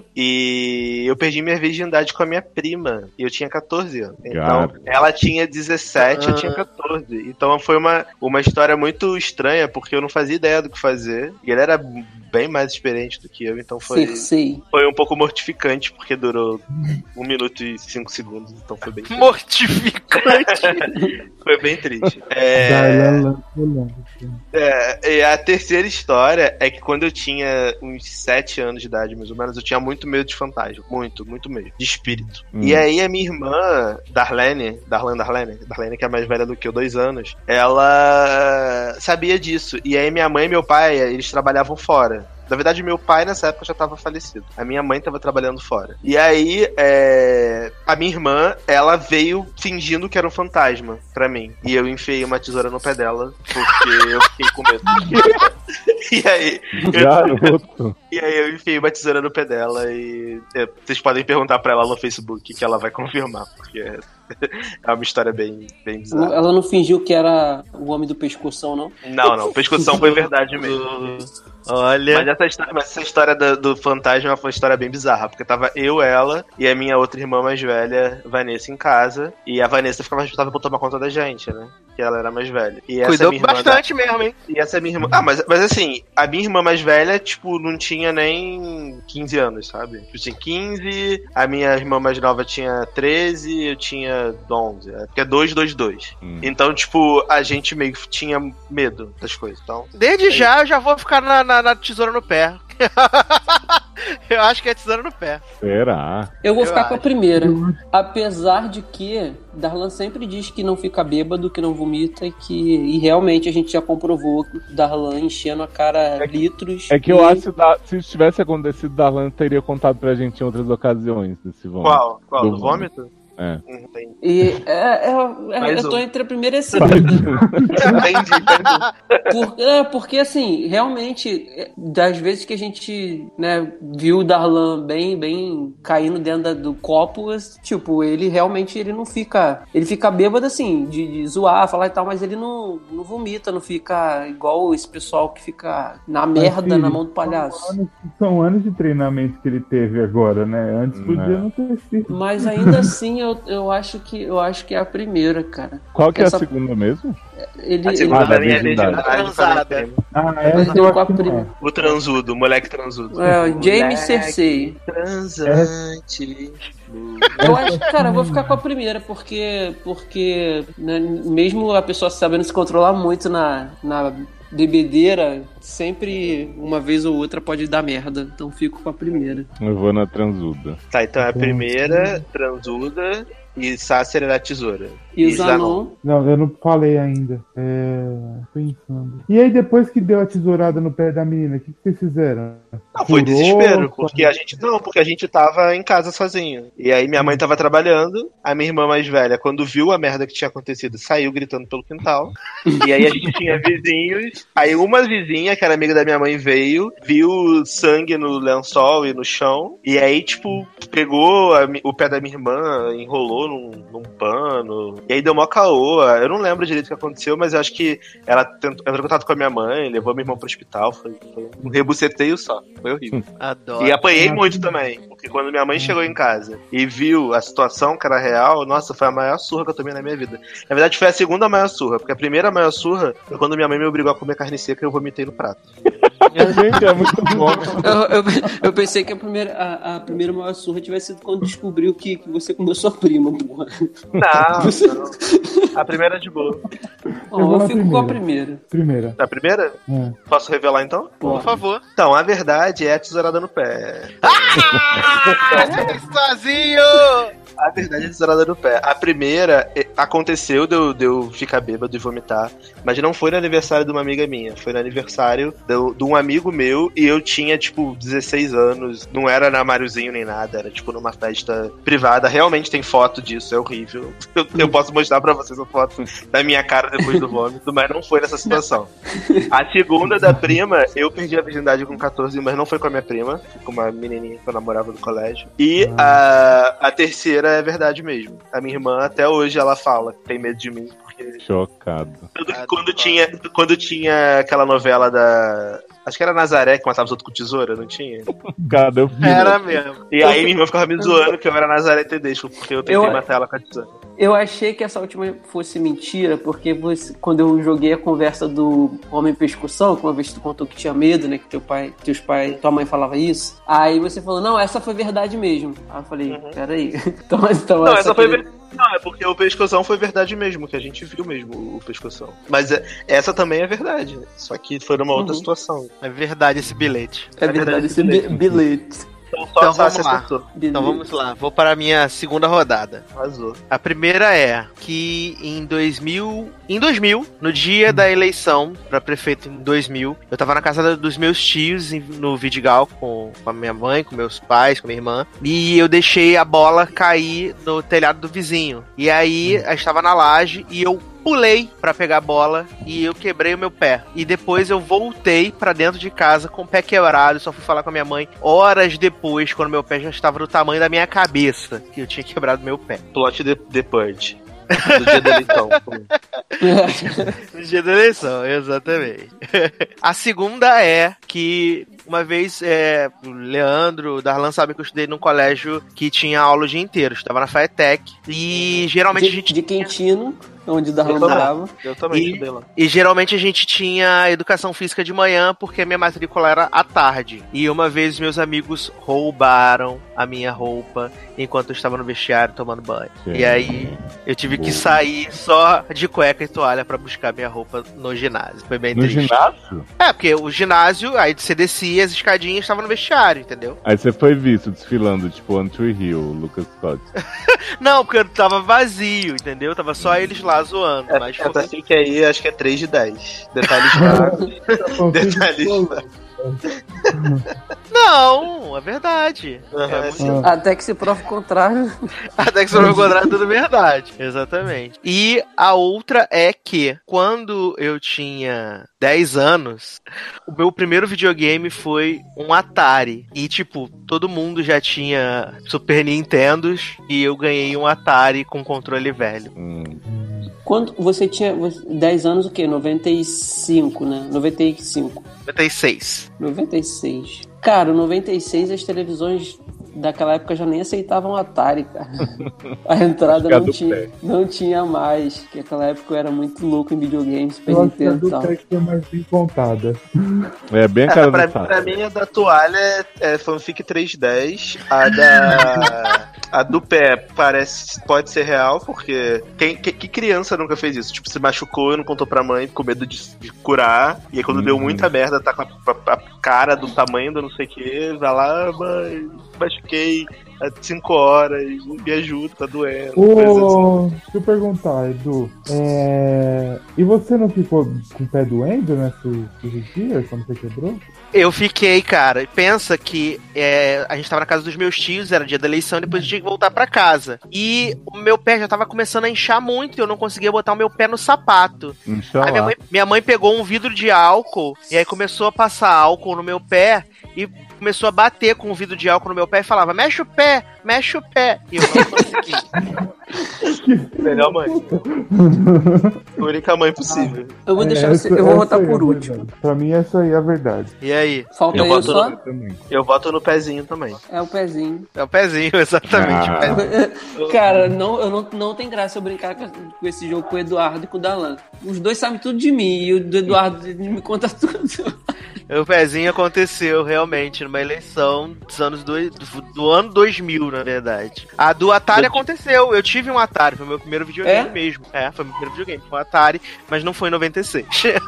[SPEAKER 8] E eu perdi minha virgindade com a minha prima. E eu tinha catorze anos. Então,
[SPEAKER 4] Cara.
[SPEAKER 8] ela tinha dezessete, eu tinha catorze. Então foi uma, uma história muito estranha, porque eu não fazia ideia do que fazer. E ele era bem mais experiente do que eu, então foi,
[SPEAKER 5] Cersei.
[SPEAKER 8] foi um pouco mortificante, porque durou um minuto e cinco segundos, então foi bem triste.
[SPEAKER 3] Mortificante!
[SPEAKER 8] Foi bem triste. É,
[SPEAKER 6] Darlan Lancelot.
[SPEAKER 8] é, e a terceira história é que quando eu tinha uns sete anos de idade, mais ou menos, eu tinha muito medo de fantasma. Muito, muito mesmo. De espírito.
[SPEAKER 4] Hum.
[SPEAKER 8] E aí a minha irmã, Darlene, Darlan Darlene, Darlene, que é mais velha do que eu, dois anos, ela sabia disso. E aí minha mãe e meu pai, eles trabalhavam fora. Na verdade, meu pai nessa época já estava falecido. A minha mãe estava trabalhando fora. E aí, é, a minha irmã, ela veio fingindo que era um fantasma pra mim. E eu enfiei uma tesoura no pé dela, porque eu fiquei com medo. E aí,
[SPEAKER 4] Garoto.
[SPEAKER 8] e aí eu enfiei uma tesoura no pé dela e é, vocês podem perguntar pra ela no Facebook que ela vai confirmar, porque é, é uma história bem, bem bizarra.
[SPEAKER 5] Ela não fingiu que era o homem do pescoção, não?
[SPEAKER 8] Não, não, pescoção foi verdade mesmo.
[SPEAKER 3] Olha.
[SPEAKER 8] Mas essa história, mas essa história do, do fantasma foi uma história bem bizarra, porque tava eu, ela e a minha outra irmã mais velha, Vanessa, em casa. E a Vanessa ficava responsável por tomar conta da gente, né? Que ela era mais velha. E essa
[SPEAKER 3] Cuidou
[SPEAKER 8] minha irmã
[SPEAKER 3] bastante mesmo, hein?
[SPEAKER 8] E essa minha irmã. Ah, mas, mas assim, a minha irmã mais velha, tipo, não tinha nem quinze anos, sabe? Tipo, tinha quinze, a minha irmã mais nova tinha treze, eu tinha onze. É porque é dois, dois, dois.
[SPEAKER 4] Hum.
[SPEAKER 8] Então, tipo, a gente meio que tinha medo das coisas. Então,
[SPEAKER 3] Desde
[SPEAKER 8] é
[SPEAKER 3] já eu já vou ficar na, na, na tesoura no pé. Eu acho que é tesoura no pé.
[SPEAKER 4] Será?
[SPEAKER 5] Eu vou
[SPEAKER 3] Eu
[SPEAKER 5] ficar com a
[SPEAKER 3] acho.
[SPEAKER 5] primeira. Apesar de que Darlan sempre diz que não fica bêbado, que não vomita e que. E realmente a gente já comprovou que Darlan enchendo a cara litros.
[SPEAKER 4] É que
[SPEAKER 5] e-
[SPEAKER 4] eu acho que da- se tivesse acontecido, Darlan teria contado pra gente em outras ocasiões desse vômito.
[SPEAKER 8] qual? Qual?
[SPEAKER 4] Do
[SPEAKER 8] Do vômito?
[SPEAKER 4] É.
[SPEAKER 5] E é, é, é,
[SPEAKER 8] Mais
[SPEAKER 5] eu tô
[SPEAKER 8] um.
[SPEAKER 5] entre a primeira e a segunda.
[SPEAKER 8] Entendi, entendi.
[SPEAKER 5] Por- é, porque, assim, realmente, é, das vezes que a gente, né, viu o Darlan bem, bem caindo dentro da- do copo, es- tipo, ele realmente ele não fica. Ele fica bêbado, assim, de, de zoar, falar e tal, mas ele não, não vomita, não fica igual esse pessoal que fica na merda
[SPEAKER 6] filho,
[SPEAKER 5] na mão do palhaço.
[SPEAKER 6] São anos, são anos de treinamento que ele teve agora, né? Antes podia
[SPEAKER 4] Não.
[SPEAKER 6] não ter sido.
[SPEAKER 5] Mas ainda assim, eu, eu, acho que, eu acho que é a primeira, cara.
[SPEAKER 4] Qual que é
[SPEAKER 5] Essa-
[SPEAKER 4] a segunda mesmo?
[SPEAKER 5] Ele,
[SPEAKER 8] A
[SPEAKER 5] ele,
[SPEAKER 8] segunda
[SPEAKER 4] Ah, da
[SPEAKER 8] minha é
[SPEAKER 4] virgindade.
[SPEAKER 8] virgindade.
[SPEAKER 3] Transada.
[SPEAKER 6] Ah,
[SPEAKER 5] Mas
[SPEAKER 6] essa
[SPEAKER 5] deu
[SPEAKER 6] eu
[SPEAKER 5] com a
[SPEAKER 6] acho que não é.
[SPEAKER 5] prima.
[SPEAKER 8] O transudo, o moleque transudo.
[SPEAKER 5] É, o Jamie
[SPEAKER 8] Moleque
[SPEAKER 5] Cersei.
[SPEAKER 8] Transante.
[SPEAKER 5] Eu acho, cara, eu vou ficar com a primeira, porque, porque né, mesmo a pessoa sabendo se controlar muito na, na bebedeira, sempre uma vez ou outra pode dar merda. Então fico com a primeira.
[SPEAKER 4] Eu vou na transuda.
[SPEAKER 8] Tá, então é a primeira, transuda e Sácer era a tesoura.
[SPEAKER 5] E o Zanon.
[SPEAKER 6] Não, eu não falei ainda. É... Pensando. E aí, depois que deu a tesourada no pé da menina, o que, que vocês fizeram?
[SPEAKER 8] Não, foi
[SPEAKER 6] Furou?
[SPEAKER 8] desespero, porque a gente. Não, porque a gente tava em casa sozinho. E aí minha mãe tava trabalhando, a minha irmã mais velha, quando viu a merda que tinha acontecido, saiu gritando pelo quintal. E aí a gente tinha vizinhos. Aí uma vizinha, que era amiga da minha mãe, veio, viu sangue no lençol e no chão. E aí, tipo, pegou a mi- o pé da minha irmã, enrolou num, num pano. E aí deu mó caô. Eu não lembro direito o que aconteceu, mas eu acho que ela tentou, entrou em contato com a minha mãe, levou minha irmã pro hospital. Foi, foi um rebuceteio só. Foi horrível.
[SPEAKER 3] Adoro.
[SPEAKER 8] E apanhei muito também, porque quando minha mãe chegou em casa e viu a situação que era real, nossa, foi a maior surra que eu tomei na minha vida. Na verdade, foi a segunda maior surra, porque a primeira maior surra foi quando minha mãe me obrigou a comer carne seca e eu vomitei no prato.
[SPEAKER 4] Gente, é muito bom.
[SPEAKER 5] Eu, eu, eu pensei que a primeira, a, a primeira maior surra tivesse sido quando descobriu que, que você comeu sua prima, porra.
[SPEAKER 8] Não, não. A primeira é de boa.
[SPEAKER 5] Ó, eu, eu fico com a primeira.
[SPEAKER 6] Primeira.
[SPEAKER 8] A primeira?
[SPEAKER 6] É.
[SPEAKER 8] Posso revelar então?
[SPEAKER 3] Por favor.
[SPEAKER 8] Então, a verdade é a tesourada no pé.
[SPEAKER 3] Sozinho!
[SPEAKER 8] A verdade é a tesourada no pé. A primeira eh, aconteceu de eu, de eu ficar bêbado e vomitar, mas não foi no aniversário de uma amiga minha, foi no aniversário de, de um amigo meu e eu tinha, tipo, dezesseis anos. Não era na Mariozinho nem nada, era, tipo, numa festa privada. Realmente tem foto disso, é horrível. Eu, eu posso mostrar pra vocês a foto da minha cara depois do vômito, mas não foi nessa situação. A segunda da prima, eu perdi a virgindade com catorze, mas não foi com a minha prima, foi com uma menininha que eu namorava no colégio. E a, a terceira é verdade mesmo. A minha irmã, até hoje, ela fala que tem medo de mim, porque
[SPEAKER 4] Chocado.
[SPEAKER 8] tudo que quando tinha, quando tinha aquela novela da... Acho que era Nazaré que matava os outros com tesoura, não tinha?
[SPEAKER 4] Cadê o filho?
[SPEAKER 3] Era mesmo.
[SPEAKER 8] E aí minha irmã ficava me zoando que eu era Nazaré Tedesco, porque eu tentei
[SPEAKER 5] Eu-
[SPEAKER 8] matar ela com a tesoura.
[SPEAKER 5] Eu achei que essa última fosse mentira, porque você, quando eu joguei a conversa do Homem Pescoção, que uma vez tu contou que tinha medo, né? Que teu pai, teus pais, tua mãe falava isso. Aí você falou, não, essa foi verdade mesmo. Aí eu falei,
[SPEAKER 8] Uhum.
[SPEAKER 5] peraí. então, então
[SPEAKER 8] Não, essa foi
[SPEAKER 5] aquele-
[SPEAKER 8] ver- Não, é porque o pescoção foi verdade mesmo, que a gente viu mesmo o pescoção. Mas é- essa também é verdade, só que foi numa outra
[SPEAKER 5] Uhum.
[SPEAKER 8] situação.
[SPEAKER 3] É verdade esse bilhete.
[SPEAKER 5] É verdade esse bi- bilhete.
[SPEAKER 8] Então, só
[SPEAKER 3] Então
[SPEAKER 8] só
[SPEAKER 3] vamos lá.
[SPEAKER 8] acertou.
[SPEAKER 3] Então vamos lá, vou para a minha segunda rodada.
[SPEAKER 8] Arrasou.
[SPEAKER 3] A primeira é que em dois mil, em dois mil, no dia da eleição para prefeito em dois mil, eu tava na casa dos meus tios em- no Vidigal com, com a minha mãe, com meus pais, com minha irmã, e eu deixei a bola cair no telhado do vizinho. E aí eu estava na laje e eu pulei pra pegar a bola e eu quebrei o meu pé. E depois eu voltei pra dentro de casa com o pé quebrado. Só fui falar com a minha mãe horas depois, quando meu pé já estava do tamanho da minha cabeça, que eu tinha quebrado meu pé.
[SPEAKER 8] Plot de The Purge. Do dia da eleição.
[SPEAKER 3] No dia da eleição, exatamente. A segunda é que uma vez, é, o Leandro, o Darlan sabe que eu estudei num colégio que tinha aula o dia inteiro. Eu estava na Faetec. E geralmente
[SPEAKER 5] de,
[SPEAKER 3] a gente...
[SPEAKER 5] De Quintino, onde o Darlan
[SPEAKER 8] Eu também.
[SPEAKER 5] morava.
[SPEAKER 8] Eu também
[SPEAKER 3] E-
[SPEAKER 8] estudei lá.
[SPEAKER 3] E geralmente a gente tinha educação física de manhã, porque a minha matrícula era à tarde. E uma vez meus amigos roubaram a minha roupa enquanto eu estava no vestiário tomando banho.
[SPEAKER 4] Sim.
[SPEAKER 3] E aí eu tive que
[SPEAKER 4] Boa.
[SPEAKER 3] sair só de cueca e toalha pra buscar minha roupa no ginásio. Foi bem
[SPEAKER 4] No
[SPEAKER 3] triste.
[SPEAKER 4] ginásio?
[SPEAKER 3] É, porque o ginásio, aí você descia as escadinhas e estava no vestiário, entendeu?
[SPEAKER 4] Aí você foi visto desfilando, tipo, One Tree Hill, Lucas Scott.
[SPEAKER 3] Não, porque tava vazio, entendeu? Tava só eles lá zoando.
[SPEAKER 8] É,
[SPEAKER 3] mas
[SPEAKER 8] essa
[SPEAKER 3] foi...
[SPEAKER 8] fica aí, acho que é três de dez. Detalhes graves. Detalhes graves.
[SPEAKER 3] Não, é verdade.
[SPEAKER 8] Uhum,
[SPEAKER 3] é muito...
[SPEAKER 8] sim.
[SPEAKER 5] Até que se prove o contrário.
[SPEAKER 3] Até que se prove o contrário, tudo verdade. Exatamente. E a outra é que, quando eu tinha dez anos, o meu primeiro videogame foi um Atari. E, tipo, todo mundo já tinha Super Nintendos e eu ganhei um Atari com controle velho.
[SPEAKER 4] Hum.
[SPEAKER 5] Quando você tinha dez anos, o quê? noventa e cinco, né? noventa e cinco.
[SPEAKER 3] noventa e seis.
[SPEAKER 5] noventa e seis. Cara, noventa e seis as televisões daquela época já nem aceitavam Atari, cara. A entrada não tinha, não tinha mais. Que naquela época eu era muito louco em videogames, Super
[SPEAKER 6] Eu acho que a
[SPEAKER 5] Nintendo e
[SPEAKER 6] do
[SPEAKER 5] tal.
[SPEAKER 6] Tech é mais bem contada.
[SPEAKER 4] É bem a
[SPEAKER 8] É,
[SPEAKER 4] cara
[SPEAKER 8] pra,
[SPEAKER 4] do Sato.
[SPEAKER 8] pra mim, a da toalha é, é fanfic três dez. A da. A do pé parece. Pode ser real, porque. Quem, que, que criança nunca fez isso? Tipo, se machucou e não contou pra mãe, com medo de, de curar. E aí, quando
[SPEAKER 4] Uhum.
[SPEAKER 8] deu muita merda, tá com a, a- a cara do tamanho do não sei o que. Vai lá, mãe, machuquei há cinco horas, me ajuda, tá doendo. coisa assim.
[SPEAKER 6] Ô, deixa eu perguntar, Edu. É... E você não ficou com o pé doendo nesses, nesses dias, quando você quebrou?
[SPEAKER 3] Eu fiquei, cara. Pensa que é, a gente tava na casa dos meus tios, era dia da eleição, depois eu tinha que voltar pra casa. E o meu pé já tava começando a inchar muito, eu não conseguia botar o meu pé no sapato.
[SPEAKER 4] Incha
[SPEAKER 3] Aí minha
[SPEAKER 4] lá.
[SPEAKER 3] mãe, minha mãe pegou um vidro de álcool e aí começou a passar álcool no meu pé e começou a bater com o vidro de álcool no meu pé e falava, mexe o pé, mexe o pé. E eu não consegui.
[SPEAKER 8] Melhor mãe. A única mãe possível.
[SPEAKER 5] Eu vou deixar
[SPEAKER 6] essa-
[SPEAKER 5] você, eu vou
[SPEAKER 6] essa
[SPEAKER 5] votar
[SPEAKER 6] aí é
[SPEAKER 5] por
[SPEAKER 6] a
[SPEAKER 5] último.
[SPEAKER 6] verdade. Pra mim, essa aí é a verdade.
[SPEAKER 3] E aí?
[SPEAKER 5] Falta
[SPEAKER 8] Eu
[SPEAKER 5] eu,
[SPEAKER 8] voto
[SPEAKER 5] só?
[SPEAKER 8] no-
[SPEAKER 6] Também.
[SPEAKER 8] Eu voto no pezinho também.
[SPEAKER 5] É o pezinho.
[SPEAKER 3] É o pezinho, exatamente.
[SPEAKER 4] Ah.
[SPEAKER 3] O pezinho.
[SPEAKER 5] Cara, não, eu não, não tem graça eu brincar com, com esse jogo com o Eduardo e com o Dalan. Os dois sabem tudo de mim e o do Eduardo ele me conta tudo.
[SPEAKER 3] O pezinho aconteceu realmente numa eleição dos anos dois, do, do ano dois mil, na verdade. A do Atari aconteceu. Eu tive um Atari, foi meu primeiro videogame
[SPEAKER 5] É?
[SPEAKER 3] mesmo. É, foi meu primeiro videogame, foi um Atari, mas não foi em noventa e seis.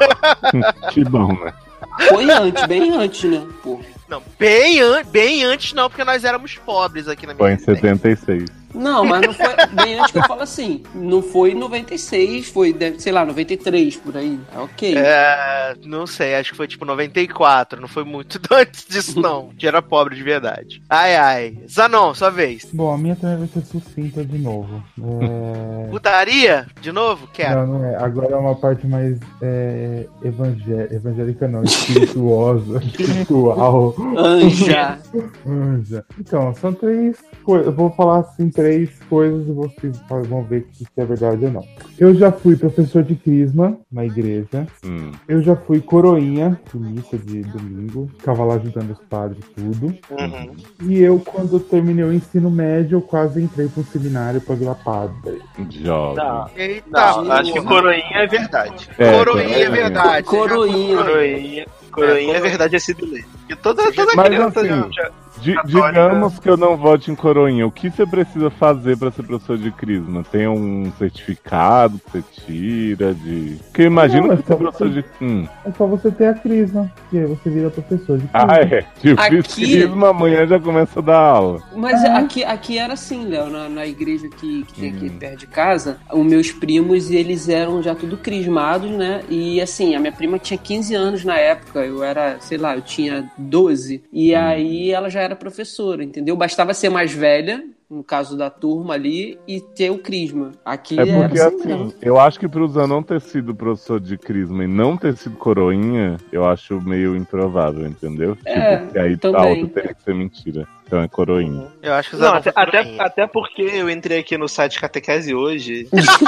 [SPEAKER 4] Que bom, né?
[SPEAKER 5] Foi antes, bem antes, né? Pô.
[SPEAKER 3] Não, bem, an bem antes não, porque nós éramos pobres aqui na minha
[SPEAKER 4] Foi em
[SPEAKER 3] residência.
[SPEAKER 4] setenta e seis.
[SPEAKER 5] Não, mas não foi bem antes que eu falo assim. Não foi em noventa e seis, foi, deve- sei lá, noventa e três, por aí. É ok.
[SPEAKER 3] É, não sei, acho que foi tipo noventa e quatro, não foi muito antes disso não, que era pobre de verdade. Ai, ai. Zanon, sua vez.
[SPEAKER 6] Bom, a minha também vai ser sucinta de novo. É...
[SPEAKER 3] Putaria? De novo? Quero.
[SPEAKER 6] Não, não é. Agora é uma parte mais é, evangé- evangélica, não, espirituosa, espiritual.
[SPEAKER 5] Anja.
[SPEAKER 6] Anja. Então, são três coisas. Eu vou falar assim três coisas e vocês vão ver se é verdade ou não. Eu já fui professor de crisma na igreja.
[SPEAKER 4] Hum.
[SPEAKER 6] Eu já fui coroinha de missa de domingo. Ficava lá ajudando os padres e tudo.
[SPEAKER 8] Uhum.
[SPEAKER 6] E eu, quando terminei o ensino médio, eu quase entrei para um seminário para virar padre.
[SPEAKER 4] Jovem.
[SPEAKER 8] Não,
[SPEAKER 3] Eita,
[SPEAKER 8] não acho que
[SPEAKER 3] porra.
[SPEAKER 8] coroinha é verdade.
[SPEAKER 4] É,
[SPEAKER 3] Coroinha é verdade.
[SPEAKER 5] Coroinha.
[SPEAKER 8] Coroinha, coroinha é verdade, é sido lei. E toda, toda
[SPEAKER 4] Mas
[SPEAKER 8] criança
[SPEAKER 4] assim,
[SPEAKER 8] já, já-
[SPEAKER 4] Di-
[SPEAKER 8] católica.
[SPEAKER 4] digamos que eu não vote em coroinha. O que você precisa fazer pra ser professor de crisma? Tem um certificado que você tira de. Porque eu imagino
[SPEAKER 6] Não, é
[SPEAKER 4] que
[SPEAKER 6] só
[SPEAKER 4] você é professor de. Hum.
[SPEAKER 6] É só você ter a crisma, e aí você vira professor de crisma.
[SPEAKER 4] Ah, é. Tipo,
[SPEAKER 5] Aqui-
[SPEAKER 4] fiz crisma, amanhã já começa a dar aula.
[SPEAKER 5] Mas aqui, aqui era assim, Léo, na, na igreja que, que tem aqui perto de casa, os meus primos, eles eram já tudo crismados, né? E assim, a minha prima tinha quinze anos na época, eu era, sei lá, eu tinha doze, e aí ela já era professora, entendeu? Bastava ser mais velha, no caso da turma ali, e ter o crisma. Aqui
[SPEAKER 4] É
[SPEAKER 5] era
[SPEAKER 4] porque,
[SPEAKER 5] assim,
[SPEAKER 4] assim,
[SPEAKER 5] mesmo.
[SPEAKER 4] eu acho que pro Zanon ter sido professor de crisma e não ter sido coroinha, eu acho meio improvável, entendeu?
[SPEAKER 5] É,
[SPEAKER 4] tipo, que aí
[SPEAKER 5] também.
[SPEAKER 4] a outra teria que ser mentira. Então é coroinha.
[SPEAKER 3] Eu acho que o
[SPEAKER 8] Não,
[SPEAKER 3] Zanon
[SPEAKER 8] até,
[SPEAKER 3] foi
[SPEAKER 8] até,
[SPEAKER 3] coroinha.
[SPEAKER 8] até porque eu entrei aqui no site Catequese hoje.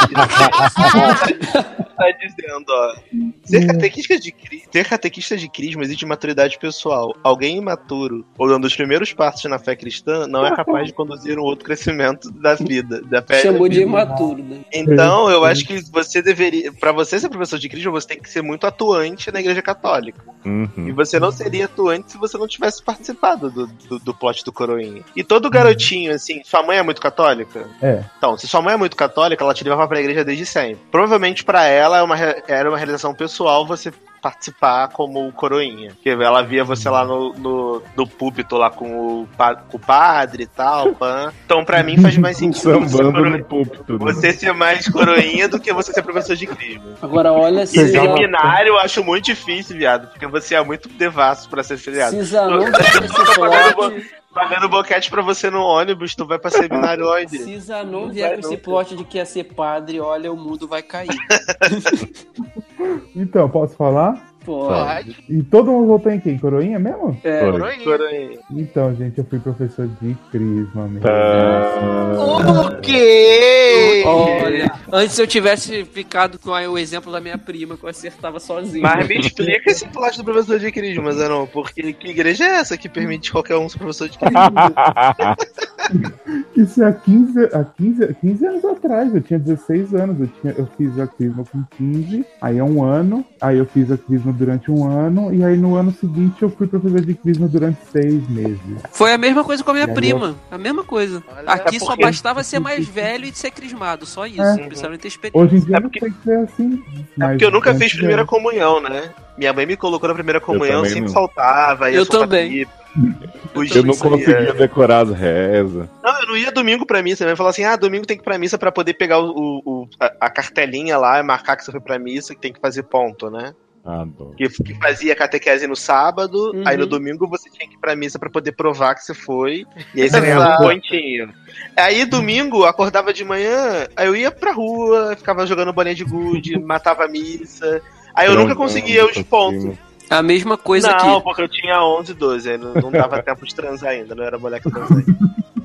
[SPEAKER 8] Tá dizendo, ó. Ser catequista de, cri- ser catequista de crisma exige maturidade pessoal. Alguém imaturo ou dando os primeiros passos na fé cristã não é capaz de conduzir um outro crescimento da vida. Da fé
[SPEAKER 5] Chamou
[SPEAKER 8] da
[SPEAKER 5] de
[SPEAKER 8] vida.
[SPEAKER 5] imaturo, né?
[SPEAKER 8] Então, eu acho que você deveria. Pra você ser professor de crisma, você tem que ser muito atuante na igreja católica.
[SPEAKER 4] Uhum.
[SPEAKER 8] E você não seria atuante se você não tivesse participado do, do, do plot do Coroinha. E todo garotinho, assim, sua mãe é muito católica?
[SPEAKER 6] É.
[SPEAKER 8] Então, se sua mãe é muito católica, ela te levava pra igreja desde sempre. Provavelmente pra ela é uma re- era uma realização pessoal você participar como coroinha. Porque ela via você lá no, no, no púlpito lá com o, com o padre e tal, pan. Então pra mim faz mais sentido você, coro... no púlpito, né? Você ser mais coroinha do que você ser professor de crime.
[SPEAKER 5] Agora olha,
[SPEAKER 8] e
[SPEAKER 5] Cizanon...
[SPEAKER 8] seminário eu acho muito difícil, viado, porque você é muito devasso pra ser filiado.
[SPEAKER 5] Cizanon
[SPEAKER 8] pagando boquete pra você no ônibus, tu vai pra seminário onde?
[SPEAKER 5] Se Zanon vier com esse plot de que ia ser padre, olha, o mundo vai cair.
[SPEAKER 6] Então, posso falar?
[SPEAKER 5] Pode.
[SPEAKER 6] E todo mundo votou em quem? Coroinha mesmo?
[SPEAKER 5] É,
[SPEAKER 8] Coroinha. Coroinha.
[SPEAKER 6] Então, gente, eu fui professor de crisma mesmo.
[SPEAKER 3] O quê?
[SPEAKER 5] Olha, antes eu tivesse ficado com aí, o exemplo da minha prima, que eu acertava sozinho.
[SPEAKER 8] Mas me explica esse plot do professor de crisma, Zanon, porque que igreja é essa que permite qualquer um ser professor de crisma?
[SPEAKER 6] Isso é há quinze, há quinze, quinze anos atrás, eu tinha dezesseis anos, eu, tinha, eu fiz a crisma com quinze, aí é um ano, aí eu fiz a crisma durante um ano, e aí no ano seguinte eu fui professor de crisma durante seis meses.
[SPEAKER 5] Foi a mesma coisa com a minha
[SPEAKER 6] E
[SPEAKER 5] prima,
[SPEAKER 6] eu...
[SPEAKER 5] a mesma coisa.
[SPEAKER 8] Olha,
[SPEAKER 5] Aqui
[SPEAKER 8] é
[SPEAKER 5] só
[SPEAKER 8] porque...
[SPEAKER 5] bastava ser mais velho e ser crismado, só isso,
[SPEAKER 6] É.
[SPEAKER 5] não precisava ter experiência.
[SPEAKER 6] Hoje em dia
[SPEAKER 8] É
[SPEAKER 6] não
[SPEAKER 8] porque-
[SPEAKER 6] tem que ser assim.
[SPEAKER 8] É porque eu nunca fiz primeira comunhão, né? Minha mãe me colocou na primeira comunhão,
[SPEAKER 4] também
[SPEAKER 8] sempre
[SPEAKER 4] não.
[SPEAKER 8] faltava. ia
[SPEAKER 5] Eu
[SPEAKER 8] soltar
[SPEAKER 5] também.
[SPEAKER 8] pipa.
[SPEAKER 4] Eu não conseguia decorar as rezas.
[SPEAKER 8] Não, eu não ia domingo pra missa. Minha mãe falou assim: ah, domingo tem que ir pra missa pra poder pegar o, o- a, a cartelinha lá e marcar que você foi pra missa, que tem que fazer ponto, né?
[SPEAKER 4] Adoro.
[SPEAKER 8] Que, que fazia catequese no sábado,
[SPEAKER 5] Uhum.
[SPEAKER 8] aí no domingo você tinha que ir pra missa pra poder provar que você foi, e aí você ganhava um pontinho. Aí domingo, eu acordava de manhã, aí eu ia pra rua, ficava jogando bolinha de gude, matava a missa. Aí eu nunca conseguia os pontos.
[SPEAKER 5] A mesma coisa
[SPEAKER 8] não,
[SPEAKER 5] aqui.
[SPEAKER 8] Não, porque eu tinha onze, doze, aí não, não dava tempo de transar ainda, não era moleque transar ainda.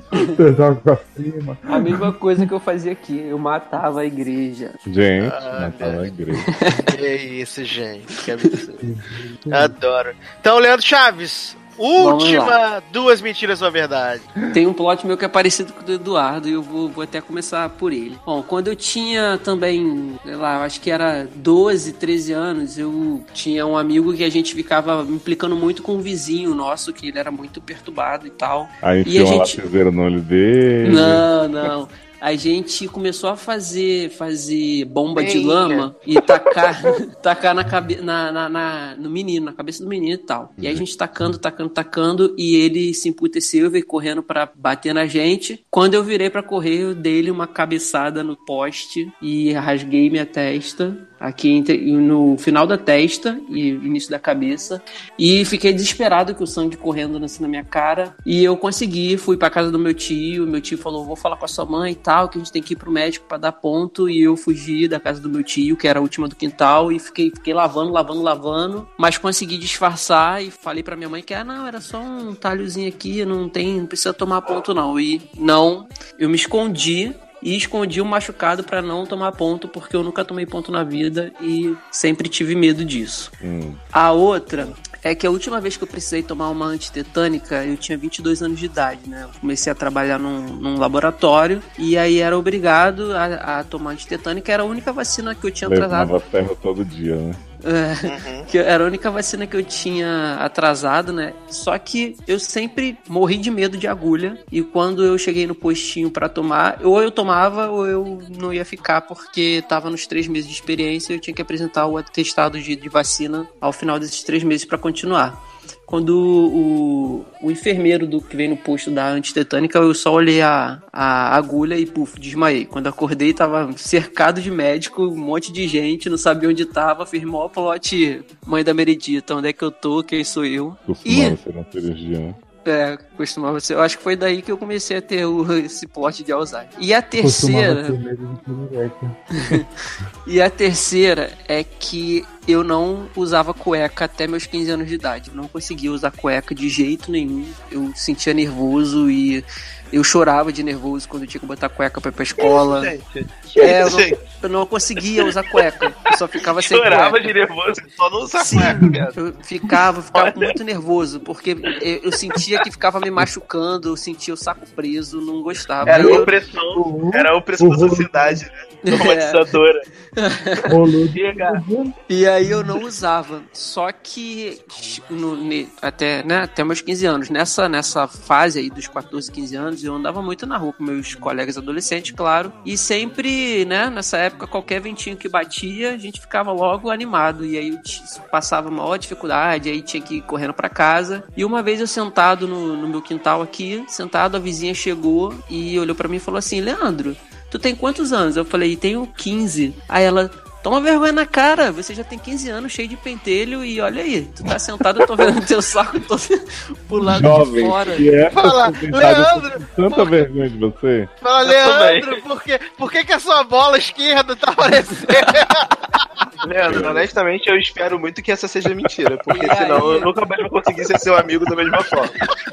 [SPEAKER 5] A mesma coisa que eu fazia aqui, eu matava a igreja.
[SPEAKER 4] Gente,
[SPEAKER 3] Ah,
[SPEAKER 4] matava a igreja.
[SPEAKER 3] Que isso, gente. Que absurdo. Adoro. Então, Leandro Chaves, última duas mentiras ou verdade.
[SPEAKER 5] Tem um plot meu que é parecido com o do Eduardo e eu vou, vou até começar por ele. Bom, quando eu tinha também, sei lá, eu acho que era doze, treze anos, eu tinha um amigo que a gente ficava implicando muito com um vizinho nosso, que ele era muito perturbado e tal.
[SPEAKER 4] Aí
[SPEAKER 5] e a
[SPEAKER 4] enfiou uma
[SPEAKER 5] gente...
[SPEAKER 4] lapiseira no olho dele.
[SPEAKER 5] Não, não. A gente começou a fazer, fazer bomba de
[SPEAKER 3] Eita.
[SPEAKER 5] lama e tacar, tacar na cabe, na, na, na- no menino, na cabeça do menino e tal. E aí a gente tacando, tacando, tacando, e ele se emputeceu e veio correndo pra bater na gente. Quando eu virei pra correr, eu dei-lhe uma cabeçada no poste e rasguei minha testa. Aqui entre, no final da testa e início da cabeça. E fiquei desesperado com o sangue correndo assim na minha cara. E eu consegui, fui pra casa do meu tio. Meu tio falou: vou falar com a sua mãe e tal, que a gente tem que ir pro médico pra dar ponto. E eu fugi da casa do meu tio, que era a última do quintal. E fiquei, fiquei lavando, lavando, lavando. Mas consegui disfarçar e falei pra minha mãe que ah, não, era só um talhozinho aqui, não tem, não precisa tomar ponto não. E não, eu me escondi. E escondi o machucado pra não tomar ponto, porque eu nunca tomei ponto na vida e sempre tive medo disso.
[SPEAKER 4] Hum.
[SPEAKER 5] A outra é que a última vez que eu precisei tomar uma antitetânica, eu tinha vinte e dois anos de idade, né? Eu comecei a trabalhar num, num laboratório e aí era obrigado a, a tomar antitetânica. Era a única vacina que eu tinha atrasado.
[SPEAKER 4] Levava ferro todo dia, né?
[SPEAKER 5] É, que era a única vacina que eu tinha atrasado, né? Só que eu sempre morri de medo de agulha. E quando eu cheguei no postinho pra tomar, ou eu tomava ou eu não ia ficar, porque tava nos três meses de experiência e eu tinha que apresentar o atestado de, de vacina ao final desses três meses pra continuar. Quando o, o enfermeiro do que veio no posto da antitetânica, eu só olhei a, a agulha e, puf, desmaiei. Quando acordei, tava cercado de médico, um monte de gente, não sabia onde tava, fiz mó plot, mãe da Meredita, onde é que eu tô, quem sou eu.
[SPEAKER 4] Costumava
[SPEAKER 5] E...
[SPEAKER 4] ser uma cirurgia, né?
[SPEAKER 5] É, costumava ser. Eu acho que foi daí que eu comecei a ter o, esse plot de Alzheimer. E a terceira... E a terceira é que eu não usava cueca até meus quinze anos de idade. Eu não conseguia usar cueca de jeito nenhum. Eu sentia nervoso e eu chorava de nervoso quando eu tinha que botar cueca pra ir pra escola. É, eu não, eu não conseguia usar cueca. Eu só ficava sem cueca.
[SPEAKER 8] Chorava de nervoso, só não usar
[SPEAKER 5] Sim,
[SPEAKER 8] cueca, cara.
[SPEAKER 5] eu ficava, ficava muito nervoso, porque eu, eu sentia que ficava me machucando, eu sentia o saco preso, não gostava.
[SPEAKER 8] Era
[SPEAKER 5] Aí
[SPEAKER 8] a
[SPEAKER 5] eu-
[SPEAKER 8] opressão, era a opressão da sociedade, né? Traumatizadora.
[SPEAKER 5] E aí eu não usava. Só que no, ne- até, né, até meus quinze anos, nessa, nessa fase aí dos quatorze, quinze anos, eu andava muito na rua com meus colegas adolescentes, claro. E sempre, né, nessa época, qualquer ventinho que batia, gente ficava logo animado. E aí eu t- passava maior dificuldade, aí tinha que ir correndo pra casa. E uma vez eu sentado no, no meu quintal aqui, sentado, a vizinha chegou e olhou pra mim e falou assim: Leandro, tu tem quantos anos? Eu falei, tenho quinze. Aí ela... Toma vergonha na cara, você já tem quinze anos, cheio de pentelho, e olha aí, tu tá sentado, eu tô vendo teu saco, tô pro lado
[SPEAKER 4] Jovem,
[SPEAKER 5] de fora.
[SPEAKER 4] que é
[SPEAKER 3] Fala, Leandro,
[SPEAKER 4] tanta
[SPEAKER 3] por...
[SPEAKER 4] vergonha de você.
[SPEAKER 3] Fala, Leandro, por que, por que que a sua bola esquerda tá aparecendo?
[SPEAKER 8] Leandro, honestamente, eu espero muito que essa seja mentira, porque senão eu nunca mais vou conseguir ser seu amigo da mesma forma.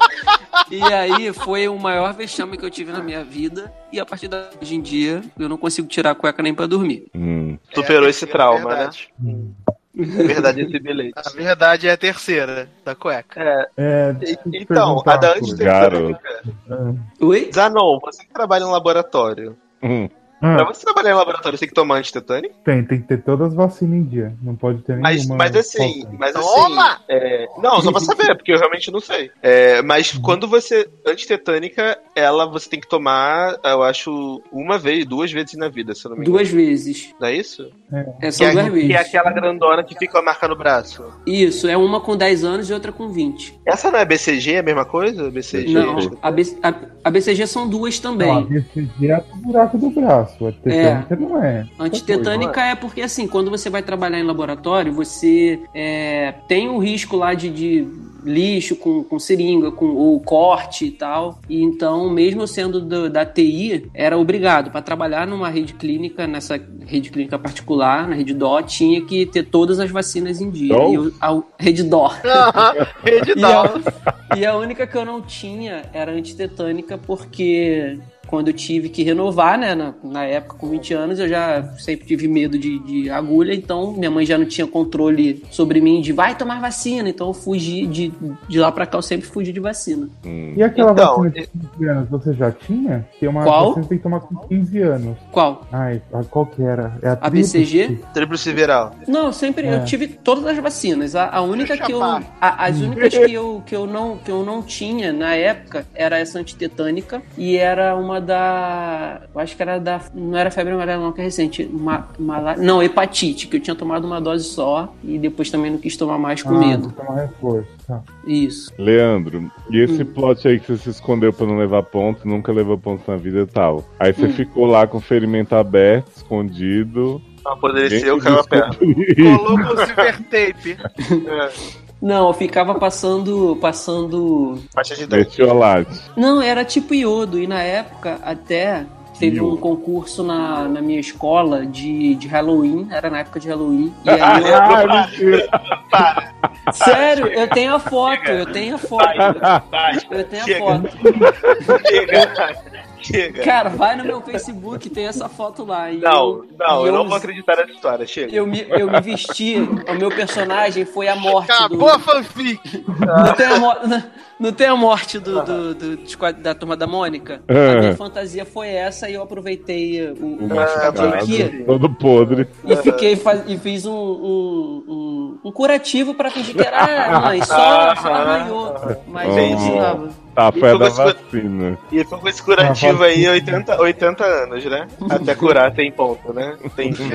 [SPEAKER 5] E aí foi o maior vexame que eu tive na minha vida, e a partir de hoje em dia, eu não consigo tirar a cueca nem pra dormir.
[SPEAKER 4] Hum.
[SPEAKER 8] Superou
[SPEAKER 3] É,
[SPEAKER 8] esse trauma, né?
[SPEAKER 3] verdade.
[SPEAKER 8] Verdade, esse bilhete.
[SPEAKER 3] A verdade é a terceira, da cueca.
[SPEAKER 8] É.
[SPEAKER 6] É,
[SPEAKER 8] E-
[SPEAKER 6] deixa eu te
[SPEAKER 8] então, a
[SPEAKER 6] perguntar.
[SPEAKER 8] da
[SPEAKER 4] Garoto.
[SPEAKER 8] antitetânica.
[SPEAKER 5] Oi?
[SPEAKER 8] Zanon, você que trabalha em laboratório.
[SPEAKER 4] Hum.
[SPEAKER 6] Ah,
[SPEAKER 8] Pra você trabalhar em laboratório, você tem que tomar antitetânica?
[SPEAKER 6] tem, tem que ter todas as vacinas em dia. Não pode ter
[SPEAKER 8] Mas,
[SPEAKER 6] nenhuma.
[SPEAKER 8] mas assim,
[SPEAKER 6] falta.
[SPEAKER 8] mas assim.
[SPEAKER 3] Toma!
[SPEAKER 8] é, não, só pra saber, porque eu realmente não sei. É, mas quando você. Antitetânica, ela você tem que tomar, eu acho, uma vez, duas vezes na vida, se eu não me engano.
[SPEAKER 5] Duas vezes.
[SPEAKER 8] Não é isso?
[SPEAKER 5] É, são
[SPEAKER 8] que,
[SPEAKER 5] duas
[SPEAKER 8] é,
[SPEAKER 5] vezes.
[SPEAKER 8] que é aquela grandona que fica a marca no braço.
[SPEAKER 5] Isso, é uma com dez anos e outra com vinte.
[SPEAKER 8] Essa não é B C G, é a mesma coisa? B C G?
[SPEAKER 5] Não, a, B, a, a B C G são duas também.
[SPEAKER 6] Não, a B C G é o buraco do braço. A tetânica não é.
[SPEAKER 5] Antitetânica é porque, assim, quando você vai trabalhar em laboratório, você é, tem o risco lá de, de lixo com, com seringa, com, ou corte e tal. E então, mesmo sendo do, da T I, era obrigado. Para trabalhar numa rede clínica, nessa rede clínica particular, na rede D O, tinha que ter todas as vacinas em dia.
[SPEAKER 4] Dó?
[SPEAKER 5] E eu, a, rede D O.
[SPEAKER 3] Rede
[SPEAKER 5] E a, e a única que eu não tinha era antitetânica, porque quando eu tive que renovar, né, na, na época com vinte anos, eu já sempre tive medo de, de agulha, então minha mãe já não tinha controle sobre mim de vai tomar vacina, então eu fugi de, de lá pra cá, eu sempre fugi de vacina.
[SPEAKER 6] E aquela
[SPEAKER 8] Então,
[SPEAKER 6] vacina de quinze anos, você já tinha? Tem uma
[SPEAKER 5] Qual?
[SPEAKER 6] vacina que tem que tomar com quinze anos.
[SPEAKER 5] Qual?
[SPEAKER 6] Ai, a- qual que era? É a,
[SPEAKER 5] A B C G?
[SPEAKER 6] tríplice.
[SPEAKER 8] Tríplice viral.
[SPEAKER 5] Não, eu sempre
[SPEAKER 6] É.
[SPEAKER 5] eu tive todas as vacinas. A, a única
[SPEAKER 3] Deixa
[SPEAKER 5] que eu.
[SPEAKER 3] pá.
[SPEAKER 5] a- as únicas que eu, que, eu não, que eu não tinha na época era essa antitetânica e era uma da. Eu acho que era da. Não era febre amarela, não, que é recente. Ma, mala- não, hepatite, que eu tinha tomado uma dose só e depois também não quis tomar mais com
[SPEAKER 6] Ah,
[SPEAKER 5] medo.
[SPEAKER 6] vou tomar reforço, tá.
[SPEAKER 5] Isso.
[SPEAKER 4] Leandro, e esse
[SPEAKER 5] Hum.
[SPEAKER 4] plot aí que você se escondeu pra não levar ponto, nunca levou ponto na vida e tal. Aí você
[SPEAKER 5] Hum.
[SPEAKER 4] ficou lá com o ferimento aberto, escondido.
[SPEAKER 8] Ah, poderia
[SPEAKER 4] Ninguém
[SPEAKER 8] ser eu
[SPEAKER 4] podia
[SPEAKER 8] caiu a perna.
[SPEAKER 4] descobrir.
[SPEAKER 3] Colocou o silver tape.
[SPEAKER 8] É,
[SPEAKER 5] Não, eu ficava passando. passando.
[SPEAKER 8] faixa de dente.
[SPEAKER 4] Metiolate.
[SPEAKER 5] Não, era tipo iodo. E na época até teve um
[SPEAKER 4] Iodo.
[SPEAKER 5] concurso na, na minha escola de, de Halloween. Era na época de Halloween. E aí eu,
[SPEAKER 4] Ah, mentira.
[SPEAKER 5] sério, eu tenho a foto, eu tenho a foto. Eu tenho a
[SPEAKER 8] Chega.
[SPEAKER 5] foto.
[SPEAKER 8] Chega. Chega.
[SPEAKER 5] Cara, vai no meu Facebook, tem essa foto lá. E
[SPEAKER 8] Não,
[SPEAKER 5] eu,
[SPEAKER 8] não,
[SPEAKER 5] e
[SPEAKER 8] eu não vou acreditar nessa história. Chega.
[SPEAKER 5] Eu me, eu me vesti, o meu personagem foi a morte
[SPEAKER 3] Acabou
[SPEAKER 5] do...
[SPEAKER 3] a fanfic.
[SPEAKER 5] Não tem a, mo- não tem a morte do, do, do- do esquad- da Turma da Mônica?
[SPEAKER 4] É.
[SPEAKER 5] A minha fantasia foi essa e eu aproveitei o, o
[SPEAKER 4] O
[SPEAKER 5] machucadinho aqui
[SPEAKER 4] machucado, todo podre.
[SPEAKER 5] e, fiquei, faz- e fiz um, um, um, um curativo pra fingir que era, ah, mãe, só, só arranhou. Mas
[SPEAKER 4] Oh.
[SPEAKER 5] eu ensinava.
[SPEAKER 4] Tá,
[SPEAKER 8] E
[SPEAKER 4] foi a
[SPEAKER 8] foi
[SPEAKER 4] da
[SPEAKER 8] com esse-
[SPEAKER 4] vacina.
[SPEAKER 8] E foi com esse curativo aí oitenta, oitenta anos, né? Até curar tem ponto, né? Tem
[SPEAKER 3] Foi,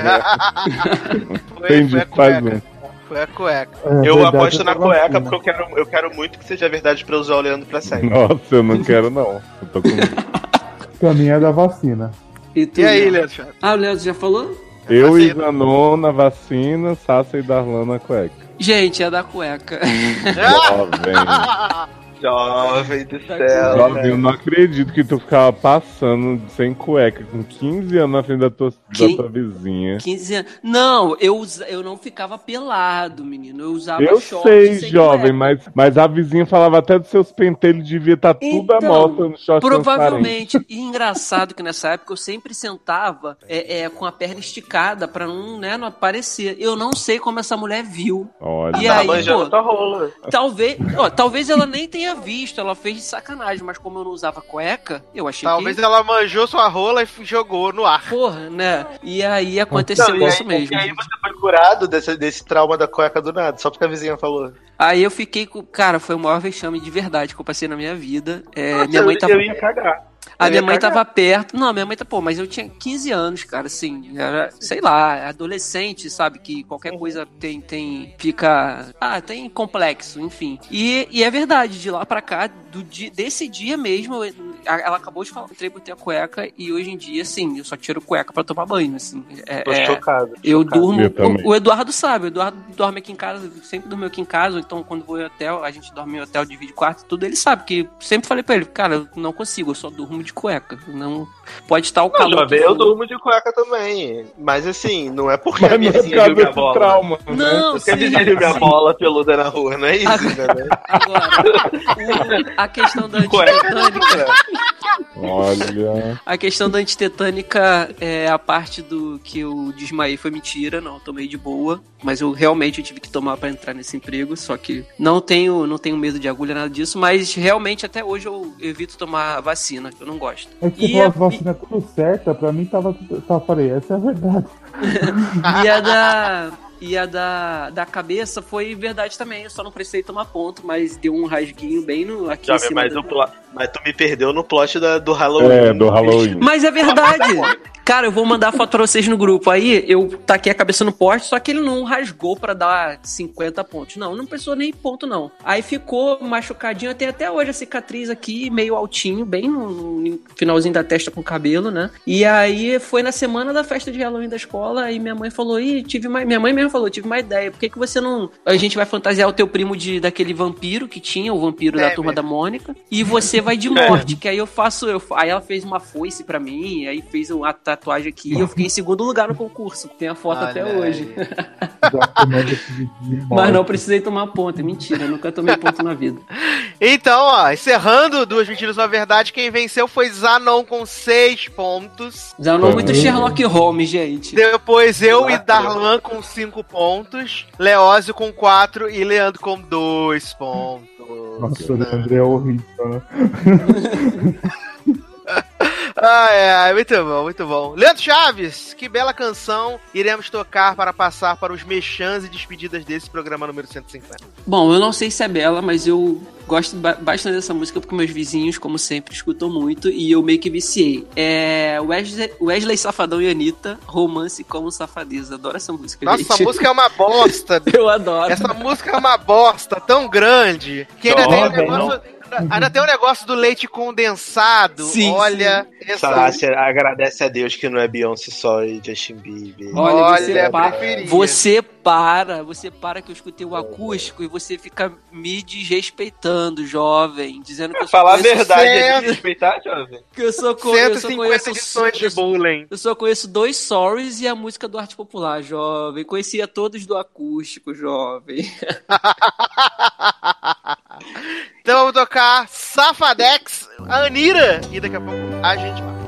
[SPEAKER 4] Entendi,
[SPEAKER 3] foi a
[SPEAKER 4] faz
[SPEAKER 3] cueca.
[SPEAKER 4] um.
[SPEAKER 3] Foi a cueca.
[SPEAKER 6] É,
[SPEAKER 8] Eu
[SPEAKER 6] verdade,
[SPEAKER 8] aposto
[SPEAKER 6] é
[SPEAKER 8] na
[SPEAKER 6] da
[SPEAKER 8] cueca
[SPEAKER 6] vacina.
[SPEAKER 8] porque eu quero, eu quero muito que seja verdade pra eu usar o Leandro pra sempre.
[SPEAKER 4] Nossa, eu não quero não. Eu tô com...
[SPEAKER 6] Pra mim é da vacina.
[SPEAKER 5] E, tu,
[SPEAKER 3] E aí, Leandro Chaves?
[SPEAKER 5] Ah, o Leandro já falou?
[SPEAKER 4] Eu e
[SPEAKER 3] Vacina.
[SPEAKER 4] Zanon na vacina, Sassa e Darlan na cueca.
[SPEAKER 5] Gente, é da cueca.
[SPEAKER 4] Jovem.
[SPEAKER 8] Jovem do céu.
[SPEAKER 4] Jovem, eu não acredito que tu ficava passando sem cueca com quinze anos na frente da tua,
[SPEAKER 5] Que-
[SPEAKER 4] da tua vizinha.
[SPEAKER 5] quinze anos. Não, eu, usa- eu não ficava pelado, menino. Eu usava
[SPEAKER 4] Eu
[SPEAKER 5] short
[SPEAKER 4] sei,
[SPEAKER 5] sem
[SPEAKER 4] jovem,
[SPEAKER 5] cueca.
[SPEAKER 4] mas, mas a vizinha falava até dos seus pentelhos, devia estar tudo à
[SPEAKER 5] Então,
[SPEAKER 4] mostra no short transparente.
[SPEAKER 5] provavelmente. E engraçado que nessa época eu sempre sentava é, é, com a perna esticada pra não, né, não aparecer. Eu não sei como essa mulher viu.
[SPEAKER 4] Olha,
[SPEAKER 5] E
[SPEAKER 8] Tá
[SPEAKER 5] aí,
[SPEAKER 8] manjando
[SPEAKER 5] pô,
[SPEAKER 8] tua rola.
[SPEAKER 5] talvez, ó, talvez ela nem tenha visto, ela fez de sacanagem, mas como eu não usava cueca, eu achei
[SPEAKER 3] Talvez
[SPEAKER 5] que...
[SPEAKER 3] ela manjou sua rola e jogou no ar.
[SPEAKER 5] Porra, né? E aí aconteceu
[SPEAKER 8] Não, e aí-
[SPEAKER 5] isso mesmo.
[SPEAKER 8] E aí você foi curado desse, desse trauma da cueca do nada, só porque a vizinha falou.
[SPEAKER 5] Aí eu fiquei com... Cara, foi o maior vexame de verdade que eu passei na minha vida. É,
[SPEAKER 8] Nossa,
[SPEAKER 5] minha mãe
[SPEAKER 8] eu,
[SPEAKER 5] tava...
[SPEAKER 8] eu ia cagar.
[SPEAKER 5] A
[SPEAKER 8] Eu
[SPEAKER 5] minha
[SPEAKER 8] ia
[SPEAKER 5] mãe
[SPEAKER 8] cagar.
[SPEAKER 5] tava perto. Não, minha mãe tá, pô, mas eu tinha quinze anos, cara, assim, era, sei lá, adolescente, sabe, que qualquer coisa tem, tem, fica, ah, tem complexo, enfim. E, e é verdade, de lá pra cá, do dia, desse dia mesmo, eu- a- ela acabou de falar, entrei, botei a cueca, e hoje em dia, assim, eu só tiro cueca pra tomar banho, assim. É,
[SPEAKER 8] Tô
[SPEAKER 5] é-
[SPEAKER 8] chocado.
[SPEAKER 5] eu
[SPEAKER 8] chocado.
[SPEAKER 5] durmo,
[SPEAKER 4] Eu também.
[SPEAKER 5] o, o Eduardo sabe, o Eduardo dorme aqui em casa, sempre dormiu aqui em casa, então quando vou em hotel, a gente dorme em hotel, divide quarto, tudo, ele sabe, que sempre falei pra ele, cara, eu não consigo, eu só durmo de cueca, não pode estar o
[SPEAKER 8] Não,
[SPEAKER 5] calor.
[SPEAKER 8] jovem,
[SPEAKER 5] que
[SPEAKER 8] eu
[SPEAKER 5] for.
[SPEAKER 8] durmo de cueca também. Mas assim, não é porque
[SPEAKER 4] Mas
[SPEAKER 8] a minha
[SPEAKER 4] não é
[SPEAKER 8] vizinha
[SPEAKER 4] por causa
[SPEAKER 8] viu minha
[SPEAKER 4] desse
[SPEAKER 8] bola.
[SPEAKER 4] trauma,
[SPEAKER 8] né?
[SPEAKER 5] Não,
[SPEAKER 8] Porque a
[SPEAKER 5] sim,
[SPEAKER 8] vizinha viu minha
[SPEAKER 5] sim.
[SPEAKER 8] bola peluda na rua, não é isso, né?
[SPEAKER 5] Agora, o- a questão da antitetânica.
[SPEAKER 4] Olha.
[SPEAKER 5] A questão da antitetânica é a parte do que eu desmaiei foi mentira, não, eu tomei de boa, mas eu realmente tive que tomar pra entrar nesse emprego, só que não tenho, não tenho medo de agulha, nada disso, mas realmente até hoje eu evito tomar vacina, que eu não gosto.
[SPEAKER 6] É que
[SPEAKER 5] E
[SPEAKER 6] você
[SPEAKER 5] a,
[SPEAKER 6] falou a vacina tudo certa, pra mim tava tudo. Tá, falei, essa é a verdade.
[SPEAKER 5] e a da. E a da, da cabeça foi verdade também, eu só não precisei tomar ponto, mas deu um rasguinho bem no, aqui em
[SPEAKER 8] Jovem,
[SPEAKER 5] cima.
[SPEAKER 8] mas,
[SPEAKER 5] do-
[SPEAKER 8] o plo- mas tu me perdeu no plot da, do Halloween.
[SPEAKER 4] É, do Halloween.
[SPEAKER 5] Mas é verdade! Cara, eu vou mandar a foto pra vocês no grupo. Aí eu taquei a cabeça no poste, só que ele não rasgou pra dar cinquenta pontos. Não, não precisou nem ponto, não. Aí ficou machucadinho, tem até hoje a cicatriz aqui, meio altinho, bem no, no finalzinho da testa com cabelo, né? E aí foi na semana da festa de Halloween da escola, e minha mãe falou, ih, tive uma... Minha mãe mesmo falou, tive uma ideia, por que, que você não... A gente vai fantasiar o teu primo de, daquele vampiro que tinha, o vampiro
[SPEAKER 3] É
[SPEAKER 5] da Turma da Mônica, e você vai de
[SPEAKER 8] É.
[SPEAKER 5] morte, que aí eu faço... Eu... Aí ela fez uma foice pra mim, aí fez uma tatuagem aqui, e eu fiquei em segundo lugar no concurso, tem a foto
[SPEAKER 3] Olha
[SPEAKER 5] até
[SPEAKER 3] aí.
[SPEAKER 5] hoje.
[SPEAKER 6] Mas
[SPEAKER 5] Mas não precisei tomar ponto, é mentira, eu nunca tomei ponto na vida.
[SPEAKER 3] Então, ó, encerrando Duas Mentiras uma Verdade, quem venceu foi Zanon com seis pontos.
[SPEAKER 5] Já não muito Sherlock Holmes, gente.
[SPEAKER 3] Depois eu e
[SPEAKER 8] Quatro.
[SPEAKER 3] Darlan com cinco pontos. Leózio com quatro e Leandro com dois pontos.
[SPEAKER 6] Nossa, o Leandro é horrível, né?
[SPEAKER 3] Ai, ai, muito bom, muito bom. Leandro Chaves, que bela canção iremos tocar para passar para os mechãs e despedidas desse programa número cento e cinquenta.
[SPEAKER 5] Bom, eu não sei se é bela, mas eu gosto ba- bastante dessa música porque meus vizinhos, como sempre, escutam muito e eu meio que viciei. É Wesley, Wesley Safadão e Anitta, Romance como Safadeza. Adoro essa música,
[SPEAKER 3] Nossa,
[SPEAKER 5] gente.
[SPEAKER 3] essa música é uma bosta.
[SPEAKER 5] Eu adoro.
[SPEAKER 3] Essa música é uma bosta tão grande que ainda tem um
[SPEAKER 8] Jovem,
[SPEAKER 3] negócio, ainda tem um negócio do leite condensado.
[SPEAKER 5] Sim,
[SPEAKER 3] Olha, essa
[SPEAKER 8] Sácia, agradece a Deus que não é Beyoncé só e Justin Bieber.
[SPEAKER 5] Olha,
[SPEAKER 3] Olha,
[SPEAKER 5] você, pa-
[SPEAKER 3] preferia.
[SPEAKER 5] você para, você para que eu escutei o acústico e você fica me desrespeitando, jovem, dizendo que eu só
[SPEAKER 8] Falar a
[SPEAKER 5] conheço
[SPEAKER 8] verdade é
[SPEAKER 3] certo.
[SPEAKER 8] desrespeitar, jovem.
[SPEAKER 5] que eu só, co-
[SPEAKER 3] cento
[SPEAKER 5] eu
[SPEAKER 3] e
[SPEAKER 5] só
[SPEAKER 3] cinquenta
[SPEAKER 5] conheço
[SPEAKER 3] edições de
[SPEAKER 5] eu só-
[SPEAKER 3] Bullying.
[SPEAKER 5] Eu só conheço dois Sorries e a música do Arte Popular, jovem. Conhecia todos do acústico, jovem.
[SPEAKER 3] Então vamos tocar Safadex, a Anira, e daqui a pouco a gente vai.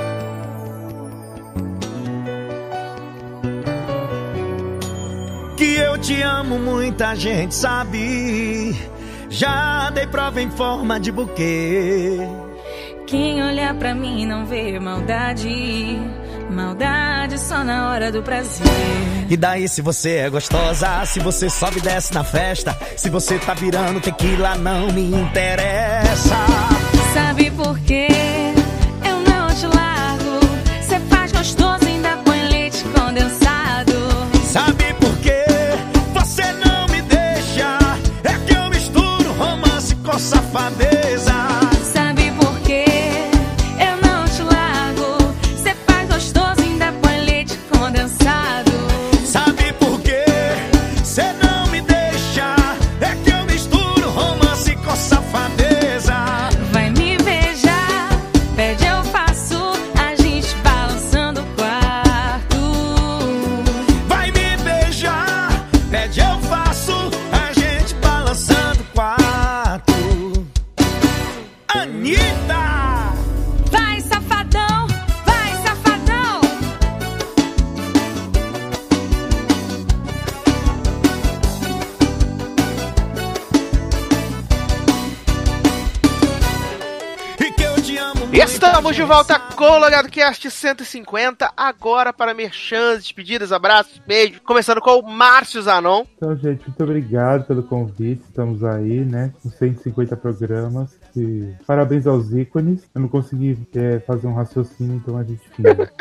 [SPEAKER 15] Que eu te amo, muita gente sabe. Já dei prova em forma de buquê.
[SPEAKER 1] Quem olhar pra mim não vê maldade. Maldade só na hora do prazer.
[SPEAKER 15] E daí se você é gostosa, se você sobe e desce na festa, se você tá virando tequila, não me interessa.
[SPEAKER 1] Sabe por quê? Eu não te largo. Cê faz gostoso, ainda põe leite condensado.
[SPEAKER 15] Sabe por quê? Você não me deixa. É que eu misturo romance com safadeza.
[SPEAKER 1] Sabe por quê? Eu não te largo. Cê faz gostoso, ainda põe leite condensado.
[SPEAKER 15] Sabe por quê? Você não me deixa. É que eu misturo romance com safadeza.
[SPEAKER 1] Vai me beijar,
[SPEAKER 3] Estamos de volta com o LogadoCast cento e cinquenta, agora para merchans, despedidas, abraços, beijos, começando com o Márcio Zanon.
[SPEAKER 6] Então, gente, muito obrigado pelo convite, estamos aí, né, com cento e cinquenta programas, e parabéns aos ícones, eu não consegui é, fazer um raciocínio, então a gente finge.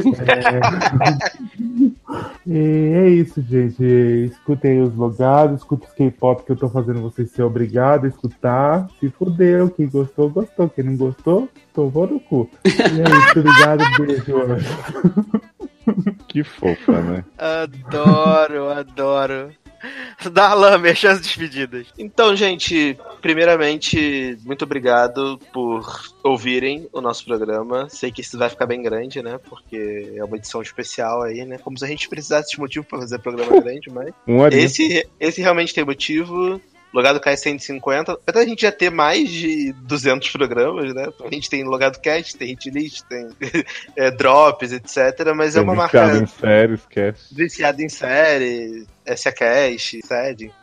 [SPEAKER 6] é... E é isso, gente, escutem os logados, escutem os K-pop que eu tô fazendo vocês ser obrigados a escutar, se fudeu, quem gostou, gostou, quem não gostou, tomou no cu. E é isso, obrigado, beijo.
[SPEAKER 4] Que fofa, né?
[SPEAKER 3] Adoro, adoro. Darlan, merchan despedidas.
[SPEAKER 8] Então, gente, primeiramente, muito obrigado por ouvirem o nosso programa. Sei que isso vai ficar bem grande, né? Porque é uma edição especial aí, né? Como se a gente precisasse de motivo pra fazer programa grande, mas...
[SPEAKER 4] Um
[SPEAKER 8] esse, esse realmente tem motivo. Logado Cast cento e cinquenta. Apesar a gente já ter mais de duzentos programas, né? A gente tem Logado Cast, tem Hit List, tem é, Drops, etcétera. Mas tem é uma marca...
[SPEAKER 4] Viciado em séries, cast.
[SPEAKER 8] Viciado em séries, S A Cash, S E D.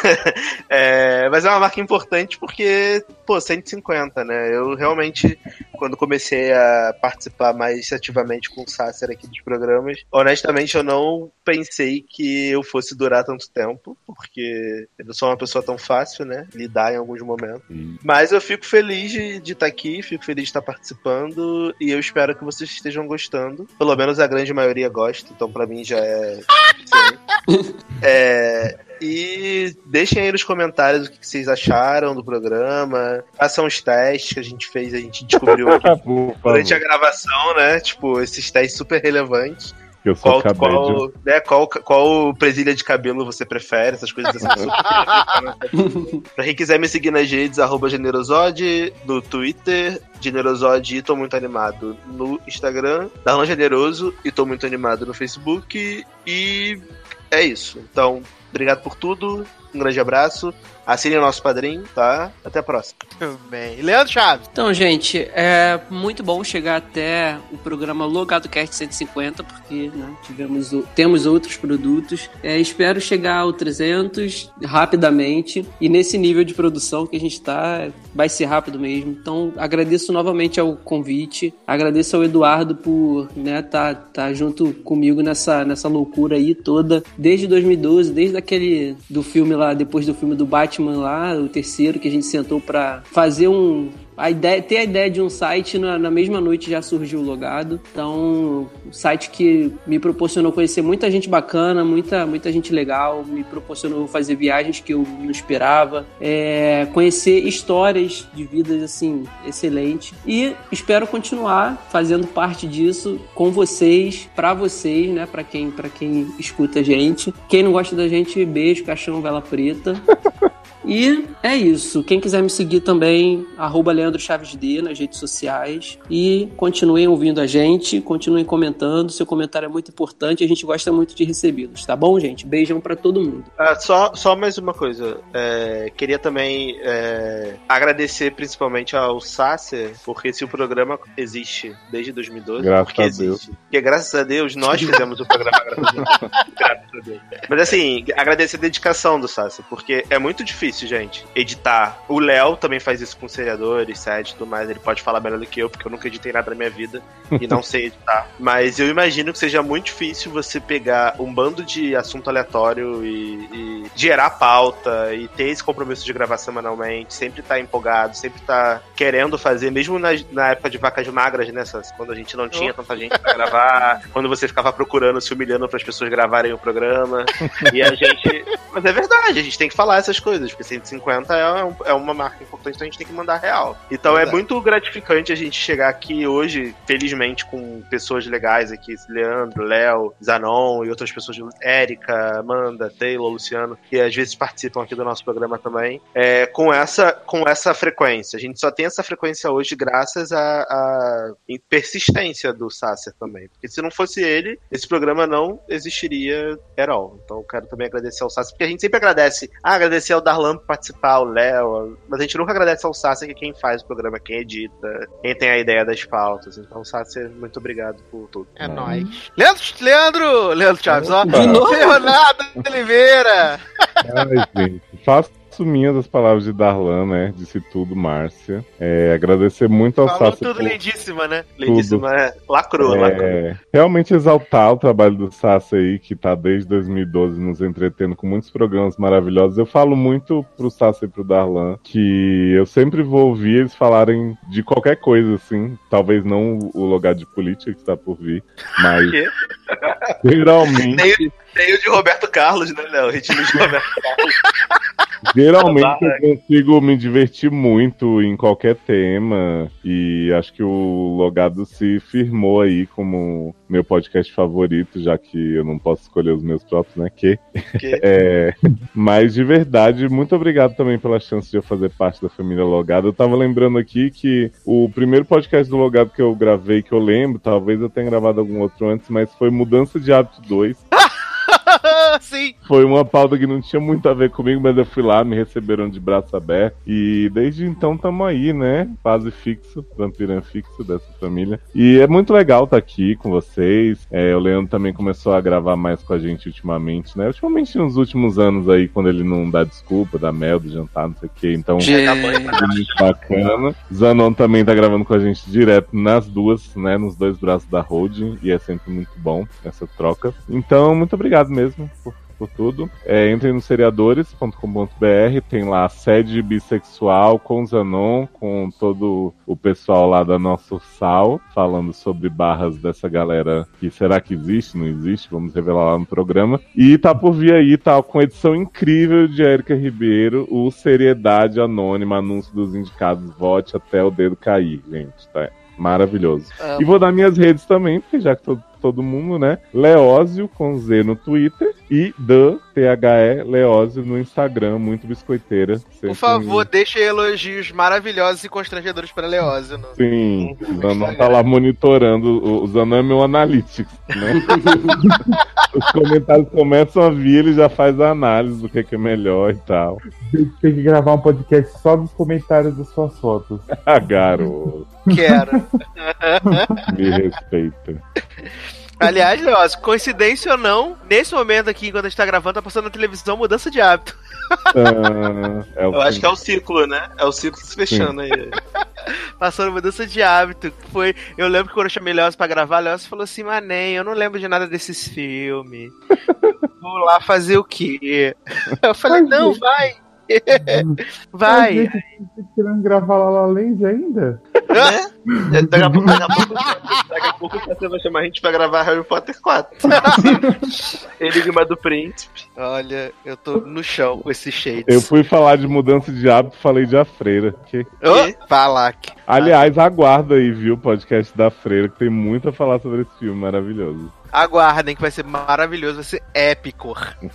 [SPEAKER 8] é, mas é uma marca importante porque, pô, cento e cinquenta, né? Eu realmente, quando comecei a participar mais ativamente com o Sácer aqui dos programas, honestamente eu não pensei que eu fosse durar tanto tempo, porque eu não sou uma pessoa tão fácil, né? Lidar em alguns momentos. Sim. Mas eu fico feliz de estar aqui, fico feliz de estar participando e eu espero que vocês estejam gostando. Pelo menos a grande maioria gosta, então pra mim já é suficiente. É, e deixem aí nos comentários o que vocês acharam do programa. Façam os testes que a gente fez, a gente descobriu aqui durante a gravação, né? Tipo, esses testes super relevantes.
[SPEAKER 4] Eu sou
[SPEAKER 8] qual, qual, né, qual, qual presilha de cabelo você prefere, essas coisas assim. Super pra quem quiser me seguir nas redes, arroba Generosode, no Twitter, Generosode e tô muito animado no Instagram, Darlan Generoso e tô muito animado no Facebook. E é isso. Então, obrigado por tudo. Um grande abraço. Assinem o nosso padrinho, tá? Até a próxima.
[SPEAKER 3] Muito bem. Leandro Chaves.
[SPEAKER 5] Então, gente, é muito bom chegar até o programa LogadoCast cento e cinquenta, porque né, tivemos, temos outros produtos. É, espero chegar ao trezentos rapidamente. E nesse nível de produção que a gente tá, vai ser rápido mesmo. Então, agradeço novamente ao convite. Agradeço ao Eduardo por né, tá, tá junto comigo nessa, nessa loucura aí toda. Desde dois mil e doze, desde aquele do filme lá, depois do filme do Batman lá, o terceiro, que a gente sentou pra fazer um... A ideia, ter a ideia de um site, na, na mesma noite já surgiu o Logado. Então, um site que me proporcionou conhecer muita gente bacana, muita, muita gente legal, me proporcionou fazer viagens que eu não esperava, é, conhecer histórias de vidas, assim, excelentes. E espero continuar fazendo parte disso com vocês, pra vocês, né, pra quem, pra quem escuta a gente. Quem não gosta da gente, beijo, caixão, vela preta. E é isso. Quem quiser me seguir também, arroba Leandro Chaves D nas redes sociais. E continuem ouvindo a gente, continuem comentando. Seu comentário é muito importante, a gente gosta muito de recebê-los, tá bom, gente? Beijão pra todo mundo.
[SPEAKER 8] Ah, só, só mais uma coisa. É, queria também é, agradecer principalmente ao Sácer, porque se o programa existe desde dois mil e doze,
[SPEAKER 4] graças
[SPEAKER 8] porque
[SPEAKER 4] a
[SPEAKER 8] existe.
[SPEAKER 4] Deus.
[SPEAKER 8] Porque graças a Deus nós fizemos o programa graças a Deus. Graças a Deus. Mas assim, agradecer a dedicação do Sácer, porque é muito difícil, gente, editar. O Léo também faz isso com seriadores, sete e tudo mais. Ele pode falar melhor do que eu, porque eu nunca editei nada na minha vida e não sei editar. Mas eu imagino que seja muito difícil você pegar um bando de assunto aleatório e, e gerar pauta e ter esse compromisso de gravar semanalmente, sempre estar tá empolgado, sempre estar tá querendo fazer, mesmo na, na época de vacas magras, né? Quando a gente não tinha tanta gente pra gravar, quando você ficava procurando, se humilhando para as pessoas gravarem o programa. E a gente. Mas é verdade, a gente tem que falar essas coisas, porque cento e cinquenta é, um, é uma marca importante, então a gente tem que mandar real. Então é, é muito gratificante a gente chegar aqui hoje, felizmente, com pessoas legais aqui, Leandro, Léo, Zanon e outras pessoas, Érica, Amanda, Taylor, Luciano, que às vezes participam aqui do nosso programa também, é, com, essa, com essa frequência. A gente só tem essa frequência hoje graças à, à persistência do Sácer também. Porque se não fosse ele, esse programa não existiria at all. Então eu quero também agradecer ao Sácer, porque a gente sempre agradece. Ah, agradecer ao Darlan por participar, o Léo, mas a gente nunca agradece ao Sácer, que é quem faz o programa, quem edita, quem tem a ideia das pautas. Então, Sácer, muito obrigado por tudo.
[SPEAKER 3] É hum. nóis. Leandro, Leandro, Leandro Chaves, ó. De novo? Leonardo Oliveira.
[SPEAKER 4] Ai, gente, faço faço minhas as palavras de Darlan, né? Disse tudo, Márcia. É, agradecer muito ao
[SPEAKER 3] Falou
[SPEAKER 4] Sassi.
[SPEAKER 3] tudo
[SPEAKER 4] por-
[SPEAKER 3] lindíssima, né?
[SPEAKER 8] Lindíssima, é. Lacrou,
[SPEAKER 4] É,
[SPEAKER 8] lacrou.
[SPEAKER 4] realmente exaltar o trabalho do Sassi aí, que tá desde dois mil e doze nos entretendo com muitos programas maravilhosos. Eu falo muito pro Sassi e pro Darlan que eu sempre vou ouvir eles falarem de qualquer coisa, assim. Talvez não o lugar de política que está por vir, mas
[SPEAKER 8] Quê?
[SPEAKER 4] geralmente,
[SPEAKER 8] Tem, o- tem o de Roberto Carlos, né, Léo? Ritmo de Roberto Carlos.
[SPEAKER 4] geralmente eu consigo me divertir muito em qualquer tema e acho que o Logado se firmou aí como meu podcast favorito, já que eu não posso escolher os meus próprios, né? Que?
[SPEAKER 8] Que?
[SPEAKER 4] É, mas de verdade, muito obrigado também pela chance de eu fazer parte da família Logado. Eu tava lembrando aqui que o primeiro podcast do Logado que eu gravei, que eu lembro, talvez eu tenha gravado algum outro antes, mas foi Mudança de Hábito dois.
[SPEAKER 3] Sim.
[SPEAKER 4] Foi uma pauta que não tinha muito a ver comigo, mas eu fui lá, me receberam de braço aberto. E desde então tamo aí, né? Quase fixo, vampirão fixo dessa família. E é muito legal estar aqui com vocês. É, o Leandro também começou a gravar mais com a gente ultimamente, né? Ultimamente nos últimos anos aí, quando ele não dá desculpa, dá mel, do jantar, não sei o quê. Então, é muito bacana. Zanon também tá gravando com a gente direto nas duas, né? Nos dois braços da holding. E é sempre muito bom essa troca. Então, muito obrigado mesmo por, por tudo. É, entrem no seriadores ponto com ponto b r, tem lá a sede bissexual com Zanon, com todo o pessoal lá da Nosso Sal, falando sobre barras dessa galera que será que existe, não existe, vamos revelar lá no programa. E tá por vir aí, tá com edição incrível de Érica Ribeiro, o Seriedade Anônima, anúncio dos indicados, vote até o dedo cair, gente, tá? Maravilhoso.
[SPEAKER 3] Amo.
[SPEAKER 4] E vou dar minhas redes também, porque já que todo, todo mundo, né? Leózio com Z no Twitter e Dan, T H E, Leózio no Instagram, muito biscoiteira.
[SPEAKER 3] Por
[SPEAKER 4] Sempre-
[SPEAKER 3] favor, deixe elogios maravilhosos e constrangedores para Leózio. No...
[SPEAKER 4] Sim, o Zanon tá lá monitorando, o- o Zanon é meu analytics, né? Os comentários começam a vir, ele já faz a análise do que, que é melhor e tal.
[SPEAKER 6] Tem que gravar um podcast só dos comentários das suas fotos.
[SPEAKER 4] Ah, garoto,
[SPEAKER 3] Quero.
[SPEAKER 4] me respeita.
[SPEAKER 3] Aliás, Leózio, coincidência ou não, nesse momento aqui, enquanto a gente tá gravando, tá passando na televisão Mudança de Hábito.
[SPEAKER 4] Ah, é o
[SPEAKER 8] Eu acho
[SPEAKER 4] fim.
[SPEAKER 8] que é o ciclo, né? É o ciclo se fechando aí.
[SPEAKER 3] Passando Mudança de Hábito. Foi... Eu lembro que quando eu chamei Leózio pra gravar, Leózio falou assim, mané, eu não lembro de nada desses filmes. Vou lá fazer o quê? Eu falei, não, vai. Vai.
[SPEAKER 6] Ai, gente, você tá querendo gravar La La Land ainda?
[SPEAKER 8] Né? Daqui a pouco, daqui a pouco, daqui a pouco você vai chamar a gente pra gravar Harry Potter quatro. Enigma do Príncipe.
[SPEAKER 3] Olha, eu tô no chão com esses shades.
[SPEAKER 4] Eu fui falar de mudança de hábito, falei de A Freira. Que...
[SPEAKER 3] Oh, Falac.
[SPEAKER 4] Aliás, aguarda aí, viu, o podcast da Freira, que tem muito a falar sobre esse filme maravilhoso.
[SPEAKER 3] Aguardem que vai ser maravilhoso, vai ser épico.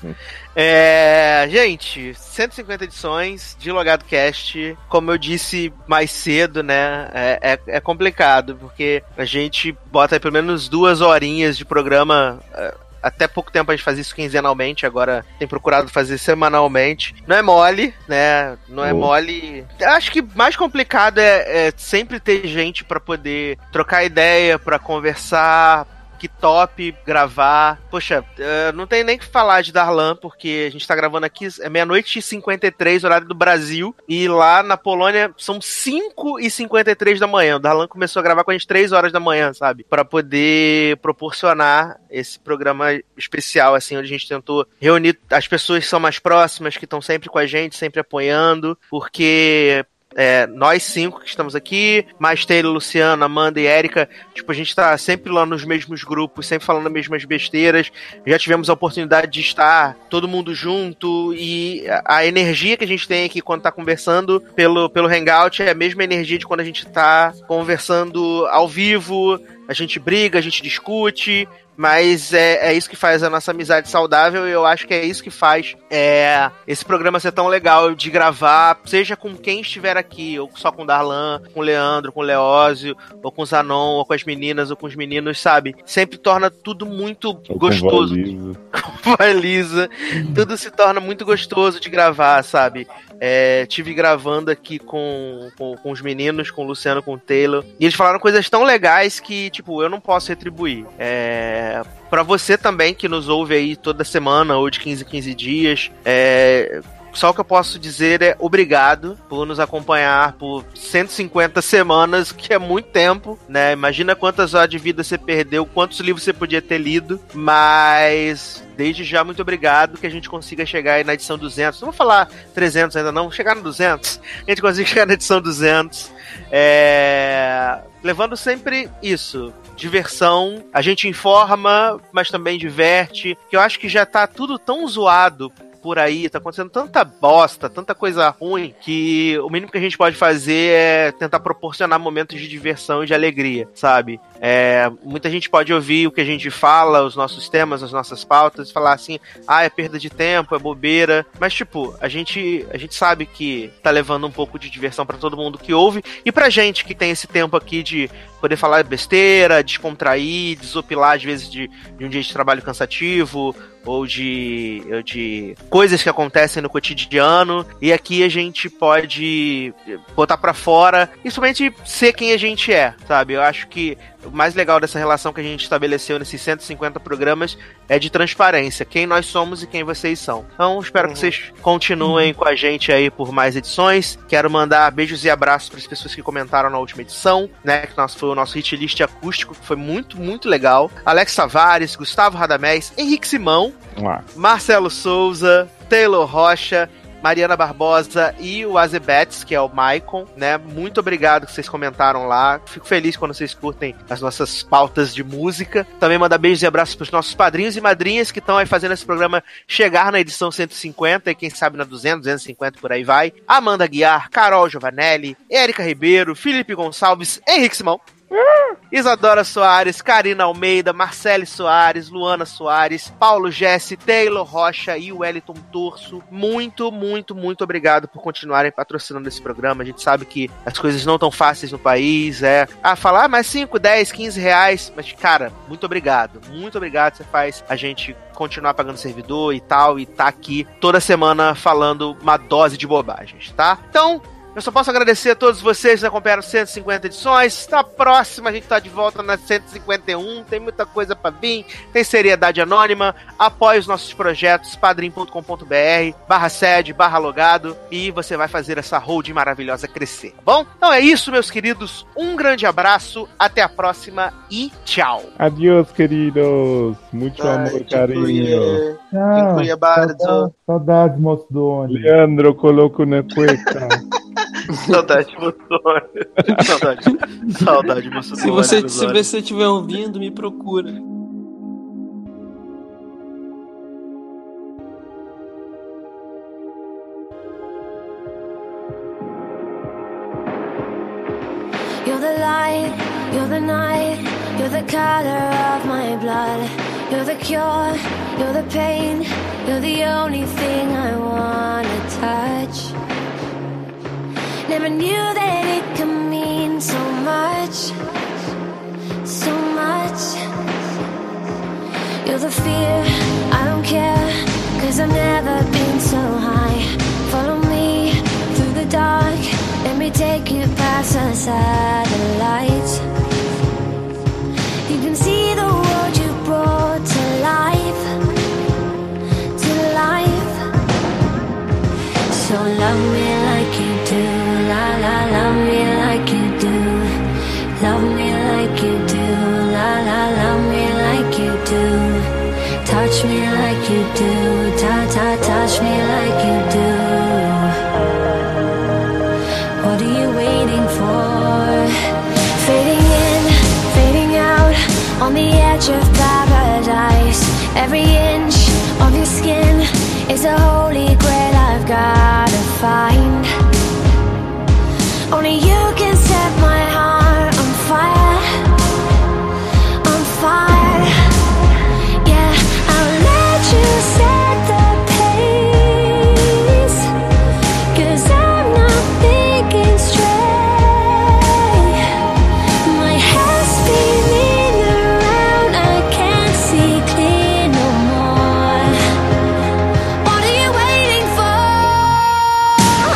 [SPEAKER 3] É, gente, cento e cinquenta edições de Logado Cast. Como eu disse mais cedo, né? É, é, é complicado, porque a gente bota aí pelo menos duas horinhas de programa. é, Até pouco tempo a gente fazia isso quinzenalmente, agora tem procurado fazer semanalmente. Não é mole, né? Não é
[SPEAKER 4] Oh.
[SPEAKER 3] mole. Acho que mais complicado é, é sempre ter gente pra poder trocar ideia, pra conversar. Que top gravar. Poxa, uh, não tem nem que falar de Darlan, porque a gente tá gravando aqui, é meia-noite e cinquenta e três, horário do Brasil, e lá na Polônia são cinco e cinquenta e três da manhã. O Darlan começou a gravar com a gente três horas da manhã, sabe? Pra poder proporcionar esse programa especial, assim, onde a gente tentou reunir as pessoas que são mais próximas, que estão sempre com a gente, sempre apoiando, porque... É, nós cinco que estamos aqui, mais Taylor, Luciano, Amanda e Érica, tipo, a gente tá sempre lá nos mesmos grupos, sempre falando as mesmas besteiras. Já tivemos a oportunidade de estar todo mundo junto e a, a energia que a gente tem aqui quando tá conversando pelo, pelo Hangout é a mesma energia de quando a gente tá conversando ao vivo. A gente briga, a gente discute, mas é, é isso que faz a nossa amizade saudável e eu acho que é isso que faz é, esse programa ser tão legal de gravar, seja com quem estiver aqui, ou só com o Darlan, com o Leandro, com o Leózio, ou com o Zanon, ou com as meninas, ou com os meninos, sabe? Sempre torna tudo muito
[SPEAKER 4] Ou
[SPEAKER 3] gostoso.
[SPEAKER 4] com Valisa.
[SPEAKER 3] Com Valisa. Tudo se torna muito gostoso de gravar, sabe? É, tive gravando aqui com, com, com os meninos, com o Luciano, com o Taylor, e eles falaram coisas tão legais que, tipo, eu não posso retribuir. É, pra você também, que nos ouve aí toda semana, ou de quinze em quinze dias, é, só o que eu posso dizer é obrigado por nos acompanhar por cento e cinquenta semanas, que é muito tempo, né? Imagina quantas horas de vida você perdeu, quantos livros você podia ter lido, mas desde já, muito obrigado, que a gente consiga chegar aí na edição duzentos. Não vou falar trezentos ainda não, chegar no duzentos. A gente consiga chegar na edição duzentos. É... Levando sempre isso, diversão, a gente informa, mas também diverte, que eu acho que já tá tudo tão zoado por aí, tá acontecendo tanta bosta, tanta coisa ruim, que o mínimo que a gente pode fazer é tentar proporcionar momentos de diversão e de alegria, sabe? É, muita gente pode ouvir o que a gente fala, os nossos temas, as nossas pautas, e falar assim, ah, é perda de tempo, é bobeira, mas tipo, a gente, a gente sabe que tá levando um pouco de diversão pra todo mundo que ouve, e pra gente que tem esse tempo aqui de poder falar besteira, descontrair, desopilar às vezes de, de um dia de trabalho cansativo, ou de, ou de coisas que acontecem no cotidiano, e aqui a gente pode botar pra fora e somente ser quem a gente é, sabe? Eu acho que o mais legal dessa relação que a gente estabeleceu nesses cento e cinquenta programas é de transparência, quem nós somos e quem vocês são. Então, espero uhum. que vocês continuem uhum. com a gente aí por mais edições. Quero mandar beijos e abraços para as pessoas que comentaram na última edição, né, que nosso, foi o nosso hit list acústico, que foi muito, muito legal. Alex Tavares, Gustavo Radamés, Henrique Simão, ah. Marcelo Souza, Taylor Rocha, Mariana Barbosa e o Azebets, que é o Maicon, né? Muito obrigado que vocês comentaram lá. Fico feliz quando vocês curtem as nossas pautas de música. Também mandar beijos e abraços para os nossos padrinhos e madrinhas que estão aí fazendo esse programa chegar na edição cento e cinquenta e quem sabe na duzentos, duzentos e cinquenta por aí vai. Amanda Guiar, Carol Giovanelli, Érica Ribeiro, Felipe Gonçalves, Henrique Simão, Isadora Soares, Karina Almeida, Marcele Soares, Luana Soares, Paulo Jesse, Taylor Rocha e Wellington Torso. Muito, muito, muito obrigado por continuarem patrocinando esse programa. A gente sabe que as coisas não tão fáceis no país, é... Ah, falar mais cinco, dez, quinze reais, mas, cara, muito obrigado. Muito obrigado, você faz a gente continuar pagando servidor e tal, e tá aqui toda semana falando uma dose de bobagens, tá? Então... eu só posso agradecer a todos vocês que acompanharam cento e cinquenta edições. Na próxima a gente tá de volta na cento e cinquenta e um. Tem muita coisa pra vir. Tem Seriedade Anônima. Apoie os nossos projetos. padrim ponto com ponto br barra sede, barra logado. E você vai fazer essa holding maravilhosa crescer, tá bom? Então é isso, meus queridos. Um grande abraço. Até a próxima e tchau.
[SPEAKER 4] Adeus, queridos. Muito Ai, amor, carinho.
[SPEAKER 6] Tchau. Saudade, moço do ônibus.
[SPEAKER 4] Leandro, coloco na cueca.
[SPEAKER 8] Saudade, Moçoônio. Saudade. Saudade, Moçoônio.
[SPEAKER 5] Se você se você estiver ouvindo, me procura.
[SPEAKER 1] You're the light, you're the night, you're the color of my blood. You're the cure, you're the pain, you're the only thing I wanna touch. Never knew that it could mean so much, so much. You're the fear, I don't care, cause I've never been so high. Follow me through the dark, let me take you past the satellites. You can see the world you brought to life, to life. So love me like you do. La la, love me like you do. Love me like you do. La la, love me like you do. Touch me like you do. Ta ta, touch me like you do. What are you waiting for? Fading in, fading out, on the edge of paradise. Every inch of your skin is a holy grail I've gotta find. Only you can set my heart on fire, on fire. Yeah, I'll let you set the pace, cause I'm not thinking straight. My head's spinning around, I can't see clear no more. What are you waiting for?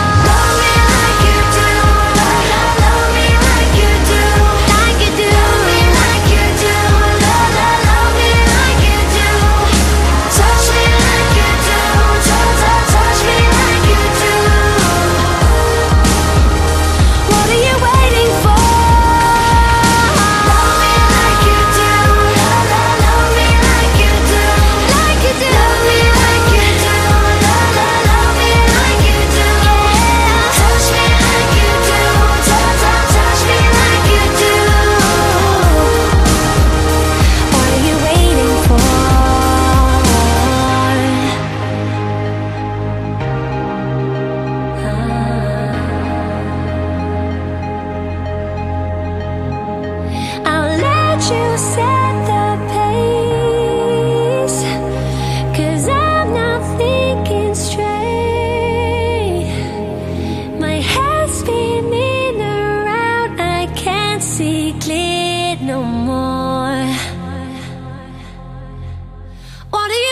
[SPEAKER 14] What do you